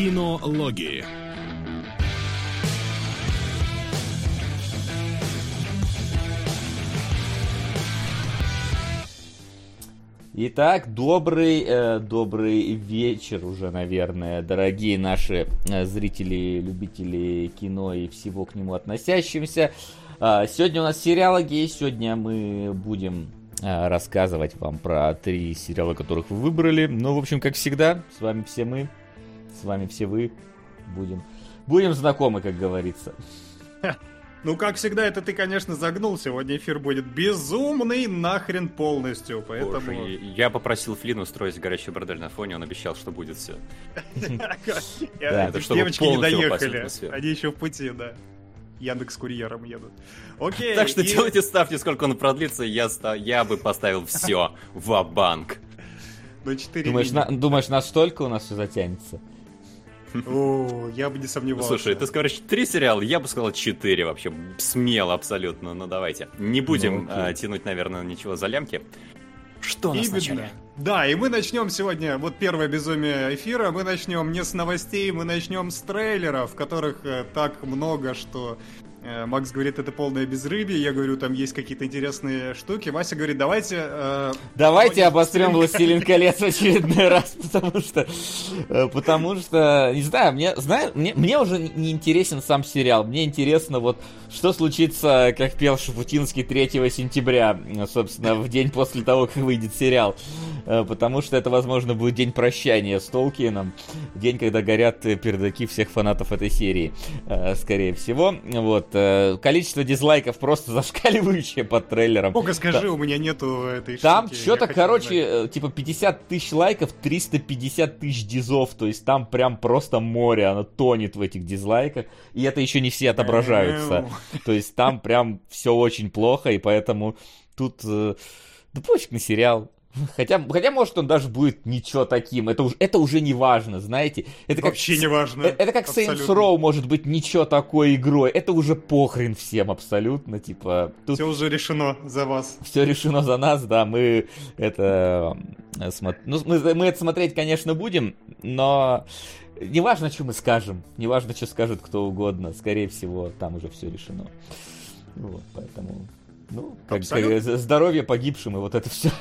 Кинологии. Итак, добрый вечер уже, наверное, дорогие наши зрители, любители кино и всего к нему относящимся. Сегодня у нас сериалогия, сегодня мы будем рассказывать вам про 3 сериала, которых вы выбрали. Ну, в общем, как всегда, с вами все мы, с вами все вы, будем знакомы, как говорится. Ну, как всегда, это ты, конечно, загнул. Сегодня эфир будет безумный нахрен полностью, поэтому... Боже, я попросил Флина устроить горячий бордель на фоне, он обещал, что будет все. Девочки не доехали, они еще в пути, да. Яндекс.Курьером едут. Окей. Так что делайте ставки, сколько он продлится, я бы поставил все ва-банк. Думаешь, настолько у нас все затянется? О, я бы не сомневался. Слушай, ты говоришь 3 сериала, я бы сказал 4 вообще. Смело абсолютно, ну давайте. Не будем тянуть, наверное, ничего за лямки. Что у нас вначале? Да, и мы начнем сегодня, вот первое безумие эфира, мы начнем не с новостей, мы начнем с трейлеров, которых так много, что... Макс говорит, это полное безрыбье, я говорю, там есть какие-то интересные штуки. Вася говорит, давайте обострем «Властелин колец» в очередной раз, потому что, не знаю, мне уже не интересен сам сериал, мне интересно вот, что случится, как пел Шафутинский, 3 сентября, собственно, в день после того, как выйдет сериал, потому что это, возможно, будет день прощания с Толкиеном, день, когда горят пердаки всех фанатов этой серии, скорее всего, вот. Количество дизлайков просто зашкаливающее под трейлером. Сколько, скажи, у меня нету этой штуки. Там что-то, короче, типа 50 тысяч лайков, 350 тысяч дизов. То есть там прям просто море, оно тонет в этих дизлайках. И это еще не все отображаются. То есть там прям все очень плохо, и поэтому тут... Да пофиг на сериал. Хотя, может, он даже будет ничего таким. Это уже не важно, знаете. Это вообще не важно. Это как Saints Row может быть ничего такой игрой. Это уже похрен всем абсолютно. Типа, тут... Все уже решено за вас. Все решено за нас, да. Мы это... мы это смотреть, конечно, будем, но... Неважно, что мы скажем. Неважно, что скажет кто угодно. Скорее всего, там уже все решено. Вот, поэтому... Ну, как здоровье погибшим и вот это все.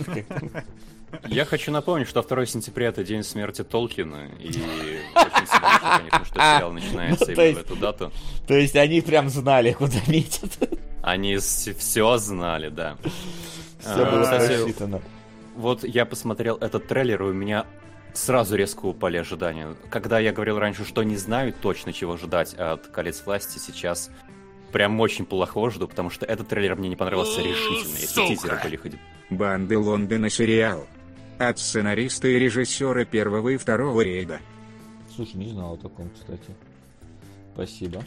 Я хочу напомнить, что 2 сентября это день смерти Толкина, и очень символично, конечно, что сериал начинается именно в эту дату. То есть они прям знали, куда метят. Они все знали, да. Все было рассчитано. Вот я посмотрел этот трейлер, и у меня сразу резко упали ожидания. Когда я говорил раньше, что не знаю точно, чего ждать от «Колец власти», сейчас... Прям очень плохо жду, потому что этот трейлер мне не понравился решительно. Если тизеры были хоть... «Банды Лондона» сериал. От сценариста и режиссера 1 и 2 рейда. Слушай, не знал о таком, кстати. Спасибо.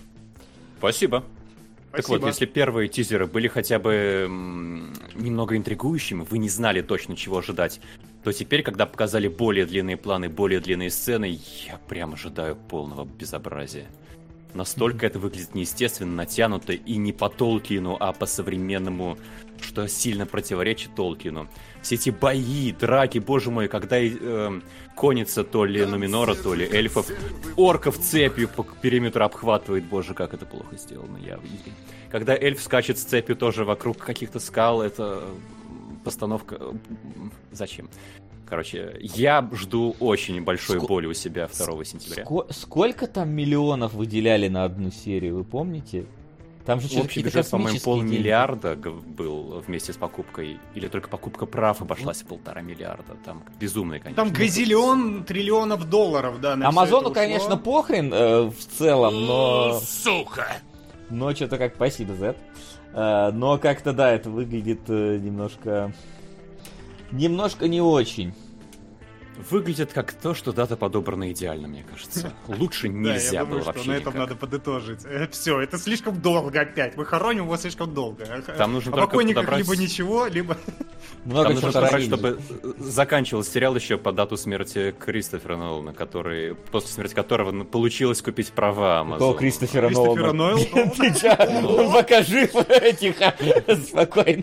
Так вот, если первые тизеры были хотя бы немного интригующими, вы не знали точно, чего ожидать, то теперь, когда показали более длинные планы, более длинные сцены, я прям ожидаю полного безобразия. Настолько это выглядит неестественно, натянуто и не по Толкину, а по-современному, что сильно противоречит Толкину. Все эти бои, драки, боже мой, когда конница то ли Нуминора, то ли эльфов, орков цепью по периметру обхватывает, боже, как это плохо сделано. Когда эльф скачет с цепью тоже вокруг каких-то скал, это постановка... Зачем? Короче, я жду очень большой боли у себя 2 сентября. Сколько там миллионов выделяли на одну серию, вы помните? Там же общий бюджет, по-моему, 500 миллиарда был вместе с покупкой. Или только покупка прав обошлась в 1,5 миллиарда. Там безумные, конечно. Там газиллион триллионов долларов, да. Амазону, конечно, похрен в целом, но... Сука! Но что-то как спасибо за это. Но как-то, да, это выглядит немножко не очень. Выглядит как то, что дата подобрана идеально, мне кажется. Лучше нельзя было вообще. На этом надо подытожить. Все, это слишком долго опять. Мы хороним его слишком долго. Там нужно только подобрать... либо ничего, либо... Много там нужно подобрать, чтобы заканчивался сериал еще по дату смерти Кристофера Нолана, после смерти которого получилось купить права Амазона. Кристофера Нолана? Ты чё? Покажи, тихо, спокойно.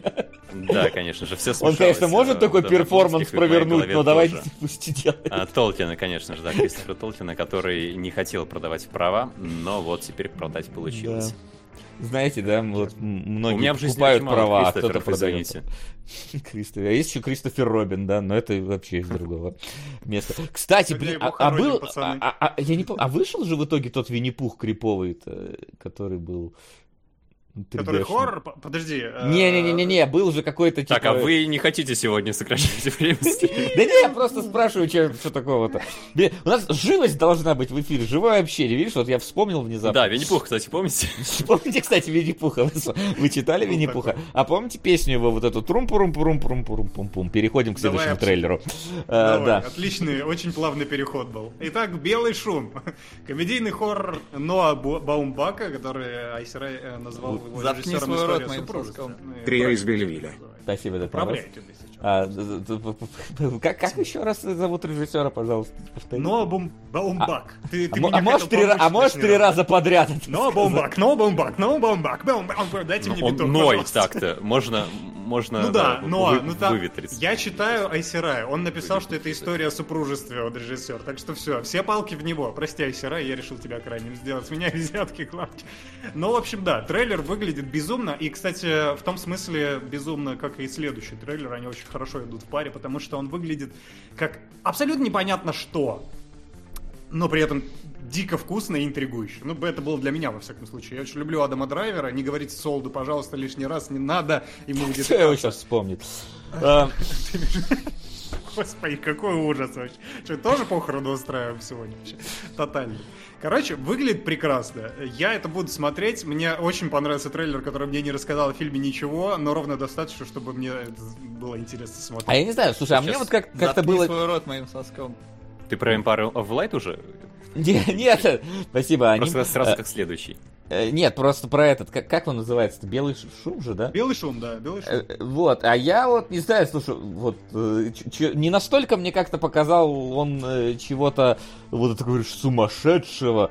Да, конечно же, все Он, смешалось. конечно, может такой в перформанс японских, и в моей провернуть, голове но давайте тоже. пусть и делает. Толкина, конечно же, да, Кристофера Толкина, который не хотел продавать права, но вот теперь продать получилось. Да. Знаете, да, вот многие У меня в жизни покупают очень мало права, а кто-то Кристоферов, продает. извините. Кристофер. А есть еще Кристофер Робин, да, но это вообще из другого места. Кстати, Сегодня блин, его а хороним, был, пацаны. я не помню, а вышел же в итоге тот Винни-Пух криповый, который был... Который 3D-шный? хоррор? Подожди. Не, был же какой-то типа... Так, а вы не хотите сегодня сокращать время стрима? Да не, я просто спрашиваю, что такого-то. Блин, у нас живость должна быть в эфире, живое общение, видишь, вот я вспомнил внезапно. Да, Винни-Пух, кстати, помните? Помните, кстати, Винни-Пуха? Вы читали Винни-Пуха? А помните песню его, вот эту трум-пурум-пурум-пурум-пурум-пум-пум? Переходим к следующему Давай, трейлеру. Давай, Да. отличный, очень плавный переход был. Итак, «Белый шум». Комедийный хоррор Ноа Баумбака, который Айсерай назвал его Заткни режиссером свой рот «История моим супружества». соском. Ну, и Трио правильно из Бельвилля. называется. Спасибо, да, Поправляйте ты сейчас. Как еще раз зовут режиссера, пожалуйста, повтори? Ноа Баумбак. Ты А меня можешь хотел помочь можешь лишний 3 раз? раза подряд? это Ноа Баумбак, Ноа Баумбак, Ноа Баумбак, дайте мне Он биток, ной пожалуйста. так-то. Можно Ну да, Ноа, ну там, выветриться. я читаю Айсерай, он написал, что это история о супружестве, он режиссер, так что все палки в него. Прости, Айсерай, я решил тебя крайним сделать, с меня взятки гладкие. Ну, в общем, да, трейлер выглядит безумно, и, кстати, в том смысле безумно, как и следующий трейлер, они очень хорошо идут в паре, потому что он выглядит как абсолютно непонятно что, но при этом дико вкусно и интригующе. Ну, это было для меня, во всяком случае. Я очень люблю Адама Драйвера. Не говорите Солду, пожалуйста, лишний раз, не надо. Ему Кто где-то... его сейчас вспомнит? Господи, какой ужас вообще. Что, тоже похороны устраиваем сегодня вообще? Тотально. Короче, выглядит прекрасно. Я это буду смотреть. Мне очень понравился трейлер, который мне не рассказал о фильме ничего, но ровно достаточно, чтобы мне это было интересно смотреть. А я не знаю, слушай, а мне вот как-то Заткни было... свой рот моим соском. Ты про Empire of Light уже? Нет, спасибо, они... Просто сразу как следующий. Нет, просто про этот, как он называется-то? Белый шум же, да? Белый шум, да, белый шум. Вот, а я вот не знаю, слушай, вот не настолько мне как-то показал он чего-то, вот это говоришь, сумасшедшего,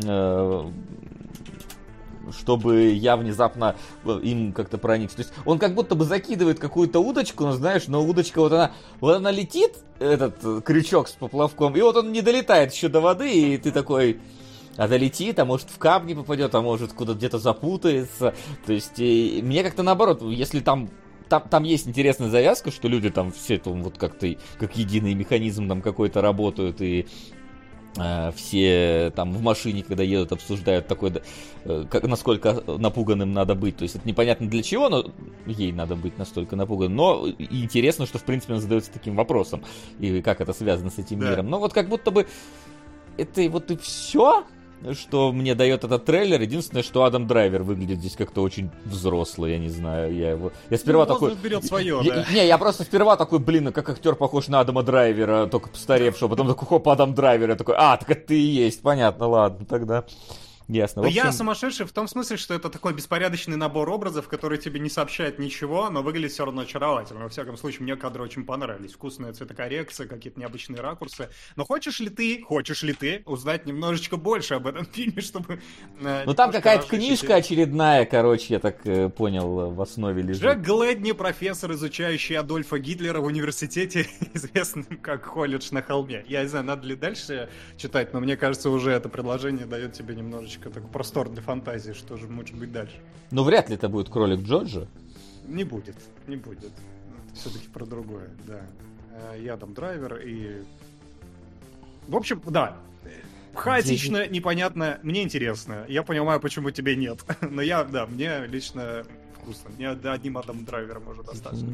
чтобы я внезапно им как-то проникся. То есть он как будто бы закидывает какую-то удочку, но знаешь, но удочка вот она летит, этот крючок с поплавком, и вот он не долетает еще до воды, и ты такой... А долетит, а может в камни попадет, а может куда-то где-то запутается. То есть мне как-то наоборот, если там есть интересная завязка, что люди там все это вот как-то как единый механизм там какой-то работают, и все там в машине, когда едут, обсуждают такой, насколько напуганным надо быть. То есть это непонятно для чего, но ей надо быть настолько напуганным. Но интересно, что в принципе он задается таким вопросом, и как это связано с этим миром. Но вот как будто бы это вот и все, что мне дает этот трейлер. Единственное, что Адам Драйвер выглядит здесь как-то очень взрослый, я не знаю. Я сперва такой... берет свое, да. Я просто сперва такой, блин, как актер похож на Адама Драйвера, только постаревшего. Потом такой, хоп, Адам Драйвер. Я такой, так это ты и есть. Понятно, ладно, тогда... Ясно. Но В общем... я сумасшедший в том смысле, что это такой беспорядочный набор образов, который тебе не сообщает ничего, но выглядит все равно очаровательно. Во всяком случае, мне кадры очень понравились. Вкусная цветокоррекция, какие-то необычные ракурсы. Но хочешь ли ты узнать немножечко больше об этом фильме, чтобы... Ну там какая-то книжка очередная, короче, я так понял, в основе лежит. Джек Глэдни, профессор, изучающий Адольфа Гитлера в университете, известным как колледж на холме. Я не знаю, надо ли дальше читать, но мне кажется, уже это предложение дает тебе немножечко такой простор для фантазии, что же может быть дальше. Ну, вряд ли это будет кролик Джорджа. Не будет. Это все-таки про другое, да. Я Адам Драйвер и... В общем, да. Хаотично, непонятно, мне интересно. Я понимаю, почему тебе нет. Но мне лично вкусно. Мне одним Адам Драйвером уже достаточно.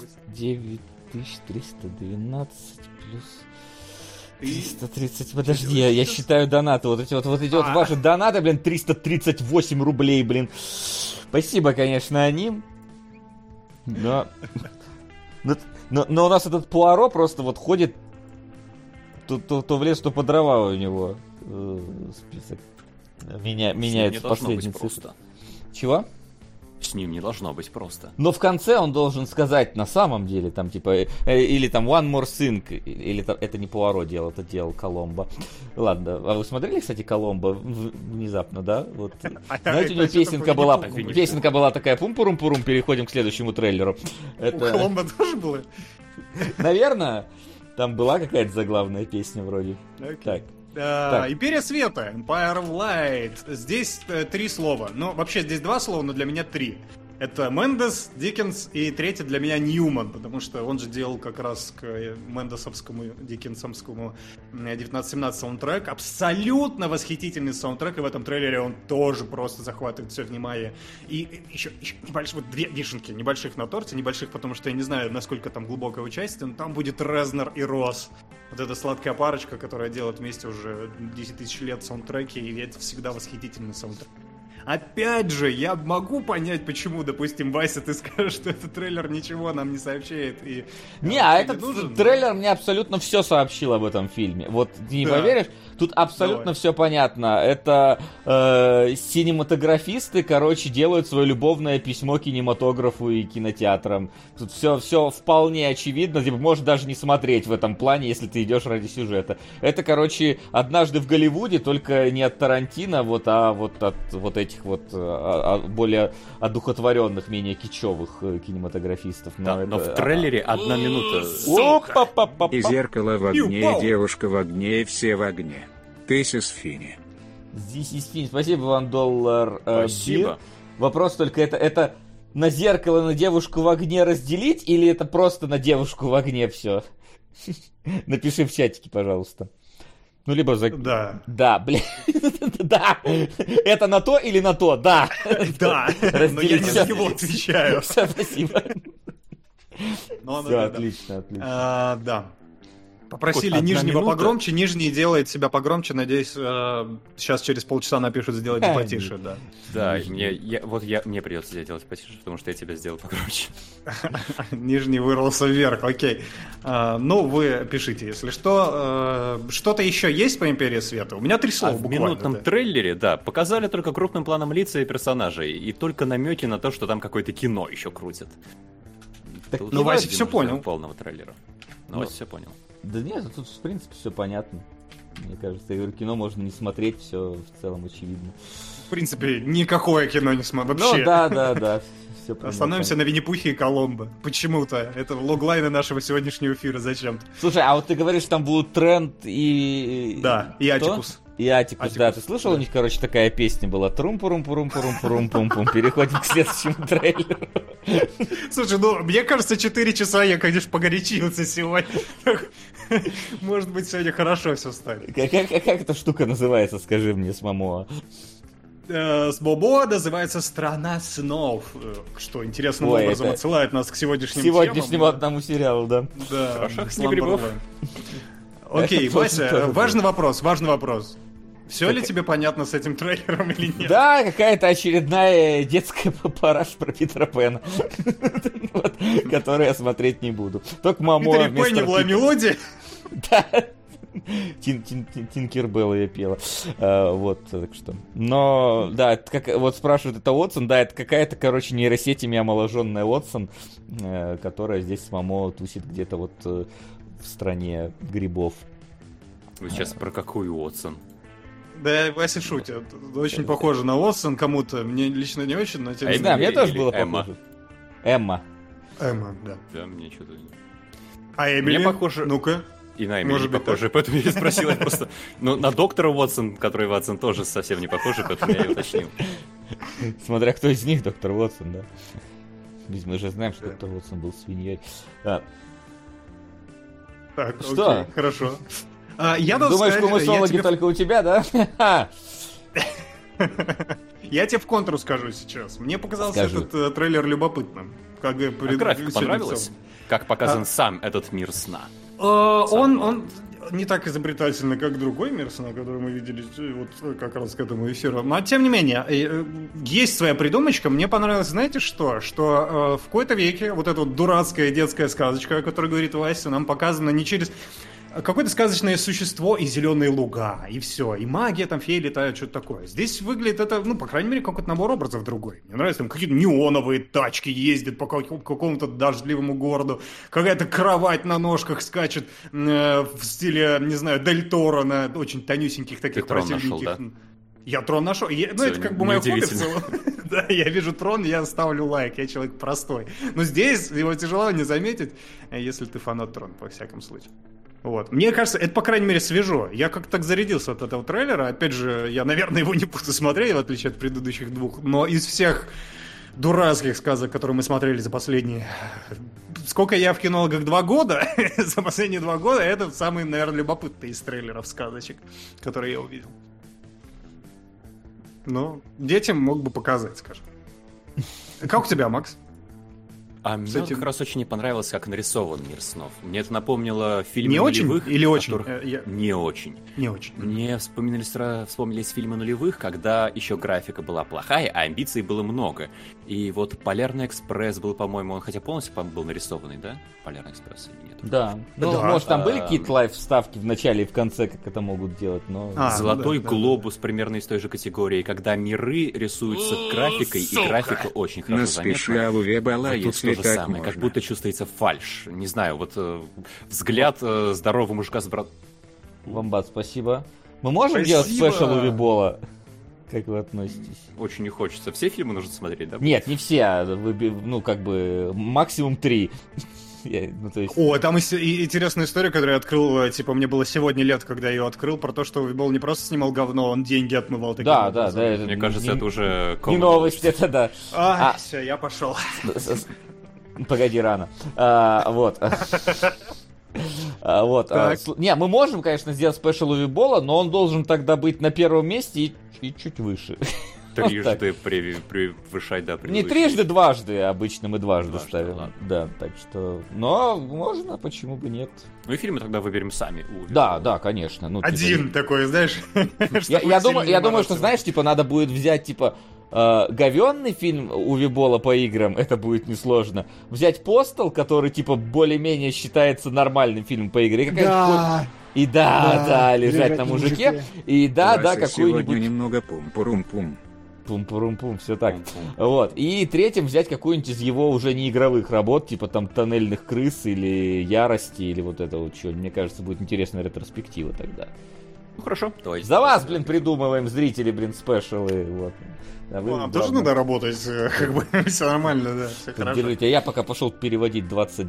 9312 плюс... 330, подожди, я считаю донаты. Вот идет ваши донаты, блин, 338 рублей, блин. Спасибо, конечно, они. Но у нас этот Пуаро просто вот ходит то в лес, то по дрова у него список. Меняется последний цифр. Чего? С ним не должно быть просто. Но в конце он должен сказать на самом деле, там, типа, или там One More Thing, или это не Пуаро делал, это делал Коломбо. Ладно, а вы смотрели, кстати, Коломбо внезапно, да? Вот. Знаете, у него песенка была такая пум-пурум-пурум, переходим к следующему трейлеру. У Коломбо тоже было? Наверное, там была какая-то заглавная песня вроде. Так. Империя света, Empire of Light. Здесь 3 слова. Ну, вообще здесь 2 слова, но для меня 3. Это Мендес, Диккенс и третий для меня Ньюман, потому что он же делал как раз к Мендесовскому, Диккенсовскому 1917 саундтрек. Абсолютно восхитительный саундтрек, и в этом трейлере он тоже просто захватывает все внимание. И еще небольшие, вот 2 вишенки, небольших на торте, небольших, потому что я не знаю, насколько там глубокое участие, но там будет Резнер и Росс. Вот эта сладкая парочка, которая делает вместе уже 10 тысяч лет саундтреки, и это всегда восхитительный саундтрек. Опять же, я могу понять, почему, допустим, Вася, ты скажешь, что этот трейлер ничего нам не сообщает. И этот трейлер мне абсолютно все сообщил об этом фильме. Вот, не поверишь, тут абсолютно все понятно. Это синематографисты, делают свое любовное письмо кинематографу и кинотеатрам. Тут все вполне очевидно. Типа, можешь даже не смотреть в этом плане, если ты идешь ради сюжета. Это, «Однажды в Голливуде», только не от Тарантино, а вот от вот этих более одухотворенных, менее кичевых кинематографистов. Но в трейлере 1 минута. И зеркало в огне, и девушка в огне, и все в огне. This is Fini. This is Fini. Спасибо вам, $. Спасибо. Вопрос только, это на зеркало, на девушку в огне разделить, или это просто на девушку в огне все? Напиши в чатике, пожалуйста. Ну, либо Да. Да, блин. Да. Это на то или на то? Да. Да. Но я не за него отвечаю. Все, спасибо. Все, отлично. Да. Попросили нижнего погромче, нижний делает себя погромче, надеюсь, сейчас через полчаса напишут сделать потише, да. Да, мне придется тебя делать потише, потому что я тебя сделал погромче. Нижний вырвался вверх, окей. Ну, вы пишите, если что. Что-то еще есть по Империи Света? У меня 3 слова буквально. В минутном трейлере, да, показали только крупным планом лица и персонажей, и только намеки на то, что там какое-то кино еще крутят. Ну, Вася все понял. Полного трейлера. Вася все понял. Да нет, тут в принципе все понятно. Мне кажется, я говорю, кино можно не смотреть, все в целом очевидно. В принципе, никакое кино не смотрю вообще. Ну да. Все остановимся на Винни-Пухе и Коломбо. Почему-то. Это логлайны нашего сегодняшнего эфира зачем-то. Слушай, а вот ты говоришь, там будут Тренд и... Да, и Атикус. И Атикус, да. Ты слышал, у них, такая песня была? Трум-пурум-пурум-пурум-пурум-пум-пум. Переходим к следующему трейлеру. Слушай, мне кажется, 4 часа я, конечно, погорячился сегодня. Может быть, сегодня хорошо все станет. Как эта штука называется, скажи мне, с Момоа? С Бобо называется «Страна снов», что интересным образом отсылает нас к сегодняшнему одному сериалу, да. Да, хорошо, снегребов. Окей, Вася, важный вопрос. Все ли тебе понятно с этим трейлером или нет? Да, какая-то очередная детская параш про Питера Пэна, которую я смотреть не буду. Только Момоа... Питер Пэн была мелодия? Да. Тинкербелл ее пела. Вот, так что. Но, да, вот спрашивают, это Уотсон, да, это какая-то, нейросетями омоложенная Уотсон, которая здесь с Момо тусит где-то вот в стране грибов. Вы сейчас про какую Уотсон? Да, Вася шутит. Очень похоже на Уотсон кому-то. Мне лично не очень, но тем не менее. Да, мне тоже было похоже. Эмма, да. Да, мне что-то... А Эмили? Мне похоже... Ну-ка. И на Эмили похоже, поэтому я спросил, я просто... Ну, на доктора Уотсон, который Ватсон, тоже совсем не похоже, поэтому я и уточнил. Смотря кто из них доктор Уотсон, да. Ведь мы же знаем, что доктор Уотсон был свиньей. Так, что? Окей, хорошо. Думаешь, кумысологи только у тебя, да? Я тебе в контру скажу сейчас. Мне показался этот трейлер любопытным. Графика понравилась? Как показан сам этот мир сна? Он не так изобретательный, как другой мир сна, который мы видели вот как раз к этому эфиру. Но тем не менее, есть своя придумочка. Мне понравилось, знаете что? Что в какой-то веке вот эта вот дурацкая детская сказочка, о которой говорит Вася, нам показана не через... какое-то сказочное существо и зеленые луга, и все. И магия, там феи летают, что-то такое. Здесь выглядит это, ну, по крайней мере, какой-то набор образов другой. Мне нравится, там какие-то неоновые тачки ездят по какому-то дождливому городу. Какая-то кровать на ножках скачет в стиле, не знаю, Дель Торо на очень тонюсеньких таких противненьких. Нашел, да? Я трон нашел. Ну, это как бы мое хобби в целом. Да, я вижу трон, я ставлю лайк, я человек простой. Но здесь его тяжело не заметить, если ты фанат трона, во всяком случае. Вот. Мне кажется, это, по крайней мере, свежо. Я как-то так зарядился от этого трейлера. Опять же, я, наверное, его не буду смотреть, в отличие от предыдущих двух. Но из всех дурацких сказок, которые мы смотрели за последние... Сколько я в кинологах? 2 года? За последние 2 года это самый, наверное, любопытный из трейлеров сказочек, которые я увидел. Ну, детям мог бы показать, скажем. Как у тебя, Макс? А мне как раз очень не понравилось, как нарисован «Мир снов». Мне это напомнило фильмы не нулевых. Очень или очень? Не очень. Не очень. Мне вспомнились фильмы нулевых, когда еще графика была плохая, а амбиций было много. И вот «Полярный экспресс» был, по-моему, он хотя полностью был нарисованный, да? «Полярный экспресс» или нет? Да. Ну, да. Может, там были какие-то лайф-вставки в начале и в конце, как это могут делать, но... «Золотой глобус» примерно из той же категории, когда миры рисуются графикой, и графика очень хорошо заметна. Тут то же самое, как будто чувствуется фальшь. Не знаю, вот взгляд здорового мужика с брат... Вамбат, спасибо. Мы можем делать спешл Увибола? Как вы относитесь? Очень не хочется. Все фильмы нужно смотреть, да? Нет, не все. Ну, как бы, максимум 3. То есть... О, там интересная история, которую я открыл, типа, мне было сегодня лет, когда я ее открыл, про то, что Увибол не просто снимал говно, он деньги отмывал. Да. Мне кажется, это уже... Не новость, это да. Все, я пошел. Погоди, рано. Вот. Не, мы можем, конечно, сделать спешл Увибола, но он должен тогда быть на первом месте и чуть выше. Трижды превышать, да, не трижды, дважды. Обычно мы дважды ставим. Ладно. Да, так что... Но можно, почему бы нет. Ну и фильмы тогда выберем сами. Да, конечно. Ну, один типа... такой, знаешь. Я думаю, что, знаешь, типа, надо будет взять, типа, говенный фильм Увибола по играм, это будет несложно. Взять Постал, который, типа, более-менее считается нормальным фильмом по игре. Да. И лежать на мужике. И какую-нибудь... Сегодня немного пум-пурум-пум. Пум-пурум-пум, все так. Вот. И третьим взять какую-нибудь из его уже не игровых работ, типа там «Тоннельных крыс» или «Ярости», или вот это вот что. Мне кажется, будет интересная ретроспектива тогда. Ну хорошо. Давайте. За вас, придумываем, зрители, спешалы. Вот. Нам тоже надо работать, как бы все нормально, да, все хорошо. Держите, я пока пошел переводить $20,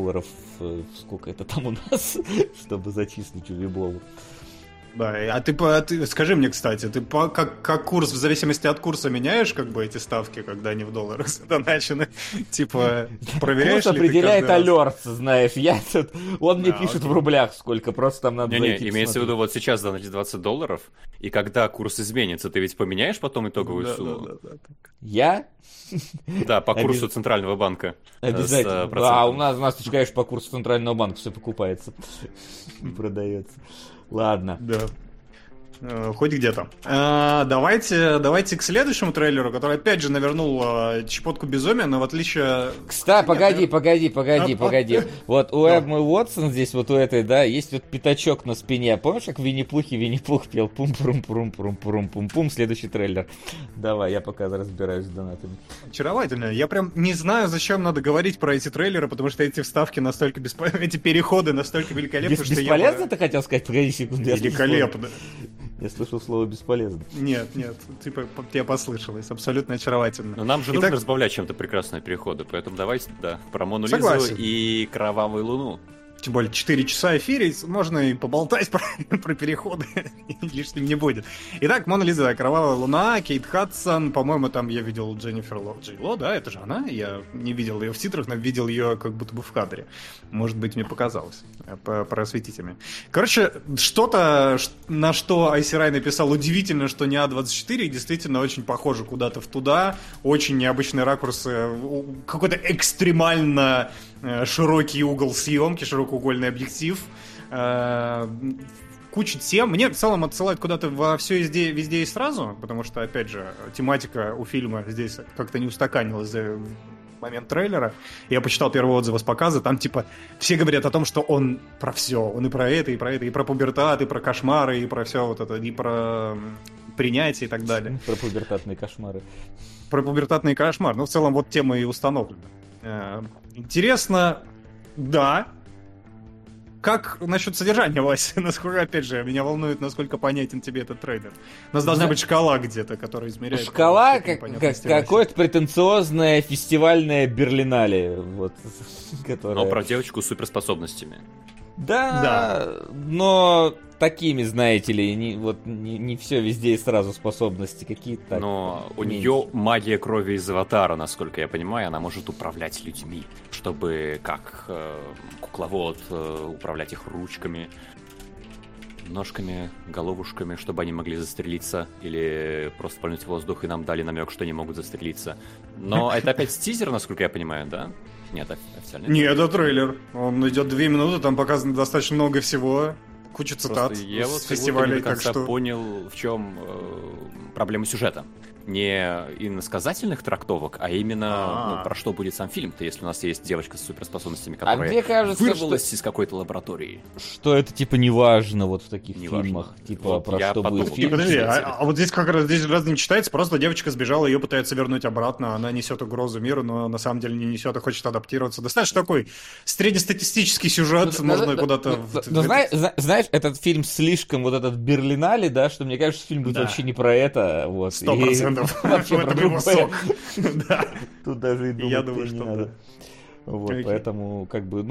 сколько это там у нас, чтобы зачислить Увиболу. Да, а ты скажи мне, кстати, ты как курс, в зависимости от курса меняешь как бы эти ставки, когда они в долларах задоначены? Типа, проверяешь курс ли ты определяет каждый раз? Алерт, знаешь, он мне пишет в рублях сколько, просто там надо зайти. Не, имеется в виду, вот сейчас донатить $20, и когда курс изменится, ты ведь поменяешь потом итоговую сумму? Да. Я? Да, по курсу Центрального банка. Обязательно. А у нас, конечно, по курсу Центрального банка все покупается и продается. Ладно. Да. Хоть где-то. Давайте к следующему трейлеру, который опять же навернул чепотку безумия, но в отличие... Кстати, погоди. Вот у Эммы Уотсон здесь, вот у этой, да, есть вот пятачок на спине. Помнишь, как Винни-Пух пел пум-пум-пум-пум-пум-пум? Следующий трейлер. Давай, я пока разбираюсь с донатами. Очаровательно. Я прям не знаю, зачем надо говорить про эти трейлеры, потому что эти вставки настолько эти переходы настолько великолепны, что бесполезно ты хотел сказать? Погоди секунду. Великолепно. Я слышал слово «бесполезно». Нет, типа, тебе послышалось. Абсолютно очаровательно. Но нам же нужно разбавлять чем-то прекрасные переходы, поэтому давайте, про Мону Лизу и Кровавую Луну. Тем более 4 часа эфирить, можно и поболтать про переходы, лишним не будет. Итак, Мона Лиза, Кровавая Луна, Кейт Хадсон, по-моему, там я видел Дженнифер Ло, да, это же она, я не видел ее в титрах, но видел ее как будто бы в кадре. Может быть, мне показалось, просветите меня. Короче, что-то, на что Айси Рай написал, удивительно, что не А24, действительно очень похоже куда-то в туда, очень необычные ракурсы, какой-то экстремально широкий угол съемки, широкоугольный объектив, куча тем. Мне в целом отсылают куда-то во все везде и сразу, потому что, опять же, тематика у фильма здесь как-то не устаканилась момент трейлера. Я почитал первые отзывы с показа, там типа все говорят о том, что он про все. Он и про это, и про пубертат, и про кошмары, и про все вот это, и про принятие и так далее. Про пубертатные кошмары. Про пубертатный кошмар. Ну, в целом, вот тема и установлена. Интересно, да. Как насчет содержания, Вася? Насколько, опять же, меня волнует, насколько понятен тебе этот трейлер. У нас должна быть шкала где-то, которая измеряет... Шкала какое-то претенциозное фестивальное Берлинале. Вот, которое... Но про девочку с суперспособностями. Да, но такими, знаете ли, не все везде и сразу способности какие-то. Но у нее магия крови из Аватара, насколько я понимаю, она может управлять людьми, чтобы как кукловод управлять их ручками, ножками, головушками, чтобы они могли застрелиться или просто пальнуть в воздух, и нам дали намек, что они могут застрелиться. Но это опять тизер, насколько я понимаю, да? Нет, официально. Нет, это трейлер. Он идет 2 минуты, там показано достаточно много всего. Куча цитат я вот с фестивалей, не до конца так что... понял, в чем проблема сюжета. Не иносказательных трактовок, а именно про что будет сам фильм-то, если у нас есть девочка с суперспособностями, которая мне кажется, вырвалась из какой-то лаборатории. Что это типа неважно вот в таких Неважно. фильмах, типа Вот про я что подумал, будет фильм. Подожди, а вот здесь как раз здесь разве не читается, просто девочка сбежала, ее пытаются вернуть обратно, она несет угрозу миру, но на самом деле не несет и хочет адаптироваться. Достаточно такой среднестатистический сюжет, можно куда-то... Знаешь, этот фильм слишком вот этот Берлинале, да, что мне кажется, фильм будет вообще не про это. 100%. Вообще в этом его сок. Да. Тут даже и Я думать думаю, не что надо. Вот, Окей. поэтому, как бы,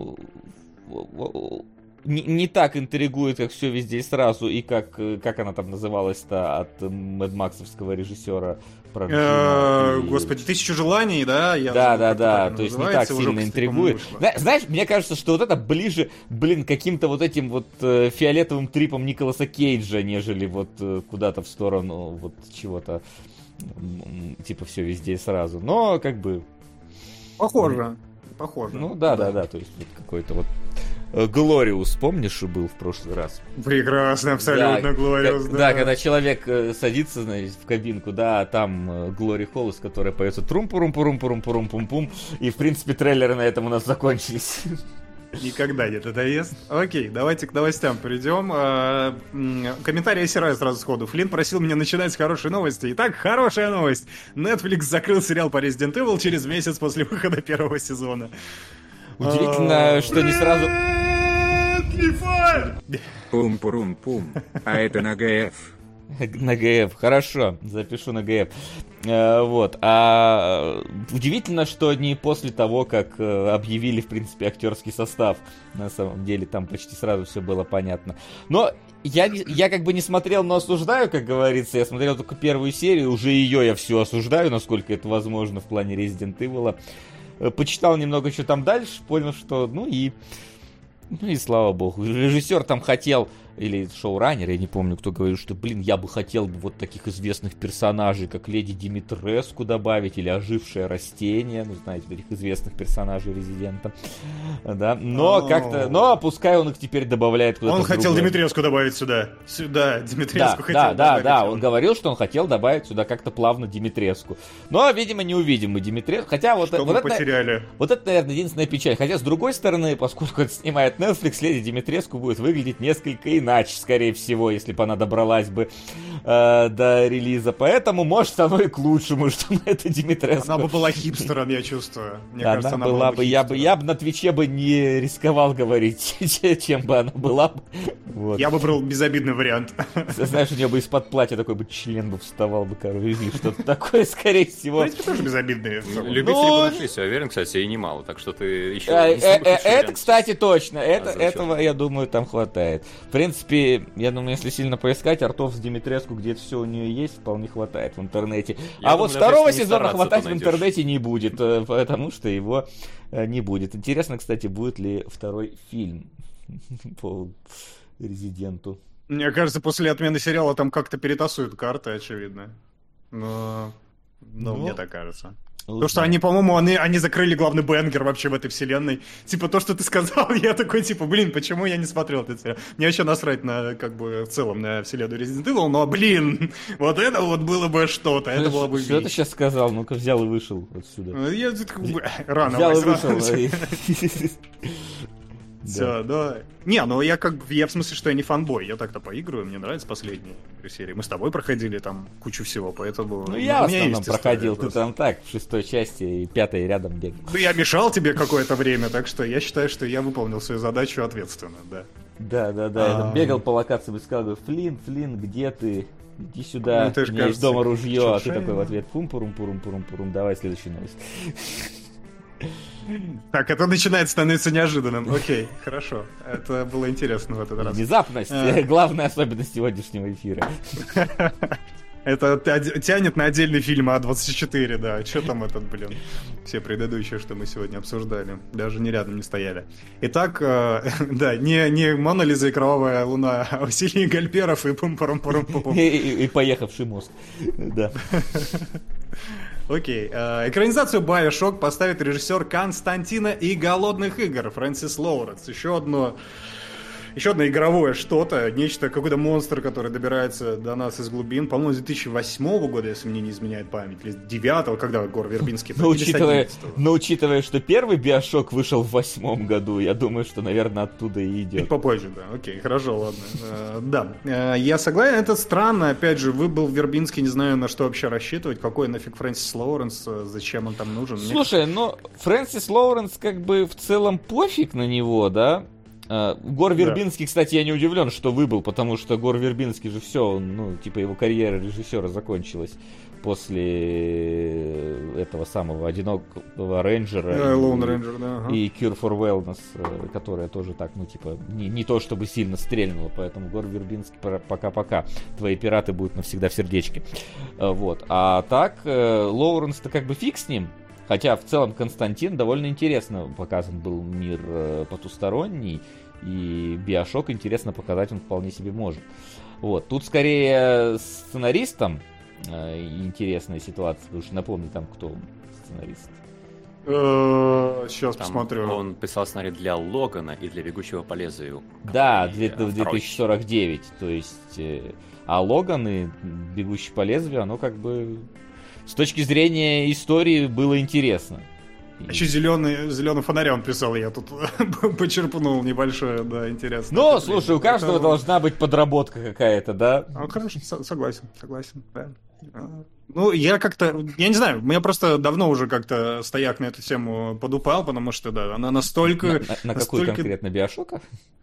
не так интригует, как все везде и сразу, и как она там называлась-то от Мэд Максовского режиссера. Господи, «Тысячу желаний», да? Да, то есть не так сильно уже, интригует. Знаешь, мне кажется, что вот это ближе, каким-то вот этим вот фиолетовым трипом Николаса Кейджа, нежели вот куда-то в сторону вот чего-то типа все везде и сразу. Но как бы... Похоже. Ну да, то есть вот какой-то вот Глориус, помнишь, был в прошлый раз? Прекрасно, абсолютно, Глориус, да. Да, когда человек садится, значит, в кабинку, да, а там Глори Холлс, которая поется трум-пурум-пурум-пурум-пурум-пум-пум, и, в принципе, трейлеры на этом у нас закончились. Никогда не надоест. Окей, давайте к новостям перейдем. Комментарий Сирая сразу сходу. Флинн просил меня начинать с хорошей новости. Итак, хорошая новость. Netflix закрыл сериал по Resident Evil через месяц после выхода первого сезона. Удивительно, что не сразу... Пум-пурум-пум. А это на ГФ. На ГФ, хорошо, запишу на ГФ. Вот. Удивительно, что не после того, как объявили, в принципе, актерский состав. На самом деле, там почти сразу все было понятно. Но я как бы не смотрел, но осуждаю, как говорится. Я смотрел только первую серию, уже ее я всю осуждаю, насколько это возможно в плане Resident Evil. Почитал немного, что там дальше, понял, что ну и слава богу. Режиссер там хотел, или шоураннер, я не помню, кто говорил, что, я бы хотел вот таких известных персонажей, как Леди Димитреску добавить, или ожившее растение, ну, знаете, этих известных персонажей Резидента, да, но пускай он их теперь добавляет куда-то. Он хотел Димитреску добавить сюда, Димитреску хотел добавить. Да, он говорил, что он хотел добавить сюда как-то плавно Димитреску, но, видимо, не увидим мы Димитреску, хотя вот это, наверное, единственная печаль, хотя, с другой стороны, поскольку это снимает Netflix, Леди Димитреску будет выглядеть несколько иначе, скорее всего, если бы она добралась бы до релиза. Поэтому, может, оно и к лучшему, что на это Димитреску. Она бы была хипстером, я чувствую. Мне кажется, она была бы я бы на Твиче бы не рисковал говорить, чем бы она была бы. Вот. Я бы брал безобидный вариант. Знаешь, у нее бы из-под платья такой бы член бы вставал бы, или что-то такое, скорее всего. Эти тоже безобидные. Любители бы нашлись, я уверен, кстати, и немало, так что ты еще... Это, кстати, точно. Этого, я думаю, там хватает. В принципе, я думаю, если сильно поискать, артов с Димитреску, где-то все у нее есть, вполне хватает в интернете. Вот второго сезона хватать в интернете не будет, потому что его не будет. Интересно, кстати, будет ли второй фильм по Резиденту. Мне кажется, после отмены сериала там как-то перетасуют карты, очевидно. Но мне так кажется. То, что они, по-моему, они закрыли главный бенгер вообще в этой вселенной. Типа, то, что ты сказал, я такой, типа, блин, почему я не смотрел этот сериал? Мне вообще насрать на, как бы, в целом на вселенную Resident Evil, но, блин, вот это вот было бы что-то, это было бы... Что ты сейчас сказал? Ну-ка, взял и вышел отсюда. Я рано. Взял и вышел. Все, да. Не, ну я в смысле, что я не фанбой, я так-то поиграю, мне нравятся последние серии. Мы с тобой проходили там кучу всего, поэтому... Ну я в основном проходил, ты там так, в 6-й части и 5-й рядом бегал. Ну я мешал тебе какое-то время, так что я считаю, что я выполнил свою задачу ответственно, да. Да, я бегал по локациям и сказал, Флинн, где ты? Иди сюда, у меня есть дома ружье, а ты такой в ответ, пум-пурум-пурум-пурум-пурум, давай следующую новость. Так, это начинает становиться неожиданным. Окей, хорошо. Это было интересно в этот раз. Внезапность — главная особенность сегодняшнего эфира. Это тянет на отдельный фильм А24, да. Что там все предыдущие, что мы сегодня обсуждали. Даже не рядом не стояли. Итак, да, не Мона Лиза и Кровавая Луна, а Василий Гальперов и пум-парум-парум-пум. И поехавший мозг. Да. Окей. Экранизацию BioShock поставит режиссер Константина и Голодных игр Фрэнсис Лоуренс. Еще одно игровое что-то, нечто, какой-то монстр, который добирается до нас из глубин, по-моему, с 2008 года, если мне не изменяет память, или с 2009, когда Гор Вербинский... Но учитывая, что первый BioShock вышел в 2008 году, я думаю, что, наверное, оттуда и идет. Попозже, да. Окей, хорошо, ладно. Да, я согласен, это странно, опять же, выбыл Вербинский, не знаю, на что вообще рассчитывать, какой нафиг Фрэнсис Лоуренс, зачем он там нужен. Слушай, ну, Фрэнсис Лоуренс как бы в целом пофиг на него, да? Гор Вербинский, кстати, я не удивлен, что выбыл, потому что Гор Вербинский же все, ну, типа его карьера режиссера закончилась после этого самого одинокого рейнджера Lone Ranger, да, и Cure for Wellness, которая тоже так, ну, типа, не то чтобы сильно стрельнула, поэтому Гор Вербинский, пока-пока, твои пираты будут навсегда в сердечке. Вот. А так, Лоуренс-то как бы фиг с ним. Хотя в целом Константин довольно интересно показан был мир потусторонний, и BioShock интересно показать он вполне себе может. Вот. Тут скорее сценаристом интересная ситуация, потому что напомню, там кто сценарист. Сейчас посмотрю. Он писал сценарий для Логана и для Бегущего по лезвию. Да, 2049, то есть... А Логан и Бегущий по лезвию, оно как бы... С точки зрения истории было интересно. Еще зеленым фонарем писал, я тут почерпнул небольшое, да, интересно. Ну, слушай, у каждого должна быть подработка какая-то, да? Хорошо, согласен, да. Ну, я не знаю, меня просто давно уже как-то стояк на эту тему подупал, потому что, да, она настолько... На какую конкретно, BioShock?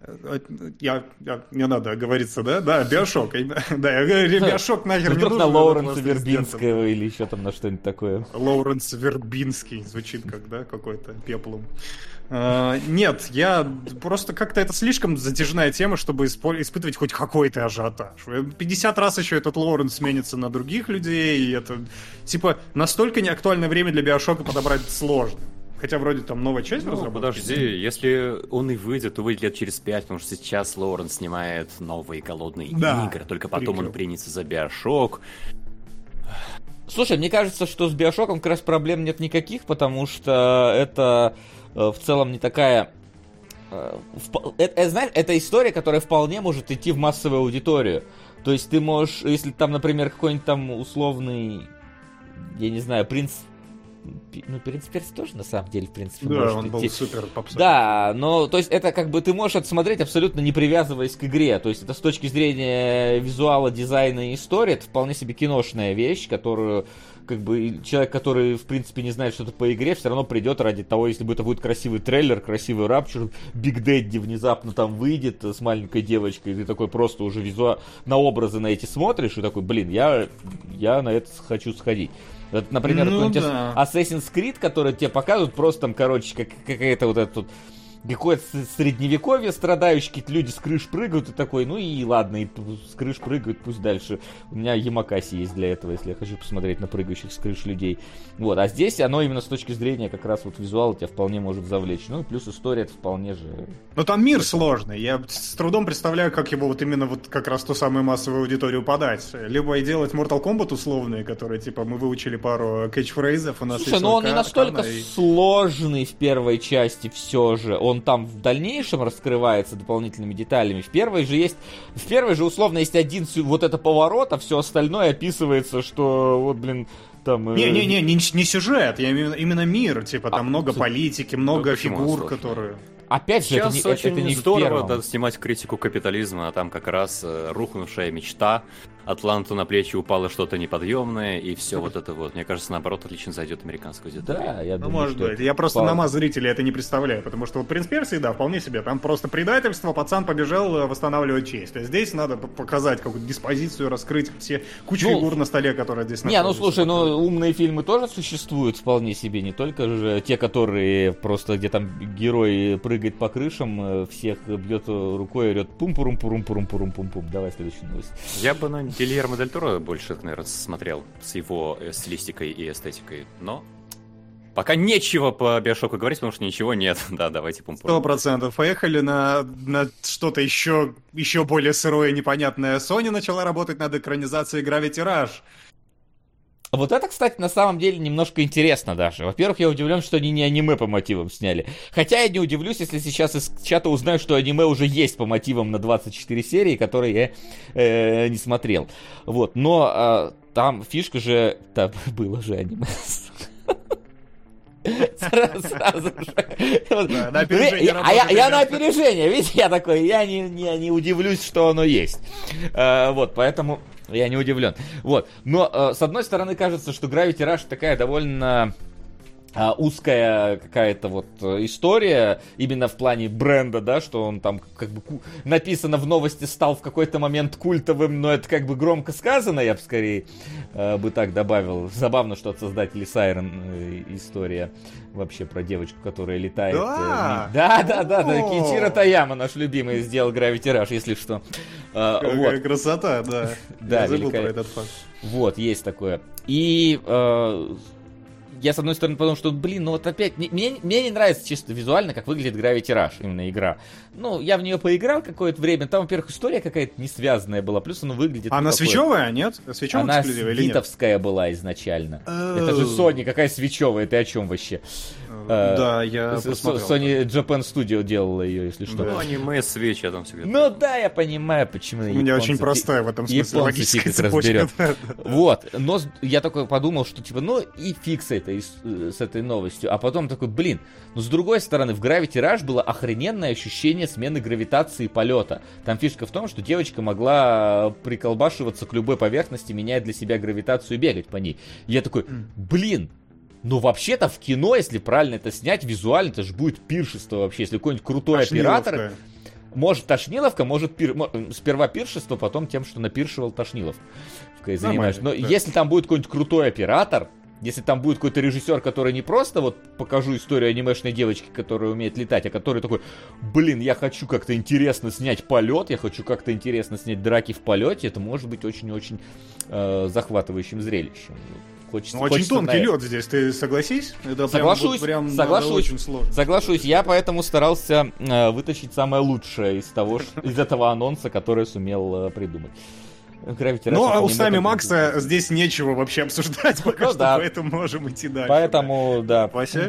Не надо оговориться, да? Да, BioShock. Да, я говорю, BioShock нахер не нужен. На Лоуренса Вербинского или еще там на что-нибудь такое. Лоуренс Вербинский звучит как, да, какой-то пеплом. Нет, я просто как-то это слишком затяжная тема, чтобы испытывать хоть какой-то ажиотаж. 50 раз еще этот Лоуренс сменится на других людей, и это, типа, настолько неактуальное время для BioShock подобрать сложно. Хотя вроде там новая часть разработки. Подожди, если он и выйдет, то выйдет лет через 5, потому что сейчас Лоуренс снимает новые голодные игры, только потом он принялся за BioShock. Слушай, мне кажется, что с BioShock как раз проблем нет никаких, потому что это в целом не такая... Знаешь, это история, которая вполне может идти в массовую аудиторию. То есть ты можешь, если там, например, какой-нибудь там условный, я не знаю, принц Перси тоже, на самом деле, в принципе, да, может он идти. был супер попсовый. Да, но, то есть, это как бы ты можешь отсмотреть абсолютно не привязываясь к игре. То есть, это с точки зрения визуала, дизайна и истории, это вполне себе киношная вещь, которую, как бы, человек, который, в принципе, не знает что-то по игре, все равно придет ради того, если это будет красивый трейлер, красивый рапчур, Биг Дэдди внезапно там выйдет с маленькой девочкой, и ты такой просто уже на образы на эти смотришь, и такой, блин, я на это хочу сходить. Вот, например, какой-нибудь Assassin's Creed, который тебе показывают, просто там, короче, какая-то вот эта вот какое-то средневековье страдающие, какие-то люди с крыш прыгают, и такой, ну и ладно, и с крыш прыгают, пусть дальше. У меня Ямакаси есть для этого, если я хочу посмотреть на прыгающих с крыш людей. Вот, а здесь оно именно с точки зрения как раз вот визуала тебя вполне может завлечь. Ну и плюс история это вполне же... Но там мир сложный, я с трудом представляю, как его вот именно вот как раз ту самую массовую аудиторию подать. Либо и делать Mortal Kombat условные, которые типа мы выучили пару кэтчфрейзов, у нас Слушай, есть но он не ВК, настолько и... сложный в первой части все же. Он там в дальнейшем раскрывается дополнительными деталями. В первой же условно есть один вот это поворот, а все остальное описывается, что вот, блин, там... Не сюжет, я именно мир, типа там много политики, много фигур, сложно? которые... Опять же, Сейчас это очень не в здорово первом. снимать критику капитализма, а там как раз рухнувшая мечта, Атланту на плечи упало что-то неподъемное, и все вот это вот. Мне кажется, наоборот, отлично зайдет американскую аудиторию. Да, я Ну, думаю, может что быть. Я просто на масс зрителей это не представляю, потому что вот «Принц Персии», да, вполне себе. Там просто предательство, пацан побежал восстанавливать честь. А здесь надо показать какую-то диспозицию, раскрыть все кучу фигур на столе, которые здесь Не, находятся. ну слушай, умные фильмы тоже существуют вполне себе, не только же те, которые просто, где там герой прыгает по крышам, всех бьет рукой и орет пум-пурум-пурум-пурум-пурум-пум-пум. Давай следующую новость. Я бы на Гильермо Дель Торо больше, наверное, смотрел с его стилистикой и эстетикой, но пока нечего по Биошоку говорить, потому что ничего нет. Да, давайте пум-пурум. 100%. Поехали на что-то еще более сырое и непонятное. Sony начала работать над экранизацией Gravity Rush. Вот это, кстати, на самом деле немножко интересно даже. Во-первых, я удивлен, что они не аниме по мотивам сняли. Хотя я не удивлюсь, если сейчас из чата узнаю, что аниме уже есть по мотивам на 24 серии, которые я не смотрел. Вот, но там фишка же... Там было же аниме. Сразу же. На опережение я на опережение, видите, я такой, я не удивлюсь, что оно есть. Вот, поэтому я не удивлен. Вот, но с одной стороны кажется, что Gravity Rush такая довольно узкая какая-то вот история, именно в плане бренда, да, что он там как бы написано в новости стал в какой-то момент культовым, но это как бы громко сказано, я бы скорее бы так добавил. Забавно, что от создателей Siren история вообще про девочку, которая летает. Да. Киничиро Тояма, наш любимый, сделал Gravity Rush, если что. Какая красота, да. Да, я забыл про этот факт. Вот, есть такое. И я, с одной стороны, подумал, что, ну вот опять, мне не нравится чисто визуально, как выглядит Gravity Rush, именно игра. Ну, я в нее поиграл какое-то время, там, во-первых, история какая-то не связанная была, плюс она выглядит... Она свечевая, нет? Свечевая она эксклюзив или нет? свитовская была изначально. Это же Sony, какая свечевая, ты о чем вообще? Да, я посмотрел. Sony Japan Studio делала ее, если что. Ну, аниме, свечи, там все. Ну да, я понимаю, почему У меня очень простая в этом смысле логическая цепочка. Вот, но я такой подумал, что типа, ну и фиг с этой новостью. А потом такой, блин, ну с другой стороны, в Gravity Rush было охрененное ощущение смены гравитации и полета. Там фишка в том, что девочка могла приколбашиваться к любой поверхности, меняя для себя гравитацию и бегать по ней. И я такой, блин, ну, вообще-то в кино, если правильно это снять, визуально, это же будет пиршество вообще. Если какой-нибудь крутой оператор... Может, Тошниловка, может, сперва пиршество, потом тем, что напиршивал Тошнилов. Занимаешь. Но если там будет какой-нибудь крутой оператор, если там будет какой-то режиссер, который не просто вот покажу историю анимешной девочки, которая умеет летать, а который такой, блин, я хочу как-то интересно снять полет, я хочу как-то интересно снять драки в полете, это может быть очень-очень захватывающим зрелищем. Очень тонкий лед здесь, ты согласись? Это соглашусь, соглашусь, очень сложно. Соглашусь, я поэтому старался вытащить самое лучшее из этого анонса, который сумел придумать. Но устами Макса здесь нечего вообще обсуждать пока что, поэтому можем идти дальше. Поэтому, да. Вася?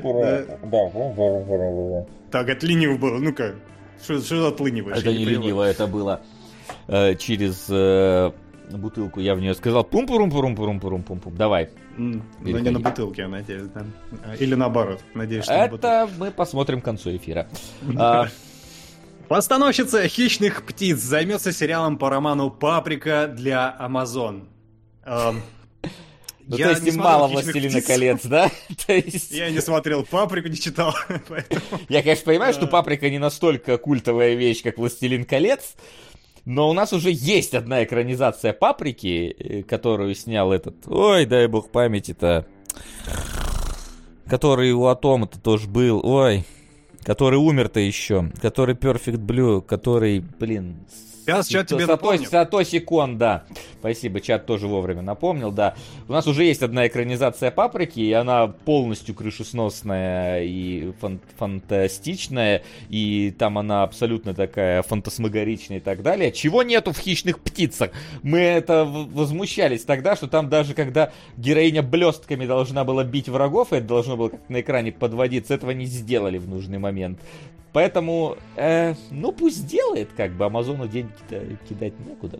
Так, это лениво было, ну-ка. Что отлыниваешь? Это не лениво, это было через... бутылку я в нее сказал пум-пурум-пурум-пурум-пурум-пум-пум. Давай. Ну не на бутылке, я надеюсь, да. Или наоборот, надеюсь, что на бутылке. Это мы посмотрим к концу эфира. Постановщица «Хищных птиц» займется сериалом по роману «Паприка» для Amazon. Ну, то есть им мало «Властелина колец», да? Я не смотрел «Паприку», не читал. Я, конечно, понимаю, что «Паприка» не настолько культовая вещь, как «Властелин колец», но у нас уже есть одна экранизация «Паприки», которую снял этот... Ой, дай бог памяти-то. Который у Атома-то тоже был. Ой, который умер-то еще, который Perfect Blue, который, блин... Сейчас чат тебе напомню. Сатоси Кон, да. Спасибо, чат тоже вовремя напомнил, да. У нас уже есть одна экранизация «Паприки», и она полностью крышесносная и фантастичная, и там она абсолютно такая фантасмагоричная и так далее. Чего нету в «Хищных птицах»? Мы это возмущались тогда, что там даже когда героиня блестками должна была бить врагов, и это должно было как на экране подводиться, этого не сделали в нужный момент. Поэтому, ну пусть сделает, как бы, Амазону деньги кидать некуда.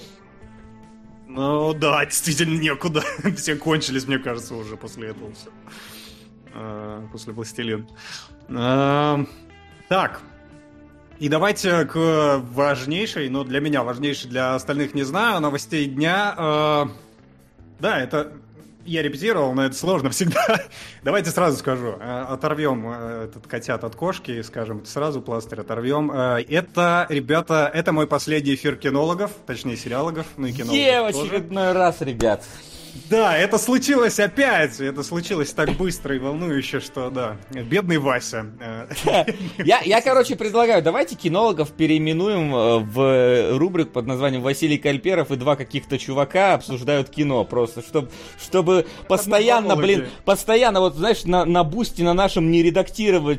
Ну да, действительно некуда. Все кончились, мне кажется, уже после этого все. После «Властелин». Так. И давайте к важнейшей, но для меня важнейшей, для остальных не знаю, новостей дня. Да, это... Я репетировал, но это сложно всегда. Давайте сразу скажу. Оторвем этот котят от кошки и скажем, сразу пластырь оторвем. Это, ребята, это мой последний эфир кинологов, точнее сериалогов, ну и кинологов в очередной раз, ребят. Да, это случилось опять. Это случилось так быстро и волнующе, что да. Бедный Вася. Я, короче, предлагаю, давайте кинологов переименуем в рубрику под названием «Василий Кальперов и два каких-то чувака обсуждают кино». Просто, чтобы постоянно, постоянно, вот знаешь, на бусте на нашем не редактировать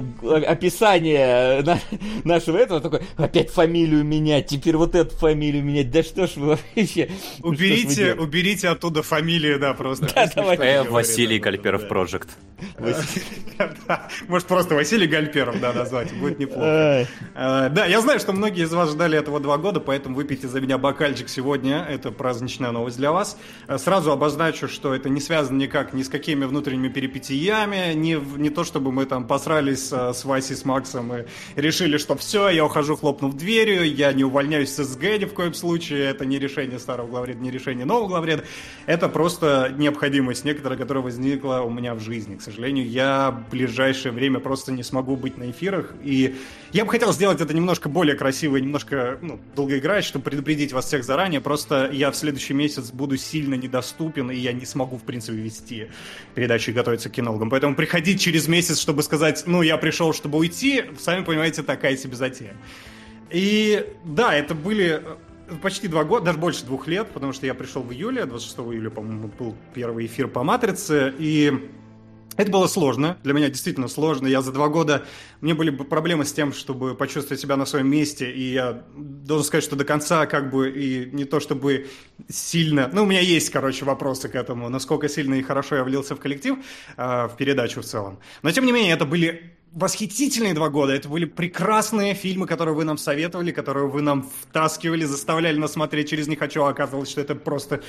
описание нашего этого, такой, опять фамилию менять, теперь вот эту фамилию менять. Да что ж вы вообще... Уберите оттуда фамилии, да, просто. Да, Василий Гальперов Project. Может, просто Василий Гальперов, да, назвать, будет неплохо. Да, я знаю, что многие из вас ждали этого 2 года, поэтому выпейте за меня бокальчик сегодня, это праздничная новость для вас. Сразу обозначу, что это не связано никак ни с какими внутренними перипетиями, не то, чтобы мы там посрались с Васей, с Максом и решили, что все, я ухожу, хлопнув дверью, я не увольняюсь с СГ ни в коем случае, это не решение старого главреда, не решение нового главреда. Это просто необходимость некоторая, которая возникла у меня в жизни. К сожалению, я в ближайшее время просто не смогу быть на эфирах. И я бы хотел сделать это немножко более красиво и немножко долгоиграюче, чтобы предупредить вас всех заранее. Просто я в следующий месяц буду сильно недоступен, и я не смогу, в принципе, вести передачи и готовиться к кинологам. Поэтому приходить через месяц, чтобы сказать, я пришел, чтобы уйти, сами понимаете, такая себе затея. И да, это были... Почти 2 года, даже больше 2 лет, потому что я пришел в июле, 26 июля, по-моему, был первый эфир по «Матрице», и это было сложно, для меня действительно сложно. Я за 2 года, мне были проблемы с тем, чтобы почувствовать себя на своем месте, и я должен сказать, что до конца как бы и не то чтобы сильно... у меня есть, вопросы к этому, насколько сильно и хорошо я влился в коллектив, в передачу в целом. Но, тем не менее, это были... восхитительные 2 года. Это были прекрасные фильмы, которые вы нам советовали, которые вы нам втаскивали, заставляли нас смотреть через «Не хочу», а оказывалось, что это просто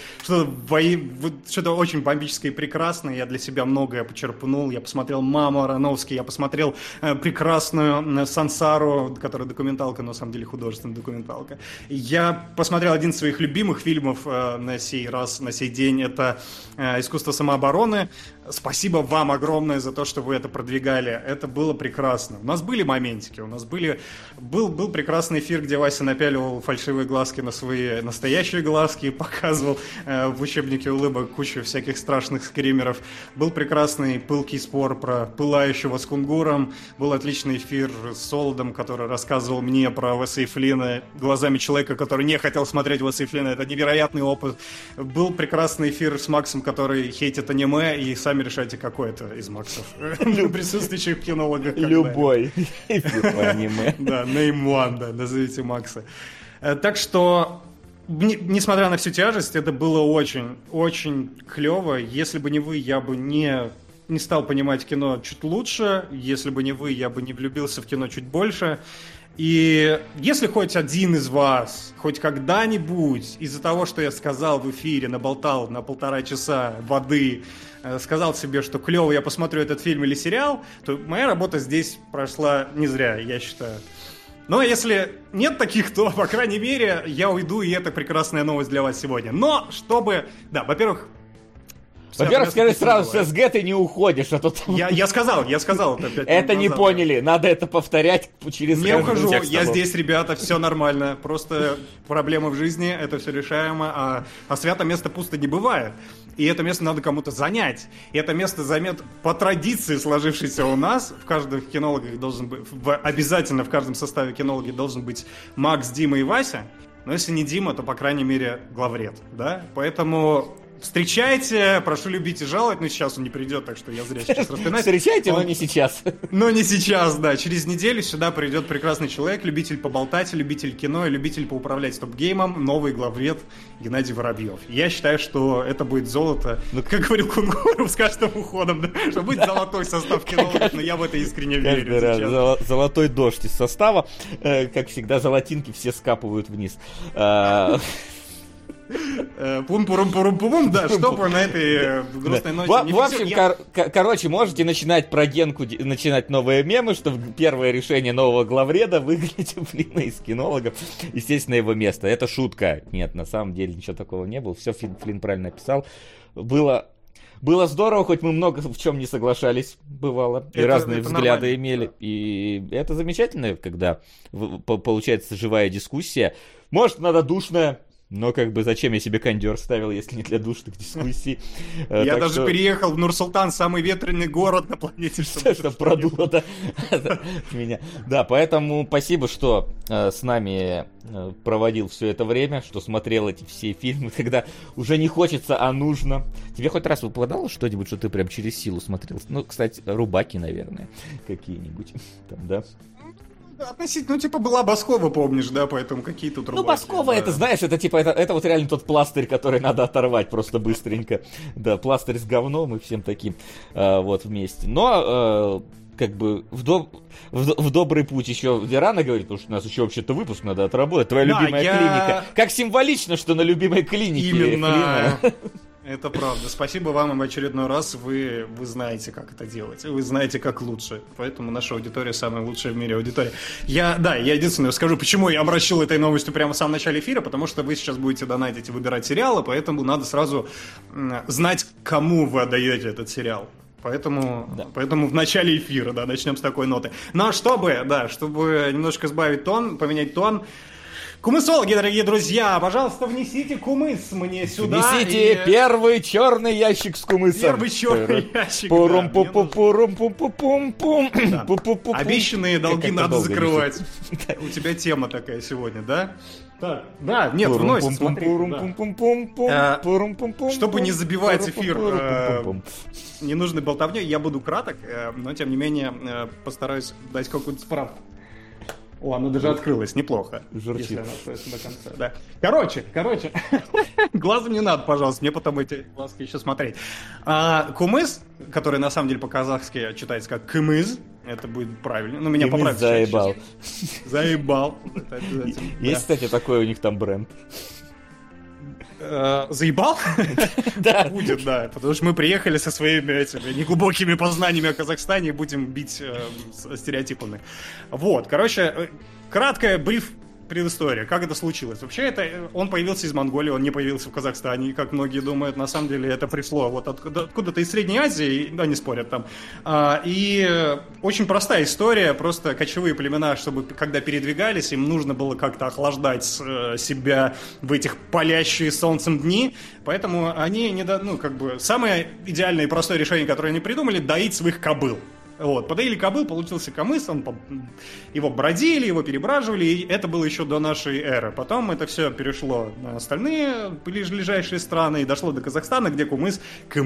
что-то очень бомбическое и прекрасное. Я для себя многое почерпнул. Я посмотрел «Маму» Аронофски, я посмотрел прекрасную «Сансару», которая документалка, но на самом деле художественная документалка. Я посмотрел один из своих любимых фильмов на сей день. Это «Искусство самообороны». Спасибо вам огромное за то, что вы это продвигали. Это было прекрасно. У нас были моментики, у нас был прекрасный эфир, где Вася напяливал фальшивые глазки на свои настоящие глазки и показывал в учебнике улыбок кучу всяких страшных скримеров. Был прекрасный пылкий спор про пылающего с кунгуром. Был отличный эфир с Солодом, который рассказывал мне про Уэса и Флина глазами человека, который не хотел смотреть Уэса и Флина. Это невероятный опыт. Был прекрасный эфир с Максом, который хейтит аниме, и сами решайте, какой это из Максов присутствующих в кино. Любой аниме. Да, name one, да, назовите Макса. Так что, несмотря на всю тяжесть, это было очень, очень клево. Если бы не вы, я бы не стал понимать кино чуть лучше. Если бы не вы, я бы не влюбился в кино чуть больше. И если хоть один из вас, хоть когда-нибудь из-за того, что я сказал в эфире, наболтал на 1,5 часа воды, сказал себе, что клево, я посмотрю этот фильм или сериал, то моя работа здесь прошла не зря, я считаю. Но если нет таких, то, по крайней мере, я уйду, и это прекрасная новость для вас сегодня. Но, чтобы... Да, во-первых, Во-первых, скажи сразу, с СГ ты не уходишь, а то там... Я сказал это 5 минут Это не назад. поняли, надо это повторять через Не каждую ухожу, я текстовую. здесь, ребята, все нормально. Просто проблемы в жизни, это все решаемо, а свято место пусто не бывает. И это место надо кому-то занять. И это место займет по традиции, сложившейся у нас. В каждом кинологах должен быть, обязательно в каждом составе кинологи должен быть Макс, Дима и Вася. Но если не Дима, то, по крайней мере, главред, да? Поэтому встречайте, прошу любить и жаловать. Но сейчас он не придет, так что я зря сейчас распинаюсь. Встречайте, но не сейчас. Но не сейчас, да. Через неделю сюда придет прекрасный человек, любитель поболтать, любитель кино и любитель поуправлять стоп-геймом, новый главред Геннадий Воробьев. Я считаю, что это будет золото. Ну, как говорил Кунгуров с каждым уходом, да, что будет золотой состав кинологов, но я в это искренне верю. Каждый раз золотой дождь из состава. Как всегда, золотинки все скапывают вниз. Пум-пурум-пурум-пум, да, чтобы на этой грустной ноте не В общем, короче, можете начинать про Генку, начинать новые мемы, что первое решение нового главреда выгнать Флина из кинологов, естественно, его место. Это шутка. Нет, на самом деле ничего такого не было. Все Флин правильно описал. Было здорово, хоть мы много в чем не соглашались, бывало, и разные взгляды имели. И это замечательно, когда получается живая дискуссия. Может, надо душная. Но как бы зачем я себе кондер ставил, если не для душных дискуссий? Я даже переехал в Нур-Султан, самый ветреный город на планете, чтобы продуло, да, меня. Да, поэтому спасибо, что с нами проводил все это время, что смотрел эти все фильмы, когда уже не хочется, а нужно. Тебе хоть раз выпадало что-нибудь, что ты прям через силу смотрел? Ну, кстати, рубаки, наверное, какие-нибудь там, да? Относительно, типа, была Баскова, помнишь, да, поэтому какие тут рубаки. Ну, Баскова, да. Это, знаешь, это типа, это вот реально тот пластырь, который надо оторвать просто быстренько. Да, пластырь с говном и всем таким вот вместе. Но, как бы, в добрый путь еще Верана говорит, потому что у нас еще вообще-то выпуск надо отработать. Твоя любимая клиника. Как символично, что на любимой клинике. Именно. Это правда. Спасибо вам в очередной раз. Вы знаете, как это делать. Вы знаете, как лучше. Поэтому наша аудитория самая лучшая в мире аудитория. Я единственное скажу, почему я обращил этой новостью прямо в самом начале эфира, потому что вы сейчас будете донатить и выбирать сериалы, поэтому надо сразу знать, кому вы отдаете этот сериал. Поэтому в начале эфира, да, начнем с такой ноты. Но чтобы немножко сбавить тон, поменять тон, кумысологи, дорогие друзья, пожалуйста, внесите кумыс мне сюда. Внесите первый черный ящик с кумысом. Первый черный ящик, да. Обещанные долги надо закрывать. У тебя тема такая сегодня, да? Так, да, нет, вносит, смотри. Чтобы не забивать эфир ненужной болтовней, я буду краток, но тем не менее постараюсь дать какую-то справку. О, она даже открылась, неплохо. Журчит. Если она откроется до конца, да. Короче. Глазом не надо, пожалуйста, мне потом эти глазки еще смотреть. Кумыс, который на самом деле по-казахски читается как кымыз, это будет правильно. Ну, меня поправят. Заебал. Заебал. Это обязательно. Есть, кстати, такой у них там бренд. Заебал? Да. Будет, да. Потому что мы приехали со своими этими неглубокими познаниями о Казахстане и будем бить стереотипами. Вот, короче, краткая бриф предыстория. Как это случилось? Вообще, он появился из Монголии, он не появился в Казахстане, как многие думают. На самом деле, это пришло вот откуда-то из Средней Азии, да, не спорят там. И очень простая история. Просто кочевые племена, чтобы когда передвигались, им нужно было как-то охлаждать себя в этих палящие солнцем дни. Поэтому они самое идеальное и простое решение, которое они придумали, доить своих кобыл. Вот, подоили кобыл, получился камыс, его бродили, его перебраживали, и это было еще до нашей эры. Потом это все перешло на остальные ближайшие страны и дошло до Казахстана, где кумыс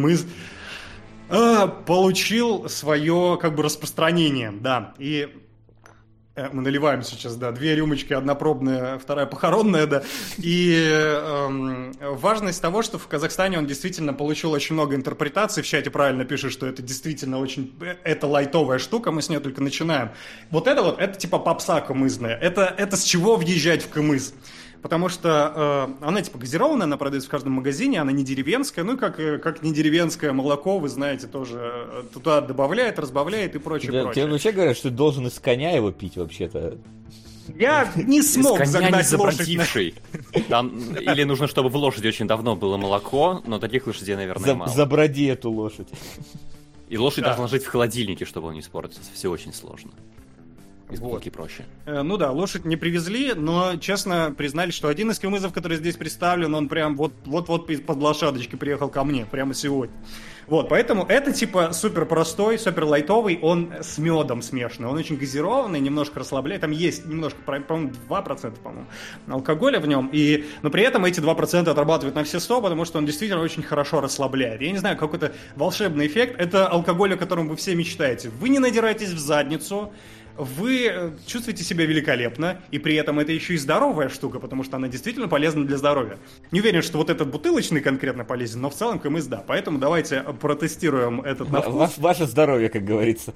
получил свое распространение, да, и мы наливаем сейчас, да, 2 рюмочки, одна пробная, вторая похоронная, да, и важность того, что в Казахстане он действительно получил очень много интерпретаций, в чате правильно пишут, что это действительно это лайтовая штука, мы с нее только начинаем. Это типа попса кумысная, это с чего въезжать в кумыс? Потому что она типа газированная, она продается в каждом магазине, она не деревенская, ну как не деревенское молоко, вы знаете, тоже туда добавляет, разбавляет и прочее. Тебе вообще говорят, что ты должен из коня его пить вообще-то? Я не смог Из коня загнать не лошадь на... забродивший. Там, или нужно, чтобы в лошади очень давно было молоко, но таких лошадей, наверное, мало. Заброди эту лошадь. И лошадь Да. должна жить в холодильнике, чтобы он не испортился. Все очень сложно. Из Вот. булки проще. Ну да, лошадь не привезли, но честно признались, что один из кемызов, который здесь представлен, он прям вот под лошадочкой приехал ко мне, прямо сегодня. Вот, поэтому это типа супер простой, супер лайтовый, он с медом смешанный, он очень газированный, немножко расслабляет, там есть немножко, по-моему, 2%, по-моему, алкоголя в нем, но при этом эти 2% отрабатывают на все 100, потому что он действительно очень хорошо расслабляет. Я не знаю, какой-то волшебный эффект, это алкоголь, о котором вы все мечтаете. Вы не надираетесь в задницу, вы чувствуете себя великолепно, и при этом это еще и здоровая штука, потому что она действительно полезна для здоровья. Не уверен, что вот этот бутылочный конкретно полезен, но в целом КМС да. Поэтому давайте протестируем этот на вкус. Ваше здоровье, как говорится.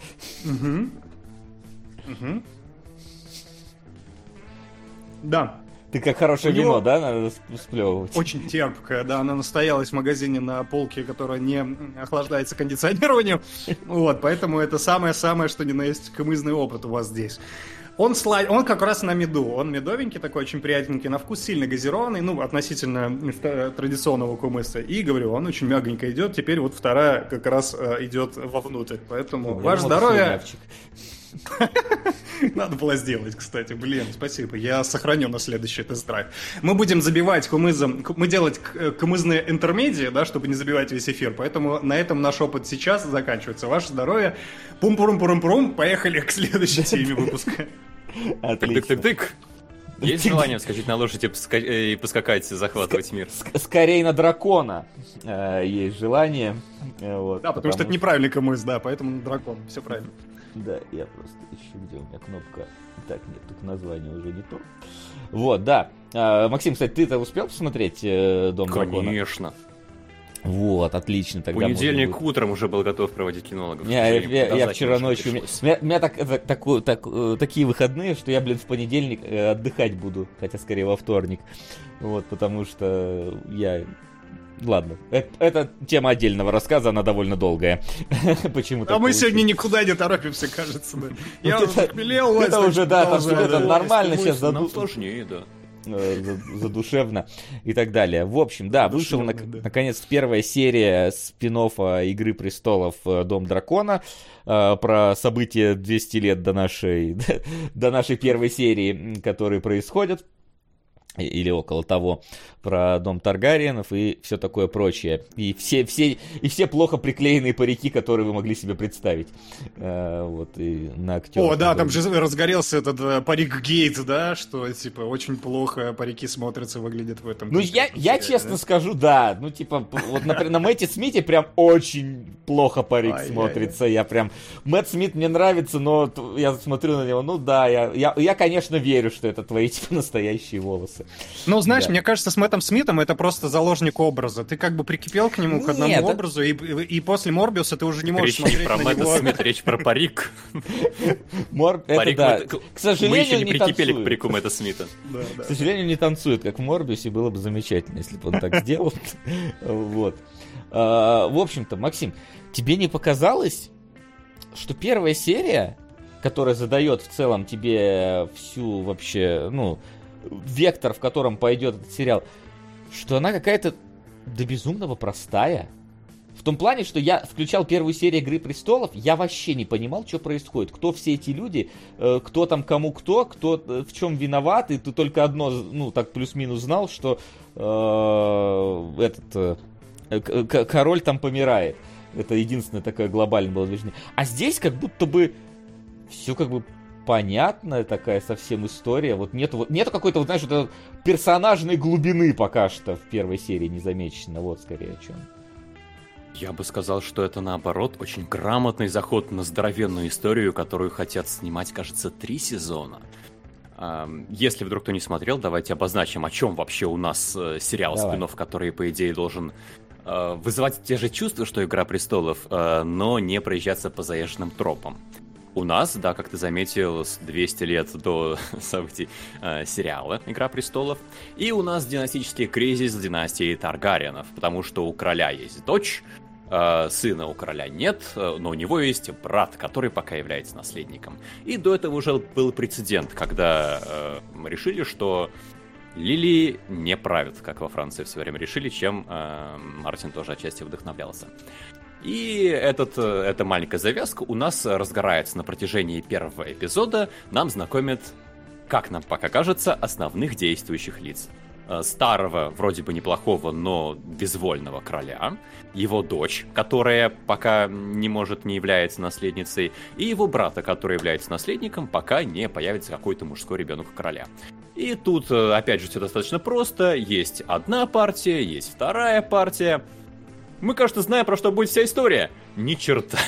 Да. Ты как хорошее У него- вино, да, надо сплевывать? Очень терпкая, да, она настоялась в магазине на полке, которая не охлаждается кондиционированием, вот, поэтому это самое-самое, что ни на есть кымызный опыт у вас здесь. Он как раз на меду, он медовенький такой, очень приятненький, на вкус сильно газированный, ну, относительно традиционного кумыса, и, говорю, он очень мягонько идет, теперь вот вторая как раз идет вовнутрь, поэтому ваше здоровье... Надо было сделать, кстати. Блин, спасибо. Я сохраню на следующий тест-драйв. Мы будем забивать кумызом... Мы делать кумызные интермедии, да, чтобы не забивать весь эфир. Поэтому на этом наш опыт сейчас заканчивается. Ваше здоровье. Пум-пурум-пурум-пурум. Поехали к следующей теме выпуска. Отлично. Тык-тык-тык. Есть желание вскочить на лошадь и поскакать, захватывать мир? Скорее на дракона есть желание. Вот, Да, потому что это неправильный кумыз, да, поэтому на дракон. Все правильно. Да, я просто ищу, где у меня кнопка. Так, нет, тут название уже не то. Вот, да. Максим, кстати, ты-то успел посмотреть «Дом дракона»? Конечно. Вот, отлично. Тогда Понедельник можно будет- утром уже был готов проводить кинологов. Я вчера ночью... У меня такие выходные, что я, в понедельник отдыхать буду, хотя скорее во вторник. Вот, потому что я... Ладно, это тема отдельного рассказа, она довольно долгая. Почему так А мы получилось? сегодня никуда не торопимся, кажется. Да. Я уже захмелел, это уже, да, там это нормально сейчас Нам сложнее, да. задушевно и так далее. В общем, да, вышел наконец первая серия спин-оффа «Игры престолов. Дом дракона», про события 200 лет до нашей первой серии, которые происходят, или около того, про дом Таргариенов и все такое прочее. И все плохо приклеенные парики, которые вы могли себе представить. Вот, и на актеров. О, да, там же разгорелся этот парик Гейт, да, что, типа, очень плохо парики смотрятся, выглядят в этом. Ну, я честно скажу, да. Ну, типа, вот, например, на Мэтте Смите прям очень плохо парик смотрится. Я прям... Мэтт Смит мне нравится, но я смотрю на него, ну да, я, конечно, верю, что это твои, типа, настоящие волосы. Ну, знаешь, Да. мне кажется, с Мэттом Смитом это просто заложник образа. Ты как бы прикипел к нему, к одному Нет, образу, и после Морбиуса ты уже не можешь Речь не смотреть про на Мэтта него. Смита, речь про парик. Это Парик да. Мэтта- К Мы сожалению, еще не не прикипели к танцует. парику Мэтта Смита. Да, да. К сожалению, не танцует, как в Морбиусе, было бы замечательно, если бы он так сделал. Вот. В общем-то, Максим, тебе не показалось, что первая серия, которая задает в целом тебе всю вообще, ну, вектор, в котором пойдет этот сериал, что она какая-то до безумного простая? В том плане, что я включал первую серию «Игры престолов», я вообще не понимал, что происходит. Кто все эти люди, кто там кому кто в чем виноват. И ты только одно, ну, так плюс-минус знал, что король там помирает. Это единственное такое глобальное было движение. А здесь как будто бы все как бы понятная такая совсем история. Вот нету какой-то, вот, знаешь, вот персонажной глубины пока что в первой серии не замечено. Вот скорее о чем. Я бы сказал, что это наоборот очень грамотный заход на здоровенную историю, которую хотят снимать, кажется, 3 сезона. Если вдруг кто не смотрел, давайте обозначим, о чем вообще у нас сериал спин-офф, который, по идее, должен вызывать те же чувства, что «Игра престолов», но не проезжаться по заезженным тропам. У нас, да, как ты заметил, с 200 лет до событий сериала «Игра престолов». И у нас династический кризис династии Таргариенов, потому что у короля есть дочь, Сына у короля нет, но у него есть брат, который пока является наследником. И до этого уже был прецедент, когда решили, что лилии не правят, как во Франции в свое время решили, чем Мартин тоже отчасти вдохновлялся. И эта маленькая завязка у нас разгорается на протяжении первого эпизода. Нам знакомят, как нам пока кажется, основных действующих лиц. Старого, вроде бы неплохого, но безвольного короля, его дочь, которая пока не является наследницей, и его брата, который является наследником, пока не появится какой-то мужской ребенок у короля. И тут, опять же, все достаточно просто. Есть одна партия, есть вторая партия. Мы, кажется, знаем, про что будет вся история. Ни черта.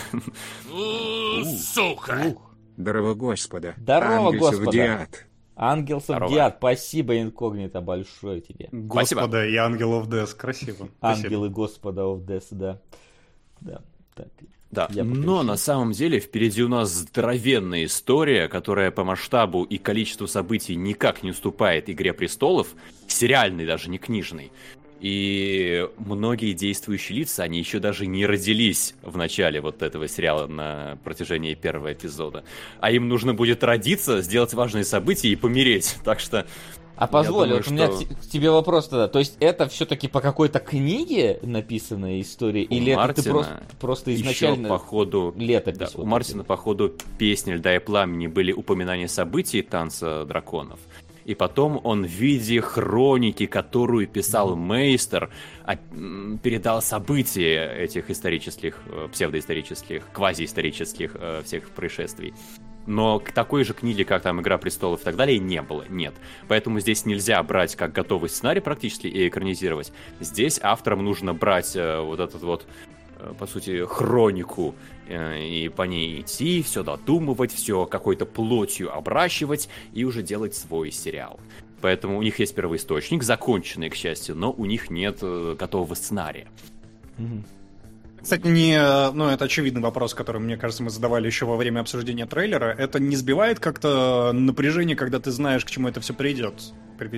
Сука! Здорово, Господа. Здорово, Ангельсов Господа. Диад. Ангелсов Здорово. Диад, спасибо, инкогнито, большое тебе. Господа и Ангел of Death, красиво. Спасибо. Ангелы Господа of Death, да. Да, так. Да, Я но подключу. на самом деле впереди у нас здоровенная история, которая по масштабу и количеству событий никак не уступает «Игре престолов», сериальной, даже не книжной. И многие действующие лица, они еще даже не родились в начале вот этого сериала на протяжении первого эпизода. А им нужно будет родиться, сделать важные события и помереть. Так что... А позволь, думаю, вот у меня что- к тебе вопрос тогда. То есть это все-таки по какой-то книге написанная история? У Или это Мартина ты просто Еще изначально по ходу... летопись? Да, вот у Мартина по ходу «Песни льда и пламени» были упоминания событий «Танца драконов». И потом он в виде хроники, которую писал Мейстер, передал события этих исторических, псевдоисторических, квазиисторических всех происшествий. Но к такой же книге, как там «Игра престолов» и так далее, не было, нет. Поэтому здесь нельзя брать как готовый сценарий практически и экранизировать. Здесь авторам нужно брать вот этот вот, по сути, хронику и по ней идти, все додумывать, все какой-то плотью обращивать и уже делать свой сериал. Поэтому у них есть первоисточник, законченный, к счастью, но у них нет готового сценария. Мгм. Кстати, это очевидный вопрос, который, мне кажется, мы задавали еще во время обсуждения трейлера. Это не сбивает как-то напряжение, когда ты знаешь, к чему это все приведет?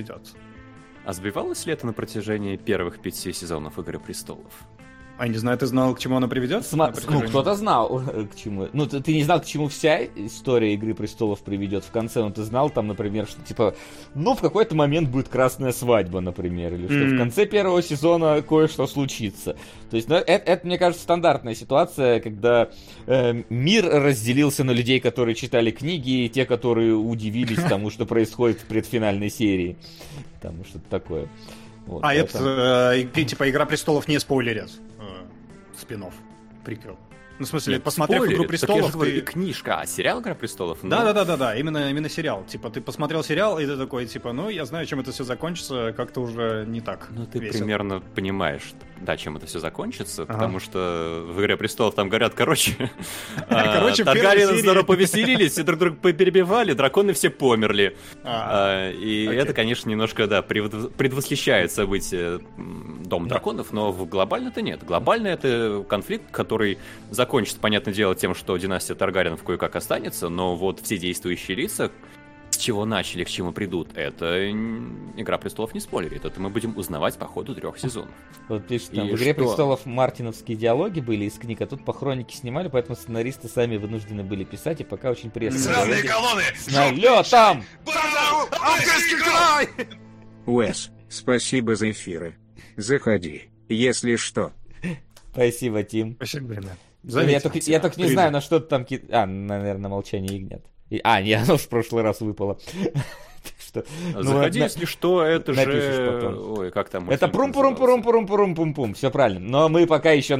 А сбивалось ли это на протяжении первых 5 сезонов «Игры престолов»? А не знаю, ты знал, к чему оно приведет? Ну, кто-то знал, к чему. Ну, ты не знал, к чему вся история «Игры престолов» приведет в конце, но ты знал там, например, что типа, в какой-то момент будет красная свадьба, например, или что в конце первого сезона кое-что случится. То есть, это, мне кажется, стандартная ситуация, когда мир разделился на людей, которые читали книги, и те, которые удивились тому, что происходит в предфинальной серии. Там что-то такое. Вот, поэтому... это, типа, «Игра престолов» не спойлерят. Спин-офф, приквел. Ну, в смысле, посмотрев спойлерит. «Игру престолов», Так я же говорю, ты... и книжка, а сериал «Игра престолов»? Да, именно сериал. Типа, ты посмотрел сериал, и ты такой, типа, я знаю, чем это все закончится, как-то уже не так Ну, ты весело. примерно понимаешь, да, чем это все закончится, Ага. потому что в «Игре престолов» там говорят, короче, в первой Таргариены серии. здорово повеселились, все друг друга перебивали, драконы все померли. И окей. это, конечно, немножко, да, предвосхищает события Дома драконов, но глобально-то нет. Глобально это конфликт, который закончится, понятное дело, тем, что династия Таргариенов кое-как останется, но вот все действующие лица, с чего начали, к чему придут, это «Игра престолов» не спойлерит. Это мы будем узнавать по ходу 3 сезонов. Вот пишет, там, И в «Игре что? престолов» мартиновские диалоги были из книг, а тут по хронике снимали, поэтому сценаристы сами вынуждены были писать, и пока очень пресные Сраные диалоги. колонны! С налетом! Базару! Ангельский край! Уэс, спасибо за эфиры. Заходи, если что. Спасибо, Тим. Спасибо, да. Я только не знаю, на что ты там... наверное, «Молчание ягнят». Нет, оно в прошлый раз выпало. Так что, Заходи, если что, это напишешь же... потом. Ой, как там? Это мультфильм назывался? прум-пум-пум-пум-пум-пум. Все правильно. Но мы пока еще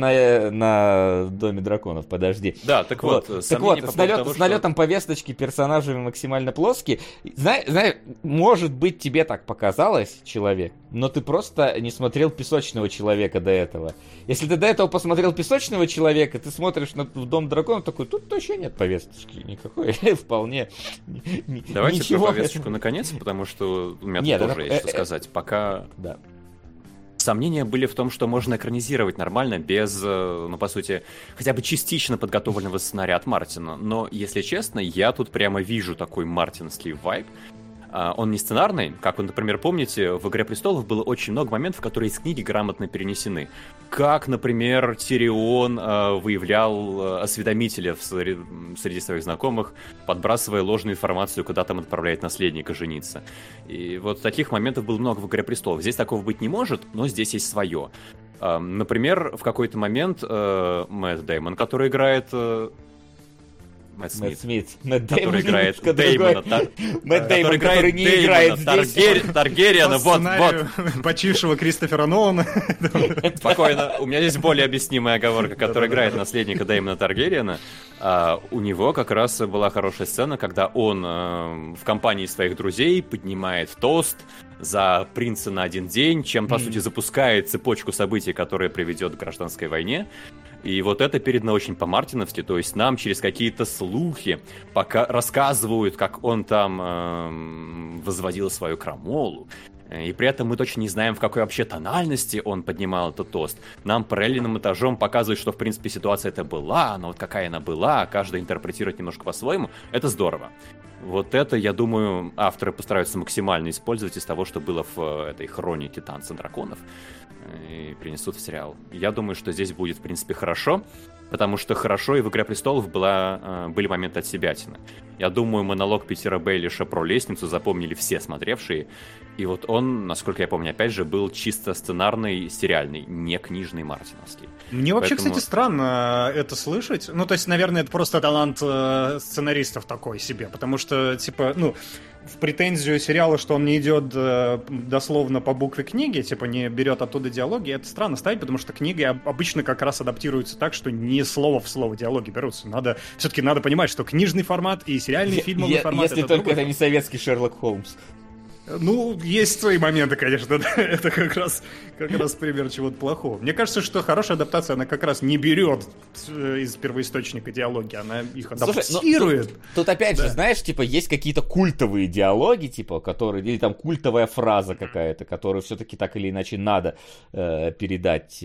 на Доме драконов, подожди. Да, так вот, Так вот, с налетом повесточки персонажи максимально плоские. Знаешь, может быть, тебе так показалось, человек, но ты просто не смотрел «Песочного человека» до этого. Если ты до этого посмотрел «Песочного человека», ты смотришь на Дом драконов, такой, тут вообще нет повесточки никакой. Вполне. Давайте про ничего. повесточку наконец, потому что у меня Нет, тут тоже это- есть что сказать. Пока Да. сомнения были в том, что можно экранизировать нормально без, по сути, хотя бы частично подготовленного сценария от Мартина. Но, если честно, я тут прямо вижу такой мартинский вайб. Он не сценарный. Как вы, например, помните, в «Игре престолов» было очень много моментов, которые из книги грамотно перенесены. Как, например, Тирион выявлял осведомителя среди своих знакомых, подбрасывая ложную информацию, куда там отправляет наследника жениться. И вот таких моментов было много в «Игре престолов». Здесь такого быть не может, но здесь есть свое. Например, в какой-то момент Мэтт Дэймон, который играет... Мэтт Смит. Мэтт Который Дэймон играет немножко другой. Мэтт Дэймон, который не играет здесь. Таргериана, вот. Почившего Кристофера Нолана. Спокойно. У меня здесь более объяснимая оговорка, который играет наследника Дэймона Таргериана. У него как раз была хорошая сцена, когда он в компании своих друзей поднимает тост за принца на один день, чем, по сути, запускает цепочку событий, которая приведет к гражданской войне. И вот это передано очень по-мартиновски, то есть нам через какие-то слухи пока рассказывают, как он там возводил свою крамолу. И при этом мы точно не знаем, в какой вообще тональности он поднимал этот тост. Нам параллельным этажом показывают, что в принципе ситуация это была, но вот какая она была, каждый интерпретирует немножко по-своему. Это здорово. Вот это, я думаю, авторы постараются максимально использовать из того, что было в этой хронике Танца драконов, и принесут в сериал. Я думаю, что здесь будет, в принципе, хорошо, потому что хорошо и в «Игре престолов» были моменты отсебятины. Я думаю, монолог Питера Бейлиша про лестницу запомнили все смотревшие, и вот он, насколько я помню, опять же, был чисто сценарный, сериальный, не книжный мартиновский. Мне вообще, кстати, странно это слышать. Ну, то есть, наверное, это просто талант сценаристов такой себе, потому что, типа, ну, в претензию сериала, что он не идет дословно по букве книги, типа, не берет оттуда диалоги, это странно ставить, потому что книги обычно как раз адаптируются так, что не слово в слово диалоги берутся. Все-таки надо понимать, что книжный формат и сериальный фильмовый формат... Если только это не советский Шерлок Холмс. Ну, есть свои моменты, конечно, да. Это как раз пример чего-то плохого. Мне кажется, что хорошая адаптация, она как раз не берет из первоисточника диалоги, она их адаптирует. Слушай, тут опять же, знаешь, типа, есть какие-то культовые диалоги, типа, которые, или там культовая фраза какая-то, которую все-таки так или иначе надо передать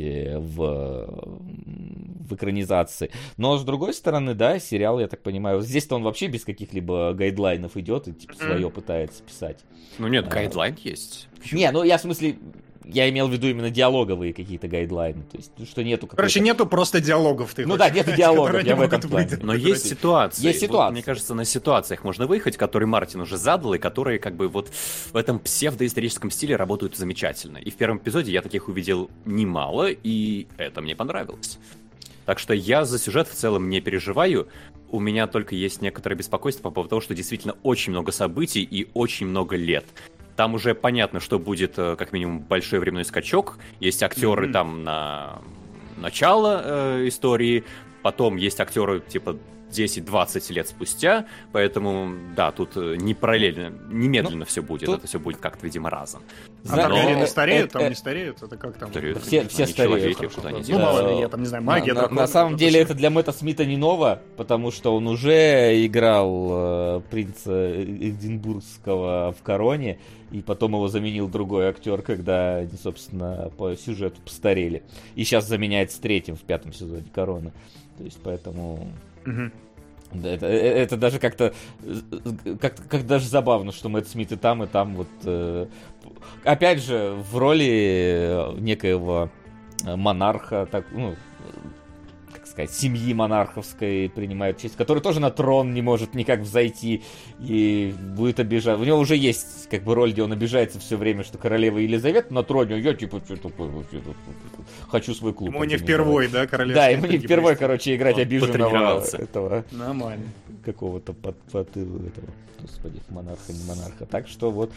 в экранизации. Но, с другой стороны, да, сериал, я так понимаю, здесь-то он вообще без каких-либо гайдлайнов идет и, типа, свое пытается писать. Ну нет, гайдлайн есть. Не, ну я в смысле, я имел в виду именно диалоговые какие-то гайдлайны, то есть, что нету какой-то... Короче, нету просто диалогов. Ну да, нету диалогов, я в этом плане. Но есть ситуации. Есть ситуации. Вот, мне кажется, на ситуациях можно выехать, которые Мартин уже задал, и которые как бы вот в этом псевдоисторическом стиле работают замечательно. И в первом эпизоде я таких увидел немало, и это мне понравилось. Так что я за сюжет в целом не переживаю. У меня только есть некоторое беспокойство по поводу того, что действительно очень много событий и очень много лет. Там уже понятно, что будет как минимум большой временной скачок. Есть актеры там на начало истории, потом есть актеры типа 10-20 лет спустя, поэтому, да, тут не параллельно, не медленно все будет, это все будет как-то, видимо, разом. Таргариены стареют, там не стареют, это как там? Все стареют. Ну, мало ли, я там не знаю, магия, на самом деле это для Мэтта Смита не ново, потому что он уже играл принца Эдинбургского в «Короне», и потом его заменил другой актер, когда они, собственно, по сюжету постарели. И сейчас заменяет с третьим в 5-м сезоне «Короны». То есть, поэтому... Да, это даже как-то даже забавно, что Мэтт Смит и там вот опять же в роли некоего монарха, так, ну, как сказать, семьи монарховской принимает честь, который тоже на трон не может никак взойти и будет обижать. У него уже есть как бы роль, где он обижается все время, что королева Елизавета на троне, а я типа что такое вообще хочу свой клуб. Ему не впервой, да, королевский? Да, ему не впервой, короче, играть обиженного этого нормально какого-то потылу этого, господи, монарха, не монарха. Так что вот,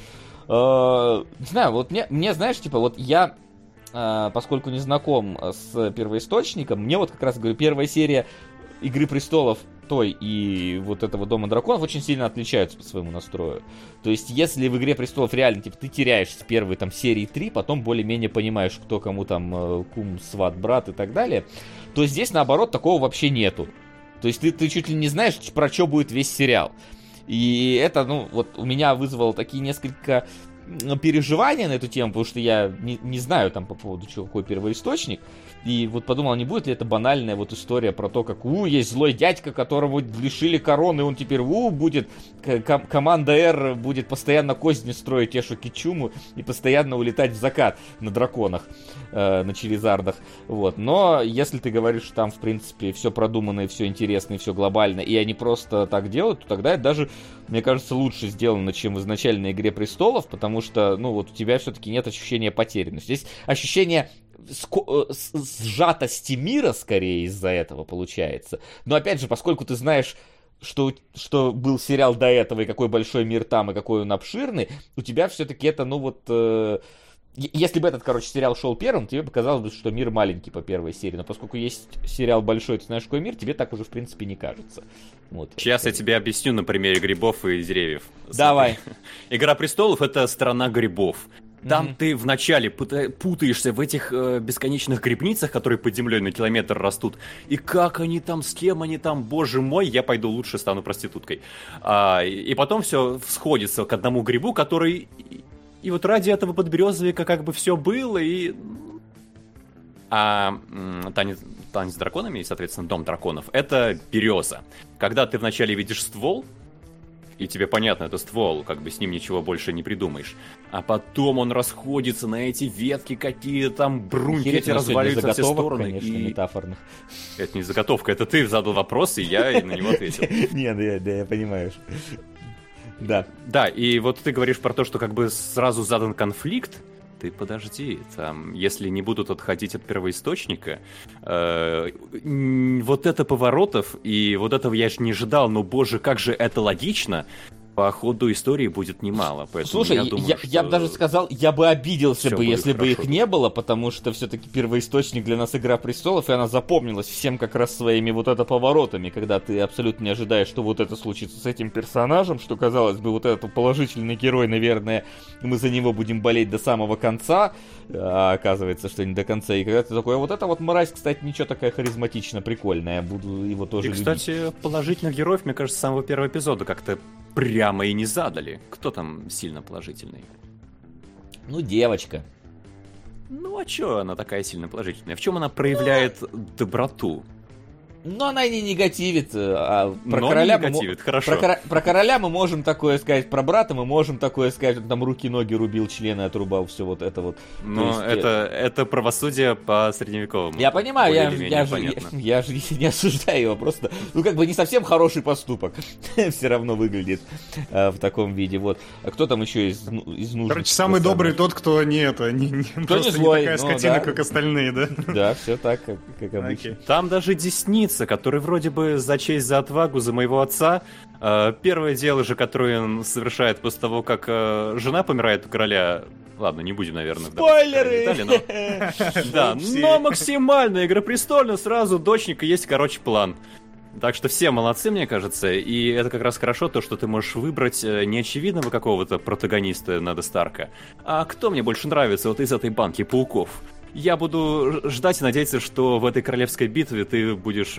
не знаю, вот мне знаешь, типа, вот я, поскольку не знаком с первоисточником, мне вот как раз, говорю, первая серия «Игры престолов» той и вот этого «Дома драконов» очень сильно отличаются по своему настрою. То есть, если в «Игре престолов» реально, типа, ты теряешься с первой там серии 3, потом более-менее понимаешь, кто кому там кум, сват, брат и так далее, то здесь, наоборот, такого вообще нету. То есть, ты чуть ли не знаешь, про что будет весь сериал. И это, ну, вот у меня вызвало такие несколько переживания на эту тему, потому что я не знаю там по поводу чего, какой первоисточник. И вот подумал, не будет ли это банальная вот история про то, как есть злой дядька, которого лишили короны, он теперь будет, команда R будет постоянно козни строить Эшу Кичуму и постоянно улетать в закат на драконах, на Черезардах. Вот. Но если ты говоришь, что там в принципе все продумано и все интересно и все глобально, и они просто так делают, то тогда это даже, мне кажется, лучше сделано, чем в изначальной Игре Престолов, потому что, ну вот у тебя все-таки нет ощущения потерянности. Есть ощущение сжатости мира, скорее, из-за этого получается. Но опять же, поскольку ты знаешь, что был сериал до этого, и какой большой мир там, и какой он обширный, у тебя все-таки это, ну вот... Если бы этот, сериал шел первым, тебе показалось бы, что мир маленький по первой серии. Но поскольку есть сериал большой, ты знаешь, какой мир, тебе так уже, в принципе, не кажется. Вот. Сейчас я тебе объясню на примере грибов и деревьев. Давай. Игра Престолов — это страна грибов. Там ты вначале путаешься в этих бесконечных грибницах, которые под землей на километр растут. И как они там, с кем они там, боже мой, я пойду лучше стану проституткой. И потом все сходится к одному грибу, который... И вот ради этого подберезовика как бы все было, и... Танец с драконами и, соответственно, Дом драконов — это береза. Когда ты вначале видишь ствол, и тебе понятно, это ствол, как бы с ним ничего больше не придумаешь. А потом он расходится на эти ветки, какие там бруньки, эти разваливаются во все стороны. Конечно, метафорных. Это не заготовка, это ты задал вопрос, и я на него ответил. Нет, я понимаю. Да. Да, и вот ты говоришь про то, что как бы сразу задан конфликт. Ты подожди, там, если не будут отходить от первоисточника, вот это поворотов, и вот этого я же не ожидал, но, боже, как же это логично, по ходу истории будет немало. Поэтому слушай, я думаю, я бы даже сказал, я бы обиделся бы, если бы хорошо. их не было, потому что все-таки первоисточник для нас Игра Престолов, и она запомнилась всем как раз своими вот это поворотами, когда ты абсолютно не ожидаешь, что вот это случится с этим персонажем, что, казалось бы, вот этот положительный герой, наверное, мы за него будем болеть до самого конца, а оказывается, что не до конца, и когда ты такой, вот эта вот мразь, кстати, ничего такая харизматично прикольная, буду его тоже любить. И, кстати, положительных героев, мне кажется, с самого первого эпизода как-то прямо и не задали. Кто там сильно положительный? Ну, девочка. Ну, а чё она такая сильно положительная? В чем она проявляет доброту? Но она не негативит. А про Но короля не негативит, хорошо. Про короля мы можем такое сказать, про брата мы можем такое сказать, он там руки-ноги рубил, члены отрубал, все вот это вот. Но это правосудие по средневековому. Я понимаю, я же не осуждаю его, просто, ну как бы не совсем хороший поступок. Все равно выглядит в таком виде, вот. А кто там еще из нужных? Короче, самый добрый тот, кто не просто не такая скотина, как остальные, да? Да, все так, как обычно. Там даже десница, который вроде бы за честь, за отвагу, за моего отца. Первое дело же, которое он совершает после того, как жена помирает у короля. Ладно, не будем, наверное. Спойлеры! Да, но максимально Игра Престолов, сразу доченька, есть, план. Так что все молодцы, мне кажется, и это как раз хорошо, то, что ты можешь выбрать не очевидного какого-то протагониста Неда Старка, а кто мне больше нравится вот из этой банки пауков. Я буду ждать и надеяться, что в этой королевской битве ты будешь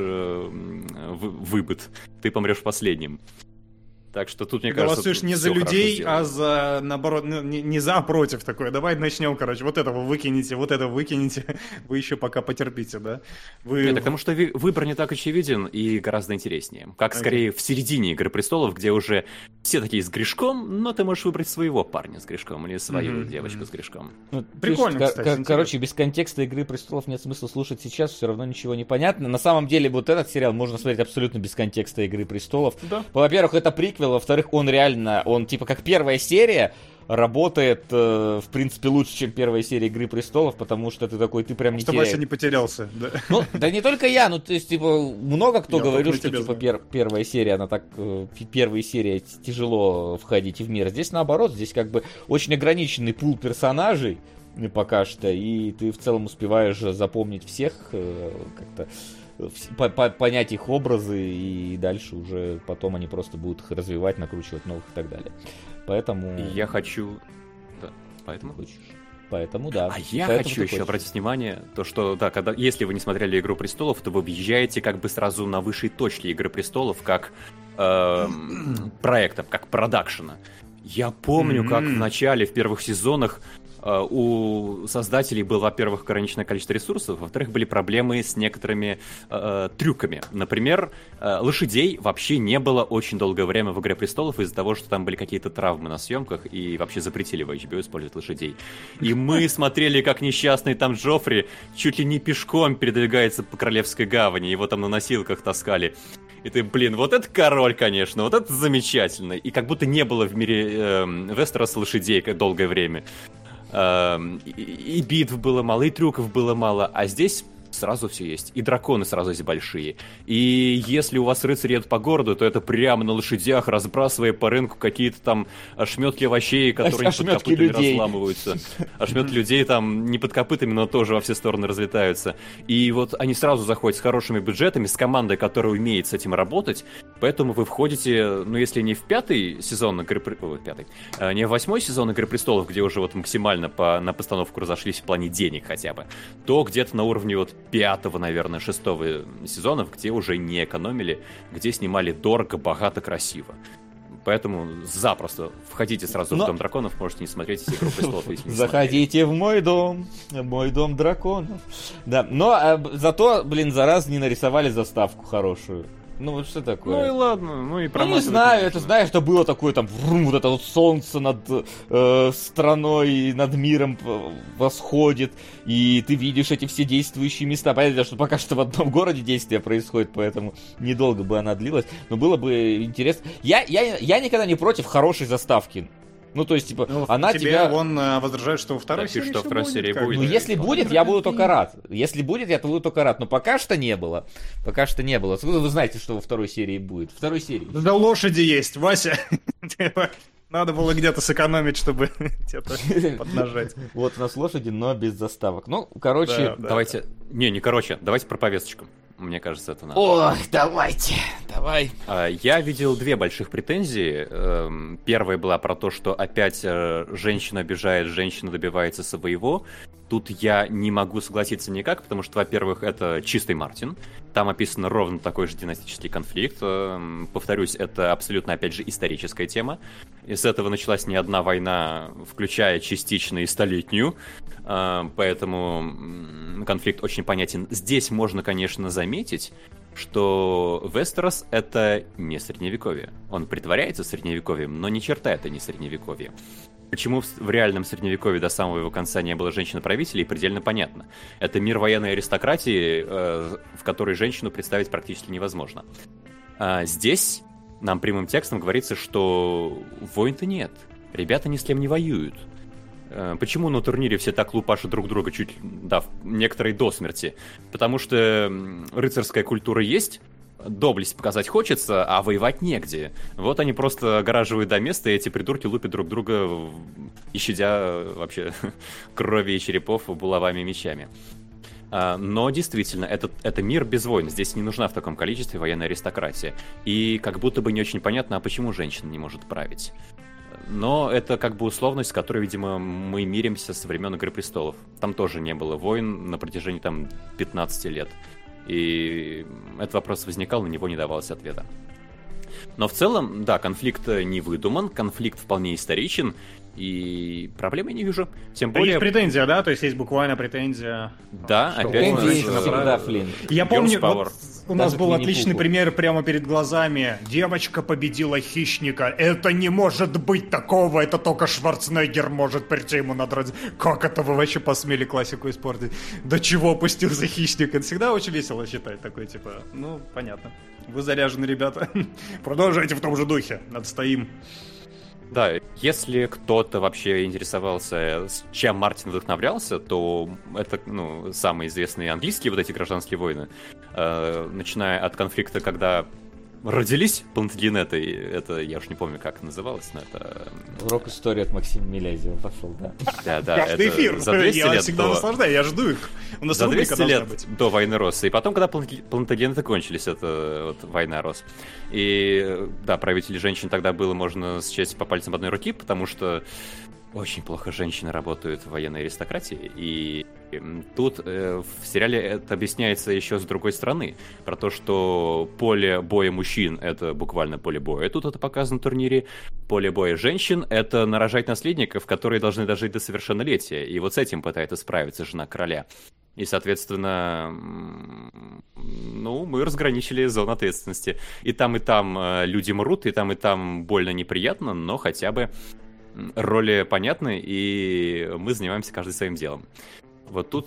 выбыт. Ты помрешь последним. Так что тут, мне кажется, голосуешь не за людей, а за, наоборот, не за, а против такое. Давай начнем, вот этого выкинете, вот это выкинете. Вы еще пока потерпите, да? Нет, потому что выбор не так очевиден и гораздо интереснее. Как скорее в середине Игры Престолов, где уже все такие с грешком, но ты можешь выбрать своего парня с грешком или свою девочку с грешком. Прикольно, кстати. Короче, без контекста Игры Престолов нет смысла слушать сейчас, все равно ничего не понятно. На самом деле, вот этот сериал можно смотреть абсолютно без контекста Игры Престолов. Да. Во-первых, это приквел, во-вторых, он типа как первая серия работает, в принципе, лучше, чем первая серия Игры Престолов, потому что ты такой, ты прям не теряешь. Чтобы Вася не потерялся, да. Ну, да не только я, ну, то есть, типа, много кто говорил, что, типа, первая серия, она так, первые серии тяжело входить в мир. Здесь наоборот, здесь как бы очень ограниченный пул персонажей пока что, и ты в целом успеваешь запомнить всех, как-то понять их образы, и дальше уже потом они просто будут их развивать, накручивать новых и так далее. Поэтому... Я хочу... Да, поэтому... Хочешь. Поэтому да. А я хочу еще обратить внимание, то что, да, если вы не смотрели Игру Престолов, то вы въезжаете как бы сразу на высшей точке Игры Престолов, как проекта, как продакшена. Я помню, как в начале, в первых сезонах у создателей было, во-первых, ограниченное количество ресурсов, во-вторых, были проблемы с некоторыми трюками. Например, лошадей вообще не было очень долгое время в «Игре престолов» из-за того, что там были какие-то травмы на съемках и вообще запретили в HBO использовать лошадей. И мы смотрели, как несчастный там Джоффри чуть ли не пешком передвигается по Королевской гавани, его там на носилках таскали. И ты, блин, вот это король, конечно, вот это замечательно. И как будто не было в мире Вестероса лошадей долгое время. И битв было мало, и трюков было мало, а здесь сразу все есть. И драконы сразу здесь большие. И если у вас рыцари едут по городу, то это прямо на лошадях, разбрасывая по рынку какие-то там ошметки овощей, которые под копытами разламываются. Ошметки людей там не под копытами, но тоже во все стороны разлетаются. И вот они сразу заходят с хорошими бюджетами, с командой, которая умеет с этим работать. Поэтому вы входите, ну если не в пятый сезон не в 8-й сезон «Игры престолов», где уже вот максимально на постановку разошлись в плане денег хотя бы, то где-то на уровне вот 5-го, наверное, 6-го сезонов, где уже не экономили, где снимали дорого, богато, красиво. Поэтому запросто входите сразу в Дом драконов, можете не смотреть «Игру престолов», если не заходите в мой дом драконов. Да, но зато, за раз не нарисовали заставку хорошую. Ну вот что такое? Ну и ладно, ну и про не знаю, это знаешь, что было такое там, вот это вот солнце над страной, над миром восходит, и ты видишь эти все действующие места. Понятно, что пока что в одном городе действие происходит, поэтому недолго бы она длилась, но было бы интересно. Я никогда не против хорошей заставки. Ну, то есть, типа, она тебя... Он возражает, что во второй серии что второй серии будет. Ну, если будет, я буду только рад. Если будет, я буду только рад. Но пока что не было. Вы знаете, что во второй серии будет. Второй серии. Да лошади есть, Вася. Надо было где-то сэкономить, чтобы где-то поднажать. Вот у нас лошади, но без заставок. Ну, короче... Давайте... Не короче, давайте про повесточку. Мне кажется, это надо. Ох, давай. Я видел две больших претензии. Первая была про то, что опять женщина обижает, женщина добивается своего. Тут я не могу согласиться никак, потому что, во-первых, это чистый Мартин. Там описан ровно такой же династический конфликт. Повторюсь, это абсолютно, опять же, историческая тема. И с этого началась не одна война, включая частично и столетнюю. Поэтому конфликт очень понятен. Здесь можно, конечно, заметить, что Вестерос — это не средневековье. Он притворяется средневековьем, но ни черта это не средневековье. Почему в реальном средневековье до самого его конца не было женщин-правителей, предельно понятно. Это мир военной аристократии, в которой женщину представить практически невозможно. Здесь нам прямым текстом говорится, что войн-то нет. Ребята ни с кем не воюют. Почему на турнире все так лупашат друг друга, чуть, да, некоторые до смерти? Потому что рыцарская культура есть, доблесть показать хочется, а воевать негде. Вот они просто огораживают до места, и эти придурки лупят друг друга, и щадя вообще крови и черепов булавами и мечами. Но действительно, это мир без войн. Здесь не нужна в таком количестве военная аристократия. И как будто бы не очень понятно, а почему женщина не может править. Но это как бы условность, с которой, видимо, мы миримся со времен «Игры престолов». Там тоже не было войн на протяжении там 15 лет. И этот вопрос возникал, на него не давалось ответа. Но в целом, да, конфликт не выдуман, конфликт вполне историчен, и проблем я не вижу. Тем более... Есть претензия, да? То есть есть буквально претензия. Да, что опять всегда, Флинн. Я помню, вот у нас Даже был Винни-Пуху. отличный пример прямо перед глазами. Девочка победила хищника. Это не может быть такого. Это только Шварценеггер может прийти ему надрать. Как это вы вообще посмели классику испортить? До чего опустился хищник? Это всегда очень весело читать. Такой, типа, ну, понятно. Вы заряжены, ребята. Продолжайте в том же духе. Отстоим. Да, если кто-то вообще интересовался, с чем Мартин вдохновлялся, то это, ну, самые известные английские вот эти гражданские войны, начиная от конфликта, когда родились Плантагенеты, это, я уж не помню, как называлось, но это... Урок истории от Максима Милязева пошел, да. Да, Каждый это эфир. за 200 Я лет всегда до... наслаждаюсь, я жду их. У нас За рубрика 200 должна лет быть. до войны Росса. И потом, когда Плантагенеты кончились, это вот война Рос. И да, правителей женщин тогда было можно счесть по пальцам одной руки, потому что очень плохо женщины работают в военной аристократии, и тут в сериале это объясняется еще с другой стороны, про то, что поле боя мужчин — это буквально поле боя, тут это показано в турнире, поле боя женщин — это нарожать наследников, которые должны дожить до совершеннолетия, и вот с этим пытается справиться жена короля. И, соответственно, ну, мы разграничили зону ответственности. И там люди мрут, и там больно неприятно, но хотя бы роли понятны, и мы занимаемся каждый своим делом. Вот тут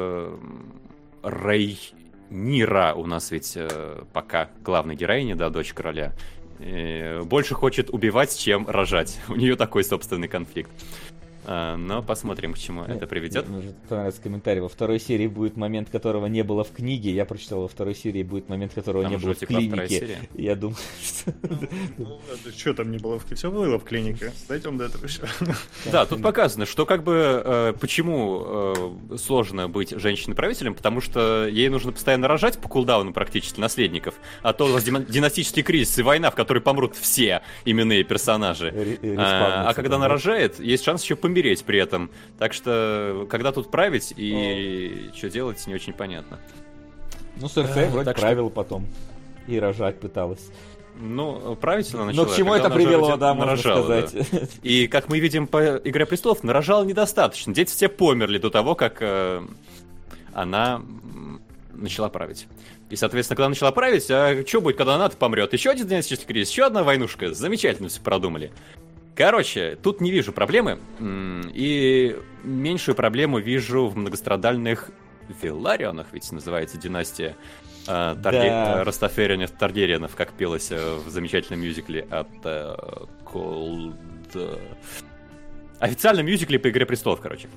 Рейнира у нас ведь пока главная героиня, да, дочь короля, больше хочет убивать, чем рожать. У нее такой собственный конфликт. Но посмотрим, к чему это приведет. Мне понравился комментарий. Во второй серии будет момент, которого не было в книге. Я прочитал, во второй серии будет момент, которого Там не было в клинике. Я думаю, что... Что там не было в клинике? Все было в клинике. Дойдем до этого еще. Да, тут показано, что как бы почему сложно быть женщиной-правителем, потому что ей нужно постоянно рожать по кулдауну практически наследников, а то у вас династический кризис и война, в которой помрут все именные персонажи. А когда она рожает, есть шанс еще помереть при этом. Так что, когда тут править и что делать, не очень понятно. Ну, Серсей вроде правила потом. И рожать пыталась. Ну, править она начала. Но к чему это привело, да, можно нарожала, сказать. Да. И, как мы видим по «Игре престолов», нарожала недостаточно. Дети все померли до того, как она начала править. И, соответственно, когда она начала править, а что будет, когда она-то помрет? Еще один династический кризис, еще одна войнушка. Замечательно все продумали. Короче, тут не вижу проблемы, и меньшую проблему вижу в многострадальных Веларионах, ведь называется династия Растафарианов Таргариенов, как пелось в замечательном мюзикле от Cold... Официальном мюзикле по «Игре престолов», короче.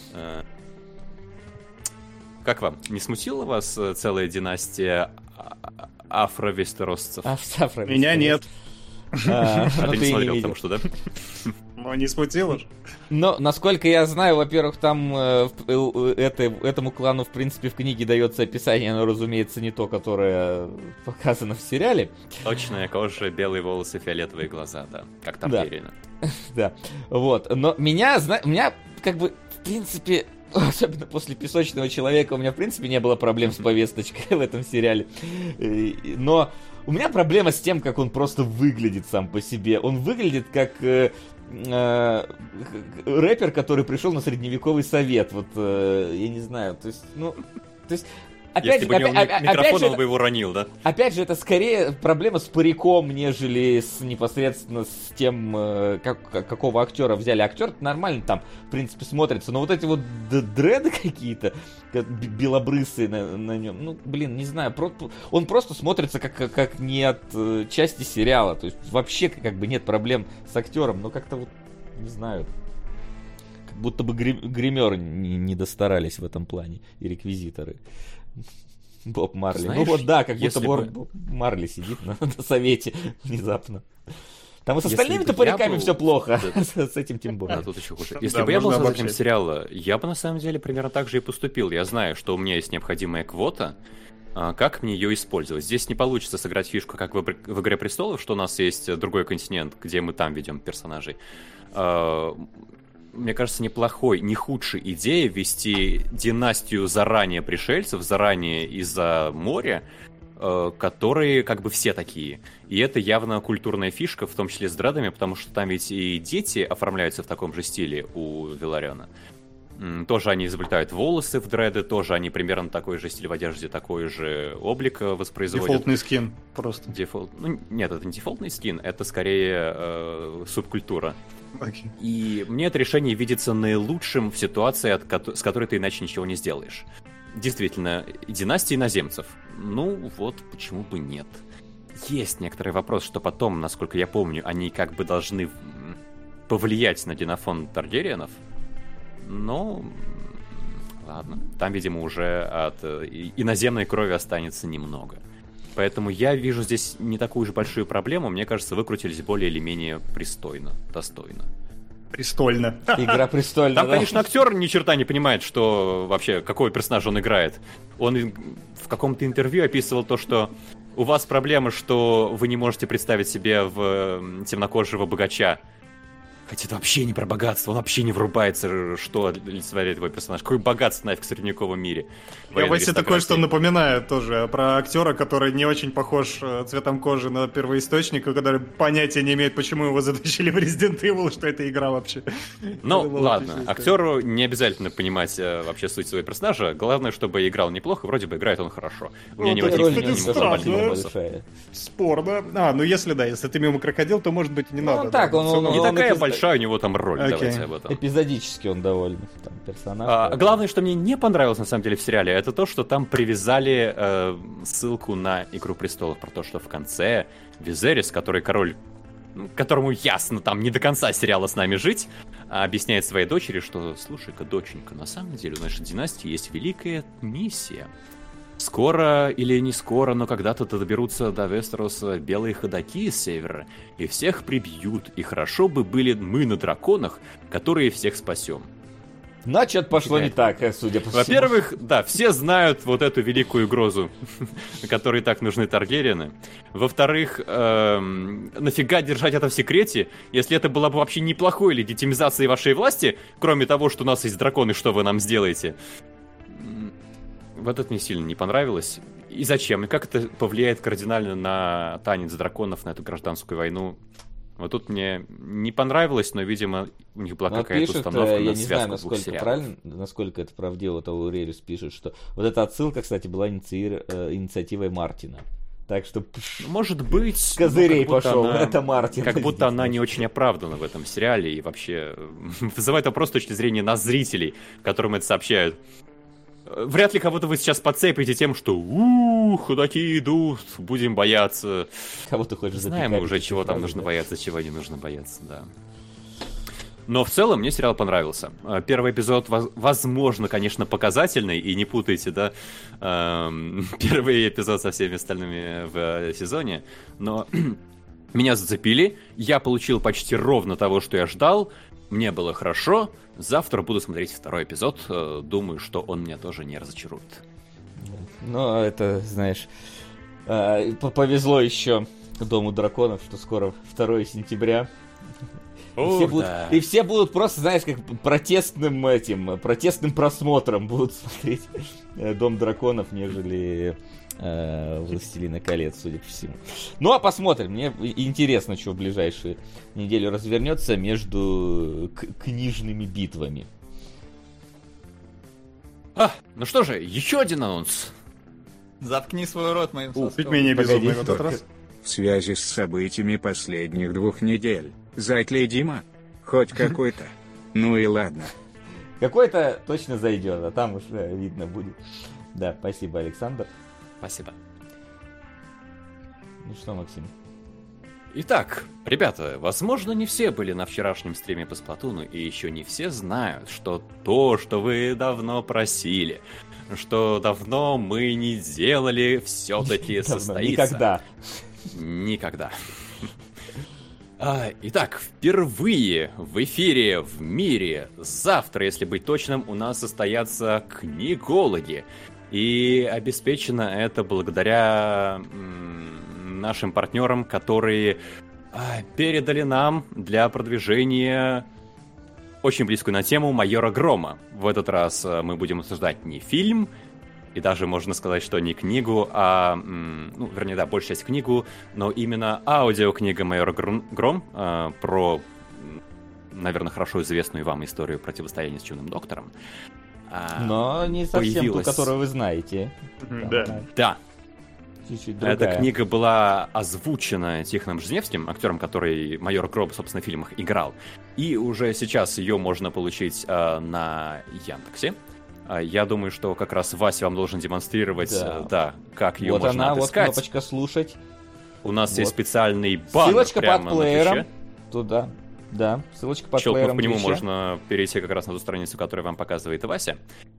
Как вам? Не смутила вас целая династия афро-вестеросцев? Меня нет. А ты не смотрел, потому что, да? Ну, не смутило же. Но, насколько я знаю, во-первых, там этому клану, в принципе, в книге дается описание, но, разумеется, не то, которое показано в сериале. Точная кожа, белые волосы, фиолетовые глаза, да, как Таргариена. Да, вот. Но меня, как бы, в принципе... Особенно после «Песочного человека» у меня, в принципе, не было проблем с повесточкой в этом сериале. Но у меня проблема с тем, как он просто выглядит сам по себе. Он выглядит как рэпер, который пришел на средневековый совет. Вот, я не знаю, то есть, ну... То есть, опять если бы не микрофон, он бы его ронил, да? Опять же, это скорее проблема с париком, нежели непосредственно с тем, какого актера взяли. Актер нормально там, в принципе, смотрится, но вот эти вот дреды какие-то, белобрысые на нем, ну, блин, не знаю, он просто смотрится как не от части сериала, то есть вообще как бы нет проблем с актером, но как-то вот, не знаю... Как будто бы гримеры не достарались в этом плане, и реквизиторы. Боб Марли. Знаешь, ну вот да, как будто Боб Марли сидит на совете внезапно. Там и с остальными-то париками все плохо. С этим тем более. Да, тут еще хуже. Если бы я был создателем сериала, я бы на самом деле примерно так же и поступил. Я знаю, что у меня есть необходимая квота. Как мне ее использовать? Здесь не получится сыграть фишку, как в «Игре престолов», что у нас есть другой континент, где мы там ведем персонажей. Мне кажется, неплохой, не худшей идеей ввести династию заранее пришельцев, заранее из-за моря, которые как бы все такие. И это явно культурная фишка, в том числе с дредами, потому что там ведь и дети оформляются в таком же стиле у Велариона. Тоже они изобретают волосы в дреды, тоже они примерно такой же стиль в одежде, такой же облик воспроизводят. Дефолтный скин просто. Ну, нет, это не дефолтный скин, это скорее субкультура. Okay. И мне это решение видится наилучшим в ситуации, с которой ты иначе ничего не сделаешь. Действительно, династия иноземцев. Ну, вот почему бы нет. Есть некоторый вопрос, что потом, насколько я помню, они как бы должны повлиять на генофонд Таргариенов. Но... ладно. Там, видимо, уже от иноземной крови останется немного. Поэтому я вижу здесь не такую же большую проблему. Мне кажется, выкрутились более или менее пристойно, достойно. Престольно. Игра престольна. Там, конечно, актер ни черта не понимает, что вообще, какого персонажа он играет. Он в каком-то интервью описывал то, что у вас проблема, что вы не можете представить себе в темнокожего богача. Хотя это вообще не про богатство, он вообще не врубается, что олицетворяет твой персонаж. Какое богатство нафиг в средневековом мире. Я Васе такое, что напоминает тоже про актера, который не очень похож цветом кожи на первоисточника, который понятия не имеет, почему его затащили в Resident Evil, что это игра вообще. Ну, ладно, актеру не обязательно понимать вообще суть своего персонажа. Главное, чтобы играл неплохо, вроде бы играет он хорошо. У меня не возникнет странно. Спорно. Ну если ты мимо крокодил, то может быть не надо. Так, он не такая большая у него там роль, давайте об этом. Эпизодически он довольно там персонаж. Главное, что мне не понравилось на самом деле в сериале, это то, что там привязали ссылку на Игру престолов, про то, что в конце Визерис, который король, которому ясно там не до конца сериала с нами жить, объясняет своей дочери, что, слушай-ка, доченька, на самом деле у нашей династии есть великая миссия. Скоро или не скоро, но когда-то доберутся до Вестероса белые ходаки с севера, и всех прибьют, и хорошо бы были мы на драконах, которые всех спасем. Но что-то пошло не так, судя по всему. Во-первых, да, все знают вот эту великую угрозу, которой так нужны Таргериены. Во-вторых, нафига держать это в секрете, если это была бы вообще неплохой легитимизацией вашей власти, кроме того, что у нас есть драконы, что вы нам сделаете? Вот это мне сильно не понравилось. И зачем? И как это повлияет кардинально на танец драконов, на эту гражданскую войну? Вот тут мне не понравилось, но, видимо, у них была какая-то установка на связку двух сериалов. Насколько это правдиво, вот Аурелиус пишет, что вот эта отсылка, кстати, была инициативой Мартина. Так что... Может быть... С козырей пошел, это Мартин. Как будто она не очень оправдана в этом сериале и вообще вызывает вопрос с точки зрения нас, зрителей, которым это сообщают. Вряд ли кого-то вы сейчас подцепите тем, что ходаки идут, будем бояться. Кого ты хочешь запекать? Знаем мы уже, чего там нужно бояться, чего не нужно бояться, да. Но в целом мне сериал понравился. Первый эпизод, возможно, конечно, показательный, и не путайте, да, первый эпизод со всеми остальными в сезоне, но меня зацепили, я получил почти ровно того, что я ждал, мне было хорошо. Завтра буду смотреть второй эпизод. Думаю, что он меня тоже не разочарует. Ну, это, знаешь, повезло еще Дому драконов, что скоро 2 сентября. И все будут просто, знаешь, как протестным просмотром будут смотреть Дом драконов, нежели Властелина колец, судя по всему. Ну, а посмотрим. Мне интересно, что в ближайшую неделю развернется между книжными битвами. Ну что же, еще один анонс. Заткни свой рот моим соском. Чуть менее безумный в этот раз. В связи с событиями последних 2 недель. Зайтлей Дима? Хоть какой-то. Ну и ладно. Какой-то точно зайдет, а там уж видно будет. Да, спасибо, Александр. Спасибо. Ну что, Максим? Итак, ребята, возможно, не все были на вчерашнем стриме по Сплатуну, и еще не все знают, что то, что вы давно просили, что давно мы не делали, все-таки состоится. Никогда. Итак, впервые в эфире в мире завтра, если быть точным, у нас состоятся книгологи. И обеспечено это благодаря нашим партнерам, которые передали нам для продвижения очень близкую на тему «Майора Грома». В этот раз мы будем обсуждать не фильм, и даже можно сказать, что не книгу, а, вернее, да, большая часть книгу, но именно аудиокнига «Майор Гром» про, наверное, хорошо известную вам историю противостояния с Чудным Доктором. Но не совсем ту, которую вы знаете. Да. Чуть-чуть другая. Эта книга была озвучена Тихоном Жизневским, актером, который майор Гром, собственно, в фильмах играл. И уже сейчас ее можно получить на Яндексе. Я думаю, что как раз Вася вам должен демонстрировать, как ее можно отыскать. Вот кнопочка «Слушать». У нас есть специальный баннер ссылочка прямо под плеером. на Туда. Да, ссылочка под Щелкнув плеером. по нему, можно перейти как раз на ту страницу, которую вам показывает Вася.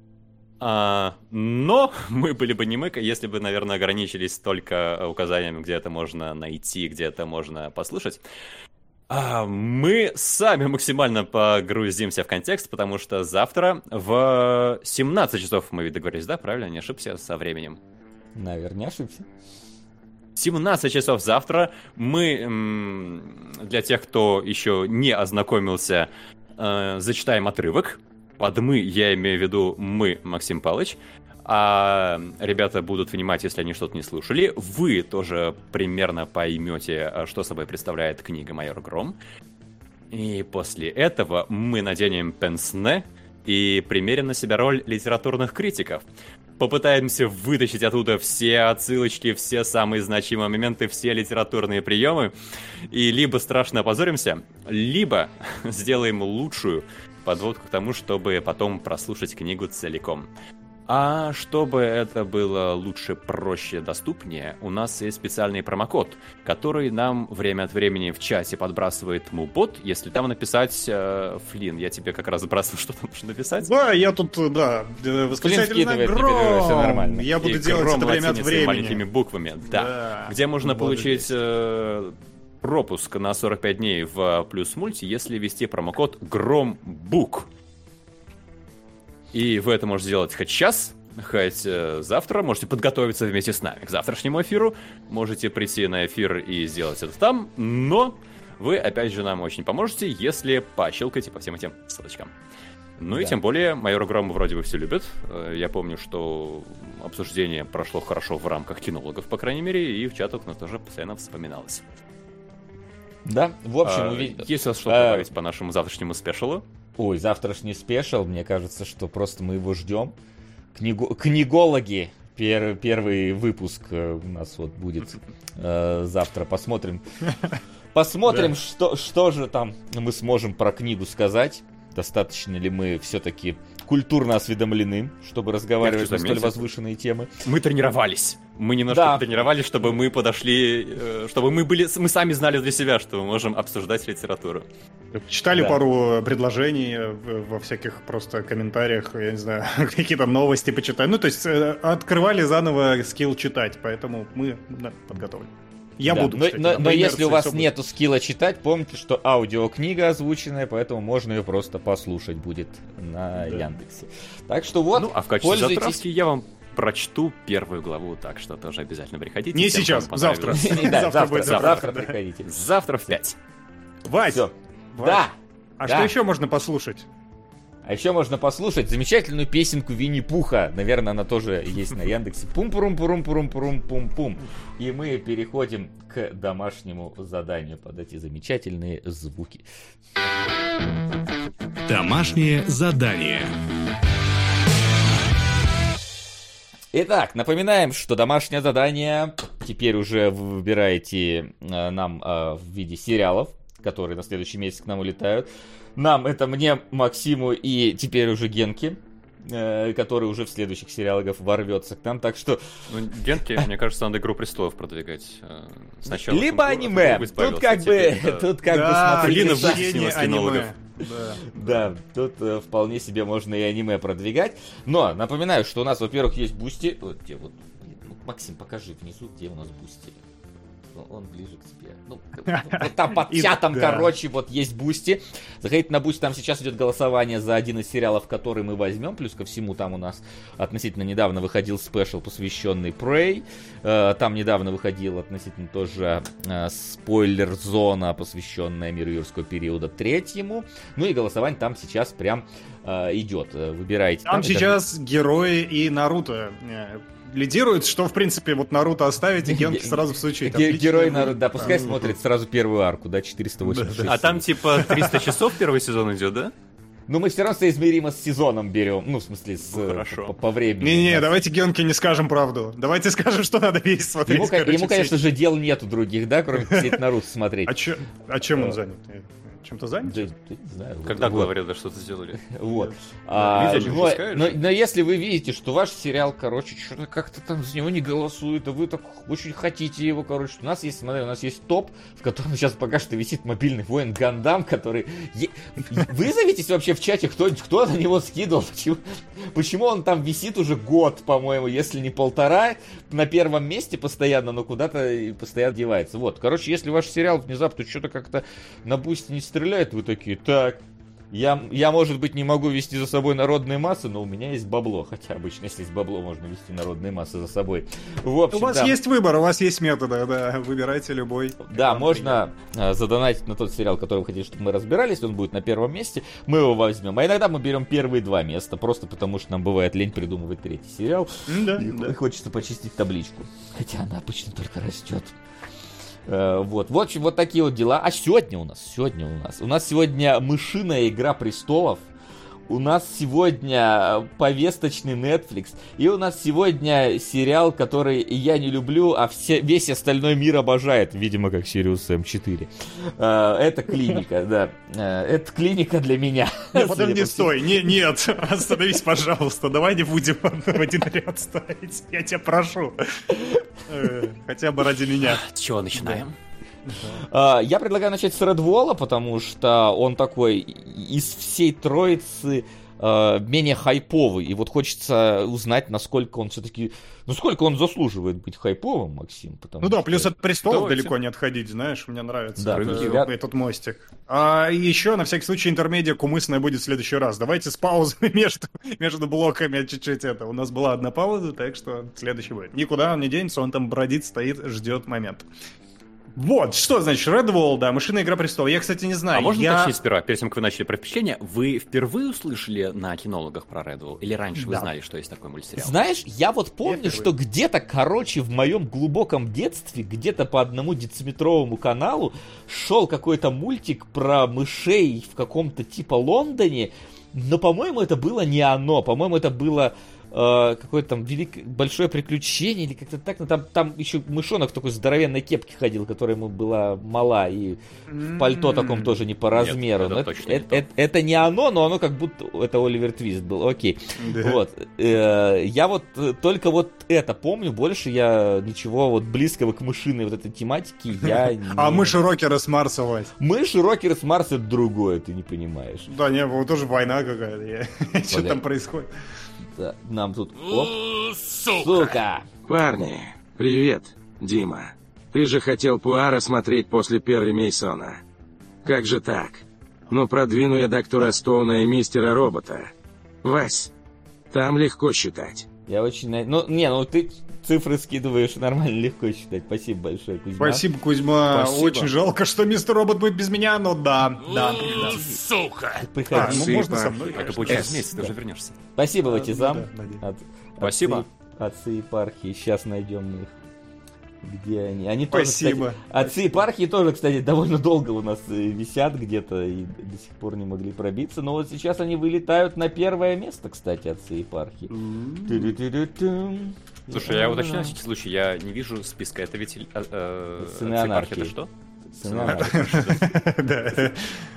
Но мы были бы не мы, если бы, наверное, ограничились только указаниями, где это можно найти, где это можно послушать. Мы сами максимально погрузимся в контекст, потому что завтра в 17 часов мы договорились, да? Правильно? Не ошибся со временем? Наверное, не ошибся. 17 часов завтра мы, для тех, кто еще не ознакомился, зачитаем отрывок. Под «мы» я имею в виду мы, Максим Палыч. А ребята будут внимать, если они что-то не слушали. Вы тоже примерно поймете, что собой представляет книга «Майор Гром». И после этого мы наденем пенсне и примерим на себя роль литературных критиков. Попытаемся вытащить оттуда все отсылочки, все самые значимые моменты, все литературные приемы. И либо страшно опозоримся, либо сделаем лучшую подводку к тому, чтобы потом прослушать книгу целиком. А чтобы это было лучше, проще, доступнее, у нас есть специальный промокод, который нам время от времени в чате подбрасывает мубот. Если там написать Флинн, я тебе как раз сбрасываю, что там нужно написать. Да, я тут, да, восклицательный Гром. Все нормально. Я буду И делать Гром это время от времени. маленькими буквами, да. Где можно получить пропуск на 45 дней в Плюс Мульти, если ввести промокод GROMBOOK. И вы это можете сделать хоть сейчас, хоть завтра. Можете подготовиться вместе с нами к завтрашнему эфиру. Можете прийти на эфир и сделать это там. Но вы, опять же, нам очень поможете, если пощелкаете по всем этим ссылочкам. Ну и тем более, майора Грома вроде бы все любят. Я помню, что обсуждение прошло хорошо в рамках кинологов, по крайней мере, и в чатах оно тоже постоянно вспоминалось. Да, в общем... Есть у вас что-то добавить по нашему завтрашнему спешалу? Ой, завтрашний спешл, мне кажется, что просто мы его ждем. Книгологи, первый выпуск у нас вот будет завтра. Посмотрим, что же там мы сможем про книгу сказать. Достаточно ли мы все-таки культурно осведомлены, чтобы разговаривать на столь возвышенные темы. Мы тренировались. Мы немножко тренировались, чтобы мы подошли, чтобы мы сами знали для себя, что мы можем обсуждать литературу. Читали пару предложений во всяких просто комментариях, я не знаю, какие-то новости почитали. Ну, то есть открывали заново скилл читать, поэтому мы подготовлены. Я буду, кстати. Но если у вас нету скилла читать, помните, что аудиокнига озвученная, поэтому можно ее просто послушать будет на Яндексе. Так что вот, а в качестве затравки я вам прочту первую главу, так что тоже обязательно приходите. Не сейчас, завтра. Завтра приходите. Завтра в 5. Вась! Да! А что еще можно послушать? А еще можно послушать замечательную песенку Винни-Пуха. Наверное, она тоже есть на Яндексе. Пум-пурум-пурум-пурум-пум-пум-пум. И мы переходим к домашнему заданию под эти замечательные звуки. Домашнее задание. Итак, напоминаем, что домашнее задание теперь уже вы выбираете нам в виде сериалов, которые на следующий месяц к нам улетают. Нам, это мне, Максиму и теперь уже Генке, который уже в следующих сериалах ворвется к нам, так что... Ну, Генке, мне кажется, надо «Игру престолов» продвигать сначала. Либо аниме, тут как бы смотрите, аниме. Да, тут вполне себе можно и аниме продвигать. Но напоминаю, что у нас, во-первых, есть Бусти. Максим, покажи внизу, где у нас Бусти. Он ближе к тебе. Ну, вот там под чатом, короче, вот есть Бусти. Заходите на Бусти, там сейчас идет голосование за один из сериалов, который мы возьмем. Плюс ко всему, там у нас относительно недавно выходил спешл, посвященный Prey. Там недавно выходил относительно тоже спойлер-зона, посвященная миру юрского периода 3-му. Ну и голосование там сейчас прям идет. Выбирайте. Там сейчас герои и Наруто лидирует, что, в принципе, вот Наруто оставить, и Генки сразу всучить. Герой Наруто, да, пускай смотрит сразу первую арку, да, 486. А там, типа, 300 часов первый сезон идет, да? Ну, мы все равно соизмеримо с сезоном берем, ну, в смысле, по времени. Не-не, давайте Генке не скажем правду. Давайте скажем, что надо весь смотреть. Ему, конечно же, дел нету других, да, кроме как сидеть Наруто смотреть. А чем он занят? Чем-то занят? Не знаю. Когда говорят, да, что-то сделали. Вот. Но если вы видите, что ваш сериал, короче, что-то как-то там за него не голосует, а вы так очень хотите его, короче. У нас есть, смотри, у нас есть топ, в котором сейчас пока что висит мобильный воин Гандам, который... Вызовитесь вообще в чате, кто на него скидывал, почему он там висит уже год, по-моему, если не 1,5, на первом месте постоянно, но куда-то постоянно девается. Вот, короче, если ваш сериал внезапно что-то как-то на бусте не стреляет, вы такие, так, Я, может быть, не могу вести за собой народные массы, но у меня есть бабло. Хотя обычно, если есть бабло, можно вести народные массы за собой. В общем, у вас есть выбор, у вас есть методы, да, выбирайте любой. Да, можно задонатить на тот сериал, который вы хотите, чтобы мы разбирались, он будет на первом месте, мы его возьмем. А иногда мы берем первые 2 места, просто потому что нам бывает лень придумывать 3-й сериал. И хочется почистить табличку. Хотя она обычно только растет. Вот. В общем, вот такие вот дела. А сегодня у нас сегодня мышиная «Игра престолов». У нас сегодня повесточный Netflix. И у нас сегодня сериал, который я не люблю, а весь остальной мир обожает. Видимо, как Sirius M4. Это клиника, да. Это клиника для меня. Подожди, стой. Нет, остановись, пожалуйста. Давай не будем в один ряд ставить. Я тебя прошу. Хотя бы ради меня. С чего начинаем? Я предлагаю начать с Редволла, потому что он такой из всей троицы менее хайповый. И вот хочется узнать, насколько он все-таки... Насколько он заслуживает быть хайповым, Максим. Ну да, плюс от престолов далеко не отходить, знаешь, мне нравится этот мостик. А еще, на всякий случай, интермедиа кумысная будет в следующий раз. Давайте с паузами между блоками чуть-чуть это. У нас была одна пауза, так что следующий будет. Никуда он не денется, он там бродит, стоит, ждет момент. Вот, что значит Redwall, да, мышиная «Игра престолов». Я, кстати, не знаю. А можно уточнить сперва, перед тем, как вы начали про впечатления, вы впервые услышали на кинологах про Redwall? Или раньше вы знали, что есть такой мультсериал? Знаешь, я вот помню, что где-то, в моем глубоком детстве, где-то по одному дециметровому каналу шел какой-то мультик про мышей в каком-то типа Лондоне, но, по-моему, это было не оно. По-моему, это было... какое-то там большое приключение или как-то так, но там еще мышонок в такой здоровенной кепке ходил, которая ему была мала, и в пальто таком тоже не по размеру. Нет, это не оно, но оно как будто это Оливер Твист был, окей. Да. Вот. Я вот только вот это помню, больше я ничего вот близкого к мышиной вот этой тематике я не... А мыши-рокеры с Марса, Вась? Мыши-рокеры с Марса — это другое, ты не понимаешь. Да, не, вот тоже война какая-то. Что там происходит? Да, нам тут... Оп. Сука! Парни, привет, Дима. Ты же хотел Пуаро смотреть после Перри Мейсона. Как же так? Ну продвину я доктора Стоуна и мистера Робота. Вась, там легко считать. Я очень... Ну ты цифры скидываешь, нормально, легко считать. Спасибо большое, Кузьма. Спасибо, Кузьма. Спасибо. Очень жалко, что мистер Робот будет без меня, но да. Сука! Приходи. Можно со мной, это будет через месяц, ты уже вернешься. Спасибо, Ватизам. Спасибо. Отцы епархии, сейчас найдем их. Где они? Они тоже, спасибо. Кстати, отцы епархии тоже, кстати, довольно долго у нас висят где-то и до сих пор не могли пробиться. Но вот сейчас они вылетают на первое место, кстати, отцы епархии. Слушай, я уточню на всякий случай, я не вижу списка. Это ведь Сыны анархии. Это что? Сыны анархии.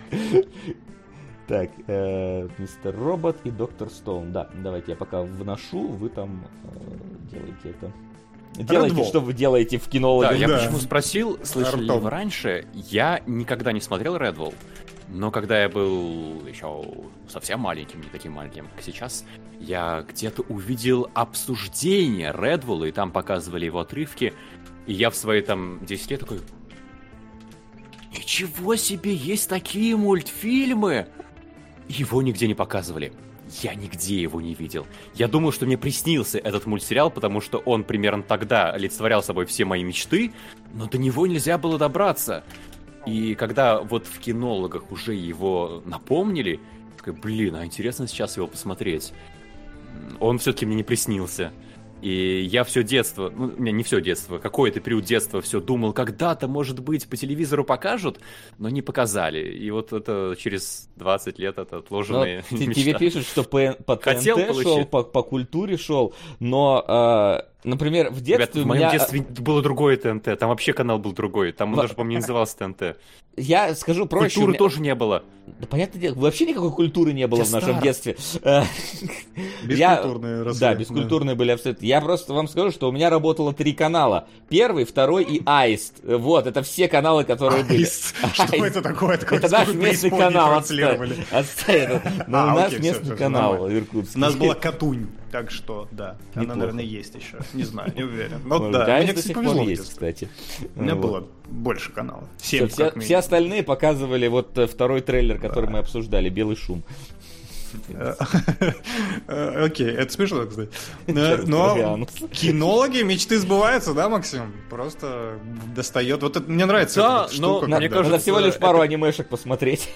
Так, мистер Робот и доктор Стоун. Да, давайте я пока вношу, вы там делаете это. Делайте, что вы делаете в кинологах. Да, я почему спросил, слышали ли вы раньше, я никогда не смотрел Redwall, но когда я был еще совсем маленьким, не таким маленьким, как сейчас, я где-то увидел обсуждение Redwall, и там показывали его отрывки, и я в свои там 10 лет такой... Ничего себе, есть такие мультфильмы! Его нигде не показывали. Я нигде его не видел. Я думал, что мне приснился этот мультсериал, потому что он примерно тогда олицетворял собой все мои мечты, но до него нельзя было добраться. И когда вот в кинологах уже его напомнили, такой, блин, а интересно сейчас его посмотреть. Он все-таки мне не приснился. И я все детство, ну, у меня не все детство, какой-то период детства все думал, когда-то, может быть, по телевизору покажут, но не показали. И вот это через 20 лет это отложенные мечта. Тебе пишут, что по ТНТ шел, по культуре шел, но, например, в детстве Ребята, в моем детстве было другое ТНТ, там вообще канал был другой, там он даже, по-моему, не назывался ТНТ. Я скажу проще. Культуры тоже не было. Да, понятное дело, вообще никакой культуры не было в нашем детстве. Бескультурные росли. Да, бескультурные были абсолютно. Я просто вам скажу, что у меня работало 3 канала. Первый, второй и Аист. Вот, это все каналы, которые были. Что это такое? Это наш местный канал. Отставь. Ну, у нас местный канал в Иркутске. У нас была Катунь. Так что, да, Неплохо. она, наверное, есть еще. Не знаю, не уверен. Но Ну, да, да, мне, до кстати, сих пор повезло. в есть, детстве. кстати. У меня Вот. было больше каналов. 7, Все, как все минимум. остальные показывали вот второй трейлер, который мы обсуждали, «Белый шум». Окей, это смешно, кстати. Черт, Но Травианус. кинологи мечты сбываются, да, Максим? Просто достает. Вот это мне нравится Да, эта но штука. мне когда- кажется, Надо всего лишь это- пару анимешек посмотреть.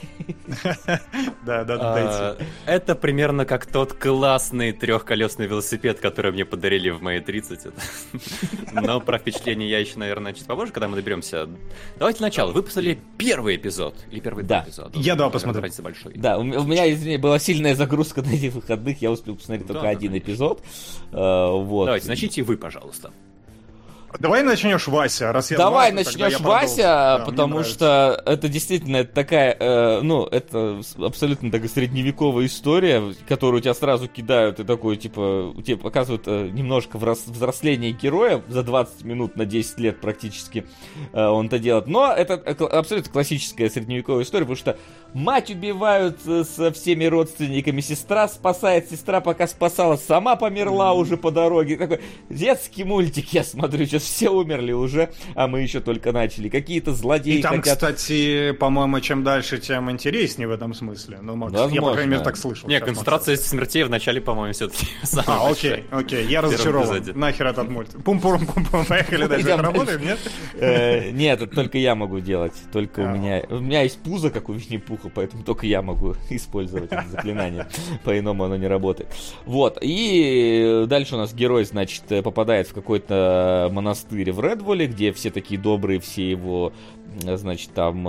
Да, дайте. Это примерно как тот классный трехколесный велосипед, который мне подарили в мои 30. Но про впечатление я еще, наверное, чуть попозже, когда мы доберемся. Давайте начало. Выпустили первый эпизод. Или первый Да. эпизод. Я два посмотрел. Разница большой. Да, у меня, извини, была сильная загрузка на этих выходных, я успел посмотреть только Да, один конечно. эпизод. Вот. Давайте, начните вы, пожалуйста. Давай начнешь, Вася, раз я Давай два, то тогда я начнешь, продолжу. Вася, Да, мне потому нравится. что это действительно это такая, это абсолютно такая средневековая история, которую тебя сразу кидают и такой, типа, тебе показывают немножко взросление героя за 20 минут на 10 лет практически он это делает. Но это абсолютно классическая средневековая история, потому что мать убивают со всеми родственниками, сестра спасает, сестра пока спасала, сама померла уже по дороге. Такой детский мультик, я смотрю, сейчас все умерли уже, а мы еще только начали. Какие-то злодеи И там, хотят... кстати, по-моему, чем дальше, тем интереснее в этом смысле. Ну, Макс, я, по Возможно. крайней мере, так слышал. Не, Сейчас концентрация Макс смертей в начале, по-моему, все-таки самая большая. окей, я В первом разочарован. эпизоде. Нахер этот мульт. Пум-пум-пум-пум, поехали дальше. Идем Это работает, нет? Нет, это только я могу делать. Только у меня есть пузо, как у Винни-Пуха, поэтому только я могу использовать это заклинание. По-иному оно не работает. Вот, и дальше у нас герой, значит, попадает в какой-то монастырь в Редволе, где все такие добрые, все его, значит, там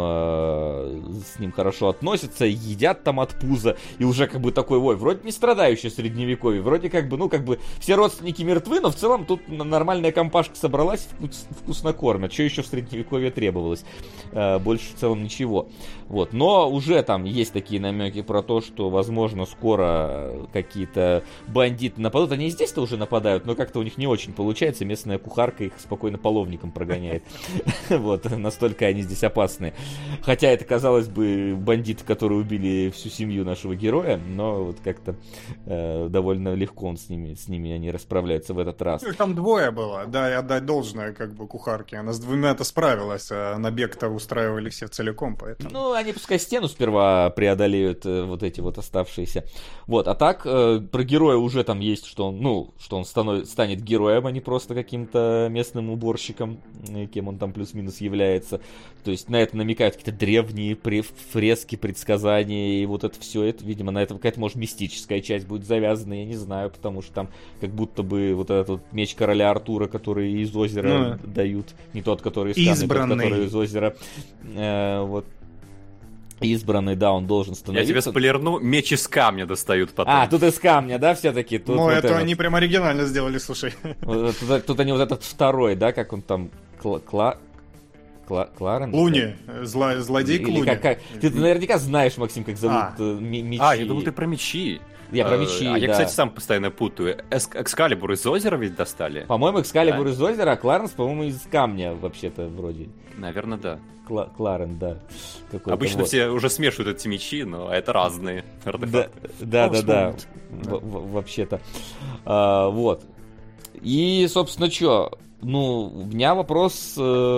с ним хорошо относятся, едят там от пуза, и уже как бы такой, ой, вроде не страдающий средневековье, вроде как бы, ну, как бы все родственники мертвы, но в целом тут нормальная компашка собралась, вкусно кормят. Что еще в средневековье требовалось? Больше в целом ничего. Вот. Но уже там есть такие намеки про то, что, возможно, скоро какие-то бандиты нападут. Они и здесь-то уже нападают, но как-то у них не очень получается. Местная кухарка их спокойно половником прогоняет. Вот. Настолько они здесь опасные. Хотя это, казалось бы, бандиты, которые убили всю семью нашего героя, но вот как-то довольно легко он с ними они расправляются в этот раз. Их там двое было, да, и отдать должное, как бы, кухарке. Она с двумя-то справилась, а набег-то устраивали все целиком, поэтому... Ну, они пускай стену сперва преодолеют, вот эти вот оставшиеся. Вот, а так, про героя уже там есть, что он станет героем, а не просто каким-то местным уборщиком, кем он там плюс-минус является. То есть на это намекают какие-то древние фрески, предсказания, и вот это все, это, видимо, на этом какая-то, может, мистическая часть будет завязана, я не знаю, потому что там как будто бы вот этот вот меч короля Артура, который из озера дают, не тот, который из камня, тот, который из озера, вот. Избранный, да, он должен становиться. Я тебе спойлерну, меч из камня достают потом. А, тут из камня, да, все-таки? Тут Ну, вот это этот. они прям оригинально сделали, слушай. Тут они вот этот второй, да, как он там, Кларен? Луни, злодей Или Клуни. Ты наверняка знаешь, Максим, как зовут мечи. А, я думал, ты про мечи. Я про мечи, А я, да. кстати, сам постоянно путаю. Экскалибур из озера ведь достали? По-моему, Экскалибур из озера, а Кларенс, по-моему, из камня, вообще-то, вроде. Наверное, да. Кларен, да. Какой-то Обычно вот. все уже смешивают эти мечи, но это разные артефакты. Да. Вообще-то. Вот. И, собственно, что? Ну, у меня вопрос,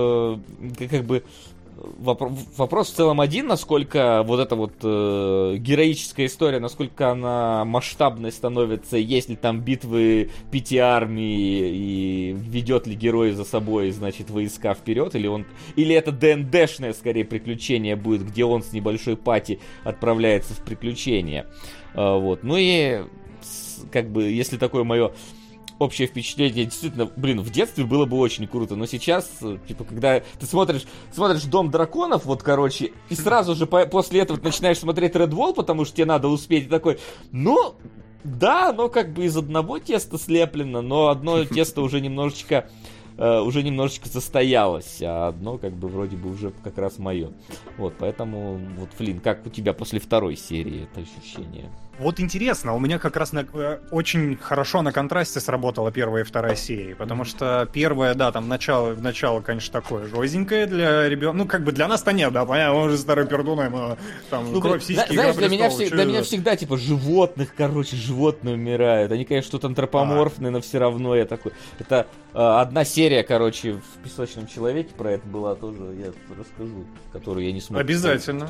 вопрос в целом один, насколько вот эта вот героическая история, насколько она масштабной становится, есть ли там битвы 5 армий, и ведет ли герой за собой, значит, войска вперед, или это ДНДшное, скорее, приключение будет, где он с небольшой пати отправляется в приключения. Вот. Ну и, как бы, если такое мое общее впечатление, действительно, в детстве было бы очень круто, но сейчас, типа, когда ты смотришь «Дом драконов», вот, короче, и сразу же после этого ты начинаешь смотреть Redwall, потому что тебе надо успеть, и такой, ну, да, оно как бы из одного теста слеплено, но одно тесто уже немножечко уже немножечко состоялось, а одно как бы вроде бы уже как раз мое. Вот, поэтому, вот, Флинн, как у тебя после второй серии это ощущение? Вот интересно, у меня как раз очень хорошо на контрасте сработала первая и вторая серии, потому что первая, да, там начало, конечно, такое жёстенькое для ребенка, ну, как бы для нас-то нет, да, понятно, он же старый пердун, ему там ну, кровь, сиськи, знаешь, для меня всегда, типа, животные умирают, они, конечно, что-то антропоморфные, но все равно я такой, это одна серия, короче, в «Песочном человеке» про это была тоже, я расскажу, которую я не смог. Обязательно.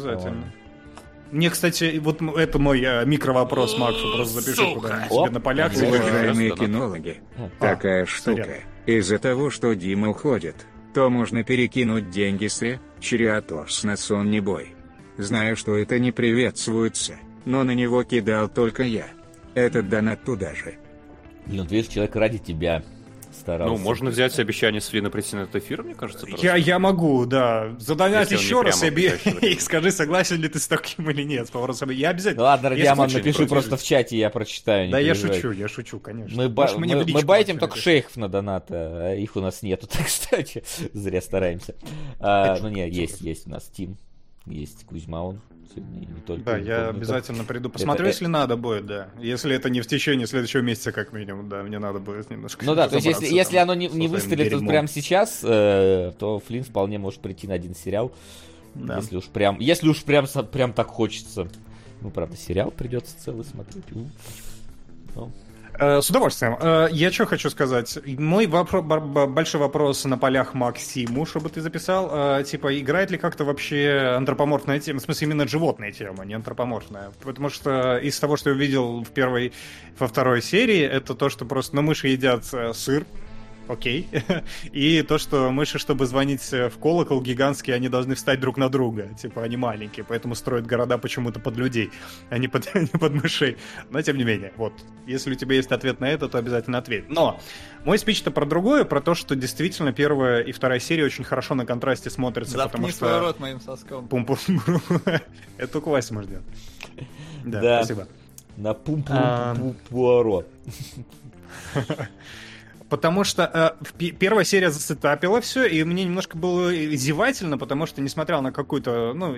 Мне, кстати, вот это мой микровопрос Максу, просто запишу куда-нибудь себе на полях. Уважаемые кинологи, такая штука. Из-за того, что Дима уходит, то можно перекинуть деньги с Чириатос на сонный бой. Знаю, что это не приветствуется, но на него кидал только я. Этот донат туда же. Блин, видишь, человек ради тебя старался. Ну, можно взять обещание с Флина прийти на этот эфир, мне кажется. Я могу, да. Задонать еще раз и скажи, согласен ли ты с таким или нет. Я обязательно. Ладно, Радиаман, напиши просто в чате, я прочитаю. Да, я шучу, конечно. Мы байтим только шейхов на донаты, а их у нас нету, так, кстати. Зря стараемся. Ну, не, есть у нас Тим, есть Кузьма, он. Не только, да, я обязательно приду. Посмотрю, если надо будет, да. Если это не в течение следующего месяца, как минимум, да, мне надо будет немножко. Ну да, то есть если оно не выстрелит вот прямо сейчас, то Флинн вполне может прийти на один сериал. Да. Если уж прям так хочется. Ну, правда, сериал придется целый смотреть. Ну. С удовольствием. Я что хочу сказать. Мой большой вопрос на полях Максиму, чтобы ты записал. Типа, играет ли как-то вообще антропоморфная тема? В смысле, именно животная тема, не антропоморфная. Потому что из того, что я увидел во второй серии, это то, что просто мыши едят сыр. Окей. И то, что мыши, чтобы звонить в колокол гигантский, они должны встать друг на друга. Типа, они маленькие, поэтому строят города почему-то под людей, а не под мышей. Но, тем не менее, вот. Если у тебя есть ответ на это, то обязательно ответь. Но мой спич-то про другое, про то, что действительно первая и вторая серия очень хорошо на контрасте смотрятся. Заткни свой рот моим соском. Пум-пум. Это только Вася ждет. Да, спасибо. На пум-пум-пум-пум-пум. Потому что первая серия засетапила все, и мне немножко было зевательно, потому что, несмотря на какую-то... Ну,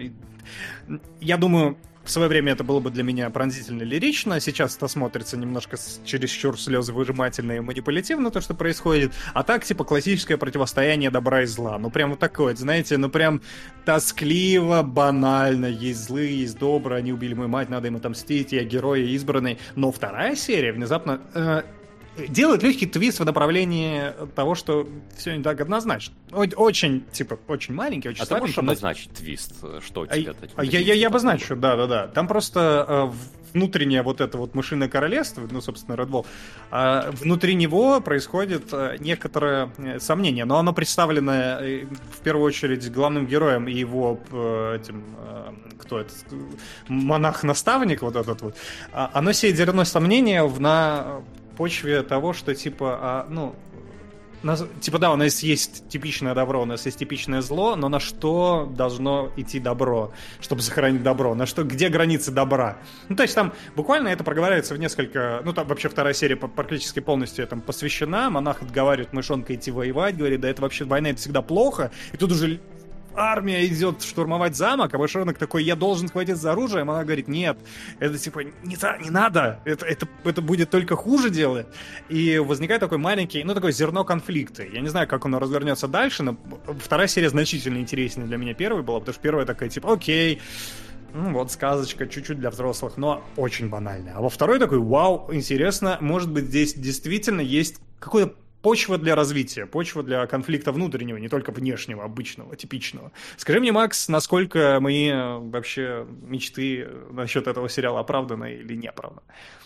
я думаю, в свое время это было бы для меня пронзительно лирично, сейчас это смотрится немножко чересчур слезовыжимательно и манипулятивно, то, что происходит, а так, типа, классическое противостояние добра и зла. Ну, прям вот такое, знаете, ну, прям тоскливо, банально, есть злые, есть добрые, они убили мою мать, надо им отомстить, я герой, я избранный. Но вторая серия внезапно... делает легкий твист в направлении того, что все не так однозначно. Очень, типа, очень маленький, очень слабенький. А ты можешь обозначить твист? Что тебе это? Я обозначу, да. Там просто внутреннее вот это вот мышиное королевство, ну, собственно, Red Bull, внутри него происходит некоторое сомнение, но оно представлено в первую очередь главным героем и его этим, кто это, монах-наставник вот этот вот. Оно сеет зерно сомнения на почве того, что типа, да, у нас есть типичное добро, у нас есть типичное зло, но на что должно идти добро, чтобы сохранить добро? На что, где границы добра? Ну, то есть там буквально это проговаривается в несколько... Ну, там вообще вторая серия практически полностью этому посвящена. Монах отговаривает мышонка идти воевать, говорит, да это вообще война, это всегда плохо. И тут уже армия идет штурмовать замок, а мышонок такой, я должен схватиться за оружие, а она говорит, нет, это типа, не надо, это будет только хуже делать. И возникает такой маленький, такое зерно конфликта. Я не знаю, как оно развернется дальше, но вторая серия значительно интереснее для меня первой была, потому что первая такая, типа, окей, вот сказочка, чуть-чуть для взрослых, но очень банальная. А во второй такой, вау, интересно, может быть, здесь действительно есть какой-то почва для развития, почва для конфликта внутреннего, не только внешнего, обычного, типичного. Скажи мне, Макс, насколько мои вообще мечты насчет этого сериала оправданы или не оправданы?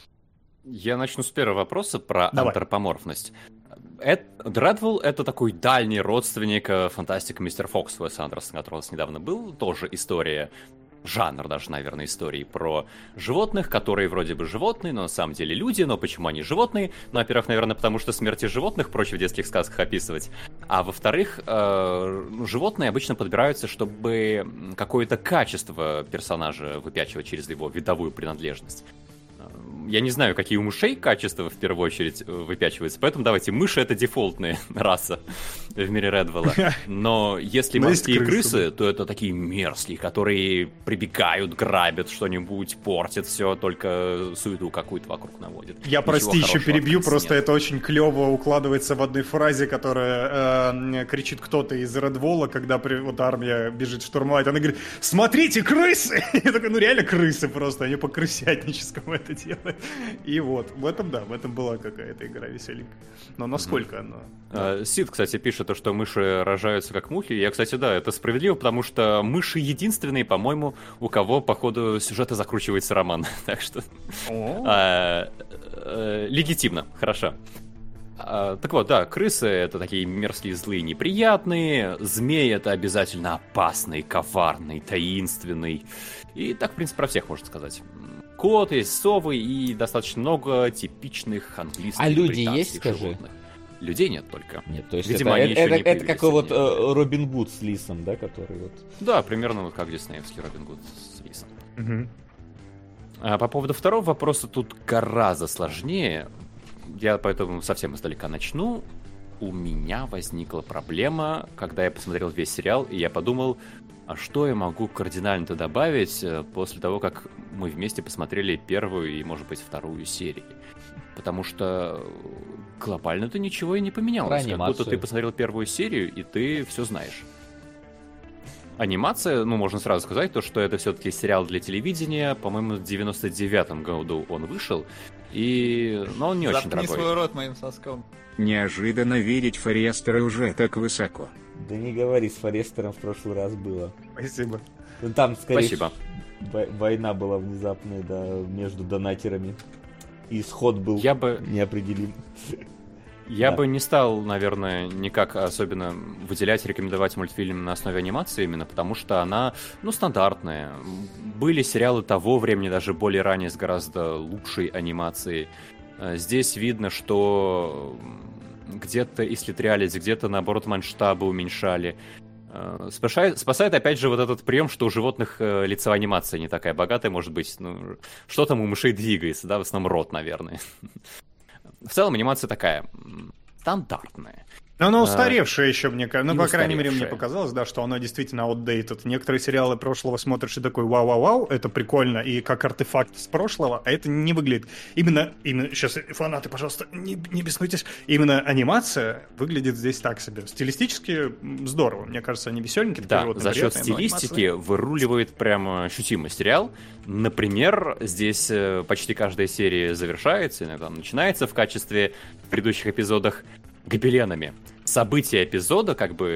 Я начну с первого вопроса про антропоморфность. Дредвилл — это такой дальний родственник фантастика Мистер Фокс Уэса Андерсона, который у нас недавно был, тоже история, жанр даже, наверное, истории про животных, которые вроде бы животные, но на самом деле люди. Но почему они животные? Ну, во-первых, наверное, потому что смерти животных проще в детских сказках описывать. А во-вторых, животные обычно подбираются, чтобы какое-то качество персонажа выпячивать через его видовую принадлежность. Я не знаю, какие у мышей качества в первую очередь выпячиваются, поэтому давайте, мыши — это дефолтная раса в мире Редвелла. Но если морские крысы, то это такие мерзкие, которые прибегают, грабят что-нибудь, портят все, только суету какую-то вокруг наводят. Я, прости, еще перебью, просто это очень клево укладывается в одной фразе, которая кричит кто-то из Редволла, когда вот армия бежит штурмовать. Она говорит: смотрите, крысы! Я такой, ну реально крысы просто, они по-крысятническому это делают. И вот, в этом была какая-то игра веселенькая. Но насколько она... Сид, кстати, пишет, что мыши рожаются как мухи. Я, кстати, да, это справедливо, потому что мыши единственные, по-моему, у кого по ходу сюжета закручивается роман. Так что... Легитимно, хорошо. Так вот, да, крысы — это такие мерзкие, злые, неприятные. Змей — это обязательно опасный, коварный, таинственный. И так, в принципе, про всех можно сказать. Кот, есть совы и достаточно много типичных английских и люди британских есть, скажи? животных. Людей нет только. Нет, то есть видимо, это как вот Робин Гуд с лисом, да, который вот... Да, примерно вот как диснеевский Робин Гуд с лисом. А по поводу второго вопроса тут гораздо сложнее. Я поэтому совсем издалека начну. У меня возникла проблема, когда я посмотрел весь сериал, и я подумал, а что я могу кардинально-то добавить после того, как мы вместе посмотрели первую и, может быть, вторую серию? Потому что глобально-то ничего и не поменялось. Как будто ты посмотрел первую серию, и ты все знаешь. Анимация, ну, можно сразу сказать, то, что это все-таки сериал для телевидения. По-моему, в 99-м году он вышел, но он не очень дорогой. Заткни свой рот моим соском. Неожиданно видеть Форестера уже так высоко. Да не говори, с Форестером в прошлый раз было. Спасибо. Ну, там, скорее, Спасибо. Война была внезапная, да, между донатерами. И исход был неопределим. Я бы не стал, наверное, никак особенно выделять, рекомендовать мультфильм на основе анимации, именно потому что она, стандартная. Были сериалы того времени, даже более ранее, с гораздо лучшей анимацией. Здесь видно, что где-то исхитрялись, где-то, наоборот, масштабы уменьшали. Спасает, опять же, вот этот прием, что у животных лицевая анимация не такая богатая, может быть. Что там у мышей двигается, да, в основном рот, наверное. В целом анимация такая стандартная. Но она устаревшая еще, мне кажется. По крайней мере, мне показалось, да, что она действительно outdated. Некоторые сериалы прошлого смотришь и такой: вау-вау-вау, это прикольно, и как артефакт с прошлого, а это не выглядит. Именно сейчас, фанаты, пожалуйста, не беснуйтесь. Именно анимация выглядит здесь так себе. Стилистически здорово. Мне кажется, они веселенькие. Да, за счет стилистики выруливает прям ощутимо сериал. Например, здесь почти каждая серия завершается, иногда начинается в качестве в предыдущих эпизодах гобеленами. События эпизода,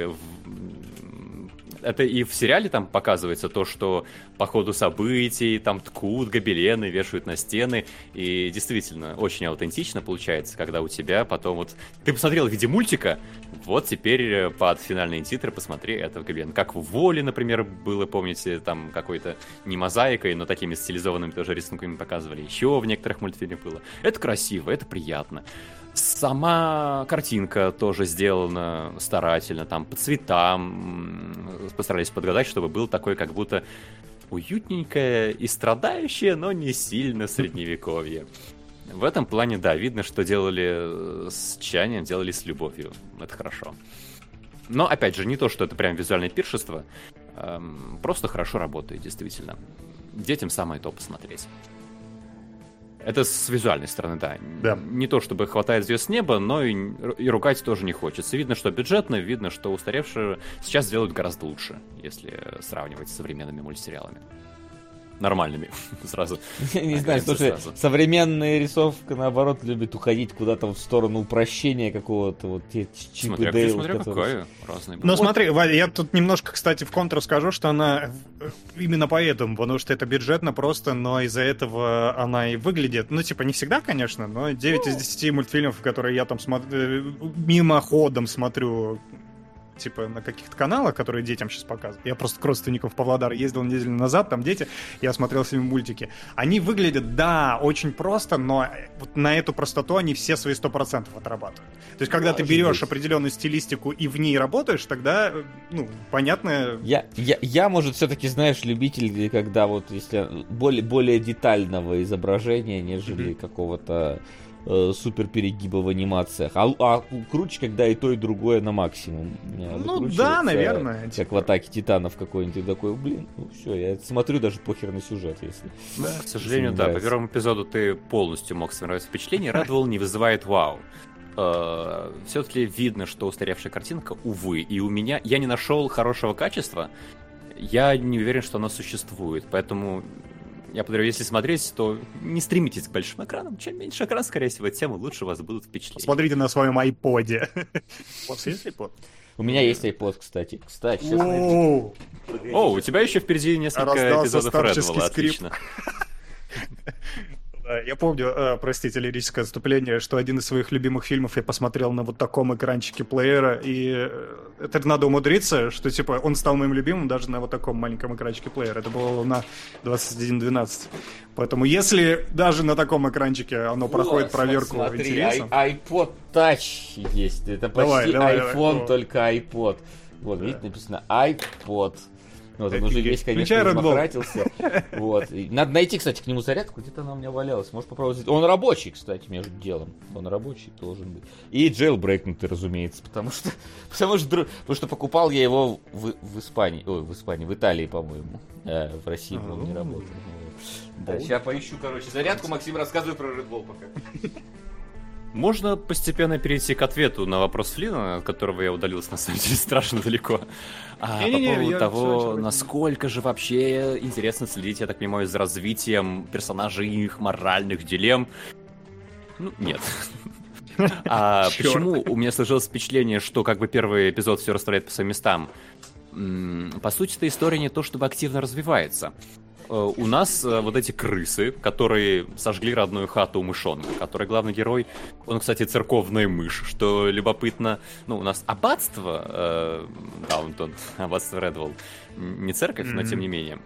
это и в сериале там показывается то, что по ходу событий там ткут гобелены, вешают на стены, и действительно очень аутентично получается, когда у тебя потом вот... Ты посмотрел в виде мультика, вот теперь под финальные титры посмотри это гобелен. Как в Воле, например, было, помните, там какой-то не мозаикой, но такими стилизованными тоже рисунками показывали. Еще в некоторых мультфильмах было. Это красиво, это приятно. Сама картинка тоже сделана старательно, там по цветам постарались подгадать, чтобы был такой как будто уютненькое и страдающее, но не сильно средневековье. В этом плане, да, видно, что делали с тщанием, делали с любовью. Это хорошо. Но, опять же, не то, что это прям визуальное пиршество, просто хорошо работает, действительно. Детям самое то посмотреть. Это с визуальной стороны, да. Не то, чтобы хватает звезд с неба, но и ругать тоже не хочется. Видно, что бюджетно, видно, что устаревшие сейчас делают гораздо лучше, если сравнивать с современными мультсериалами. Нормальными, сразу. Не знаю, слушай, современная рисовка, наоборот, любит уходить куда-то в сторону упрощения какого-то, вот Чип и Дейл. Смотря какая, разные. Ну смотри, я тут немножко, кстати, в контру скажу, что она именно поэтому, потому что это бюджетно просто, но из-за этого она и выглядит, не всегда, конечно, но 9 из 10 мультфильмов, которые я там мимоходом смотрю типа, на каких-то каналах, которые детям сейчас показывают. Я просто к родственникам в Павлодар ездил неделю назад, там дети, я смотрел с ними мультики. Они выглядят, да, очень просто, но вот на эту простоту они все свои 100% отрабатывают. То есть, когда ты берешь определенную стилистику и в ней работаешь, тогда, ну, понятно... Я, может, все-таки, знаешь, любитель, когда вот, если более детального изображения, нежели какого-то супер перегиба в анимациях. А круче, когда и то, и другое на максимум. Ну да, наверное. Как в «Атаке Титанов» какой-нибудь такой, блин, ну все, я смотрю даже похер на сюжет, если. Да, к сожалению, да. По первому эпизоду ты полностью мог сформировать впечатление. Redwall не вызывает вау. Все-таки видно, что устаревшая картинка, увы, и у меня... Я не нашел хорошего качества, я не уверен, что она существует, поэтому... Я подумаю, если смотреть, то не стремитесь к большим экранам. Чем меньше экран, скорее всего, тем лучше у вас будут впечатления. Смотрите на своем айподе. У вас есть айпод? У меня есть айпод, кстати. Кстати, сейчас... О, у тебя еще впереди несколько эпизодов Redwall, отлично. Я помню, простите, лирическое отступление, что один из своих любимых фильмов я посмотрел на вот таком экранчике плеера, и это надо умудриться, что типа он стал моим любимым даже на вот таком маленьком экранчике плеера. Это было на 2112. Поэтому если даже на таком экранчике оно проходит проверку интереса... iPod Touch есть. Это почти iPhone, только iPod. Вот, видите, написано iPod. Вот, он уже весь, конечно, размахратился. Вот. Надо найти, кстати, к нему зарядку, где-то она у меня валялась. Можешь попробовать. Он рабочий, кстати, между делом. Он рабочий должен быть. И джейлбрейкнутый, разумеется, потому что покупал я его в Испании. Ой, в Испании, в Италии, по-моему. В России он не работал. Да, сейчас поищу, короче, зарядку. Максим, рассказывай про Redwall пока. Можно постепенно перейти к ответу на вопрос Флина, от которого я удалился, на самом деле, страшно далеко. По поводу того, насколько же вообще интересно следить, я так понимаю, за развитием персонажей и их моральных дилемм. Ну, нет. Почему у меня сложилось впечатление, что как бы первый эпизод все расставляет по своим местам? По сути, эта история не то чтобы активно развивается. У нас вот эти крысы, которые сожгли родную хату у мышонка, который главный герой, он, кстати, церковная мышь, что любопытно. Ну, у нас аббатство, Даунтон, аббатство Redwall, не церковь, но тем не менее.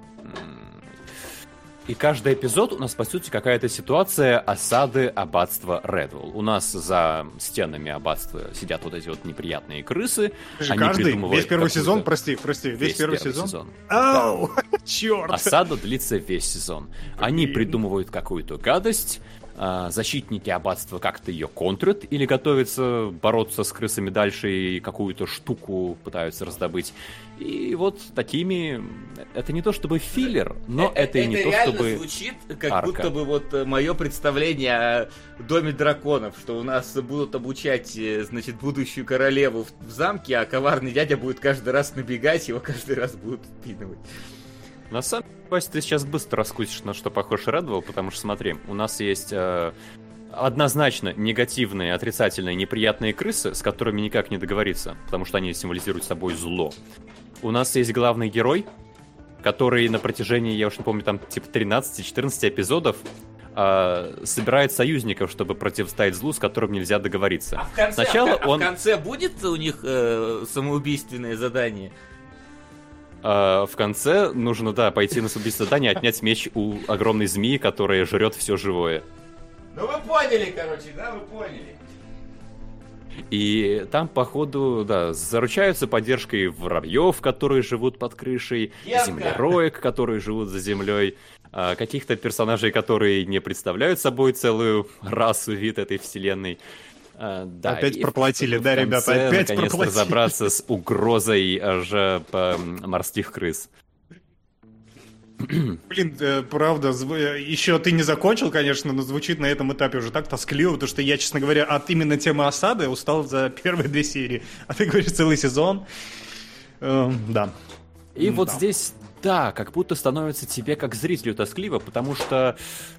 И каждый эпизод у нас, по сути, какая-то ситуация осады аббатства Redwall. У нас за стенами аббатства сидят вот эти вот неприятные крысы. Весь первый сезон, прости, весь первый сезон? Ау, черт! Осада длится весь сезон. Они придумывают какую-то гадость, защитники аббатства как-то ее контрят или готовятся бороться с крысами дальше и какую-то штуку пытаются раздобыть. И вот такими... Это не то чтобы филлер, но это и не то чтобы... Это звучит, как будто бы вот мое представление о Доме драконов, что у нас будут обучать, значит, будущую королеву в замке, а коварный дядя будет каждый раз набегать, его каждый раз будут впинывать. На самом деле, ты сейчас быстро раскусишь, на что похож Redwall, потому что, смотри, у нас есть однозначно негативные, отрицательные, неприятные крысы, с которыми никак не договориться, потому что они символизируют собой зло. У нас есть главный герой, который на протяжении, я уж не помню, там типа 13-14 эпизодов собирает союзников, чтобы противостоять злу, с которым нельзя договориться. А в конце будет у них самоубийственное задание? В конце нужно, да, пойти на самоубийственное задание, отнять меч у огромной змеи, которая жрет все живое. Ну вы поняли, короче, да, вы поняли. И там, походу, да, заручаются поддержкой воробьев, которые живут под крышей, землероек, которые живут за землей, каких-то персонажей, которые не представляют собой целую расу, вид этой вселенной. Да, опять проплатили, да, ребята, опять наконец проплатили. Разобраться с угрозой же морских крыс. Блин, правда, еще ты не закончил, конечно, но звучит на этом этапе уже так тоскливо, потому что я, честно говоря, от именно темы осады устал за первые 2 серии. А ты говоришь, целый сезон. Да. И вот здесь, да, как будто становится тебе как зрителю тоскливо, потому что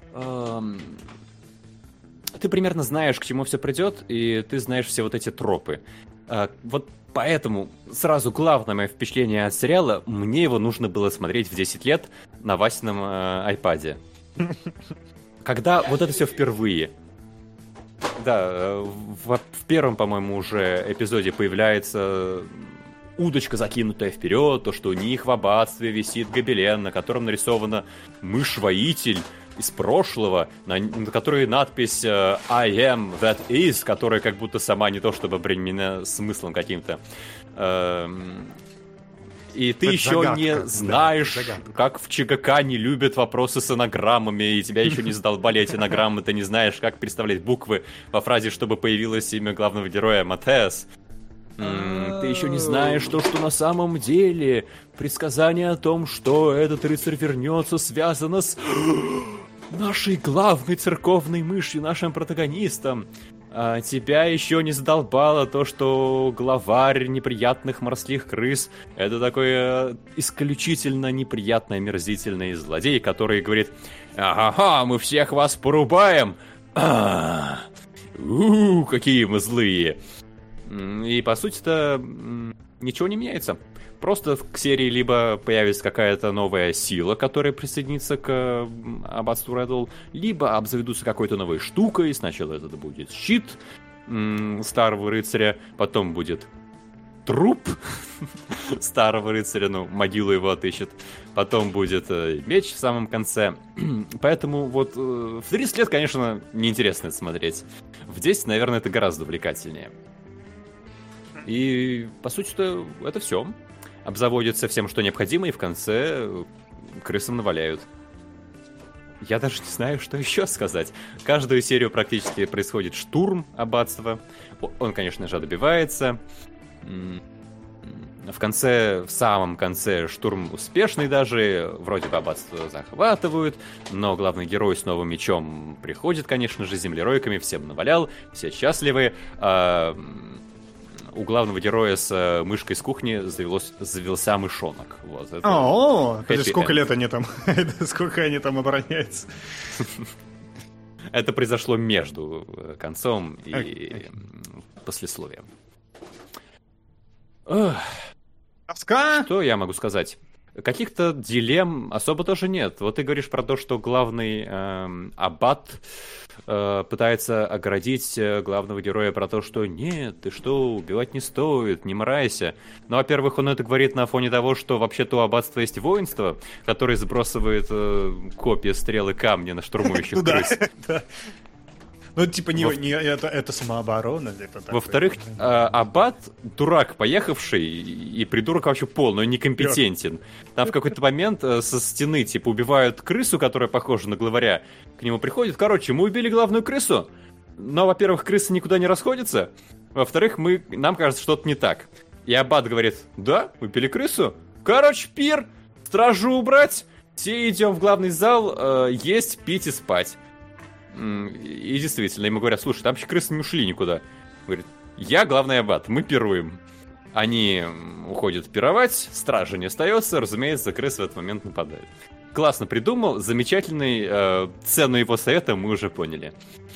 ты примерно знаешь, к чему все придет, и ты знаешь все вот эти тропы. Вот поэтому сразу главное мое впечатление от сериала, мне его нужно было смотреть в 10 лет на Васином айпаде. Когда вот это все впервые. Да, в первом, по-моему, уже эпизоде появляется удочка, закинутая вперед, то, что у них в аббатстве висит гобелен, на котором нарисована мышь-воитель из прошлого, на которой надпись I am that is, которая как будто сама не то чтобы обременена смыслом каким-то. И ты еще загадка, не знаешь, как в ЧГК не любят вопросы с анаграммами, и тебя еще не задолбали эти анаграммы, ты не знаешь, как представлять буквы во фразе, чтобы появилось имя главного героя Матеас. Ты еще не знаешь то, что на самом деле предсказание о том, что этот рыцарь вернется, связано с нашей главной церковной мышью, нашим протагонистом. А тебя еще не задолбало то, что главарь неприятных морских крыс — это такой исключительно неприятный, омерзительный злодей, который говорит: «Ага, мы всех вас порубаем! Какие мы злые!» И, по сути-то, ничего не меняется. Просто к серии либо появится какая-то новая сила, которая присоединится к аббатству Реддл, либо обзаведутся какой-то новой штукой. Сначала это будет щит старого рыцаря, потом будет труп старого рыцаря, ну, могилу его отыщет, потом будет меч в самом конце. Поэтому вот в 30 лет, конечно, неинтересно это смотреть. В 10, наверное, это гораздо увлекательнее. И, по сути-то, это все. Обзаводятся всем, что необходимо, и в конце крысам наваляют. Я даже не знаю, что еще сказать. Каждую серию практически происходит штурм аббатства. Он, конечно же, добивается. В самом конце штурм успешный даже. Вроде бы аббатство захватывают, но главный герой с новым мечом приходит, конечно же, с землеройками, всем навалял, все счастливы. У главного героя с мышкой с кухни завелся мышонок. Вот, это сколько лет они там? Сколько они там обороняются? Это произошло между концом и послесловием. Что я могу сказать? Каких-то дилемм особо тоже нет. Вот ты говоришь про то, что главный аббат пытается оградить главного героя про то, что нет, ты что, убивать не стоит, не морайся. Но, во-первых, он это говорит на фоне того, что вообще-то у аббатства есть воинство, которое сбрасывает копья, стрелы, камни на штурмующих крыс. Ну, типа, это самооборона. Во-вторых, аббат дурак поехавший, и придурок вообще полный, некомпетентен. Там в какой-то момент со стены, типа, убивают крысу, которая похожа на главаря. К нему приходит: короче, мы убили главную крысу, но, во-первых, крысы никуда не расходятся, во-вторых, нам кажется, что-то не так. И аббат говорит: да, убили крысу, короче, пир, стражу убрать, все идем в главный зал есть, пить и спать. И действительно, ему говорят: слушай, там вообще крысы не ушли никуда. Говорит: я главный аббат, мы пируем. Они уходят пировать, стража не остается, разумеется, крысы в этот момент нападают. Классно придумал, замечательный, цену его совета мы уже поняли.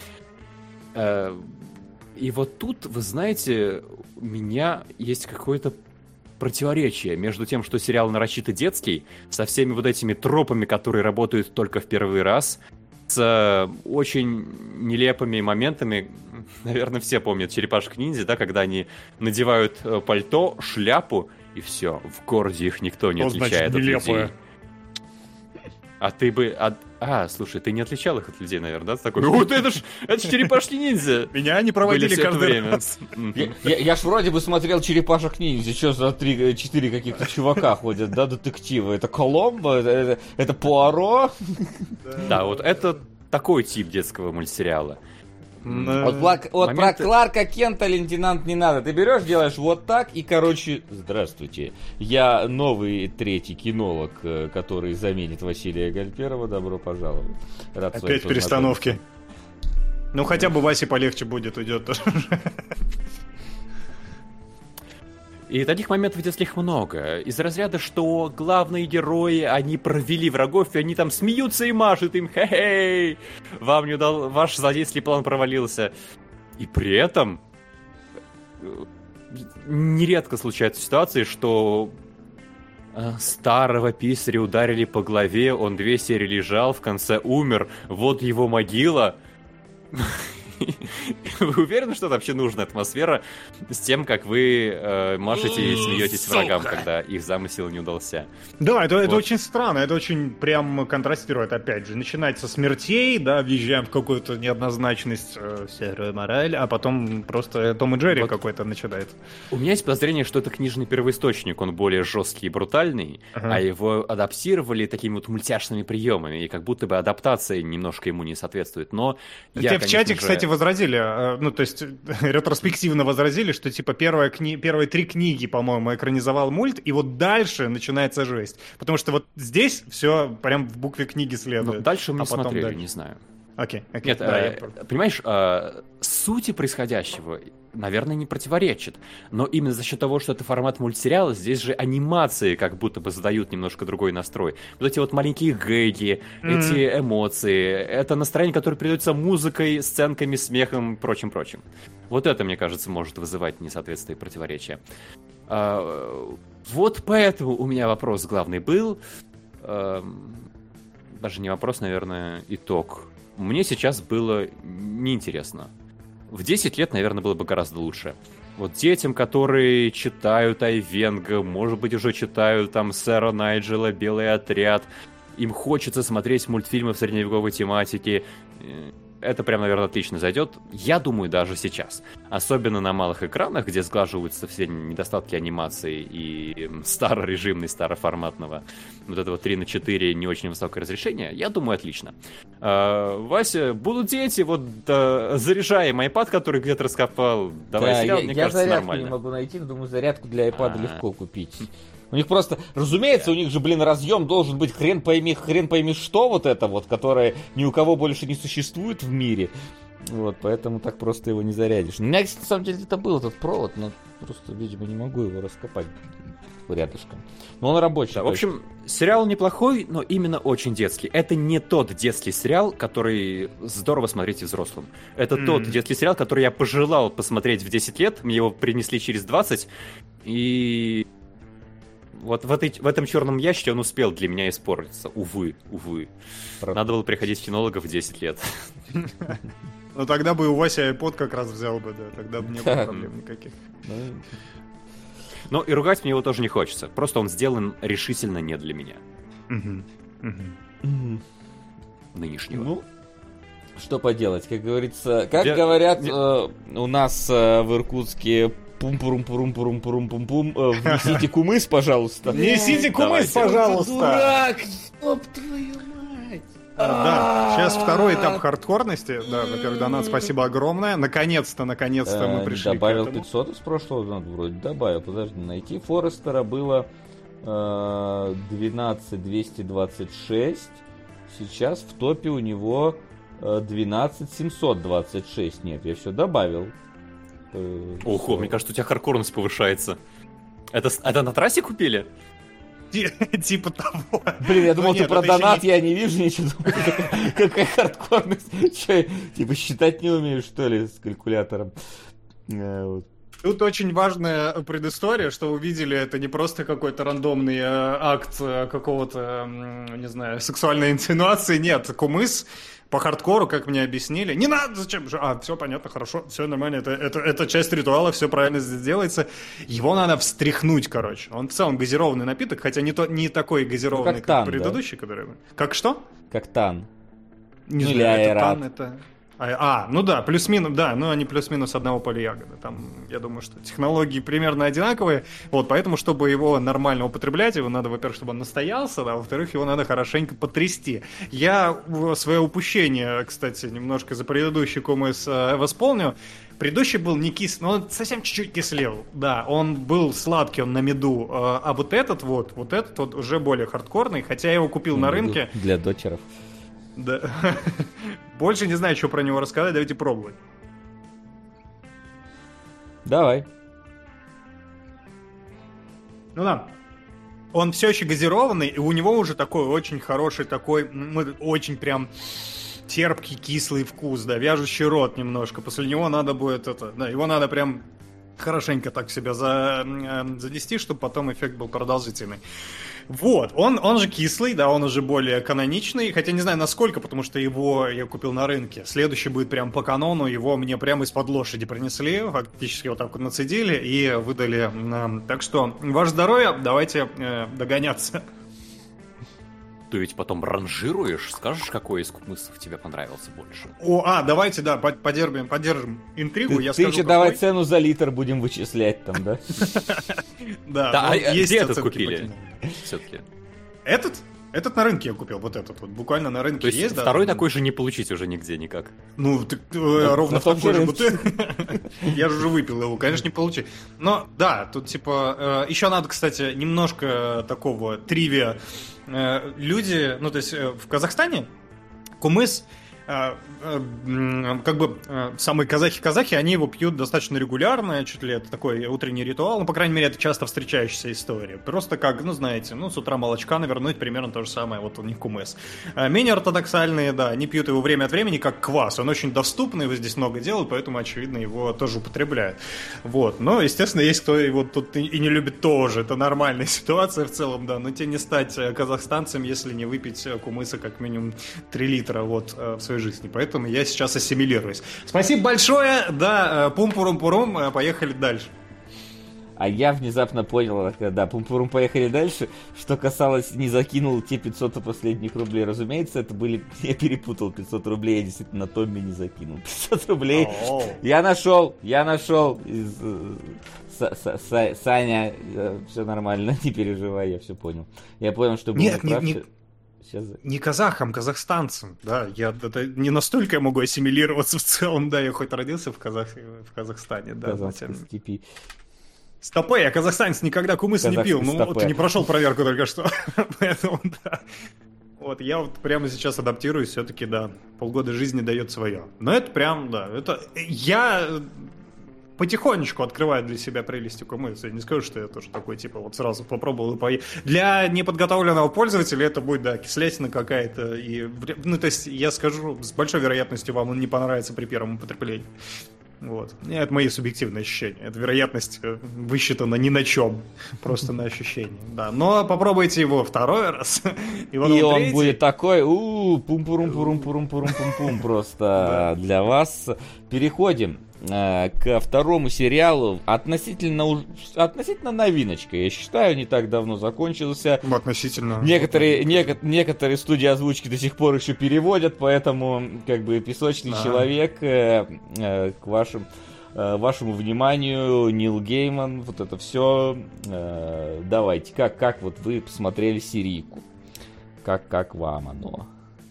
И вот тут, вы знаете, у меня есть какое-то противоречие между тем, что сериал нарочито детский, со всеми вот этими тропами, которые работают только в первый раз, с очень нелепыми моментами. Наверное, все помнят «Черепашек-ниндзя», да, когда они надевают пальто, шляпу, и все, в городе их никто не отличает от людей. А ты бы... слушай, ты не отличал их от людей, наверное, да? Ты такой: вот это ж «Черепашки-ниндзя». Меня они проводили каждый раз. Я ж вроде бы смотрел «Черепашек-ниндзя». Что за 3-4 каких-то чувака ходят, да, детективы? Это Коломбо? Это Пуаро? Да, вот это такой тип детского мультсериала. Вот про Кларка Кента, лейтенант, не надо. Ты берешь, делаешь вот так и, короче, здравствуйте. Я новый третий кинолог, который заменит Василия Гальперова. Добро пожаловать. Рад опять перестановки. Ну, хотя бы Васе полегче будет, уйдет тоже. И таких моментов здесь их много. Из разряда, что главные герои, они провели врагов, и они там смеются и машут им: хе-хей, вам не удалось, ваш злодейский план провалился. И при этом нередко случаются ситуации, что старого писаря ударили по голове, он 2 серии лежал, в конце умер, вот его могила. Вы уверены, что это вообще нужная атмосфера с тем, как вы машете и смеетесь врагам, когда их замысел не удался? Да, это очень странно, это очень прям контрастирует, опять же. Начинается со смертей, да, въезжаем в какую-то неоднозначность, серую мораль, а потом просто Том и Джерри какой-то начинает. У меня есть подозрение, что это книжный первоисточник, он более жесткий и брутальный, а его адаптировали такими вот мультяшными приемами, и как будто бы адаптация немножко ему не соответствует, но я, в чате, кстати, возразили, ну, то есть, ретроспективно возразили, что, типа, первые 3 книги, по-моему, экранизовал мульт, и вот дальше начинается жесть. Потому что вот здесь все прям в букве книги следует. Но дальше мы не смотрели, дальше. не знаю. Окей. Нет, понимаешь, сути происходящего, наверное, не противоречит. Но именно за счет того, что это формат мультсериала, здесь же анимации как будто бы задают немножко другой настрой. Вот эти вот маленькие гэги, эти эмоции, это настроение, которое передается музыкой, сценками, смехом, прочим-прочим. Вот это, мне кажется, может вызывать несоответствие и противоречия. Вот поэтому у меня вопрос главный был. Даже не вопрос, наверное, итог. Мне сейчас было неинтересно. В 10 лет, наверное, было бы гораздо лучше. Вот детям, которые читают Айвенго, может быть, уже читают там Сэра Найджела, Белый отряд, им хочется смотреть мультфильмы в средневековой тематике. Это прям, наверное, отлично зайдет. Я думаю, даже сейчас. Особенно на малых экранах, где сглаживаются все недостатки анимации и старорежимной, староформатного вот этого 3:4 не очень высокое разрешение. Я думаю, отлично. Вася, будут дети, вот заряжай iPad, который где-то раскопал. Давай сериал, мне кажется, нормально. Я зарядку не могу найти, но думаю, зарядку для iPad легко купить. У них просто, разумеется, у них же, разъем должен быть хрен пойми что вот это вот, которое ни у кого больше не существует в мире. Вот, поэтому так просто его не зарядишь. У меня, на самом деле, это был этот провод, но просто, видимо, не могу его раскопать рядышком. Но он рабочий. Да, в общем, сериал неплохой, но именно очень детский. Это не тот детский сериал, который здорово смотреть и взрослым. Это тот детский сериал, который я пожелал посмотреть в 10 лет. Мне его принесли через 20, и... Вот в этом черном ящике он успел для меня испортиться. Увы. Надо было приходить в кинологов в 10 лет. Ну тогда бы у Васи iPod как раз взял бы, да. Тогда бы не было проблем никаких. Ну и ругать мне его тоже не хочется. Просто он сделан решительно не для меня. Нынешнего. Ну, что поделать, как говорится. Как говорят у нас в Иркутске... Пум-пурум-пурум-пурум-пурум-пум-пум. Внесите кумыс, пожалуйста. Внесите кумыс, пожалуйста. Дурак, стоп, твою мать. Да, сейчас второй этап хардкорности. Да, во-первых, донат, спасибо огромное. Наконец-то мы пришли добавил к этому. 500 из прошлого года, вроде добавил. Подожди, найти Форестера было 12226. Сейчас в топе у него 12726. Нет, я все добавил. Ого, мне кажется, у тебя хардкорность повышается. Это на трассе купили? Типа того. Блин, я думал, ты про донат, я не вижу ничего. Какая хардкорность. Че, типа считать не умеешь, что ли, с калькулятором? Тут очень важная предыстория, что вы видели, это не просто какой-то рандомный акт какого-то, не знаю, сексуальной инсинуации. Нет, кумыс по хардкору, как мне объяснили. Не надо, зачем же? Все понятно, хорошо, все нормально, это часть ритуала, все правильно здесь делается. Его надо встряхнуть, короче. Он в целом газированный напиток, хотя не такой газированный, как тан, предыдущий, да? Который... Как что? Как тан. Не знаю, это тан, это... ну да, плюс-минус, да, но они плюс-минус одного поля ягоды. Там, я думаю, что технологии примерно одинаковые. Вот, поэтому, чтобы его нормально употреблять, его надо, во-первых, чтобы он настоялся, да, во-вторых, его надо хорошенько потрясти. Я свое упущение, кстати, немножко за предыдущий кумыс восполню. Предыдущий был не кислый, но он совсем чуть-чуть кислел. Да, он был сладкий, он на меду. А вот этот уже более хардкорный, хотя я его купил на рынке. Для дочеров. Да. Больше не знаю, что про него рассказать, давайте пробовать. Давай. Ну да. Он все еще газированный, и у него уже такой очень хороший, такой, очень прям терпкий, кислый вкус, да, вяжущий рот немножко. После него надо будет его надо прям хорошенько так себя занести, чтобы потом эффект был продолжительный. Вот, он же кислый, да, он уже более каноничный, хотя не знаю насколько, потому что его я купил на рынке. Следующий будет прям по канону, его мне прямо из-под лошади принесли, фактически вот так вот нацедили и выдали. Так что, ваше здоровье, давайте догоняться. Ты ведь потом ранжируешь, скажешь, какой из кумысов тебе понравился больше? Давайте, да, поддержим интригу. Ты еще давай цену за литр будем вычислять там, да? Да, где этот купили? Все-таки. Этот на рынке я купил, вот этот вот, буквально на рынке. То есть второй такой же не получить уже нигде никак? Ну, ровно в такой же бутылке. Я же уже выпил его, конечно, не получи. Но, да, тут типа... Еще надо, кстати, немножко такого тривия. Люди, ну, то есть в Казахстане кумыс... как бы самые казахи, они его пьют достаточно регулярно, чуть ли это такой утренний ритуал, ну, по крайней мере, это часто встречающаяся история. Просто как, ну, знаете, с утра молочка навернуть, примерно то же самое, вот у них кумыс. Менее ортодоксальные, да, они пьют его время от времени как квас, он очень доступный, его здесь много делают, поэтому, очевидно, его тоже употребляют. Вот, но, естественно, есть кто его тут и не любит тоже, это нормальная ситуация в целом, да, но тебе не стать казахстанцем, если не выпить кумыса как минимум 3 литра вот в своей жизни, поэтому я сейчас ассимилируюсь. Спасибо большое, да, пум-пурум-пурум, поехали дальше. А я внезапно понял, да, пум-пурум, поехали дальше, что касалось, не закинул те 500 последних рублей, разумеется, это были, я перепутал 500 рублей, я действительно Томми не закинул 500 рублей. Я нашел, Саня, все нормально, не переживай, я все понял. Я понял, что был неправ. Сейчас... Не казахам, казахстанцам, да, это не настолько я могу ассимилироваться в целом, да, я хоть родился в Казахстане, да. Казахской степи. Стопэ, я казахстанец, никогда кумыс не пил, ты не прошел проверку только что, поэтому, да. Вот, я вот прямо сейчас адаптируюсь, все-таки, да, полгода жизни дает свое. Но это прям, да, это... Я... потихонечку открываю для себя прелести кумыса. Я не скажу, что я тоже такой, типа, вот сразу попробовал и поел. Для неподготовленного пользователя это будет, да, кислятина какая-то. Ну, то есть, я скажу, с большой вероятностью вам он не понравится при первом употреблении. Вот. Это мои субъективные ощущения. Эта вероятность высчитана ни на чем. Просто на ощущение. Да. Но попробуйте его второй раз. И он будет такой, пум-пурум-пурум-пурум-пурум-пум-пум. Просто для вас. Переходим ко второму сериалу. Относительно новиночка. Я считаю, не так давно закончился. Относительно. Некоторые студии озвучки до сих пор еще переводят, поэтому как бы «Песочный человек» к вашему вниманию, Нил Гейман, вот это все. Давайте, как вот вы посмотрели серийку? Как вам оно?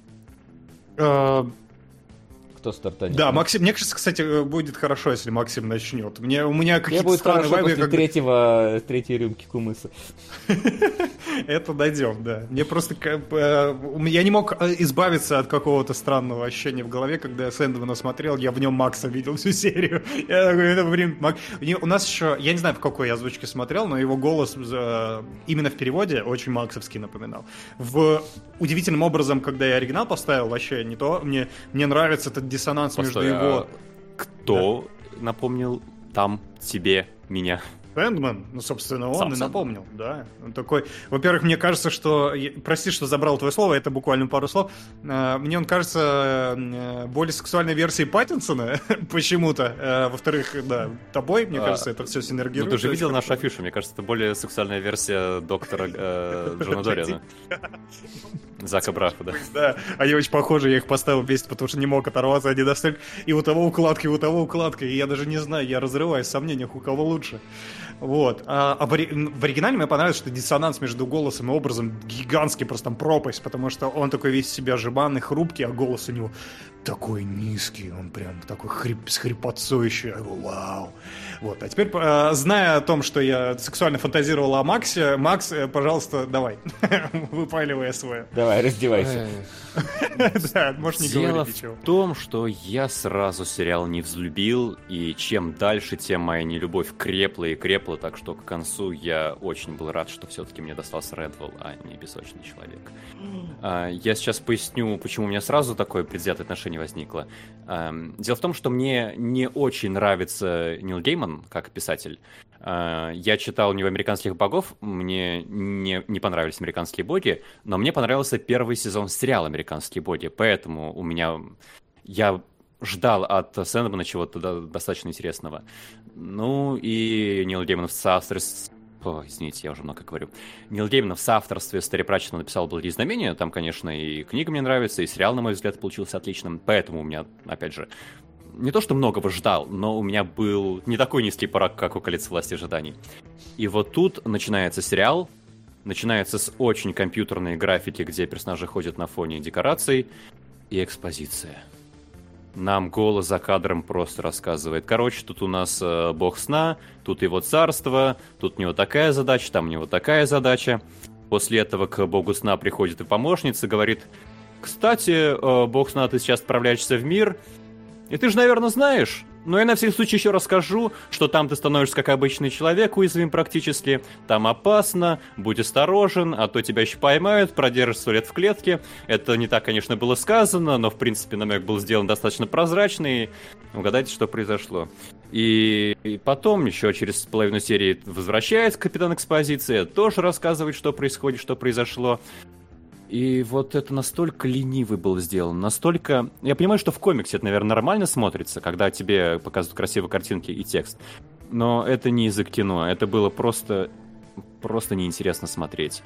Кто стартанет? Да, Максим, мне кажется, кстати, будет хорошо, если Максим начнет. У меня какие-то будет странные вайбы, после третьей рюмки кумыса. Это дойдем, да. Мне просто... Я не мог избавиться от какого-то странного ощущения в голове, когда я Сэндмана смотрел, я в нем Макса видел всю серию. Я такой, это время... У нас еще... Я не знаю, в какой я озвучке смотрел, но его голос именно в переводе очень максовский напоминал. Удивительным образом, когда я оригинал поставил, вообще не то. Мне нравится этот диссонанс между его... Кто напомнил там тебе меня? Сэндман, ну, собственно, он и напомнил, да. Он такой... Во-первых, мне кажется, что... Прости, что забрал твое слово, это буквально пару слов. Мне он кажется более сексуальной версией Паттинсона почему-то. Во-вторых, да, тобой, мне кажется, это все синергирует. Ну, ты же видел нашу афишу, мне кажется, это более сексуальная версия доктора Джона Дориана. Зака Брафа, да. Да, они очень похожи, я их поставил вместе, потому что не мог оторваться, они настолько... И у того укладка, и я даже не знаю, я разрываюсь в сомнениях, у кого лучше. Вот. В оригинале мне понравилось, что диссонанс между голосом и образом гигантский, просто там пропасть, потому что он такой весь себя жеманный, хрупкий, а голос у него такой низкий, он прям такой с хрипотцой еще. Я говорю, вау. Вот. А теперь, зная о том, что я сексуально фантазировал о Максе, Макс, пожалуйста, давай, выпаливай свое. Давай, раздевайся. Да, можешь не говорить ничего. Дело в том, что я сразу сериал не взлюбил, и чем дальше, тем моя нелюбовь крепла и крепла. окрепло, так что к концу я очень был рад, что все-таки мне достался Редвелл, а не Песочный человек. Я сейчас поясню, почему у меня сразу такое предвзятое отношение возникло. Дело в том, что мне не очень нравится Нил Гейман как писатель. Я читал у него «Американских богов», мне не понравились «Американские боги», но мне понравился первый сезон сериала «Американские боги», поэтому я ждал от Сэндмана чего-то достаточно интересного. Ну и Нил Гейман в соавторстве... Извините, я уже много говорю. Нил Гейман в соавторстве с Терри Пратчеттом написал «Благие знамения». Там, конечно, и книга мне нравится, и сериал, на мой взгляд, получился отличным. Поэтому у меня, опять же, не то что многого ждал, но у меня был не такой низкий порог, как у «Колец власти ожиданий». И вот тут начинается сериал, начинается с очень компьютерной графики, где персонажи ходят на фоне декораций, и экспозиция. Нам голос за кадром просто рассказывает. Короче, тут у нас бог сна, тут его царство, тут у него такая задача, там у него такая задача. После этого к богу сна приходит и помощница, говорит: кстати, бог сна, ты сейчас отправляешься в мир, и ты же, наверное, знаешь, но я на всякий случай еще расскажу, что там ты становишься как обычный человек, уязвим практически, там опасно, будь осторожен, а то тебя еще поймают, продержишь 100 лет в клетке. Это не так, конечно, было сказано, но, в принципе, намек был сделан достаточно прозрачный. Угадайте, что произошло. И потом, еще через половину серии, возвращается капитан экспозиции, тоже рассказывает, что происходит, что произошло. И вот это настолько ленивый был сделан, настолько... Я понимаю, что в комиксе это, наверное, нормально смотрится, когда тебе показывают красивые картинки и текст. Но это не язык кино, это было просто неинтересно смотреть.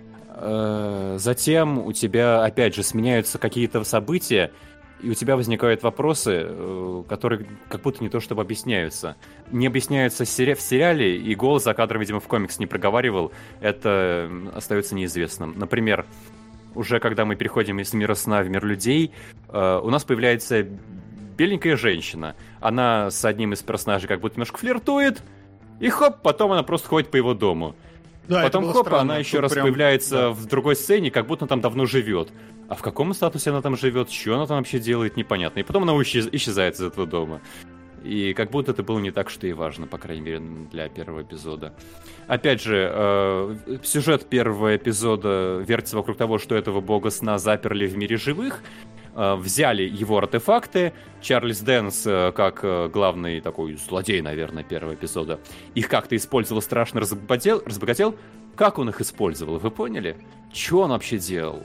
Затем у тебя, опять же, сменяются какие-то события, и у тебя возникают вопросы, которые как будто не то чтобы объясняются. Не объясняются в сериале, и голос за кадром, видимо, в комикс не проговаривал, это остается неизвестным. Например, уже когда мы переходим из мира сна в мир людей, у нас появляется беленькая женщина. Она с одним из персонажей как будто немножко флиртует, и хоп, потом она просто ходит по его дому. Да, потом хоп, странно. Она еще раз прям появляется в другой сцене, как будто там давно живет. А в каком статусе она там живет, что она там вообще делает, непонятно. И потом она исчезает из этого дома. И как будто это было не так, что и важно, по крайней мере, для первого эпизода. Опять же, сюжет первого эпизода вертится вокруг того, что этого бога сна заперли в мире живых, взяли его артефакты. Чарльз Дэнс, как главный такой злодей, наверное, первого эпизода, их как-то использовал, страшно разбогател. Как он их использовал, вы поняли? Что он вообще делал?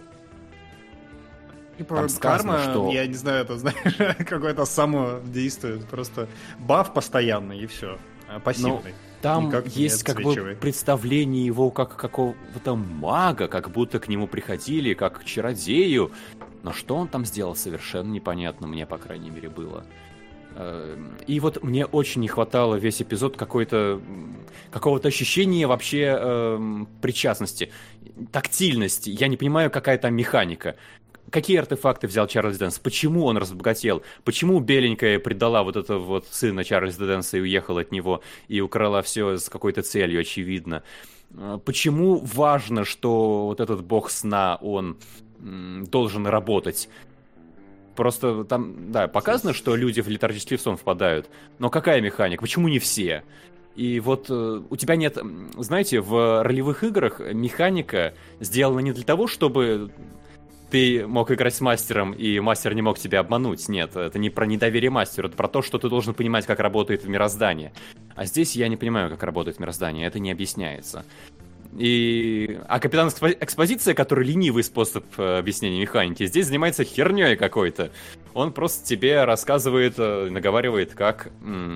Типа карма, что... я не знаю, это, знаешь, какое-то самодействие, просто баф постоянный и все, пассивный. Но там есть как бы представление его как какого-то мага, как будто к нему приходили, как к чародею. Но что он там сделал, совершенно непонятно, мне, по крайней мере, было. И вот мне очень не хватало весь эпизод какого-то ощущения вообще причастности, тактильности. Я не понимаю, какая там механика. Какие артефакты взял Чарльз Дэнс? Почему он разбогател? Почему беленькая предала вот этого вот сына Чарльза Дэнса и уехала от него, и украла все с какой-то целью, очевидно? Почему важно, что вот этот бог сна, он должен работать? Просто там, да, показано, что люди в летаргический сон впадают. Но какая механика? Почему не все? И вот у тебя нет... Знаете, в ролевых играх механика сделана не для того, чтобы... ты мог играть с мастером, и мастер не мог тебя обмануть. Нет, это не про недоверие мастеру, это про то, что ты должен понимать, как работает мироздание. А здесь я не понимаю, как работает мироздание, это не объясняется. А капитан экспозиция, который ленивый способ объяснения механики, здесь занимается херней какой-то. Он просто тебе рассказывает, наговаривает, как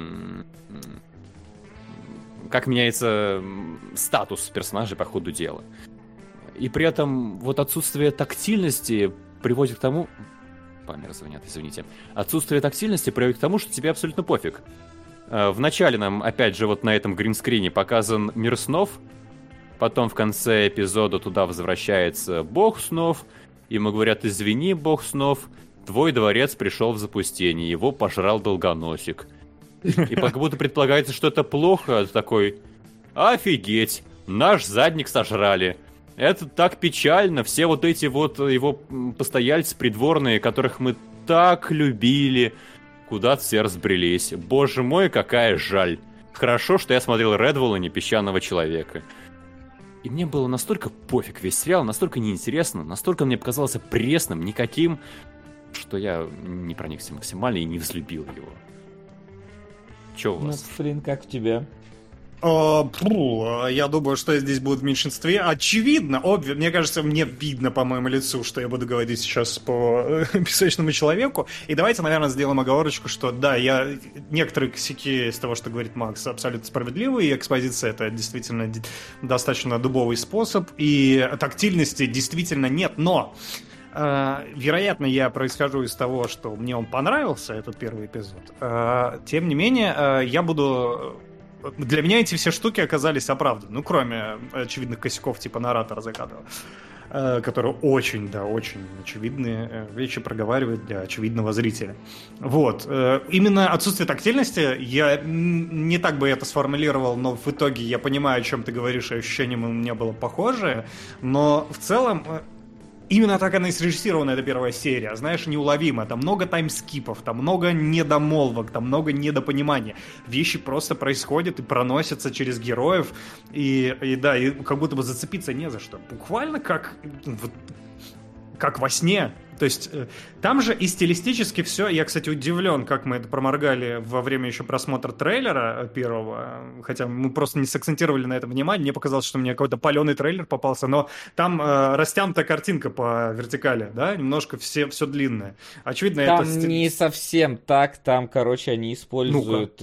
меняется статус персонажа по ходу дела. И при этом вот отсутствие тактильности приводит к тому... Памер звонят, извините. Отсутствие тактильности приводит к тому, что тебе абсолютно пофиг. Вначале нам, опять же, вот на этом гринскрине показан мир снов. Потом в конце эпизода туда возвращается бог снов. Ему говорят: извини, бог снов, твой дворец пришел в запустение, его пожрал долгоносик. И как будто предполагается, что это плохо. Такой: офигеть, наш задник сожрали. Это так печально. Все вот эти вот его постояльцы придворные, которых мы так любили, куда-то все разбрелись. Боже мой, какая жаль. Хорошо, что я смотрел Редволл, а не Песчаного человека. И мне было настолько пофиг весь сериал, настолько неинтересно, настолько он мне показался пресным, никаким, что я не проникся максимально и не взлюбил его. Чё у вас? Блин, как в тебя? Я думаю, что здесь будут в меньшинстве. Очевидно, мне кажется, мне видно по моему лицу, что я буду говорить сейчас по Песочному человеку. И давайте, наверное, сделаем оговорочку, что да, некоторые косяки из того, что говорит Макс, абсолютно справедливы, и экспозиция — это действительно достаточно дубовый способ, и тактильности действительно нет, но... Вероятно, я происхожу из того, что мне он понравился, этот первый эпизод. Тем не менее, я буду... Для меня эти все штуки оказались оправданы. Ну, кроме очевидных косяков типа наратора Закатова, которые очень очевидные вещи проговаривают для очевидного зрителя. Вот. Именно отсутствие тактильности, я не так бы это сформулировал, но в итоге я понимаю, о чем ты говоришь, и ощущение у меня было похожее. Но в целом... Именно так она и срежиссирована, эта первая серия, знаешь, неуловимо. Там много таймскипов, там много недомолвок, там много недопонимания. Вещи просто происходят и проносятся через героев, и как будто бы зацепиться не за что. Буквально как во сне. То есть там же и стилистически все. Я, кстати, удивлен, как мы это проморгали во время еще просмотра трейлера первого. Хотя мы просто не сакцентировали на этом внимание. Мне показалось, что мне какой-то паленый трейлер попался. Но там растянутая картинка по вертикали, да? Немножко все длинное. Очевидно, там это... не совсем так. Там, короче, они используют...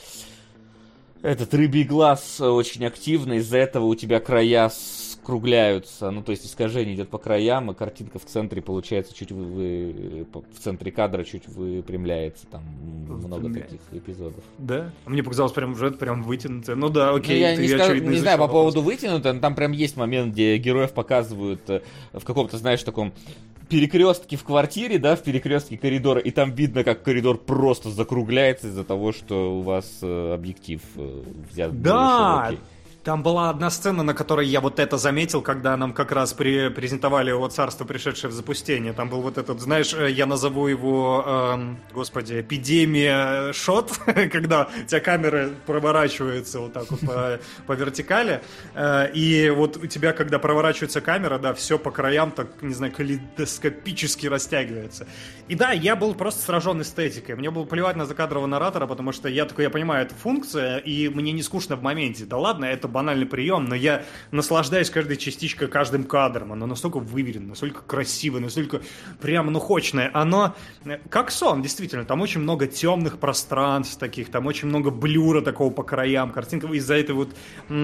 этот рыбий глаз очень активно. Из-за этого у тебя края скругляются, ну то есть искажение идет по краям, и картинка в центре получается чуть в центре кадра чуть выпрямляется, там много таких эпизодов. Да? Мне показалось прям вытянутое. Ну да, окей. Я не знаю по поводу вытянутого, но там прям есть момент, где героев показывают в каком-то, знаешь, таком перекрестке в квартире, да, в перекрестке коридора, и там видно, как коридор просто закругляется из-за того, что у вас объектив взят более широкий. Там была одна сцена, на которой я вот это заметил, когда нам как раз презентовали его «Царство, пришедшее в запустение». Там был вот этот, знаешь, я назову его, эпидемия шот, когда у тебя камеры проворачиваются вот так вот по вертикали, и вот у тебя, когда проворачивается камера, да, все по краям так, не знаю, калейдоскопически растягивается. И да, я был просто сражен эстетикой. Мне было плевать на закадрового наратора, потому что я понимаю, это функция, и мне не скучно в моменте. Да ладно, это банальный прием, но я наслаждаюсь каждой частичкой, каждым кадром. Оно настолько выверено, настолько красиво, настолько прям, хочное. Оно как сон, действительно. Там очень много темных пространств таких, там очень много блюра такого по краям. Картинка из-за этой вот...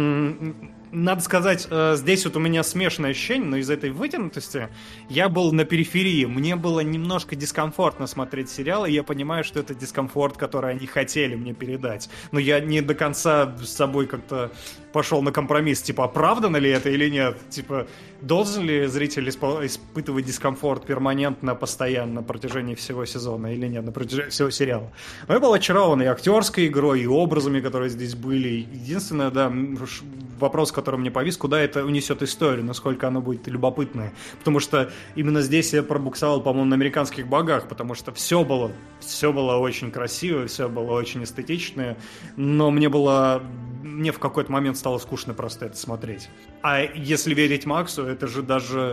Надо сказать, здесь вот у меня смешанное ощущение, но из-за этой вытянутости я был на периферии. Мне было немножко дискомфортно смотреть сериал, и я понимаю, что это дискомфорт, который они хотели мне передать. Но я не до конца с собой как-то пошел на компромисс. Типа, оправдано ли это или нет? Типа, должен ли зритель испытывать дискомфорт перманентно, постоянно на протяжении всего сезона или нет, на протяжении всего сериала? Но я был очарован и актерской игрой, и образами, которые здесь были. Единственное, да, вопрос, который мне повис, куда это унесет историю, насколько она будет любопытная. Потому что именно здесь я пробуксовал, по-моему, на «Американских богах», потому что все было очень красиво, все было очень эстетичное, но мне в какой-то момент стало скучно просто это смотреть. А если верить Максу, это же даже...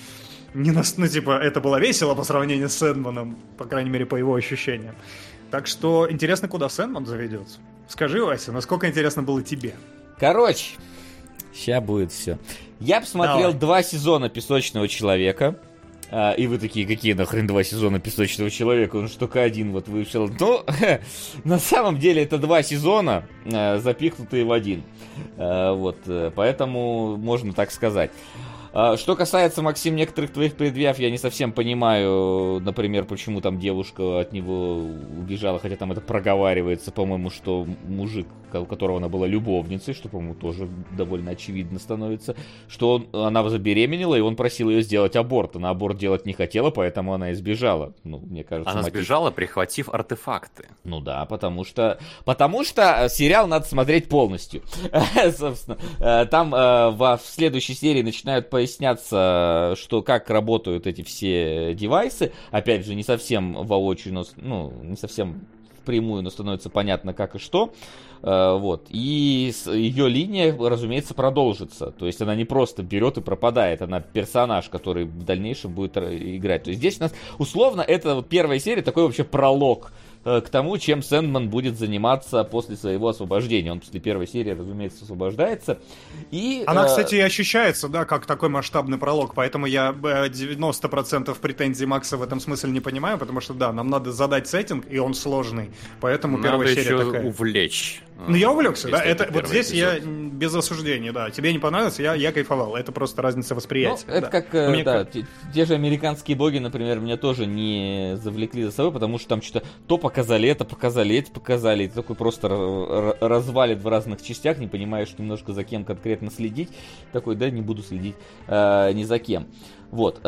это было весело по сравнению с Сэндманом, по крайней мере, по его ощущениям. Так что интересно, куда Сэндман заведется. Скажи, Вася, насколько интересно было тебе? Короче, сейчас будет все. Я посмотрел 2 сезона «Песочного человека». И вы такие, какие нахрен 2 сезона «Песочного человека»? Он же только один вот вышел. Ну, на самом деле это 2 сезона, запихнутые в один. Вот, поэтому можно так сказать. Что касается, Максим, некоторых твоих предъяв, я не совсем понимаю, например, почему там девушка от него убежала, хотя там это проговаривается, по-моему, что мужик, у которого она была любовницей, что, по-моему, тоже довольно очевидно становится, что она забеременела, и он просил ее сделать аборт. Она аборт делать не хотела, поэтому она и сбежала. Ну, мне кажется, она сбежала, прихватив артефакты. Ну да, потому что сериал надо смотреть полностью. Собственно, там в следующей серии начинают поясняться, как работают эти все девайсы. Опять же, не совсем воочию, не совсем впрямую, но становится понятно, как и что. Вот. И ее линия, разумеется, продолжится. То есть она не просто берет и пропадает, она персонаж, который в дальнейшем будет играть. То есть здесь у нас, условно, это вот первая серия, такой вообще пролог к тому, чем Сэндман будет заниматься после своего освобождения. Он после первой серии, разумеется, освобождается. И, она, кстати, и ощущается, да, как такой масштабный пролог, поэтому я 90% претензий Макса в этом смысле не понимаю, потому что, да, нам надо задать сеттинг, и он сложный, поэтому первая серия еще такая. Увлечь. Ну, я увлекся, да, это вот здесь эпизод. я без осуждения, да. Тебе не понравилось, я кайфовал, это просто разница восприятия. Ну, это да. как, да, те же американские боги, например, меня тоже не завлекли за собой, потому что там что-то то показали, это показали, и ты такой просто развалит в разных частях, не понимаешь немножко за кем конкретно следить, такой, да, не буду следить ни за кем. Вот,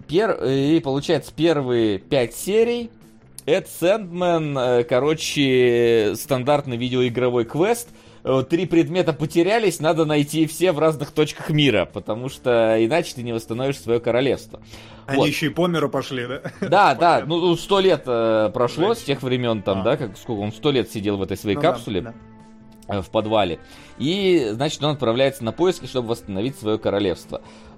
и получается первые 5 серий, Эд Сэндман, короче, стандартный видеоигровой квест. 3 предмета потерялись, надо найти все в разных точках мира, потому что иначе ты не восстановишь свое королевство. Они вот. еще и по миру пошли, да? Да, да, ну 100 лет прошло с тех времен, там, да, как сколько он 100 лет сидел в этой своей капсуле. Да. В подвале. И, значит, он отправляется на поиски, чтобы восстановить свое королевство.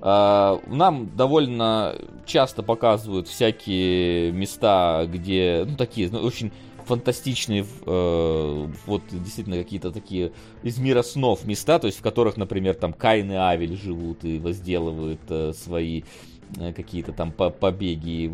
Нам довольно часто показывают всякие места, где, ну, такие, ну, очень фантастичные, вот, действительно, какие-то такие из мира снов места, то есть в которых, например, там Каин и Авель живут и возделывают свои какие-то там побеги,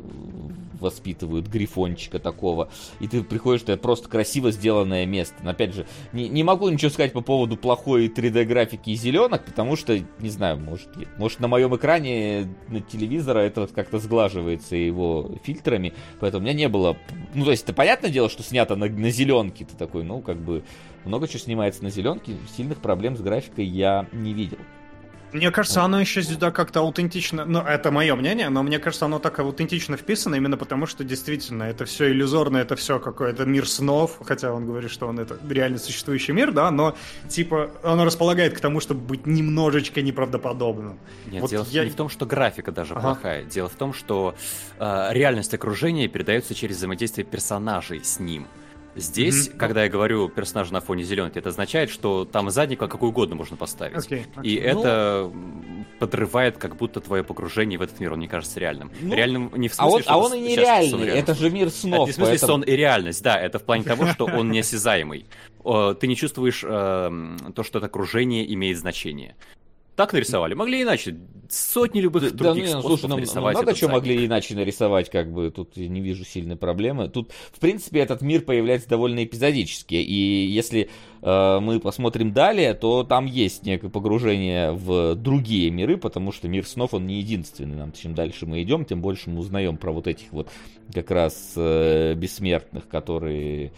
воспитывают грифончика такого, и ты приходишь, это просто красиво сделанное место. Но, опять же, не могу ничего сказать по поводу плохой 3D-графики и зеленок, потому что, не знаю, может на моем экране на телевизора это вот как-то сглаживается его фильтрами, поэтому у меня не было... Ну, то есть, это понятное дело, что снято на зеленке, ты такой, ну, как бы, много чего снимается на зеленке, сильных проблем с графикой я не видел. Мне кажется, оно еще сюда как-то аутентично, ну, это мое мнение, но мне кажется, оно так аутентично вписано именно потому, что действительно это все иллюзорно, это все какой-то мир снов, хотя он говорит, что он это реально существующий мир, да, но типа оно располагает к тому, чтобы быть немножечко неправдоподобным. Нет, вот дело не в том, что графика даже плохая, дело в том, что реальность окружения передается через взаимодействие персонажей с ним. Здесь, когда я говорю персонаж на фоне зеленки, это означает, что там задника какой угодно можно поставить. И это подрывает как будто твое погружение в этот мир, он не кажется реальным. Реальным не в смысле, что он и нереальный, это же мир снов. Это не в смысле сон и реальность, да, это в плане того, что он неосязаемый. Ты не чувствуешь то, что это окружение имеет значение. Так нарисовали. Могли иначе. Сотни любых других способов нарисовать. Много чего могли иначе нарисовать, как бы, тут я не вижу сильной проблемы. Тут, в принципе, этот мир появляется довольно эпизодически, и если мы посмотрим далее, то там есть некое погружение в другие миры, потому что мир снов, он не единственный. Нам, чем дальше мы идем, тем больше мы узнаем про вот этих вот как раз бессмертных, которые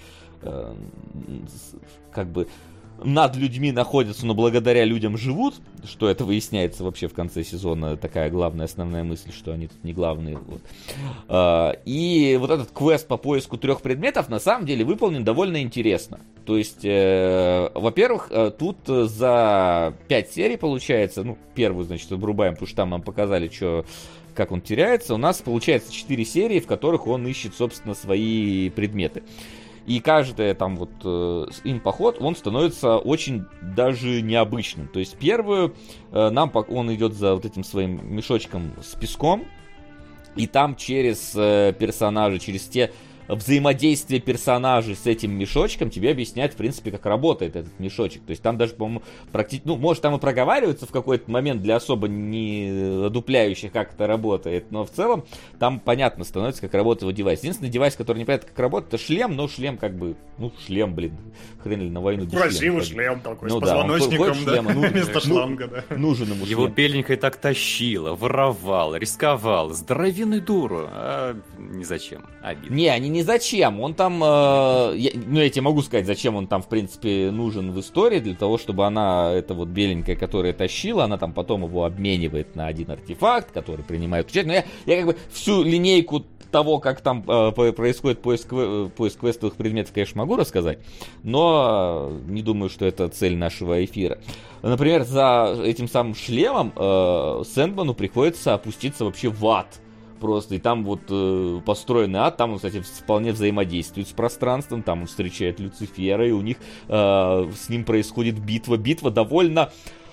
как бы над людьми находятся, но благодаря людям живут, что это выясняется вообще в конце сезона, такая главная основная мысль, что они тут не главные. Вот. И вот этот квест по поиску 3 предметов на самом деле выполнен довольно интересно. То есть, во-первых, тут за 5 серий получается, ну, первую, значит, обрубаем, потому что там нам показали, как он теряется. У нас получается 4 серии, в которых он ищет, собственно, свои предметы. И каждый там вот им поход, он становится очень даже необычным. То есть первую он идет за вот этим своим мешочком с песком, и там через персонажей, через те взаимодействие персонажей с этим мешочком тебе объясняют, в принципе, как работает этот мешочек. То есть там даже, по-моему, практически, ну, может, там и проговаривается в какой-то момент для особо не одупляющих, как это работает, но в целом там понятно становится, как работает его девайс. Единственный девайс, который непонятно, как работает, это шлем, но шлем как бы, ну, шлем, блин, хрен ли на войну. Красивый шлем такой, ну, с позвоночником, да, вместо шланга, да. Нужен ему его беленькой так тащило, воровал, рисковал, здоровенный дуру, а не зачем, обидно. Не, они не зачем, он там, я тебе могу сказать, зачем он там, в принципе, нужен в истории, для того, чтобы она, эта вот беленькая, которая тащила, она там потом его обменивает на один артефакт, который принимает участие, но я как бы всю линейку того, как там происходит поиск квестовых предметов, конечно, могу рассказать, но не думаю, что это цель нашего эфира. Например, за этим самым шлемом Сэндману приходится опуститься вообще в ад, просто, и там вот построенный ад, там он, кстати, вполне взаимодействует с пространством, там он встречает Люцифера, и у них с ним происходит битва довольно...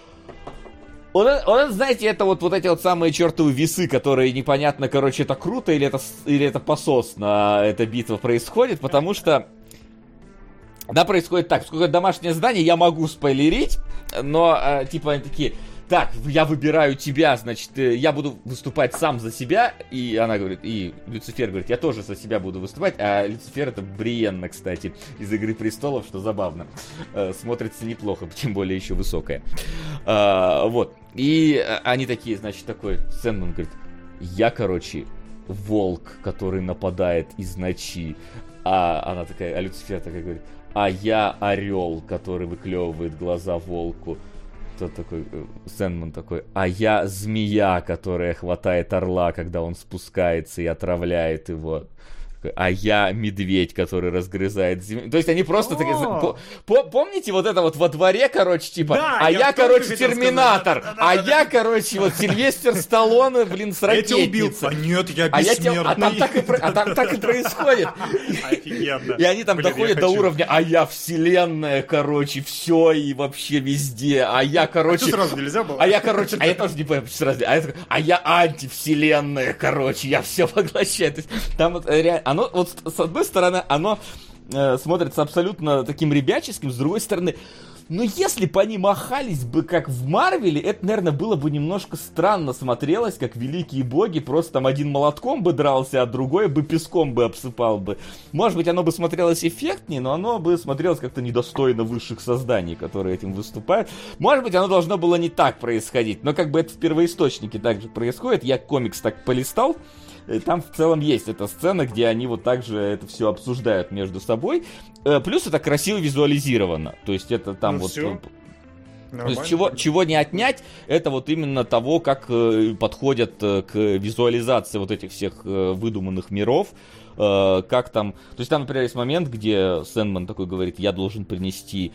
Вот, знаете, это вот эти вот самые чертовы весы, которые непонятно, короче, это круто или это пососно, эта битва происходит, потому что она происходит так, поскольку это домашнее задание, я могу спойлерить, но, типа, они такие... Так, я выбираю тебя, значит, я буду выступать сам за себя, и она говорит, и Люцифер говорит, я тоже за себя буду выступать, а Люцифер это Бриенна, кстати, из «Игры престолов», что забавно, смотрится неплохо, тем более еще высокая, вот, и они такие, значит, такой, Сэндман говорит, я, короче, волк, который нападает из ночи, а она такая, а Люцифер такая говорит, а я орел, который выклевывает глаза волку. Тот такой, Сэндман такой, а я змея, которая хватает орла, когда он спускается и отравляет его. А я медведь, который разгрызает землю. То есть они просто такие... Помните вот это вот во дворе, короче, типа... Да, а я короче, Терминатор. А я, короче, вот Сильвестр Сталлоне, блин, с ракетницей. Я тебя убил. А нет, я бессмертный. А там так и происходит. Офигенно. И они там доходят до уровня, а я вселенная, короче, все и вообще везде. А я, короче... А что сразу нельзя было? А я, короче... А я тоже не понимаю, почему сразу... А я антивселенная, короче, я все поглощаю. То есть там вот реально... Оно, вот с одной стороны, оно смотрится абсолютно таким ребяческим, с другой стороны, ну если бы они махались бы как в Марвеле, это, наверное, было бы немножко странно смотрелось, как великие боги, просто там один молотком бы дрался, а другой бы песком бы обсыпал бы. Может быть, оно бы смотрелось эффектнее, но оно бы смотрелось как-то недостойно высших созданий, которые этим выступают. Может быть, оно должно было не так происходить, но как бы это в первоисточнике также происходит. Я комикс так полистал. Там в целом есть эта сцена, где они вот так же это все обсуждают между собой. Плюс это красиво визуализировано. То есть это там ну вот... Все. То есть чего не отнять, это вот именно того, как подходят к визуализации вот этих всех выдуманных миров. Как там... То есть там, например, есть момент, где Сэндман такой говорит, я должен принести...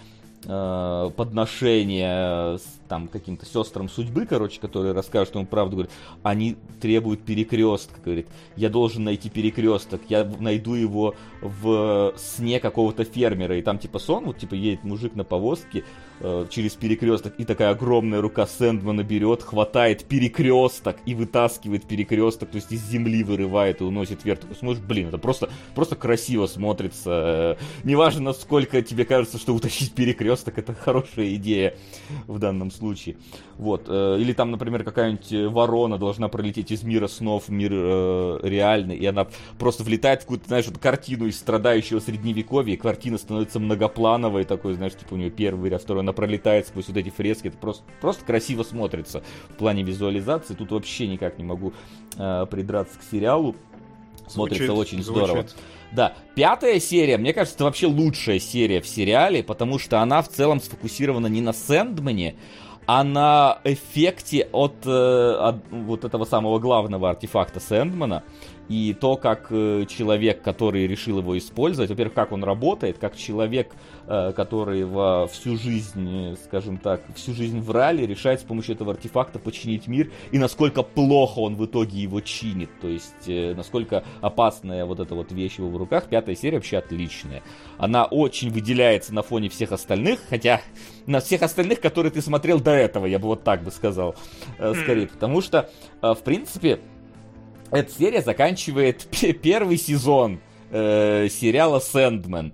подношение там каким-то сестрам судьбы, короче, которые расскажут ему правду, говорит, они требуют перекрестка, говорит, я должен найти перекресток, я найду его в сне какого-то фермера, и там типа сон, вот типа едет мужик на повозке через перекресток, и такая огромная рука Сэндмана берет, хватает перекресток и вытаскивает перекресток, то есть из земли вырывает и уносит вверх. Такой смотришь, блин, это просто красиво смотрится. Неважно, насколько тебе кажется, что утащить перекресток это хорошая идея в данном случае. Вот. Или там, например, какая-нибудь ворона должна пролететь из мира снов в мир реальный, и она просто влетает в какую-то, знаешь, вот картину из страдающего средневековья, и картина становится многоплановой, такой, знаешь, типа у нее первый ряд, второй, она пролетает сквозь вот эти фрески, это просто красиво смотрится в плане визуализации. Тут вообще никак не могу придраться к сериалу. Смотрится очень здорово. Да, 5-я серия, мне кажется, это вообще лучшая серия в сериале, потому что она в целом сфокусирована не на Сэндмане, а на эффекте от вот этого самого главного артефакта Сэндмана. И то, как человек, который решил его использовать, во-первых, как он работает, как человек, который всю жизнь, скажем так, всю жизнь в ралли решает с помощью этого артефакта починить мир, и насколько плохо он в итоге его чинит, то есть насколько опасная вот эта вот вещь его в руках. 5-я серия вообще отличная. Она очень выделяется на фоне всех остальных, хотя на всех остальных, которые ты смотрел до этого, я бы вот так бы сказал, скорее, потому что, в принципе, эта серия заканчивает первый сезон сериала «Сэндман».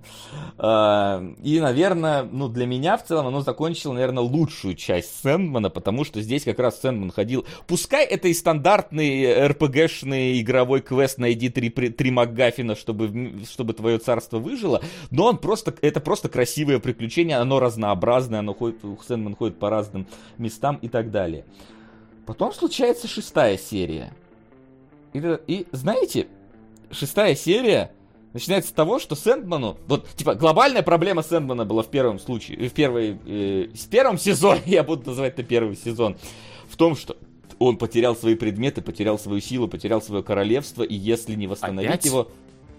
И, наверное, ну, для меня в целом оно закончило, наверное, лучшую часть «Сэндмана», потому что здесь как раз Сэндман ходил... Пускай это и стандартный РПГшный игровой квест «Найди 3 МакГаффина, чтобы твое царство выжило», но это просто красивое приключение, оно разнообразное, Сэндман ходит по разным местам и так далее. Потом случается 6-я серия. И знаете, 6-я серия начинается с того, что Сэндману... Вот, типа, глобальная проблема Сэндмана была в первом случае... В первом сезоне, я буду называть это первый сезон, в том, что он потерял свои предметы, потерял свою силу, потерял свое королевство, и если не восстановить его...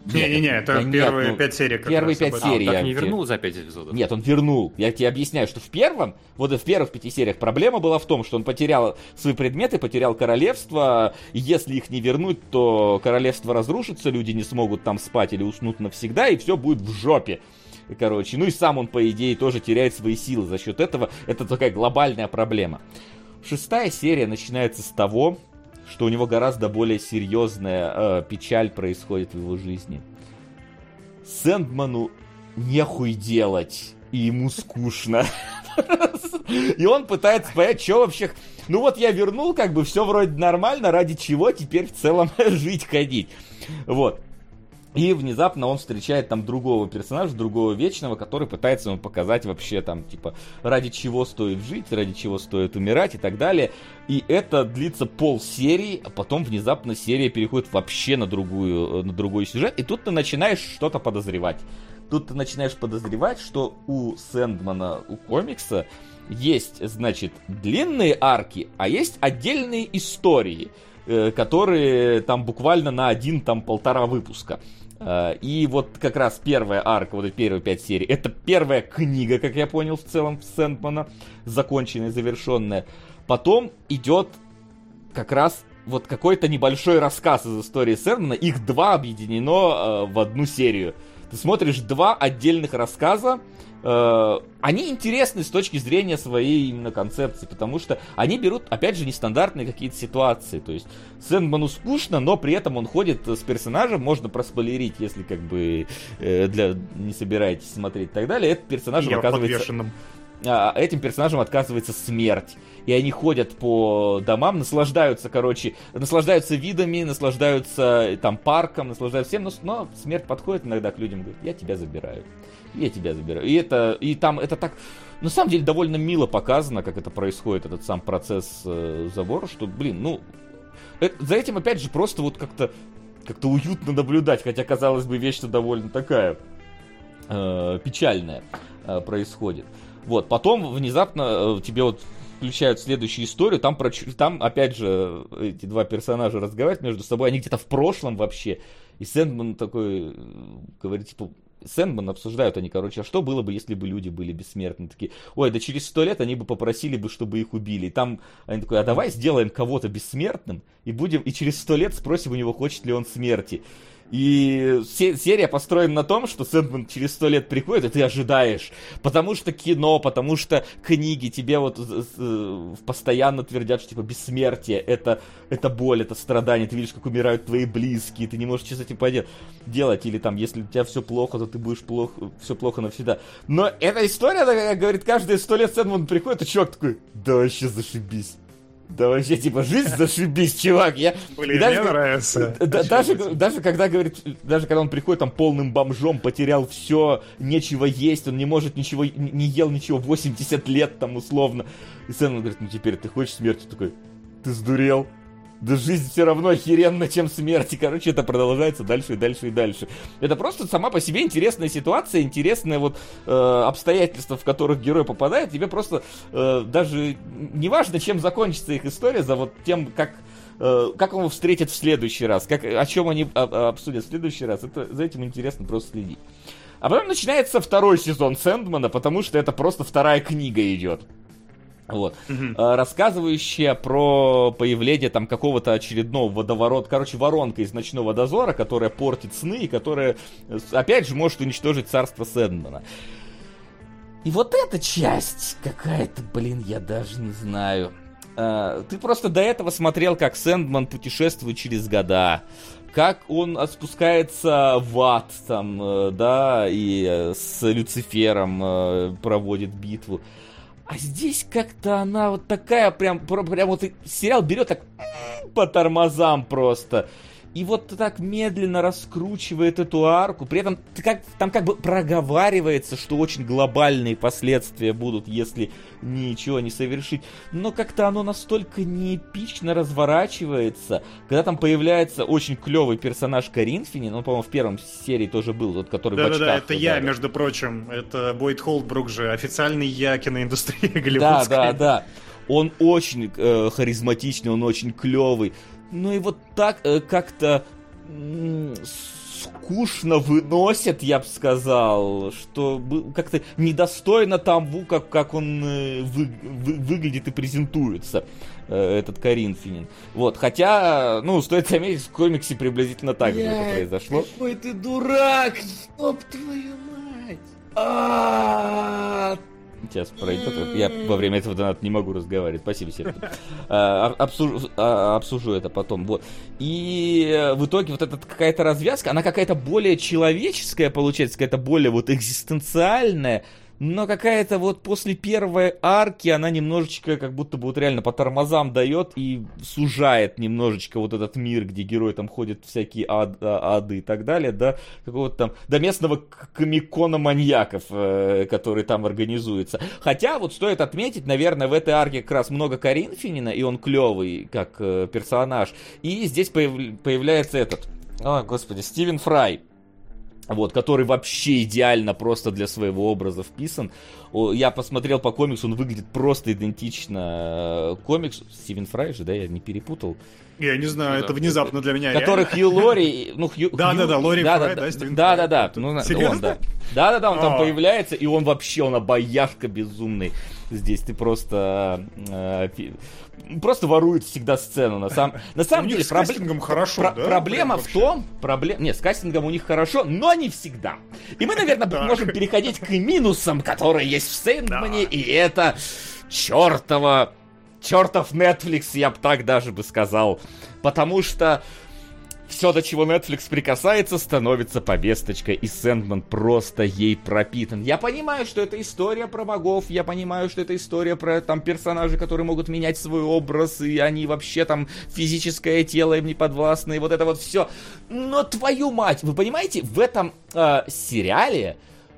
Не-не-не, это первые 5 серий. Первые 5 серий. Он так не вернул за 5 эпизодов? Нет, он вернул. Я тебе объясняю, что в первых 5 сериях проблема была в том, что он потерял свои предметы, потерял королевство. И если их не вернуть, то королевство разрушится, люди не смогут там спать или уснут навсегда, и все будет в жопе. Короче, ну и сам он, по идее, тоже теряет свои силы за счет этого. Это такая глобальная проблема. 6-я серия начинается с того, что у него гораздо более серьезная печаль происходит в его жизни. Сэндману нехуй делать, и ему скучно. И он пытается понять, что вообще... Ну вот я вернул, как бы все вроде нормально, ради чего теперь в целом жить, ходить. Вот. И внезапно он встречает там другого персонажа, другого Вечного, который пытается ему показать вообще там, типа, ради чего стоит жить, ради чего стоит умирать и так далее. И это длится полсерии, а потом внезапно серия переходит вообще на другой сюжет. И тут ты начинаешь что-то подозревать. Тут ты начинаешь подозревать, что у Сэндмана, у комикса, есть, значит, длинные арки, а есть отдельные истории, которые там буквально на 1-1,5 выпуска. И вот как раз первая арка, вот эти первые 5 серий, это первая книга, как я понял, в целом Сэндмана, законченная, завершенная. Потом идет как раз вот какой-то небольшой рассказ из истории Сэндмана, их 2 объединено в одну серию. Ты смотришь 2 отдельных рассказа, они интересны с точки зрения своей именно концепции, потому что они берут, опять же, нестандартные какие-то ситуации. То есть Сэндману скучно, но при этом он ходит с персонажем, можно проспойлерить, если как бы не собираетесь смотреть и так далее. Этим персонажем оказывается смерть. И они ходят по домам, наслаждаются видами, наслаждаются там парком, наслаждаются всем, но смерть подходит иногда к людям и говорит: я тебя забираю. Я тебя забираю. И там это так, на самом деле, довольно мило показано, как это происходит, этот сам процесс забора, что, за этим, опять же, просто вот как-то уютно наблюдать, хотя, казалось бы, вещь-то довольно такая печальная происходит. Вот, потом внезапно тебе вот включают следующую историю, там опять же эти 2 персонажа разговаривают между собой, они где-то в прошлом вообще, и Сэндман такой говорит, типа, Сэндман обсуждают они, а что было бы, если бы люди были бессмертны? Такие, ой, да через 100 лет они бы попросили бы, чтобы их убили. И там они такой, а давай сделаем кого-то бессмертным, и через 100 лет спросим у него, хочет ли он смерти. И серия построена на том, что Сэндман через 100 лет приходит, и ты ожидаешь. Потому что кино, потому что книги тебе вот постоянно твердят, что типа бессмертие это боль, это страдание. Ты видишь, как умирают твои близкие, ты не можешь ничего с этим делать. Или там, если у тебя все плохо, то ты будешь все плохо навсегда. Но эта история, она говорит, каждые 100 лет Сэндман приходит, и чувак такой, да вообще зашибись. Да вообще, типа, жизнь зашибись, чувак. Мне нравится. Даже когда он приходит там полным бомжом, потерял все, нечего есть, он не может ничего, не ел ничего 80 лет там условно. И Сэндман говорит, ну теперь ты хочешь смерти? Такой, ты сдурел? Да жизнь все равно охеренно, чем смерть. И, короче, это продолжается дальше и дальше и дальше. Это просто сама по себе интересная ситуация, интересные вот обстоятельства, в которых герой попадает. Тебе просто даже не важно, чем закончится их история, за вот тем, как он его встретит в следующий раз, о чем они обсудят в следующий раз. За этим интересно просто следить. А потом начинается 2-й сезон Сэндмана, потому что это просто 2-я книга идет. Вот. Рассказывающая про появление там какого-то очередного водоворота, воронка из ночного дозора, которая портит сны и которая, опять же, может уничтожить царство Сэндмана. И вот эта часть какая-то, я даже не знаю. Ты просто до этого смотрел, как Сэндман путешествует через года, как он спускается в ад там, да, и с Люцифером проводит битву. А здесь как-то она вот такая, прям вот сериал берет так по тормозам просто. И вот так медленно раскручивает эту арку. При этом там как бы проговаривается, что очень глобальные последствия будут, если ничего не совершить. Но как-то оно настолько неэпично разворачивается. Когда там появляется очень клевый персонаж Коринфянин, он, по-моему, в первом серии тоже был, тот, который в очках. Да-да-да, это я, между прочим. Это Бойд Холдбрук же, официальный я киноиндустрии голливудской. Да. Он очень харизматичный, он очень клевый. Ну и вот так как-то скучно выносят, я бы сказал, что как-то недостойно тому, как он выглядит и презентуется, этот Коринфянин. Вот, хотя, ну, стоит заметить, в комиксе приблизительно так же это произошло. Какой ты дурак, ёб твою мать! Сейчас пройдет. Я во время этого доната не могу разговаривать. Спасибо, Сергей. Обсужу это потом. Вот. И в итоге вот эта какая-то развязка, она какая-то более человеческая получается, какая-то более вот экзистенциальная, но какая-то вот после первой арки она немножечко как будто бы вот реально по тормозам дает и сужает немножечко вот этот мир, где герои там ходят всякие ады и так далее, да, какого-то там, до местного комикона маньяков, который там организуется. Хотя вот стоит отметить, наверное, в этой арке как раз много Коринфянина, и он клевый как персонаж. И здесь появляется этот, о, господи, Стивен Фрай. Вот, который вообще идеально просто для своего образа вписан. Я посмотрел по комиксу, он выглядит просто идентично комиксу. Стивен Фрай же, да, я не перепутал. Я не знаю, это внезапно для меня. Который Хью Лори, ну Хью... Да-да-да, Лори Фрай, да, Стивен Фрай. Да-да-да, Серьезно? Да-да-да, он там появляется, и он вообще, он обаяшка безумный. Здесь ты просто ворует всегда сцену. На самом деле, с кастингом хорошо, да? Проблема в том... Нет, с кастингом у них хорошо, но не всегда. И мы, наверное, можем переходить к минусам, которые есть в Сэндмане, и это чертов Netflix, я бы так даже бы сказал. Потому что все, до чего Netflix прикасается, становится повесточкой, и Сэндман просто ей пропитан. Я понимаю, что это история про богов, я понимаю, что это история про там персонажей, которые могут менять свой образ, и они вообще там физическое тело им не подвластны, и вот это вот все. Но твою мать, вы понимаете, в этом сериале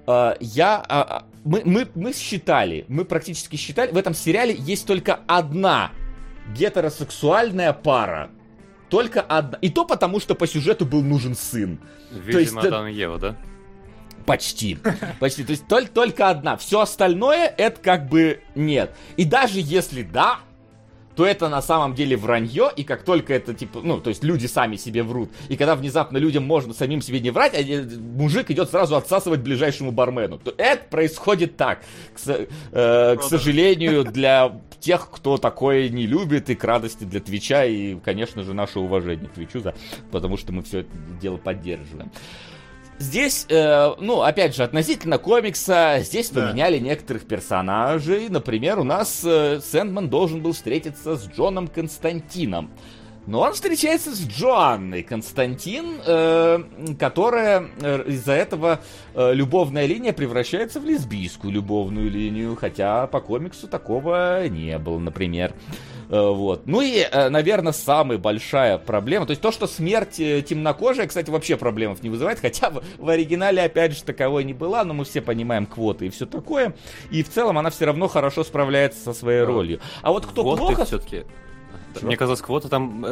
мы считали, мы практически считали, в этом сериале есть только одна гетеросексуальная пара. Только одна. И то потому, что по сюжету был нужен сын. Видимо, Адан и Ева, да? Почти. То есть только одна. Все остальное это как бы нет. И даже если да, то это на самом деле вранье, и как только это, типа, ну, то есть люди сами себе врут, и когда внезапно людям можно самим себе не врать, мужик идет сразу отсасывать ближайшему бармену, то это происходит так, к сожалению, для тех, кто такое не любит, и к радости для Твича, и, конечно же, наше уважение к Твичу, потому что мы все это дело поддерживаем. Здесь, ну, опять же, относительно комикса, здесь поменяли некоторых персонажей. Например, у нас Сэндман должен был встретиться с Джоном Константином. Но он встречается с Джоанной Константин, которая из-за этого любовная линия превращается в лесбийскую любовную линию, хотя по комиксу такого не было, например. Вот. Ну и, наверное, самая большая проблема, то есть то, что смерть темнокожая, кстати, вообще проблем не вызывает, хотя в оригинале, опять же, таковой не была, но мы все понимаем квоты и все такое, и в целом она все равно хорошо справляется со своей ролью. А вот кто плохо... все-таки... Мне казалось, квота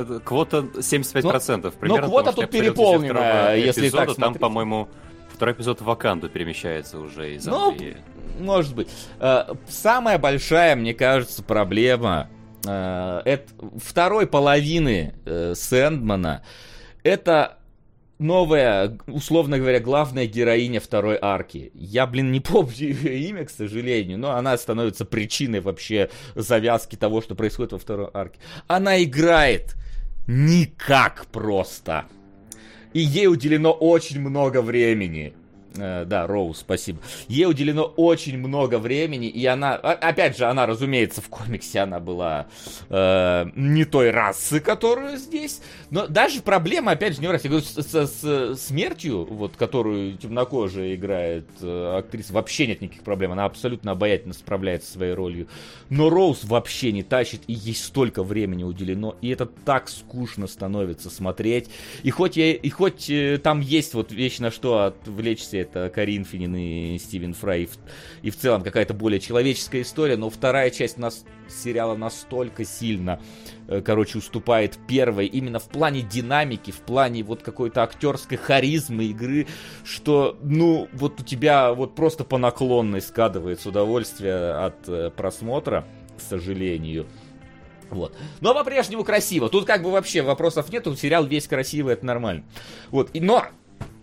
75% примерно. Но квота тут переполнена, если так смотреть. Там, по-моему, второй эпизод в Ваканду перемещается уже из Англии. Ну, может быть. Самая большая, мне кажется, проблема это второй половины Сэндмана. Это новая, условно говоря, главная героиня второй арки. Я, не помню ее имя, к сожалению, но она становится причиной вообще завязки того, что происходит во второй арке. Она играет никак просто. И ей уделено очень много времени. Да, Роуз, спасибо. Ей уделено очень много времени, и она, опять же, она, разумеется, в комиксе она была не той расы, которую здесь, но даже проблема, опять же, не в расе. Я говорю, с смертью, вот, которую темнокожая играет актриса, вообще нет никаких проблем, она абсолютно обаятельно справляется со своей ролью, но Роуз вообще не тащит, и ей столько времени уделено, и это так скучно становится смотреть, и хоть там есть вот вещь, на что отвлечься, это Коринфянин и Стивен Фрай, и в целом какая-то более человеческая история, но вторая часть сериала настолько сильно, уступает первой, именно в плане динамики, в плане вот какой-то актерской харизмы игры, что, ну, вот у тебя вот просто по наклонной скатывается удовольствие от просмотра, к сожалению. Вот. Но по-прежнему красиво. Тут как бы вообще вопросов нет, тут сериал весь красивый, это нормально. Вот. Но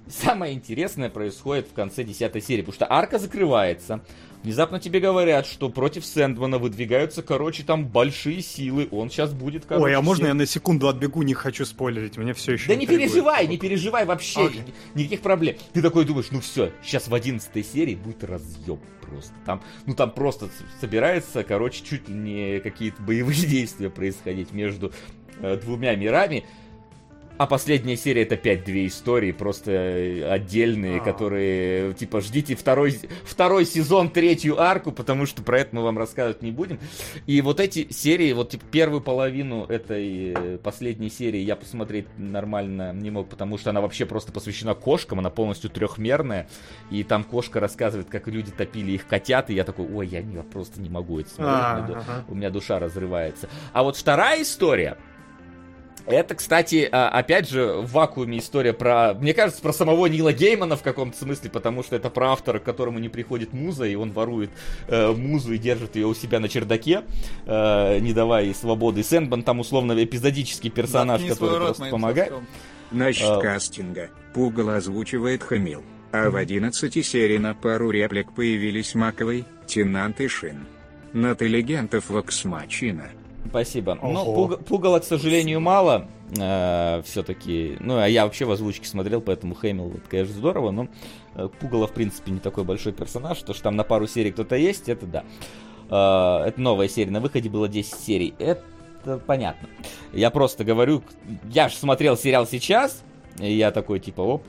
самое интересное происходит в конце 10 серии, потому что арка закрывается. Внезапно тебе говорят, что против Сэндмана выдвигаются, короче, там большие силы. Он сейчас будет, короче... Ой, а можно я на секунду отбегу? Не хочу спойлерить, мне все еще... Да не переживай вообще, никаких проблем. Ты такой думаешь, ну все, сейчас в 11 серии будет разъем просто. Там просто собирается, короче, чуть ли не какие-то боевые действия происходить между двумя мирами. А последняя серия — это 5-2 истории, просто отдельные, которые, типа, ждите второй сезон, 3-ю арку, потому что про это мы вам рассказывать не будем. И вот эти серии, вот, типа, первую половину этой последней серии я посмотреть нормально не мог, потому что она вообще просто посвящена кошкам, она полностью трехмерная, и там кошка рассказывает, как люди топили их котят, и я такой, ой, я просто не могу это смотреть, у меня душа разрывается. А вот вторая история... Это, кстати, опять же, в вакууме история про, мне кажется, про самого Нила Геймана в каком-то смысле, потому что это про автора, к которому не приходит муза, и он ворует музу и держит ее у себя на чердаке, не давая ей свободы. И Сэндман там условно эпизодический персонаж, который просто помогает. Насчет кастинга. Пугало озвучивает Хамил, а в 11 серии на пару реплик появились Маковой, Тенант и Шин. Нателлигентов Вокс Мачина. Спасибо. Ну, пугала, к сожалению, мало. Все-таки. Ну, а я вообще в озвучке смотрел, поэтому Хэмилл, это, конечно, здорово, но пугало, в принципе, не такой большой персонаж. То, что там на пару серий кто-то есть, это да. Это новая серия. На выходе было 10 серий. Это понятно. Я просто говорю, я же смотрел сериал сейчас, и я такой, типа, оп,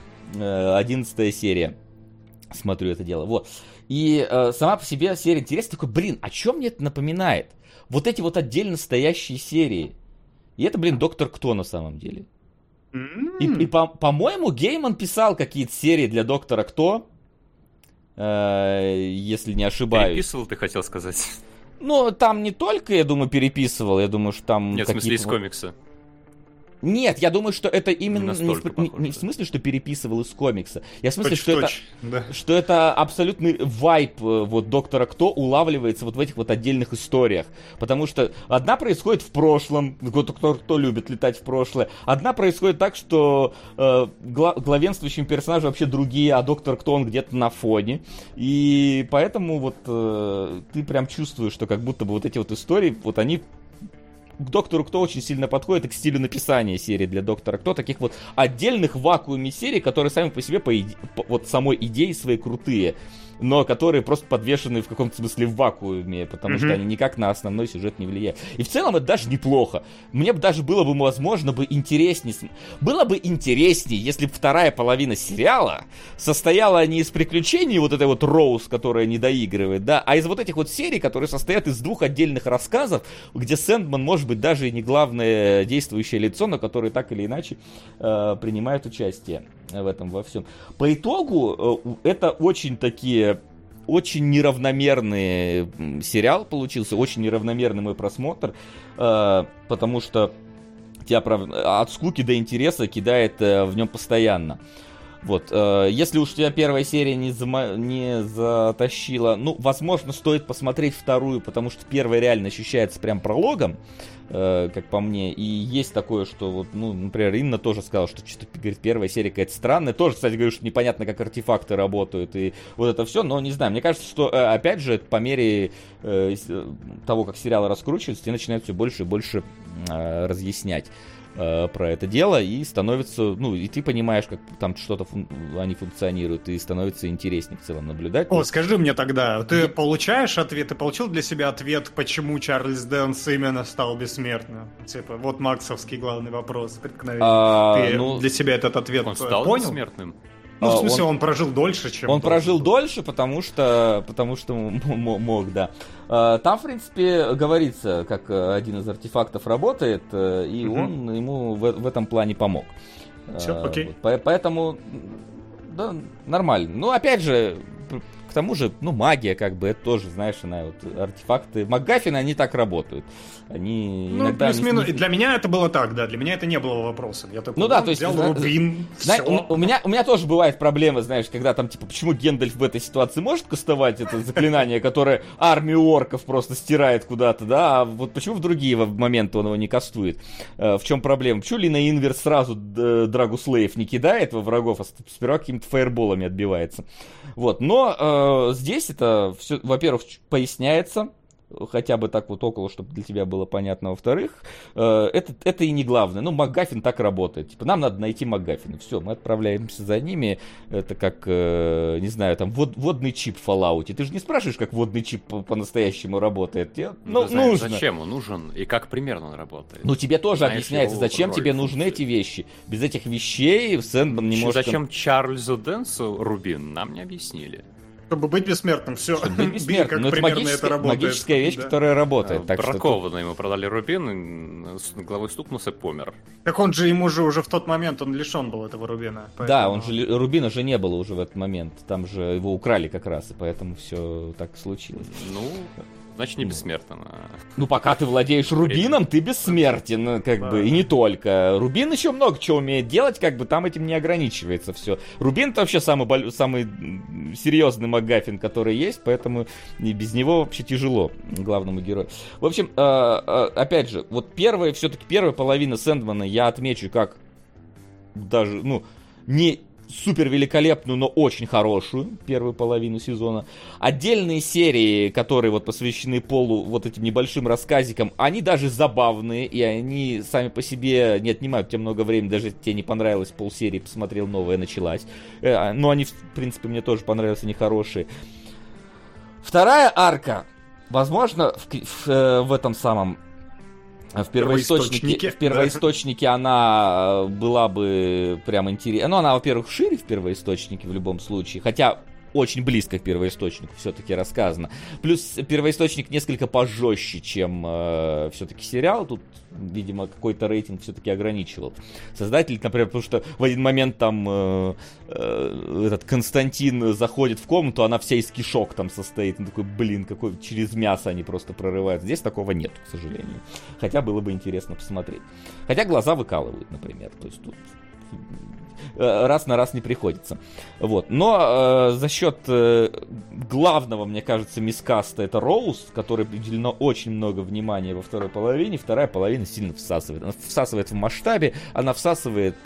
11 серия. Смотрю это дело. Вот. И сама по себе серия интересная. Такой, блин, о чем мне это напоминает? Вот эти вот отдельно стоящие серии. И это, блин, Доктор Кто на самом деле. И по-моему, Гейман писал какие-то серии для Доктора Кто. Если не ошибаюсь. Переписывал, ты хотел сказать? Ну, там не только, я думаю, переписывал. Я думаю, что там... Нет, в смысле, из комикса. Нет, я думаю, что это именно не в смысле, что переписывал из комикса. Я в смысле, что это абсолютный вайб вот Доктора Кто улавливается вот в этих вот отдельных историях. Потому что одна происходит в прошлом, кто любит летать в прошлое. Одна происходит так, что главенствующим персонажем вообще другие, а Доктор Кто он где-то на фоне. И поэтому вот ты прям чувствуешь, что как будто бы вот эти вот истории, вот они... К Доктору Кто очень сильно подходит и к стилю написания серии для Доктора Кто, таких вот отдельных в вакууме серий, которые сами по себе вот самой идеей своей крутые, но которые просто подвешены в каком-то смысле в вакууме, потому что они никак на основной сюжет не влияют. И в целом это даже неплохо. Мне бы даже было бы, возможно, было бы интереснее, если бы вторая половина сериала состояла не из приключений вот этой вот Роуз, которая не доигрывает, да, а из вот этих вот серий, которые состоят из двух отдельных рассказов, где Сэндман может быть даже и не главное действующее лицо, но которое так или иначе принимает участие в этом во всем. По итогу это очень неравномерный сериал получился, очень неравномерный мой просмотр, потому что тебя от скуки до интереса кидает в нем постоянно. Вот, если уж тебя первая серия не затащила, ну, возможно, стоит посмотреть вторую, потому что первая реально ощущается прям прологом, как по мне, и есть такое, что вот, ну, например, Инна тоже сказала, что что-то, говорит, первая серия какая-то странная, тоже, кстати, говорю, что непонятно, как артефакты работают, и вот это все, но не знаю, мне кажется, что, опять же, по мере того, как сериалы раскручиваются, тебе начинают все больше и больше разъяснять про это дело, и становится, ну, и ты понимаешь, как там что-то они функционируют, и становится интереснее в целом наблюдать. О, скажи мне тогда, ты получаешь ответ, ты получил для себя ответ, почему Чарльз Дэнс именно стал бессмертным? Типа, вот максовский главный вопрос, преткновение. Ты для себя этот ответ он стал понял? Бессмертным? Ну, в смысле, он прожил дольше, чем... Он прожил дольше, потому что мог, да. Там, в принципе, говорится, как один из артефактов работает, и он ему в этом плане помог. Все, окей. Поэтому, да, нормально. Ну, опять же, тому же, ну, магия, как бы, это тоже, знаешь, она вот, артефакты МакГаффина, они так работают. Они ну, иногда... плюс-минус. Для меня это было так, да, для меня это не было вопросом. Я такой, ну да, то есть, взял рубин, у меня тоже бывает проблемы, знаешь, когда там, типа, почему Гендальф в этой ситуации может кастовать это заклинание, которое армию орков просто стирает куда-то, да, а вот почему в другие моменты он его не кастует? В чем проблема? Почему Лина Инверс сразу Драгуслейв не кидает во врагов, а сперва какими-то фаерболами отбивается? Вот, но здесь это все, во-первых, поясняется, хотя бы так вот около, чтобы для тебя было понятно. Во-вторых, это и не главное. Ну, МакГаффин так работает. Типа, нам надо найти МакГаффина. Все, мы отправляемся за ними. Это как, не знаю, там, водный чип в Fallout. Ты же не спрашиваешь, как водный чип по-настоящему работает. Тебе, нужно. Зачем он нужен и как примерно он работает. Ну, тебе тоже объясняется, зачем тебе нужны эти вещи. Без этих вещей Сэндман не может... Зачем Чарльзу Дэнсу рубин, нам не объяснили. Чтобы быть бессмертным, все. Чтобы быть бессмертным. Но это магическая вещь, которая работает. Так бракованно ему продали рубин, головой стукнулся, помер. Так он же, ему же уже в тот момент, он лишен был этого рубина. Поэтому... Да, он же, рубина же не было уже в этот момент. Там же его украли как раз, и поэтому все так случилось. Ну... Значит, не бессмертен. Ну, пока ты владеешь рубином, ты бессмертен, как бы, и не только. Рубин еще много чего умеет делать, как бы, там этим не ограничивается все. Рубин это вообще самый серьезный МакГаффин, который есть, поэтому и без него вообще тяжело главному герою. В общем, опять же, вот все-таки первая половина Сэндмана я отмечу как даже, ну, не супер великолепную, но очень хорошую первую половину сезона. Отдельные серии, которые вот посвящены Полу вот этим небольшим рассказикам, они даже забавные, и они сами по себе не отнимают тебе много времени, даже если тебе не понравилось полсерии, посмотрел, новая началась. Но они, в принципе, мне тоже понравились, они хорошие. Вторая арка, возможно, в этом самом... В первоисточнике она была бы прям интересна. Ну, она, во-первых, шире в первоисточнике в любом случае. Хотя очень близко к первоисточнику все-таки рассказано. Плюс первоисточник несколько пожестче, чем все-таки сериал. Тут, видимо, какой-то рейтинг все-таки ограничивал создатель, например, потому что в один момент там этот Константин заходит в комнату, она вся из кишок там состоит. Он такой, блин, какой через мясо они просто прорывают. Здесь такого нет, к сожалению. Хотя было бы интересно посмотреть. Хотя глаза выкалывают, например. То есть тут... раз на раз не приходится. Вот. Но за счет главного, мне кажется, мискаста, это Роуз, который уделено очень много внимания во второй половине. Вторая половина сильно всасывает. Она всасывает в масштабе, она всасывает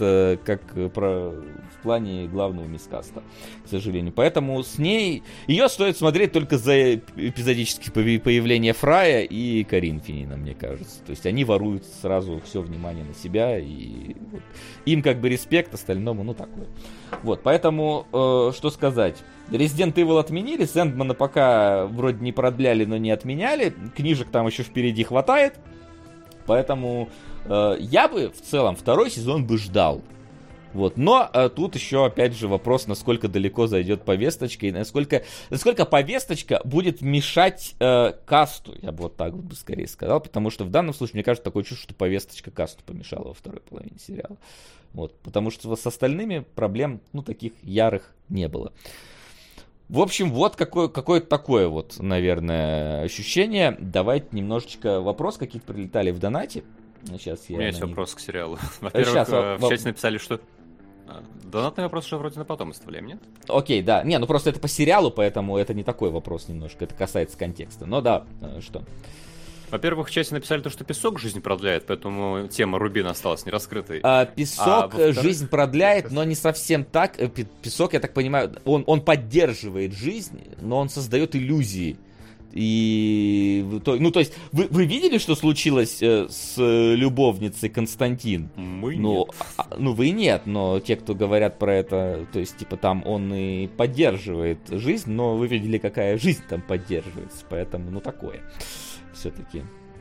в плане главного мискаста, к сожалению. Поэтому с ней... Ее стоит смотреть только за эпизодические появления Фрая и Коринфянина, мне кажется. То есть они воруют сразу все внимание на себя, и вот. Им как бы респект, остальному, ну, такое. Вот, поэтому, что сказать. Resident Evil отменили, Сэндмана пока вроде не продляли, но не отменяли. Книжек там еще впереди хватает. Поэтому я бы в целом второй сезон бы ждал. Вот. Но тут еще, опять же, вопрос, насколько далеко зайдет повесточка и насколько повесточка будет мешать касту, я бы вот так бы скорее сказал, потому что в данном случае, мне кажется, такое чувство, что повесточка касту помешала во второй половине сериала. Вот. Потому что с остальными проблем, ну, таких ярых не было. В общем, вот какое-то такое вот, наверное, ощущение. Давайте немножечко вопрос какие-то прилетали в донате. Сейчас у меня есть вопрос к сериалу. Во-первых, в чате написали, что... Донатный вопрос уже вроде на потом оставляем, нет? Окей, да. Не, ну просто это по сериалу, поэтому это не такой вопрос немножко. Это касается контекста. Но да, что... Во-первых, в чате написали то, что песок жизнь продляет, поэтому тема Рубина осталась не раскрытой. Песок жизнь продляет, но не совсем так. Песок, я так понимаю, он поддерживает жизнь, но он создает иллюзии. И, ну, то есть, вы видели, что случилось с любовницей Константин? Мы нет. Ну, вы нет, но те, кто говорят про это, то есть, типа, там он и поддерживает жизнь, но вы видели, какая жизнь там поддерживается, поэтому, ну, такое все-таки.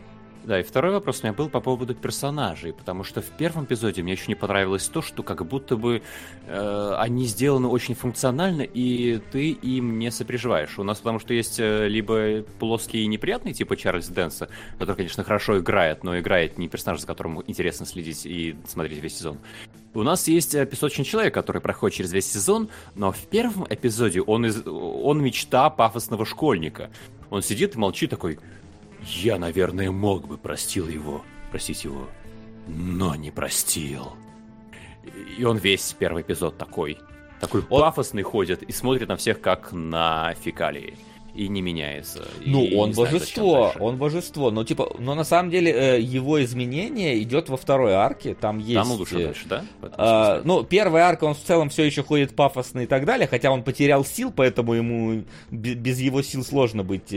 Да, и второй вопрос у меня был по поводу персонажей, потому что в первом эпизоде мне еще не понравилось то, что как будто бы они сделаны очень функционально, и ты им не сопереживаешь. У нас потому что есть либо плоский и неприятный, типа Чарльз Дэнса, который, конечно, хорошо играет, но играет не персонаж, за которым интересно следить и смотреть весь сезон. У нас есть песочный человек, который проходит через весь сезон, но в первом эпизоде он мечта пафосного школьника. Он сидит и молчит такой: «Я, наверное, мог бы простить его, но не простил». И он весь первый эпизод такой пафосный ходит и смотрит на всех как на фекалии. И не меняется. Ну, и он божество. Но на самом деле его изменение идет во второй арке. Там есть... Там лучше дальше, да? Первая арка, он в целом все еще ходит пафосно и так далее, хотя он потерял сил, поэтому ему без его сил сложно быть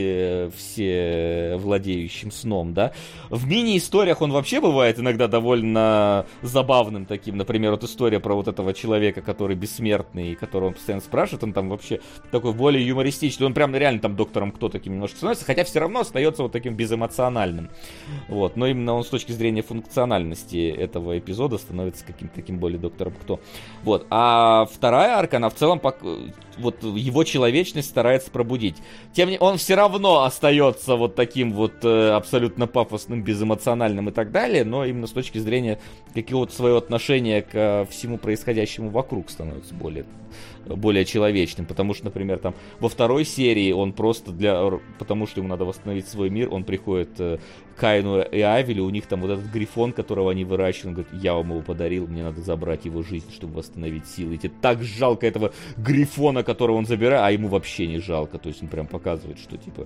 всевладеющим сном, да. В мини-историях он вообще бывает иногда довольно забавным таким. Например, вот история про вот этого человека, который бессмертный, которого он постоянно спрашивает, он там вообще такой более юмористичный. Он прям реально там доктором кто таким немножко становится, хотя все равно остается вот таким безэмоциональным. Вот. Но именно он с точки зрения функциональности этого эпизода становится каким-то таким более доктором кто. Вот. А вторая арка, она в целом вот его человечность старается пробудить. Тем не менее, он все равно остается вот таким вот абсолютно пафосным, безэмоциональным и так далее, но именно с точки зрения какого-то своего отношения ко всему происходящему вокруг становится более человечным, потому что, например, там во второй серии он просто потому что ему надо восстановить свой мир, он приходит к Каину и Авелю, у них там вот этот грифон, которого они выращивают, он говорит: я вам его подарил, мне надо забрать его жизнь, чтобы восстановить силы. И тебе так жалко этого грифона, которого он забирает, а ему вообще не жалко, то есть он прям показывает, что типа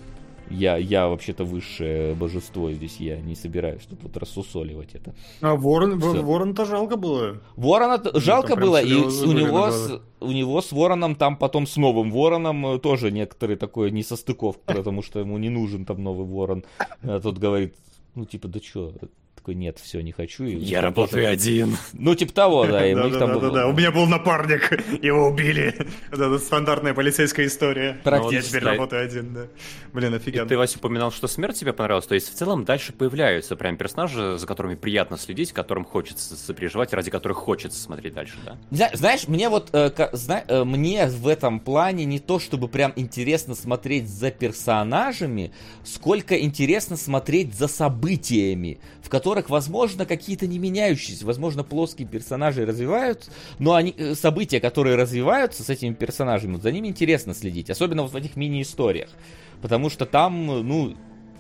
я вообще-то высшее божество, здесь я не собираюсь тут вот рассусоливать это. А Ворона-то жалко было. Ворона жалко было, и у него с Вороном там потом с новым Вороном тоже некоторые такое несостыковка, потому что ему не нужен там новый Ворон. А тот говорит: ну типа, да чё? Такой: нет, все, не хочу. Я работаю один. Ну, типа того, да. Да, у меня был напарник, его убили. Это стандартная полицейская история. Я теперь работаю один, да. Блин, офигенно. Ты, Вася, упоминал, что смерть тебе понравилась. То есть, в целом, дальше появляются прям персонажи, за которыми приятно следить, которым хочется сопереживать, ради которых хочется смотреть дальше, да? Знаешь, мне мне в этом плане не то, чтобы прям интересно смотреть за персонажами, сколько интересно смотреть за событиями, в которых, возможно, какие-то не меняющиеся, возможно, плоские персонажи развиваются, но события, которые развиваются с этими персонажами, за ними интересно следить, особенно вот в этих мини-историях, потому что там,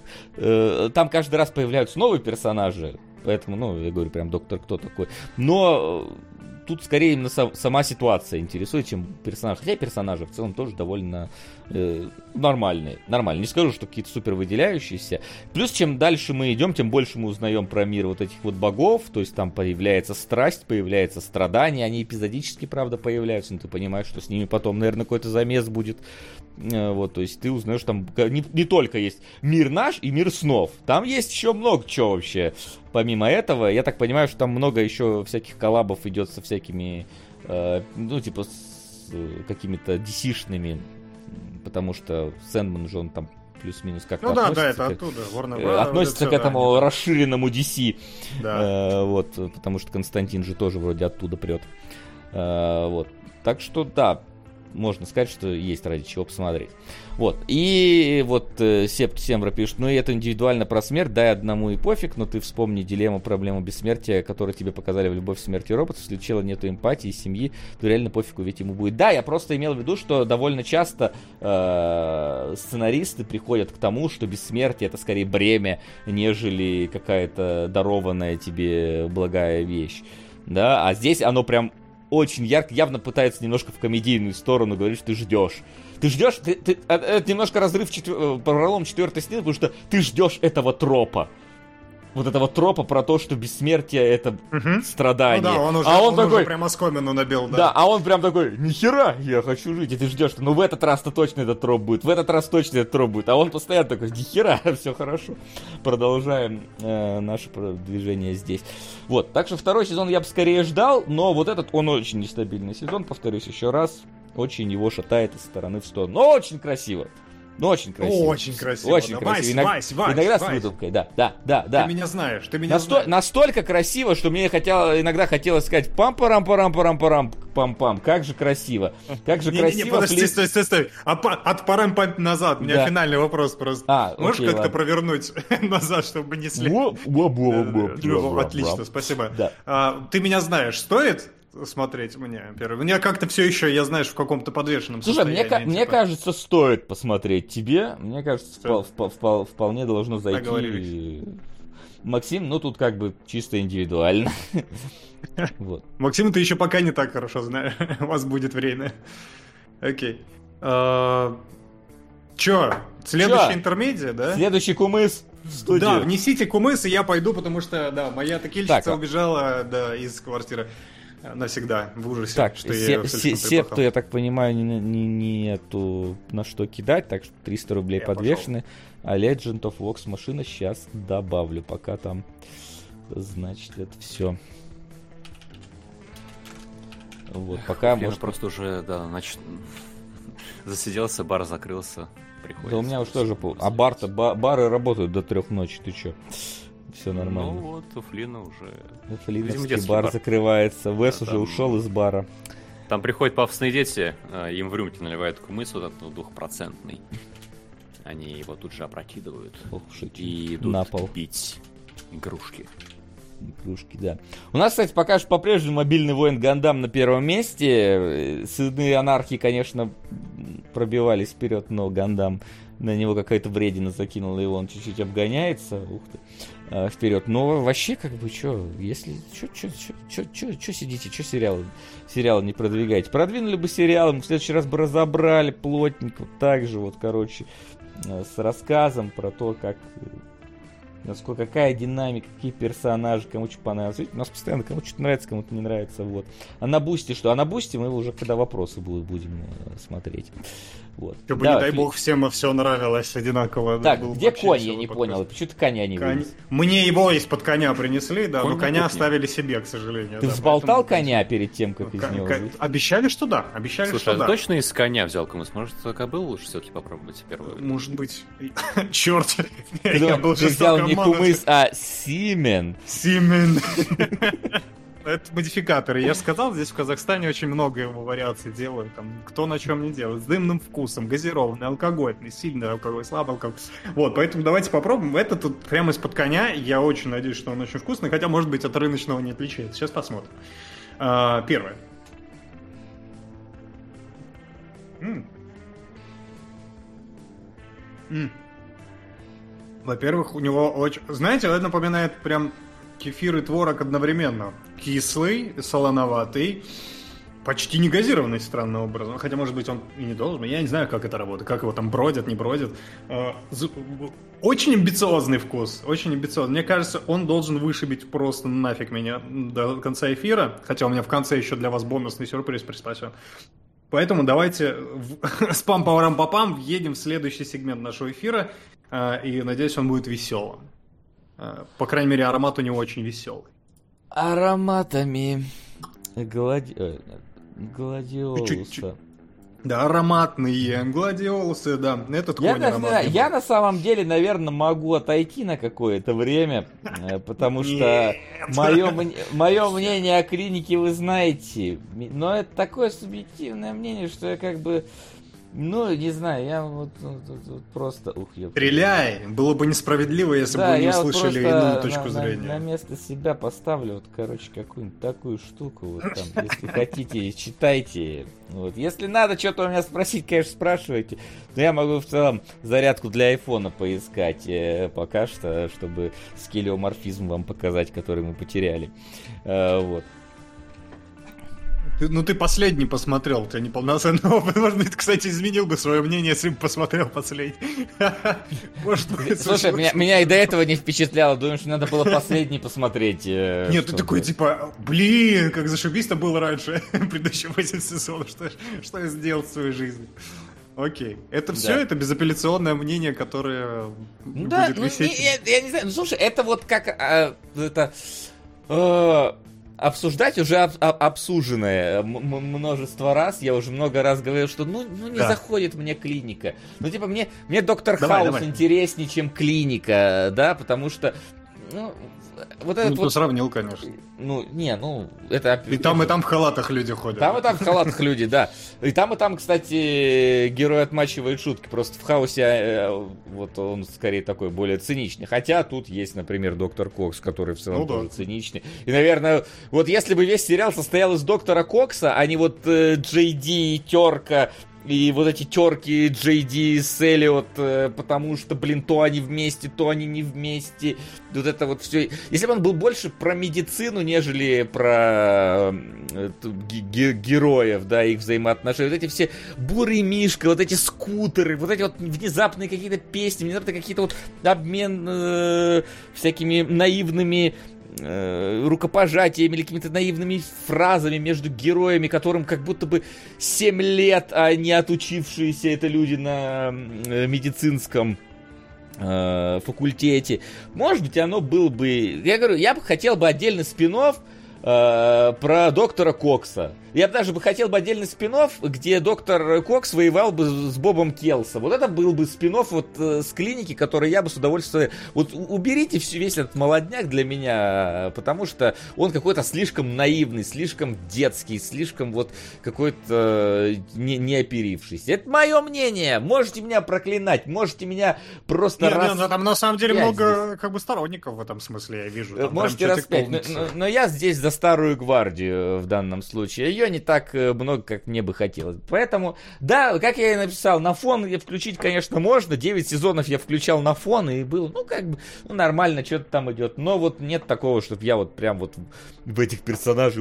там каждый раз появляются новые персонажи, поэтому, я говорю, прям доктор кто такой, но тут скорее именно сама ситуация интересует, чем персонаж. Хотя персонажи в целом тоже довольно нормальные. Не скажу, что какие-то супер выделяющиеся. Плюс, чем дальше мы идем, тем больше мы узнаем про мир вот этих вот богов. То есть там появляется страсть, появляется страдание. Они эпизодически, правда, появляются. Но ты понимаешь, что с ними потом, наверное, какой-то замес будет. Вот, то есть ты узнаешь, там не только есть мир наш и мир снов. Там есть еще много чего вообще. Помимо этого, я так понимаю, что там много еще всяких коллабов идет со всякими, с какими-то DC-шными, потому что Сэндман же он там плюс-минус как-то это оттуда. Относится к этому расширенному DC. Да. Вот, потому что Константин же тоже вроде оттуда прет. Вот. Так что да, можно сказать, что есть ради чего посмотреть. Вот. И вот Септ Сембра пишет: ну и это индивидуально про смерть, дай одному и пофиг, но ты вспомни дилемму, проблему бесмертия, которую тебе показали в «Любовь, смерти и роботов». Если у человека нету эмпатии, семьи, то реально пофигу, ведь ему будет. Да, я просто имел в виду, что довольно часто сценаристы приходят к тому, что бессмертие — это скорее бремя, нежели какая-то дарованная тебе благая вещь. Да, а здесь оно прям очень ярко, явно пытается немножко в комедийную сторону говорить, что ты ждешь. Это немножко разрыв пролом четвертой стены, потому что ты ждешь этого тропа. Вот этого тропа про то, что бессмертие — это страдание. Ну да, он такой уже прям оскомину набил, да. Да, а он прям такой: нихера, я хочу жить, и ты ждешь, что в этот раз-то точно этот троп будет, в этот раз точно этот троп будет, а он постоянно такой: нихера, все хорошо. Продолжаем наше движение здесь. Вот, так что второй сезон я бы скорее ждал, но вот этот, он очень нестабильный сезон, повторюсь еще раз, очень его шатает из стороны в сторону, но очень красиво. Ну, очень красиво. Очень красиво. Очень да. красиво. Вась, иногда с выдумкой, да. Ты меня знаешь, знаешь. Настолько красиво, что мне иногда хотелось сказать пам-парам-парам-парам-парам-пам-пам. Как же красиво. Как же красиво. Не, подожди, стой. От парам-пам назад. У меня финальный вопрос просто. Можешь как-то провернуть назад, чтобы не слепо? Отлично, спасибо. Ты меня знаешь, стоит смотреть мне первый? Мне как-то все еще, я знаешь, в каком-то подвешенном состоянии. Слушай, мне кажется, стоит посмотреть тебе. Мне кажется, вполне должно зайти. Максим, ну тут как бы чисто индивидуально. Вот. Максим, ты еще пока не так хорошо знаешь. У вас будет время. Окей. Че? Следующий интермедиа, да? Следующий кумыс в студию. Да, внесите кумыс, и я пойду, потому что, да, моя текильщица убежала из квартиры. Навсегда, в ужасе, так, что я ее слишком септу, я так понимаю, нету на что кидать, так что 300 рублей подвешены. А Legend of Vox машина сейчас добавлю, пока там, значит, это все. Вот, пока может... просто уже, да, значит, засиделся, бар закрылся, приходится. Да у меня уж тоже бары работают до 3 ночи, ты чё? Все нормально. Ну вот, у Флина уже... Флиновский бар закрывается. Вес уже ушел из бара. Там приходят пафосные дети, им в рюмки наливают кумыс вот этот 2%. Они его тут же опрокидывают. И идут на пол бить игрушки. Игрушки, да. У нас, кстати, пока что по-прежнему мобильный воин Гандам на первом месте. Сыны анархии, конечно, пробивались вперед, но Гандам на него какая-то вредина закинула, и он чуть-чуть обгоняется. Ух ты. Вперед. Но вообще, как бы, что, если... Что сидите, что сериалы не продвигаете? Продвинули бы сериалы, в следующий раз бы разобрали плотненько, так же, вот, короче, с рассказом про то, как... Насколько, какая динамика, какие персонажи, кому что понравилось. Видите, у нас постоянно кому что-то нравится, кому-то не нравится. Вот. А на Бусти что? А на Бусти мы уже когда вопросы будем смотреть. Вот. Чтобы, не дай бог, всем все нравилось одинаково. Так, где конь, я не понял. Почему-то коня не вынес. Мне его из-под коня принесли, да, но коня оставили себе, к сожалению. Ты взболтал коня перед тем, как из него выйти? Обещали, что да. Слушай, а точно из коня взял кумыс? Может, кобылу лучше все-таки попробовать первую? Может быть. Черт. Я был взял не кумыс, а Симен. Это модификаторы. Я же сказал, здесь в Казахстане очень много его вариаций делают. Там, кто на чем не делает. С дымным вкусом, газированный, алкогольный, сильный алкоголь, слабый алкоголь. Вот, поэтому давайте попробуем. Это тут прямо из-под коня. Я очень надеюсь, что он очень вкусный. Хотя, может быть, от рыночного не отличается. Сейчас посмотрим. Первое. Во-первых, у него очень... Знаете, это напоминает прям кефир и творог одновременно. Кислый, солоноватый, почти не газированный странным образом. Хотя, может быть, он и не должен. Я не знаю, как это работает. Как его там бродят, не бродят. Очень амбициозный вкус. Очень амбициозный. Мне кажется, он должен вышибить просто нафиг меня до конца эфира. Хотя у меня в конце еще для вас бонусный сюрприз приспасен. Поэтому давайте с пам-пам-пам-пам въедем в следующий сегмент нашего эфира. И надеюсь, он будет веселым. По крайней мере, аромат у него очень веселый. Ароматами гладиолуса. Да, ароматные гладиолусы, да. Этот конь ароматный. Я на самом деле, наверное, могу отойти на какое-то время, потому что мое мнение о клинике вы знаете. Но это такое субъективное мнение, что я как бы... Ну, не знаю, я вот просто... Стреляй! Было бы несправедливо, если бы вы не услышали иную точку зрения. На место себя поставлю, вот, короче, какую-нибудь такую штуку. Вот там, если хотите, читайте. Вот. Если надо что-то у меня спросить, конечно, спрашивайте. Но я могу в целом зарядку для айфона поискать пока что, чтобы скелеоморфизм вам показать, который мы потеряли. Вот. Ты последний посмотрел, у тебя неполноценный опыт. Может быть, кстати, изменил бы свое мнение, если бы посмотрел последний. Слушай, меня и до этого не впечатляло. Думаю, что надо было последний посмотреть. Нет, ты такой, типа, блин, как зашибись-то было раньше, предыдущие 8 сезонов. Что я сделал в своей жизни? Окей. Это все, это безапелляционное мнение, которое будет висеть. Я не знаю, слушай, это вот как... обсуждать уже обсуженное множество раз. Я уже много раз говорил, что не заходит мне клиника. Ну, типа, мне Доктор Хаус интереснее, чем клиника, да, потому что, вот этот ты сравнил, конечно. Это... И там в халатах люди ходят. Там в халатах люди, да. И там, кстати, герой отмачивает шутки. Просто в Хаусе вот он скорее такой более циничный. Хотя тут есть, например, Доктор Кокс, который в целом тоже циничный. И, наверное, вот если бы весь сериал состоял из Доктора Кокса, а не вот Джей Ди, Терка, и вот эти терки Джей Ди с Эллиот, потому что, то они вместе, то они не вместе. Вот это вот все. Если бы он был больше про медицину, нежели про героев, да, их взаимоотношения. Вот эти все Бурый Мишка, вот эти скутеры, вот эти вот внезапные какие-то песни, внезапно какие-то вот обмен всякими наивными рукопожатиями или какими-то наивными фразами между героями, которым как будто бы 7 лет, а не отучившиеся это люди на медицинском факультете. Может быть, оно было бы... Я говорю, я бы хотел бы отдельный спин-офф про Доктора Кокса. Я бы даже хотел бы отдельный спин-офф, где Доктор Кокс воевал бы с Бобом Келсом. Вот это был бы спин-офф вот с клиники, который я бы с удовольствием... Вот уберите весь этот молодняк для меня, потому что он какой-то слишком наивный, слишком детский, слишком вот какой-то не оперившийся. Это мое мнение. Можете меня проклинать, можете меня просто там на самом деле много как бы сторонников в этом смысле, я вижу. Можете распять. Но я здесь за старую гвардию в данном случае. Ее не так много, как мне бы хотелось. Поэтому, да, как я и написал, на фон включить, конечно, можно. 9 сезонов я включал на фон, и было, нормально, что-то там идет. Но вот нет такого, чтобы я вот прям вот в этих персонажей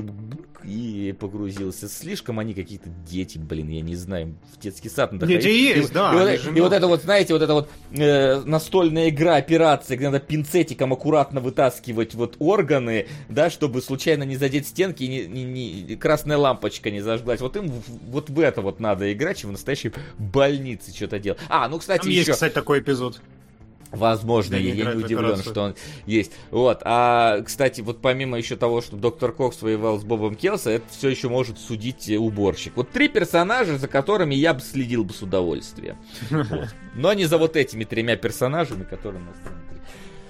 и погрузился. Слишком они какие-то дети, я не знаю, в детский сад надо ходить. Дети есть, да. И вот это вот, знаете, вот эта вот настольная игра, операция, где надо пинцетиком аккуратно вытаскивать вот органы, да, чтобы случайно не задеть стенки и не красная лампочка не зажглась. Вот им вот в это вот надо играть, чем в настоящей больнице что-то делать. Кстати, там еще... есть, кстати, такой эпизод. Возможно, я не удивлен, что он есть. Вот. Кстати, вот помимо еще того, что Доктор Кокс воевал с Бобом Келсом, это все еще может судить уборщик. Вот 3 персонажа, за которыми я бы следил бы с удовольствием. Но не за вот этими 3 персонажами, которые у нас внутри.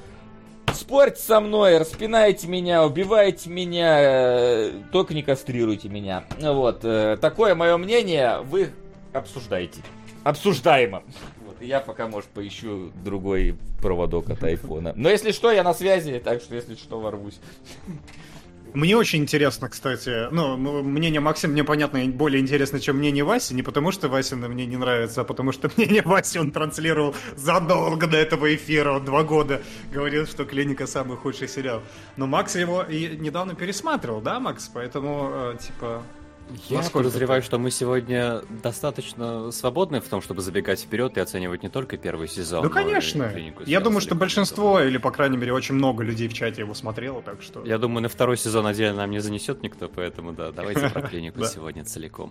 Спорьте со мной, распинайте меня, убивайте меня, только не кастрируйте меня. Вот. Такое мое мнение, вы обсуждаете. Обсуждаемо. Я пока, может, поищу другой проводок от айфона. Но если что, я на связи, так что если что, ворвусь. Мне очень интересно, кстати, мнение Максима мне, понятно, более интересно, чем мнение Васи, не потому что Вася мне не нравится, а потому что мнение Васи он транслировал задолго до этого эфира, он 2 года говорил, что «Клиника» самый худший сериал. Но Макс его и недавно пересматривал, да, Макс? Поэтому, Я подозреваю, что мы сегодня достаточно свободны в том, чтобы забегать вперед и оценивать не только первый сезон. Ну, конечно. Я думаю, что большинство, или, по крайней мере, очень много людей в чате его смотрело, так что... Я думаю, на 2-й сезон отдельно нам не занесет никто, поэтому, да, давайте про клинику сегодня целиком.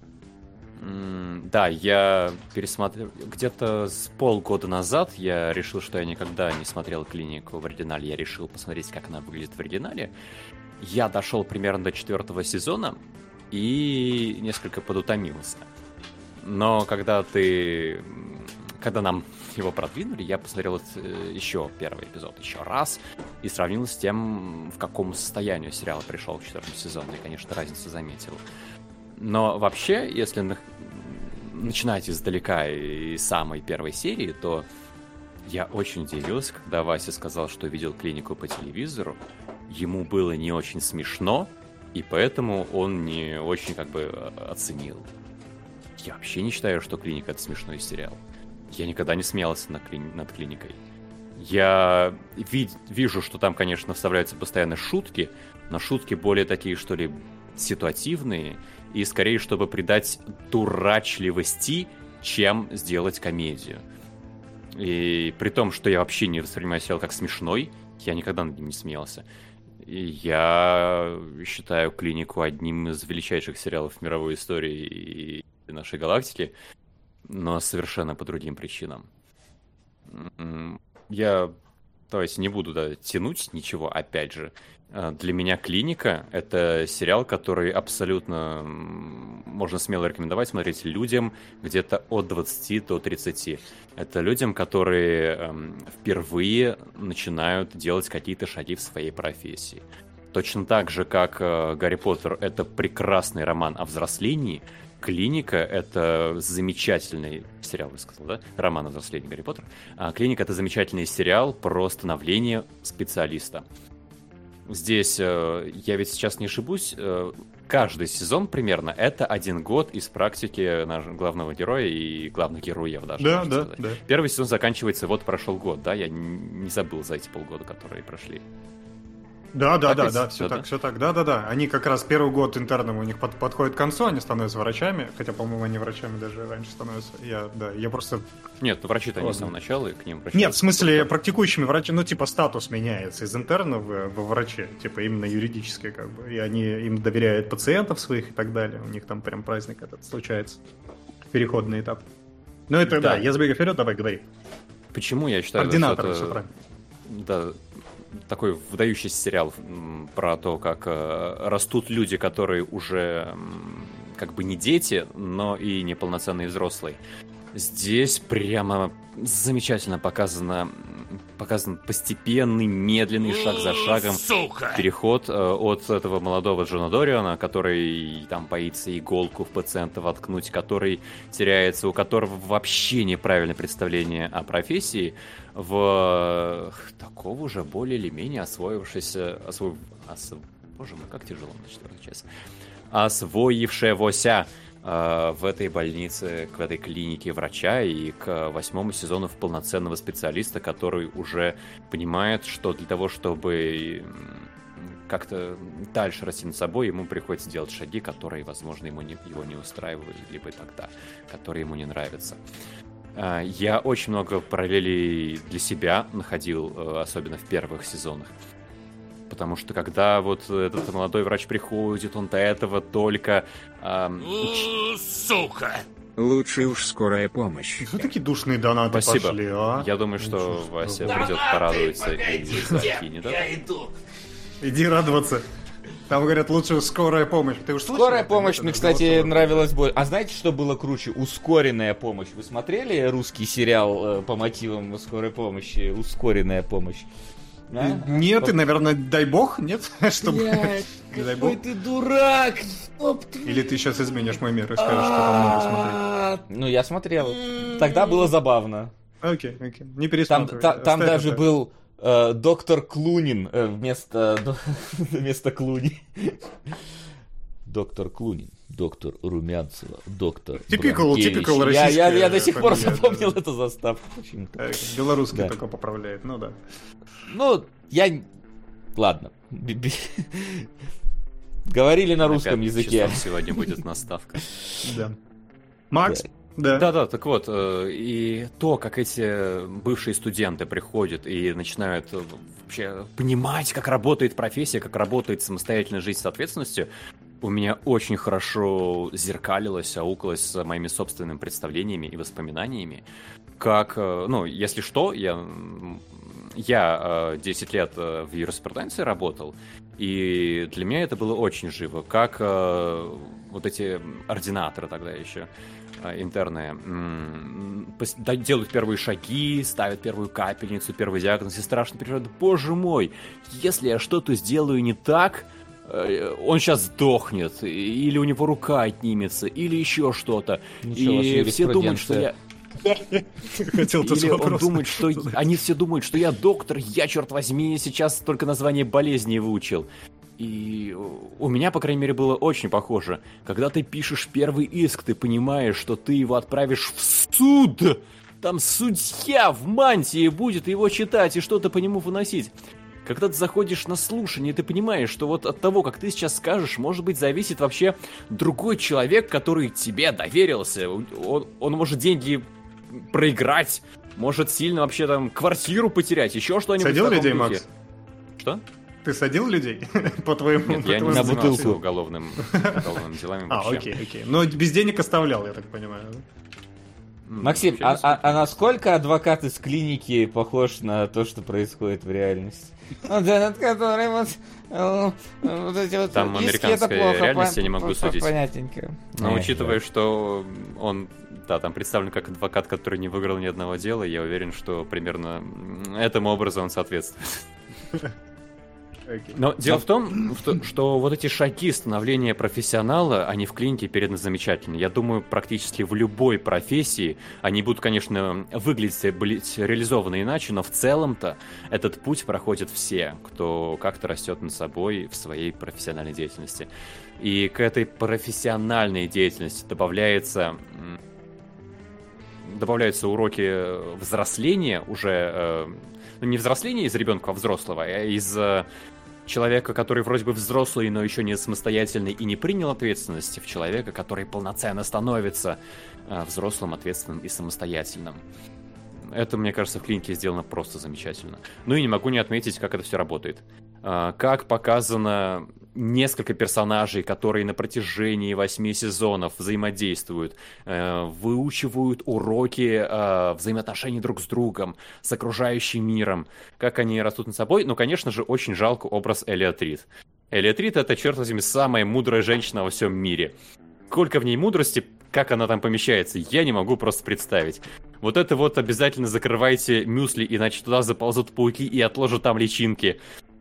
Да, я пересмотрел... Где-то с полгода назад я решил, что я никогда не смотрел клинику в оригинале. Я решил посмотреть, как она выглядит в оригинале. Я дошел примерно до 4-го сезона, и несколько подутомился. Но когда нам его продвинули, я посмотрел еще первый эпизод еще раз и сравнил с тем, в каком состоянии сериал пришел к 4-му сезону, и, конечно, разницу заметил. Но вообще, если начинать издалека и самой первой серии, то я очень удивился, когда Вася сказал, что видел клинику по телевизору. Ему было не очень смешно, и поэтому он не очень оценил. Я вообще не считаю, что «Клиника» — это смешной сериал. Я никогда не смеялся над «Клиникой». Я вижу, что там, конечно, вставляются постоянно шутки, но шутки более такие, что ли, ситуативные, и скорее, чтобы придать дурачливости, чем сделать комедию. И при том, что я вообще не воспринимаю сериал как смешной, я никогда над ним не смеялся. Я считаю «Клинику» одним из величайших сериалов мировой истории и нашей галактики, но совершенно по другим причинам. Я То есть не буду тянуть ничего, опять же. Для меня «Клиника» — это сериал, который абсолютно можно смело рекомендовать смотреть людям где-то от 20 до 30. Это людям, которые впервые начинают делать какие-то шаги в своей профессии. Точно так же, как «Гарри Поттер» — это прекрасный роман о взрослении, «Клиника» — это замечательный сериал, я сказал, да? Роман о взрослении Гарри Поттера. «Клиника» — это замечательный сериал про становление специалиста. Здесь, я ведь сейчас не ошибусь, каждый сезон примерно это 1 год из практики нашего главного героя и главных героев даже. Да. Первый сезон заканчивается, вот прошел год, да? Я не забыл за эти полгода, которые прошли. Да, все так. Да. Они как раз первый год интерном у них подходит к концу, они становятся врачами, хотя, по-моему, они врачами даже раньше становятся. Я просто... Нет, врачи-то они с самого начала, и к ним обращаются. Нет, в смысле, практикующими врачами, статус меняется из интерна во врачи, именно юридически, как бы, и они им доверяют пациентов своих и так далее, у них там прям праздник этот случается, переходный этап. Ну это, да, я забегаю вперед, давай, говори. Почему я считаю, что это... Все правильно. Да, такой выдающийся сериал про то, как растут люди, которые уже как бы не дети, но и не полноценные взрослые. Здесь прямо замечательно показан постепенный, медленный, шаг за шагом переход от этого молодого Джона Дориана, который там боится иголку в пациента воткнуть, который теряется, у которого вообще неправильное представление о профессии, в такого уже более или менее освоившегося... Боже мой, как тяжело начать. Освоившегося в этой больнице, в этой клинике врача и к 8-му сезону в полноценного специалиста, который уже понимает, что для того, чтобы как-то дальше расти над собой, ему приходится делать шаги, которые, возможно, его не устраивают, либо тогда, которые ему не нравятся. Я очень много параллелей для себя находил, особенно в первых сезонах. Потому что когда вот этот молодой врач приходит, он до этого только... Сука! Лучше уж скорая помощь. Что такие душные донаты пошли, а? Я думаю, что Вася придет порадоваться и закинет. Я иду. Иди радоваться. Там говорят, лучше скорая помощь. Ты уж скорая помощь мне, кстати, нравилась больше. А знаете, что было круче? Ускоренная помощь. Вы смотрели русский сериал по мотивам скорой помощи? Ускоренная помощь. А? Нет, и, наверное, дай бог, нет? Чтобы... Какой ты дурак! Или ты сейчас изменишь мой мир и скажешь, что там надо смотреть? Ну, я смотрел. Тогда было забавно. Окей. Не пересматривай. Там даже был доктор Клунин вместо Клуни. Доктор Клунин. Доктор Румянцева, доктор Типикал российский. Я до сих пор запомнил эту заставку почему-то. Белорусский только поправляет, ну да. Ну, Ладно. Говорили на русском языке. Сегодня будет наставка. Да. Макс? Да, так вот, и то, как эти бывшие студенты приходят и начинают вообще понимать, как работает профессия, как работает самостоятельная жизнь с ответственностью, у меня очень хорошо зеркалилось, аукалось с моими собственными представлениями и воспоминаниями. Как, если что, я 10 лет в юриспруденции работал, и для меня это было очень живо. Как вот эти ординаторы тогда еще, интерны, делают первые шаги, ставят первую капельницу, первый диагноз, и страшно переживают: боже мой, если я что-то сделаю не так, он сейчас сдохнет, или у него рука отнимется, или еще что-то. И все думают, что я... Или он думает, что... Они все думают, что я доктор, я, черт возьми, сейчас только название болезни выучил. И у меня, по крайней мере, было очень похоже. Когда ты пишешь первый иск, ты понимаешь, что ты его отправишь в суд. Там судья в мантии будет его читать и что-то по нему выносить. Когда ты заходишь на слушание, ты понимаешь, что вот от того, как ты сейчас скажешь, может быть, зависит вообще другой человек, который тебе доверился. Он может деньги проиграть, может сильно вообще там квартиру потерять, еще что-нибудь. Садил людей, Макс? Что? Ты садил людей? По-твоему? Нет, я не занимался уголовными делами вообще. Окей. Но без денег оставлял, я так понимаю. Максим, а насколько адвокат из клиники похож на то, что происходит в реальности? Вот этот, который вот эти вот... Там американская реальность, я не могу судить. Понятненько. Но учитывая, что он, да, там представлен как адвокат, который не выиграл ни одного дела, я уверен, что примерно этому образу он соответствует. Но дело в том, что вот эти шаги становления профессионала, они в клинике переданы замечательно. Я думаю, практически в любой профессии они будут, конечно, выглядеть, быть реализованы иначе, но в целом-то этот путь проходят все, кто как-то растет над собой в своей профессиональной деятельности. И к этой профессиональной деятельности добавляются уроки взросления уже... не взросления из ребенка, а взрослого, а из человека, который вроде бы взрослый, но еще не самостоятельный и не принял ответственности, в человека, который полноценно становится взрослым, ответственным и самостоятельным. Это, мне кажется, в клинике сделано просто замечательно. Ну и не могу не отметить, как это все работает. Как показано несколько персонажей, которые на протяжении 8 сезонов взаимодействуют, выучивают уроки взаимоотношений друг с другом, с окружающим миром, как они растут над собой. Но, конечно же, очень жалко образ Элиот Рид. Элиот Рид — это, черт возьми, самая мудрая женщина во всем мире. Сколько в ней мудрости, как она там помещается, я не могу просто представить. Вот это вот обязательно закрывайте мюсли, иначе туда заползут пауки и отложат там личинки.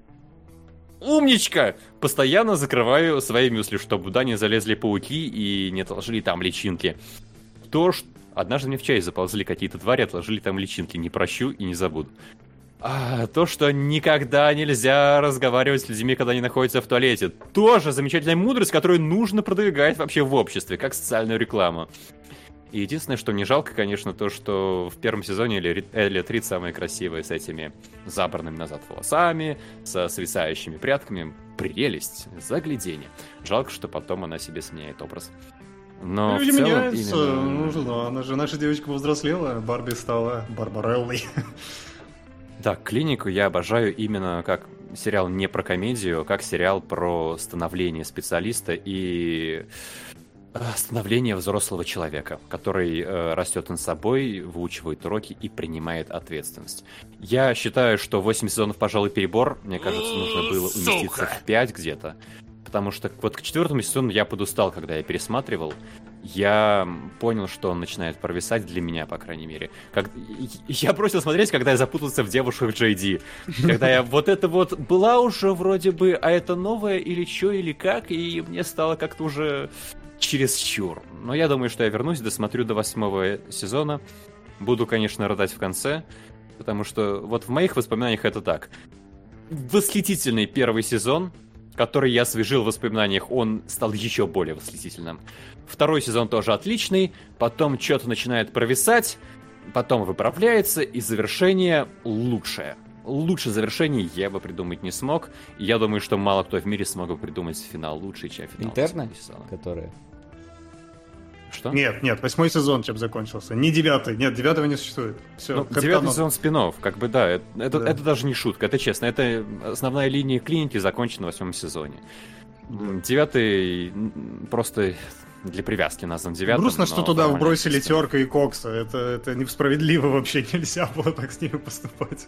Умничка! Постоянно закрываю свои мюсли, чтобы туда не залезли пауки и не отложили там личинки. Однажды мне в чай заползли какие-то твари, отложили там личинки. Не прощу и не забуду. То, что никогда нельзя разговаривать с людьми, когда они находятся в туалете. Тоже замечательная мудрость, которую нужно продвигать вообще в обществе, как социальную рекламу. И единственное, что мне жалко, конечно, то, что в первом сезоне Элиот Рид самая красивая, с этими забранными назад волосами, со свисающими прядками. Прелесть, загляденье. Жалко, что потом она себе сменяет образ. Но люди в целом меняются, именно... она же, наша девочка повзрослела, Барби стала Барбареллой. Да, клинику я обожаю именно как сериал не про комедию, как сериал про становление специалиста и становление взрослого человека, который растет над собой, выучивает уроки и принимает ответственность. Я считаю, что 8 сезонов, пожалуй, перебор. Мне кажется, нужно было уместиться в 5 где-то. Потому что вот к 4-му сезону я подустал, когда я пересматривал. Я понял, что он начинает провисать для меня, по крайней мере. Я бросил смотреть, когда я запутался в девушках Джей Ди. Когда я вот это вот была уже вроде бы, а это новое или что, или как, и мне стало как-то уже чересчур. Но я думаю, что я вернусь, досмотрю до 8-го сезона. Буду, конечно, рыдать в конце, потому что вот в моих воспоминаниях это так. Восхитительный первый сезон, который я освежил в воспоминаниях, он стал еще более восхитительным. Второй сезон тоже отличный, потом что-то начинает провисать, потом выправляется, и завершение лучшее. Лучше завершения я бы придумать не смог. И я думаю, что мало кто в мире смог бы придумать финал лучше, чем финал. Интерны? Которые... Что? Нет, 8-й сезон чем закончился. Не 9-й. Нет, 9-го не существует. Все, 9-й сезон спин-офф, как бы, да. Это даже не шутка, это честно. Это основная линия клиники закончена в 8-м сезоне. 9-й просто для привязки назван 9-м. Грустно, что туда вбросили Терка и Кокса. Это несправедливо вообще, нельзя было так с ними поступать.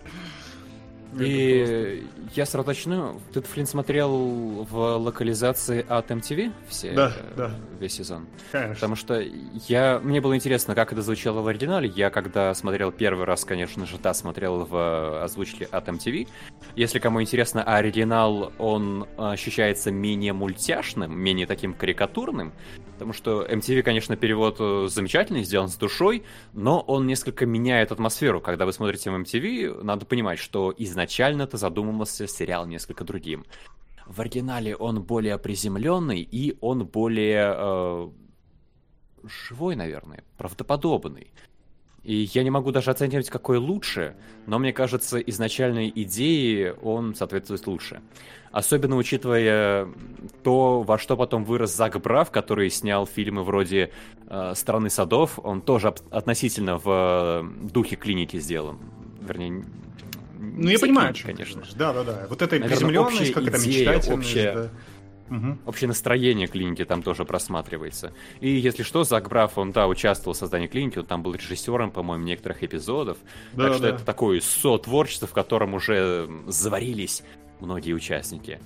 И я сразу начну. Ты, Флинн, смотрел в локализации от MTV весь сезон? Конечно. Потому что мне было интересно, как это звучало в оригинале. Я, когда смотрел первый раз, конечно же, смотрел в озвучке от MTV. Если кому интересно, оригинал, он ощущается менее мультяшным, менее таким карикатурным. Потому что MTV, конечно, перевод замечательный, сделан с душой, но он несколько меняет атмосферу. Когда вы смотрите в MTV, надо понимать, что изначально-то задумывался сериал несколько другим. В оригинале он более приземленный, и он более живой, наверное, правдоподобный. И я не могу даже оценивать, какой лучше, но мне кажется, изначальной идее он соответствует лучше. Особенно учитывая то, во что потом вырос Зак Брафф, который снял фильмы вроде «Страны садов». Он тоже относительно в духе клиники сделан. Вернее, я понимаю, конечно. Да. Вот эта приземленность, как это мечтательность. Общая... Общее настроение клиники там тоже просматривается. И если что, Зак Брафф, он, да, участвовал в создании клиники, он там был режиссером, по-моему, некоторых эпизодов. Да, так что это такое сотворчество, в котором уже заварились многие участники.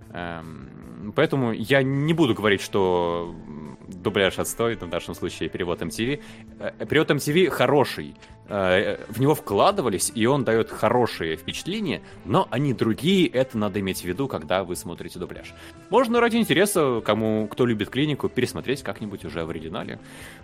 Поэтому я не буду говорить, что дубляж отстой, в нашем случае перевод MTV. Перевод MTV хороший. В него вкладывались, и он дает хорошие впечатления, но они другие, это надо иметь в виду, когда вы смотрите дубляж. Можно ради интереса, кто любит клинику, пересмотреть как-нибудь уже в оригинале.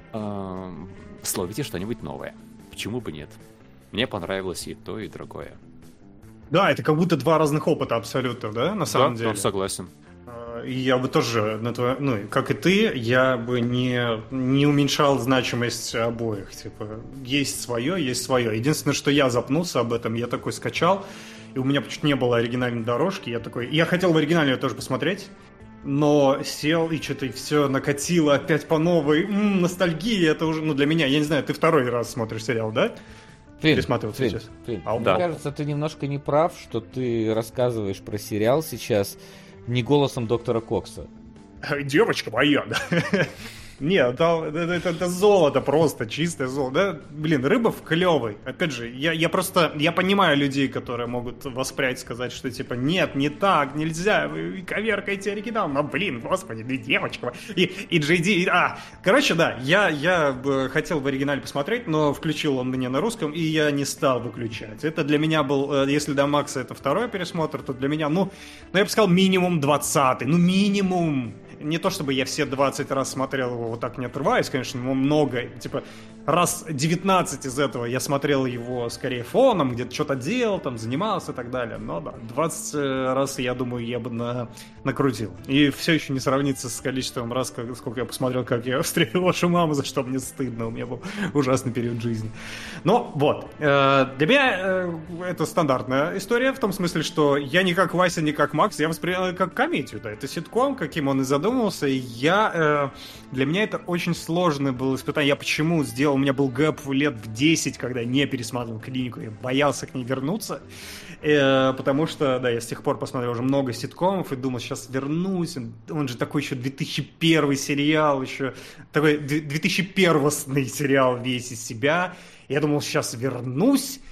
Словите что-нибудь новое. Почему бы нет? Мне понравилось и то, и другое. Да, это как будто два разных опыта абсолютно, да, на самом деле? Да, согласен. И я бы тоже, как и ты, я бы не уменьшал значимость обоих. Типа, есть свое. Единственное, что я запнулся об этом, я такой скачал, и у меня почему-то не было оригинальной дорожки. Я хотел в оригинале тоже посмотреть, но сел и что-то все накатило опять по новой. Ностальгия, это уже, для меня, я не знаю, ты второй раз смотришь сериал, да? Пересматриваться сейчас. Мне кажется, ты немножко не прав, что ты рассказываешь про сериал сейчас не голосом доктора Кокса. Девочка моя, да. Нет, это золото просто, чистое золото. Да? Блин, Рыбов клевый. Опять же, я понимаю людей, которые могут воспрять, сказать, что типа нет, не так, нельзя, вы коверкаете оригинал. Но, блин, господи, ты девочка. И JD, короче, да, я хотел в оригинале посмотреть, но включил он мне на русском, и я не стал выключать. Это для меня был, если до Макса это второй пересмотр, то для меня, я бы сказал, минимум 20-й, минимум. Не то чтобы я все 20 раз смотрел его вот так не отрываясь, конечно, много, типа раз 19 из этого я смотрел его скорее фоном, где-то что-то делал, там занимался и так далее, но да, 20 раз, я думаю, я бы накрутил. И все еще не сравнится с количеством раз, сколько я посмотрел, как я встретил вашу маму, за что мне стыдно, у меня был ужасный период жизни. Но вот, для меня это стандартная история, в том смысле, что я не как Вася, не как Макс, я воспринял как комедию, да, это ситком, каким он и задумывался, и для меня это очень сложное было испытание. Я почему сделал, у меня был гэп лет в 10, когда я не пересматривал клинику, я боялся к ней вернуться, потому что, да, я с тех пор посмотрел уже много ситкомов и думал, сейчас вернусь, он же такой еще 2001 сериал, еще такой 2001-ный сериал весь из себя, я думал, сейчас вернусь,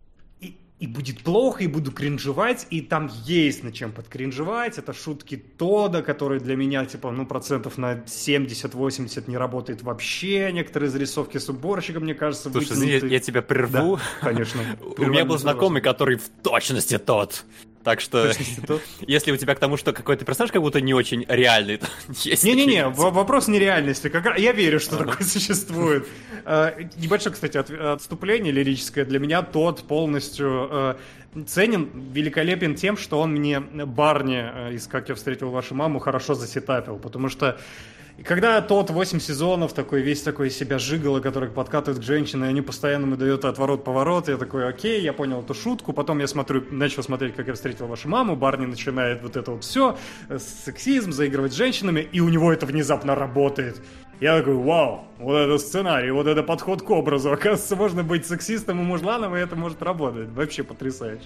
и будет плохо, и буду кринжевать, и там есть над чем подкринжевать. Это шутки Тода, которые для меня, процентов на 70-80 не работает вообще. Некоторые зарисовки с уборщиком, мне кажется, слушай, извини, я тебя прерву. Да, конечно. У меня был знакомый, который в точности тот. Так что, если у тебя к тому, что какой-то персонаж как будто не очень реальный, то есть... Не-не-не, вопрос нереальности. Я верю, что такое существует. Небольшое, кстати, отступление лирическое. Для меня тот полностью ценен, великолепен тем, что он мне Барни из «Как я встретил вашу маму» хорошо засетапил. Потому что когда тот 8 сезонов, весь такой из себя жигало, который подкатывает к женщине, и они постоянно ему дают отворот-поворот, я такой, окей, я понял эту шутку, потом я начал смотреть «Как я встретил вашу маму», Барни начинает вот это вот все, сексизм, заигрывать с женщинами, и у него это внезапно работает. Я такой, вау, вот это сценарий, вот это подход к образу, оказывается, можно быть сексистом и мужланом, и это может работать, вообще потрясающе.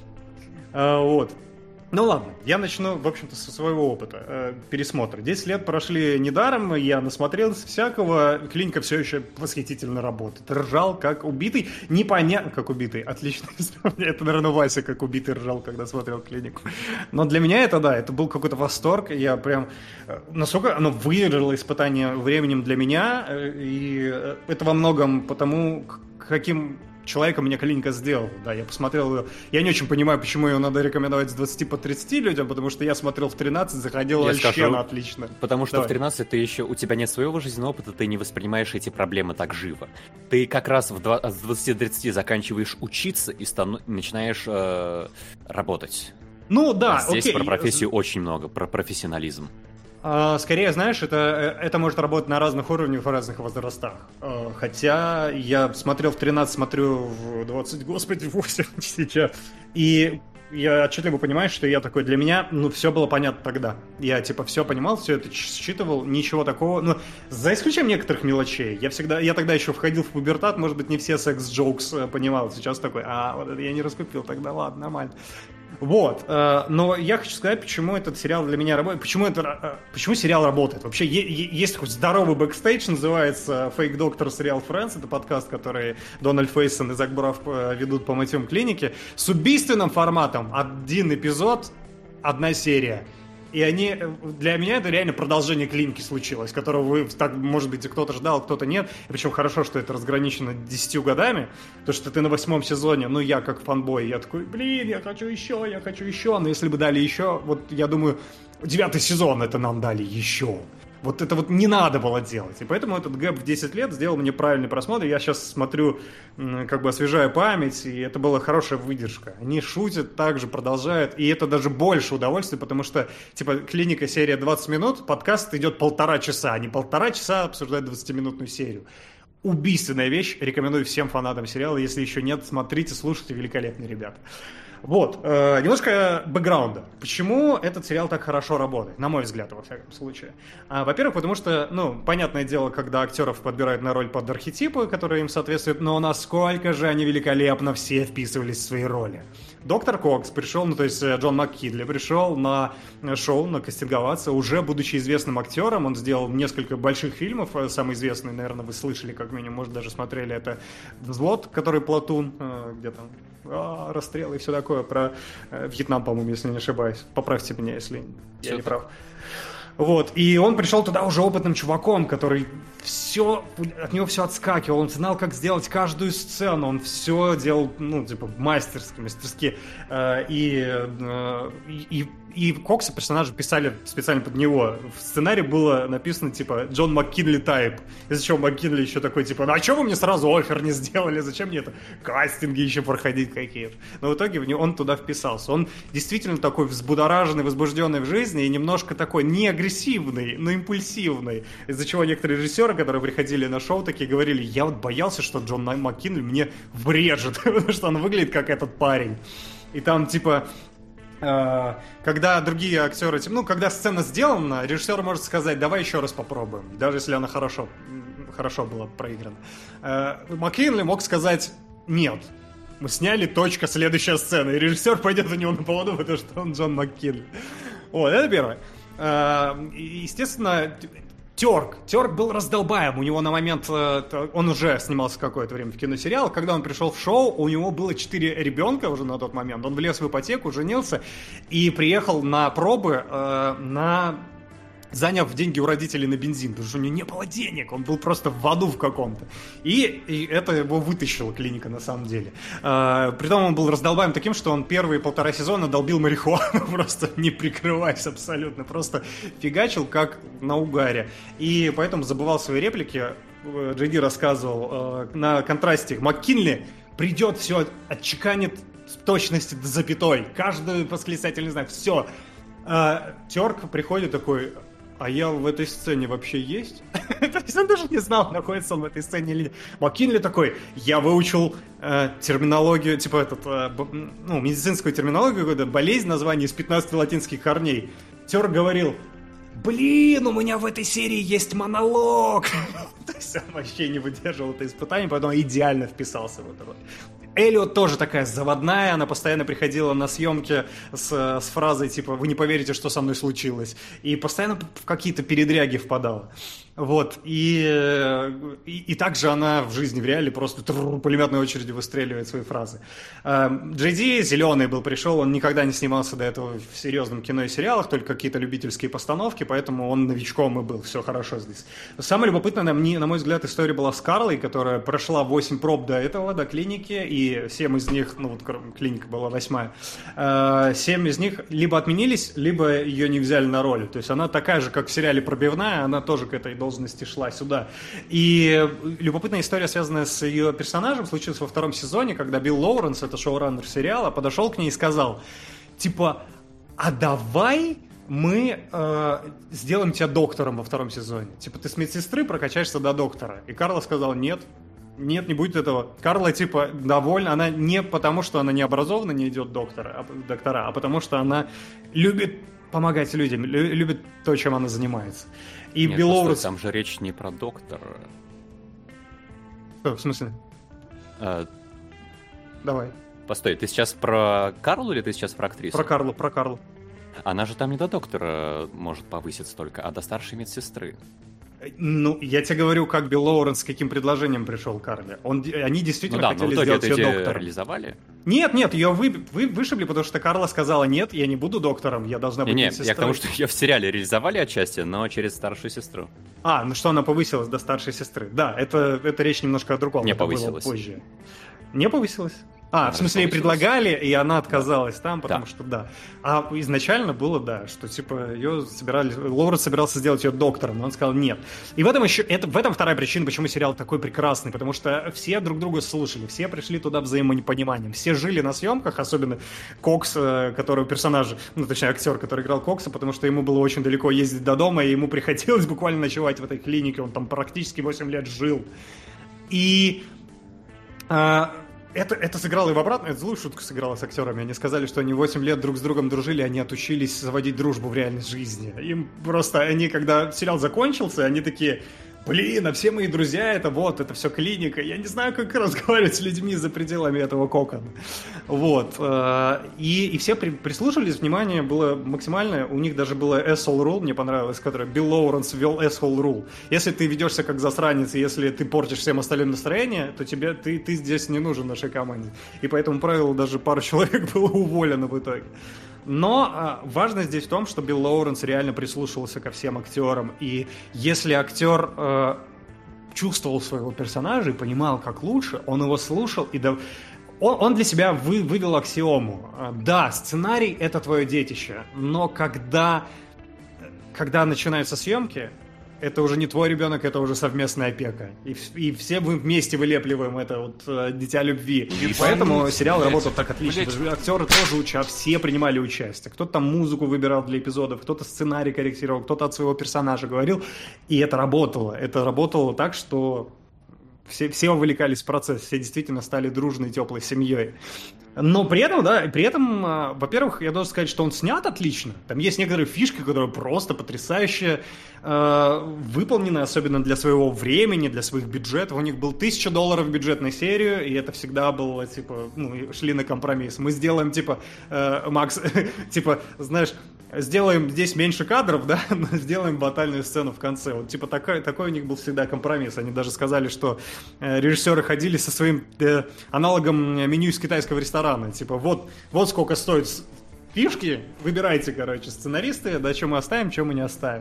Вот. Ну ладно, я начну, в общем-то, со своего опыта пересмотра. 10 лет прошли недаром, я насмотрелся всякого, клиника все еще восхитительно работает. Rжал как убитый, непонятно, как убитый, отлично. Это, наверное, Вася как убитый ржал, когда смотрел клинику. Но для меня это, да, это был какой-то восторг, я прям, насколько оно выдержало испытание временем для меня, и это во многом потому, каким человеком меня клиника сделала. Да, я посмотрел ее. Я не очень понимаю, почему ее надо рекомендовать с 20 по 30 людям, потому что я смотрел в 13, заходил вообще отлично. Потому что в 13 ты еще, у тебя нет своего жизненного опыта, ты не воспринимаешь эти проблемы так живо. Ты как раз с 20 до 30 заканчиваешь учиться и начинаешь работать. Ну да, здесь про профессию очень много, про профессионализм. Скорее, знаешь, это может работать на разных уровнях, в разных возрастах. Хотя я смотрел в 13, смотрю в 20, господи, 8 сейчас. И я отчетливо понимаю, что я такой, для меня, все было понятно тогда. Я, все понимал, все это считывал, ничего такого. За исключением некоторых мелочей. Я тогда еще входил в пубертат, может быть, не все секс-джокс понимал. Сейчас такой, вот это я не раскупил, тогда ладно, нормально. Вот, но я хочу сказать, почему этот сериал для меня работает, почему сериал работает. Вообще есть такой здоровый бэкстейдж, называется Fake Doctor сериал Friends, это подкаст, который Дональд Фейсон и Зак Браф ведут по мотивам клиники, с убийственным форматом, 1 эпизод, 1 серия. И для меня это реально продолжение клиники случилось, которого вы, так, может быть, кто-то ждал, кто-то нет. И причем хорошо, что это разграничено 10 годами, потому что ты на 8 сезоне, ну, я как фанбой, я такой, я хочу еще. Но если бы дали еще, вот я думаю, 9 сезон это нам дали еще. Вот это вот не надо было делать. И поэтому этот гэп в 10 лет сделал мне правильный просмотр. Я сейчас смотрю, как бы освежаю память, и это была хорошая выдержка. Они шутят, также продолжают, и это даже больше удовольствия, потому что, типа, клиника серия 20 минут, подкаст идет 1,5 часа. Они 1,5 часа обсуждают 20-минутную серию. Убийственная вещь. Рекомендую всем фанатам сериала. Если еще нет, смотрите, слушайте. Великолепные ребята. Вот, немножко бэкграунда. Почему этот сериал так хорошо работает, на мой взгляд, во всяком случае? Во-первых, потому что, понятное дело, когда актеров подбирают на роль под архетипы, которые им соответствуют, но насколько же они великолепно все вписывались в свои роли. Доктор Кокс пришел, то есть Джон МакКидли пришел на шоу, на кастинговаться, уже будучи известным актером, он сделал несколько больших фильмов, самый известный, наверное, вы слышали, как минимум, может, даже смотрели, это «Взвод», который «Платун», где там расстрелы и все такое, про Вьетнам, по-моему, если не ошибаюсь. Поправьте меня, если я не прав. Вот, и он пришел туда уже опытным чуваком, который от него все отскакивал, он знал, как сделать каждую сцену, он все делал, мастерски. И Кокса персонажа писали специально под него. В сценарии было написано, типа, Джон МакКинли тайп. Из-за чего МакКинли еще такой, типа, а что вы мне сразу оффер не сделали? Зачем мне это кастинги еще проходить какие-то? Но в итоге он туда вписался. Он действительно такой взбудораженный, возбужденный в жизни и немножко такой не агрессивный, но импульсивный. Из-за чего некоторые режиссеры, которые приходили на шоу, такие говорили, я вот боялся, что Джон МакКинли мне врежет, потому что он выглядит как этот парень. И там, типа... когда другие актеры, когда сцена сделана, режиссер может сказать, давай еще раз попробуем, даже если она хорошо была проиграна. МакКинли мог сказать, нет, мы сняли, точка, следующая сцена, и режиссер пойдет у него на поводу, потому что он Джон МакКинли. Вот, это первое. Естественно, Терк был раздолбаем, у него на момент, он уже снимался какое-то время в киносериалах, когда он пришел в шоу, у него было 4 ребенка уже на тот момент, он влез в ипотеку, женился и приехал на пробы, заняв деньги у родителей на бензин, потому что у него не было денег, он был просто в аду в каком-то. И это его вытащила клиника на самом деле. Притом он был раздолбаем таким, что он первые 1,5 сезона долбил марихуану, просто не прикрываясь абсолютно, просто фигачил как на угаре. И поэтому забывал свои реплики. Джей Ди рассказывал на контрасте. МакКинли придет, все отчеканит в точности до запятой. Каждый восклицательный знак, все. Терк приходит такой... А я в этой сцене вообще есть? То есть он даже не знал, находится он в этой сцене или нет. МакКинли такой, я выучил терминологию, типа медицинскую терминологию, болезнь, название из 15 латинских корней. Терк говорил, у меня в этой серии есть монолог. То есть он вообще не выдерживал это испытание, поэтому идеально вписался в это. Эллиот тоже такая заводная, она постоянно приходила на съемки с фразой типа «Вы не поверите, что со мной случилось», и постоянно в какие-то передряги впадала. Вот, и также она в жизни, в реале просто пулеметной очередью выстреливает свои фразы. Джей Ди зеленый пришел, он никогда не снимался до этого в серьезном кино и сериалах, только какие-то любительские постановки, поэтому он новичком и был, все хорошо здесь. Самое любопытное, на мой взгляд, история была с Карлой, которая прошла 8 проб до этого, до клиники, и 7 из них, клиника была 8-я, 7 из них либо отменились, либо ее не взяли на роль. То есть она такая же, как в сериале «Пробивная», она тоже к этой должности шла сюда. И любопытная история, связанная с ее персонажем, случилась во 2 сезоне, когда Билл Лоуренс, это шоураннер сериала, подошел к ней и сказал, типа, а давай мы сделаем тебя доктором во 2 сезоне. Типа, ты с медсестры прокачаешься до доктора. И Карла сказала, нет, не будет этого. Карла, типа, довольна. Она не потому, что она не образована, не идет доктора, а потому, что она любит помогать людям, любит то, чем она занимается. И Нет, Билл Лоуренс... там же речь не про доктора. Что, в смысле? Давай. Постой, ты сейчас про Карлу или ты сейчас про актрису? Про Карлу. Она же там не до доктора может повыситься только, а до старшей медсестры. Ну, я тебе говорю, как Билл Лоуренс с каким предложением пришел к Карле. Они действительно хотели сделать ее доктором. Реализовали? Нет, ее вышибли, потому что Карла сказала: нет, я не буду доктором, я должна быть медсестрой. Я к тому, что ее в сериале реализовали отчасти, но через старшую сестру. Ну что она повысилась до старшей сестры. Да, это речь немножко о другом. Не это повысилась. Было позже. Не повысилась? В смысле, ей предлагали, и она отказалась там, потому что да. А изначально было, да, что типа Лоуренс собирался сделать ее доктором, но он сказал нет. И в этом вторая причина, почему сериал такой прекрасный, потому что все друг друга слушали, все пришли туда взаимопониманием, все жили на съемках, особенно Кокс, который персонаж, точнее актер, который играл Кокса, потому что ему было очень далеко ездить до дома, и ему приходилось буквально ночевать в этой клинике, он там практически 8 лет жил. И... Это сыграло и в обратно, это злую шутку сыграло с актерами. Они сказали, что они 8 лет друг с другом дружили, они отучились заводить дружбу в реальной жизни. Им просто, когда сериал закончился, они такие: блин, а все мои друзья, это все клиника. Я не знаю, как разговаривать с людьми за пределами этого кокона. Вот. И все прислушивались, внимание было максимальное. У них даже было asshole rule, мне понравилось, которое Билл Лоуренс ввел asshole rule. Если ты ведешься как засранец, и если ты портишь всем остальным настроение, то ты здесь не нужен нашей команде. И по этому правилу даже пару человек было уволено в итоге. Но важность здесь в том, что Билл Лоуренс реально прислушивался ко всем актерам. И если актер чувствовал своего персонажа и понимал, как лучше, он его слушал и он для себя вывел аксиому. Да, сценарий — это твое детище, но когда начинаются съемки, это уже не твой ребенок, это уже совместная опека. И все мы вместе вылепливаем это дитя любви. И поэтому сериал работал так отлично. Актеры тоже все принимали участие. Кто-то там музыку выбирал для эпизодов, кто-то сценарий корректировал, кто-то от своего персонажа говорил. И это работало. Это работало так, что все увлекались в процесс, все действительно стали дружной, теплой семьей. Но при этом, во-первых, я должен сказать, что он снят отлично. Там есть некоторые фишки, которые просто потрясающе выполнены, особенно для своего времени, для своих бюджетов. У них был $1000 бюджет на серию, и это всегда было, шли на компромисс. Мы сделаем, Макс, знаешь, сделаем здесь меньше кадров, да, но сделаем батальную сцену в конце. Такой у них был всегда компромисс. Они даже сказали, что режиссеры ходили со своим аналогом меню из китайского ресторана. Вот сколько стоят фишки, выбирайте, сценаристы, да, что мы оставим, что мы не оставим.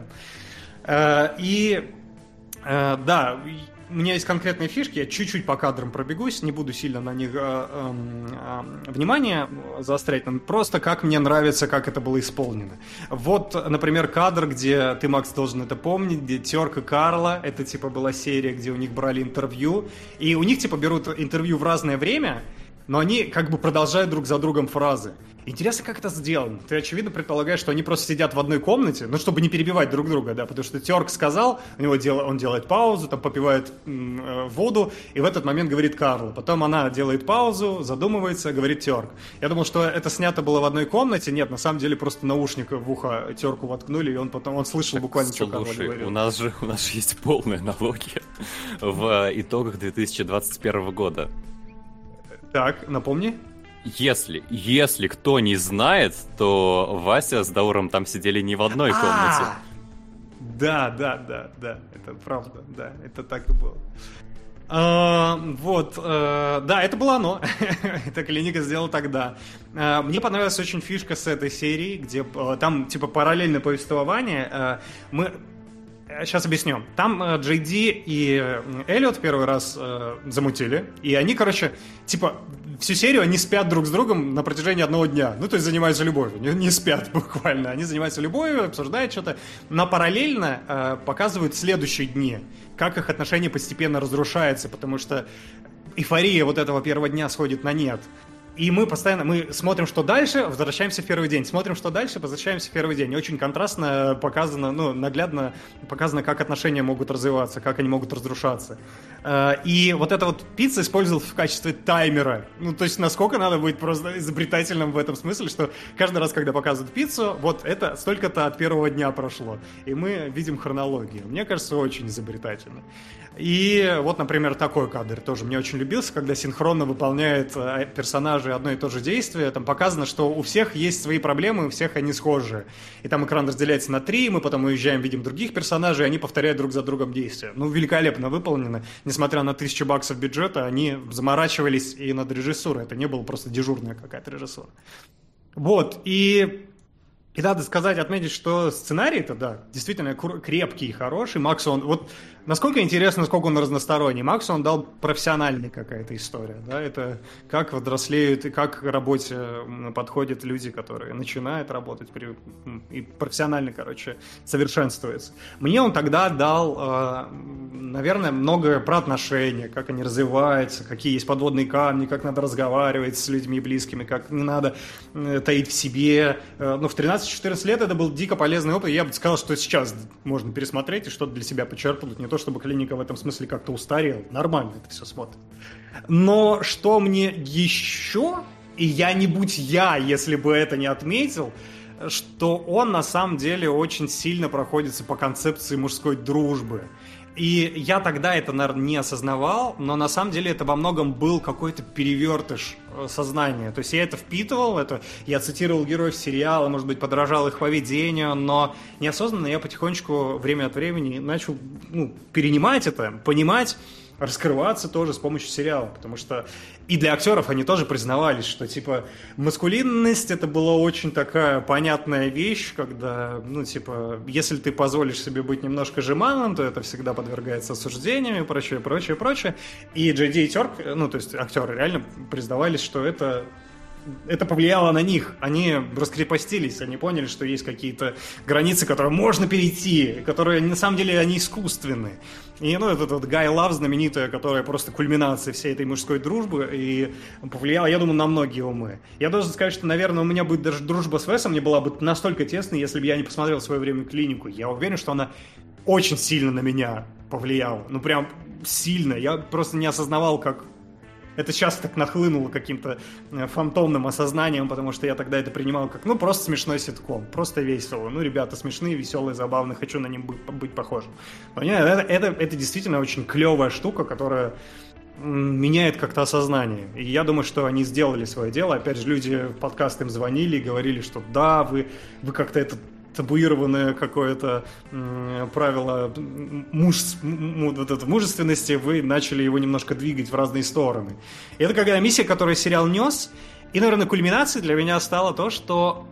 Да, у меня есть конкретные фишки, я чуть-чуть по кадрам пробегусь, не буду сильно на них внимание заострять, но просто как мне нравится, как это было исполнено. Вот, например, кадр, где ты, Макс, должен это помнить, где Терк и Карла, это была серия, где у них брали интервью, и у них берут интервью в разное время, но они продолжают друг за другом фразы. Интересно, как это сделано. Ты, очевидно, предполагаешь, что они просто сидят в одной комнате, чтобы не перебивать друг друга, да, потому что Терк сказал, он делает паузу, там попивает воду, и в этот момент говорит Карла. Потом она делает паузу, задумывается, говорит Терк. Я думал, что это снято было в одной комнате. Нет, на самом деле просто наушник в ухо Терку воткнули, и он слышал буквально, что Карла говорил. У нас же есть полная аналогия в итогах 2021 года. Так, напомни. Если кто не знает, то Вася с Дауром там сидели не в одной комнате. Да, это правда, да, это так и было. Да, это было оно. Эта клиника сделала тогда. Мне понравилась очень фишка с этой серии, где там параллельное повествование. Сейчас объясню. Там Джей Ди и Эллиот первый раз замутили, и они, всю серию они спят друг с другом на протяжении одного дня. То есть занимаются любовью. Не спят буквально. Они занимаются любовью, обсуждают что-то, но параллельно показывают следующие дни, как их отношения постепенно разрушаются, потому что эйфория этого первого дня сходит на нет. И мы смотрим, что дальше, возвращаемся в первый день. Смотрим, что дальше, возвращаемся в первый день. Очень контрастно показано, наглядно показано, как отношения могут развиваться, как они могут разрушаться. И эта пицца использовалась в качестве таймера. То есть, насколько надо быть просто изобретательным в этом смысле, что каждый раз, когда показывают пиццу, это столько-то от первого дня прошло. И мы видим хронологию. Мне кажется, очень изобретательно. И например, такой кадр тоже мне очень любился, когда синхронно выполняет персонаж персонажей одно и то же действие, там показано, что у всех есть свои проблемы, у всех они схожи. И там экран разделяется на 3, мы потом уезжаем, видим других персонажей, и они повторяют друг за другом действия. Ну, великолепно выполнено. Несмотря на $1000 бюджета, они заморачивались и над режиссурой. Это не было просто дежурная какая-то режиссура. Вот, и надо сказать, отметить, что сценарий-то, да, действительно крепкий и хороший. Максу он, вот, насколько интересно, насколько он разносторонний. Максу он дал профессиональная какая-то история, да, это как взрослеют и как к работе подходят люди, которые начинают работать и профессионально, короче, совершенствуются. Мне он тогда дал, наверное, многое про отношения, как они развиваются, какие есть подводные камни, как надо разговаривать с людьми близкими, как не надо таить в себе. Ну, в 13-14 лет это был дико полезный опыт, и я бы сказал, что сейчас можно пересмотреть и что-то для себя почерпнуть, не то чтобы Клиника в этом смысле как-то устарел, нормально это все смотрит. Но что мне еще, и не будь я, если бы это не отметил, что он на самом деле очень сильно проходится по концепции мужской дружбы. И я тогда это, наверное, не осознавал, но на самом деле это во многом был какой-то перевертыш сознания. То есть я это впитывал, я цитировал героев сериала, может быть, подражал их поведению, но неосознанно я потихонечку время от времени начал перенимать это, понимать, раскрываться тоже с помощью сериала, потому что и для актеров они тоже признавались, что типа маскулинность это была очень такая понятная вещь, когда, если ты позволишь себе быть немножко жеманным, то это всегда подвергается осуждению и прочее, прочее, прочее. И Джей Ди и Терк, то есть актеры реально признавались, что это повлияло на них. Они раскрепостились, они поняли, что есть какие-то границы, которые можно перейти, которые на самом деле они искусственные. И этот вот Guy Love знаменитая, которая просто кульминация всей этой мужской дружбы, и повлияла, я думаю, на многие умы. Я должен сказать, что, наверное, у меня будет даже дружба с Весом не была бы настолько тесной, если бы я не посмотрел в свое время «Клинику». Я уверен, что она очень сильно на меня повлияла. Прям сильно. Я просто не осознавал, как это сейчас так нахлынуло каким-то фантомным осознанием, потому что я тогда это принимал как, просто смешной ситком, просто весело. Ребята смешные, веселые, забавные, хочу на них быть похожим. Это действительно очень клевая штука, которая меняет как-то осознание. И я думаю, что они сделали свое дело. Опять же, люди в подкаст им звонили и говорили, что да, вы как-то это табуированное какое-то правило мужественности, вы начали его немножко двигать в разные стороны. И это какая-то миссия, которую сериал нес. И, наверное, кульминацией для меня стало то, что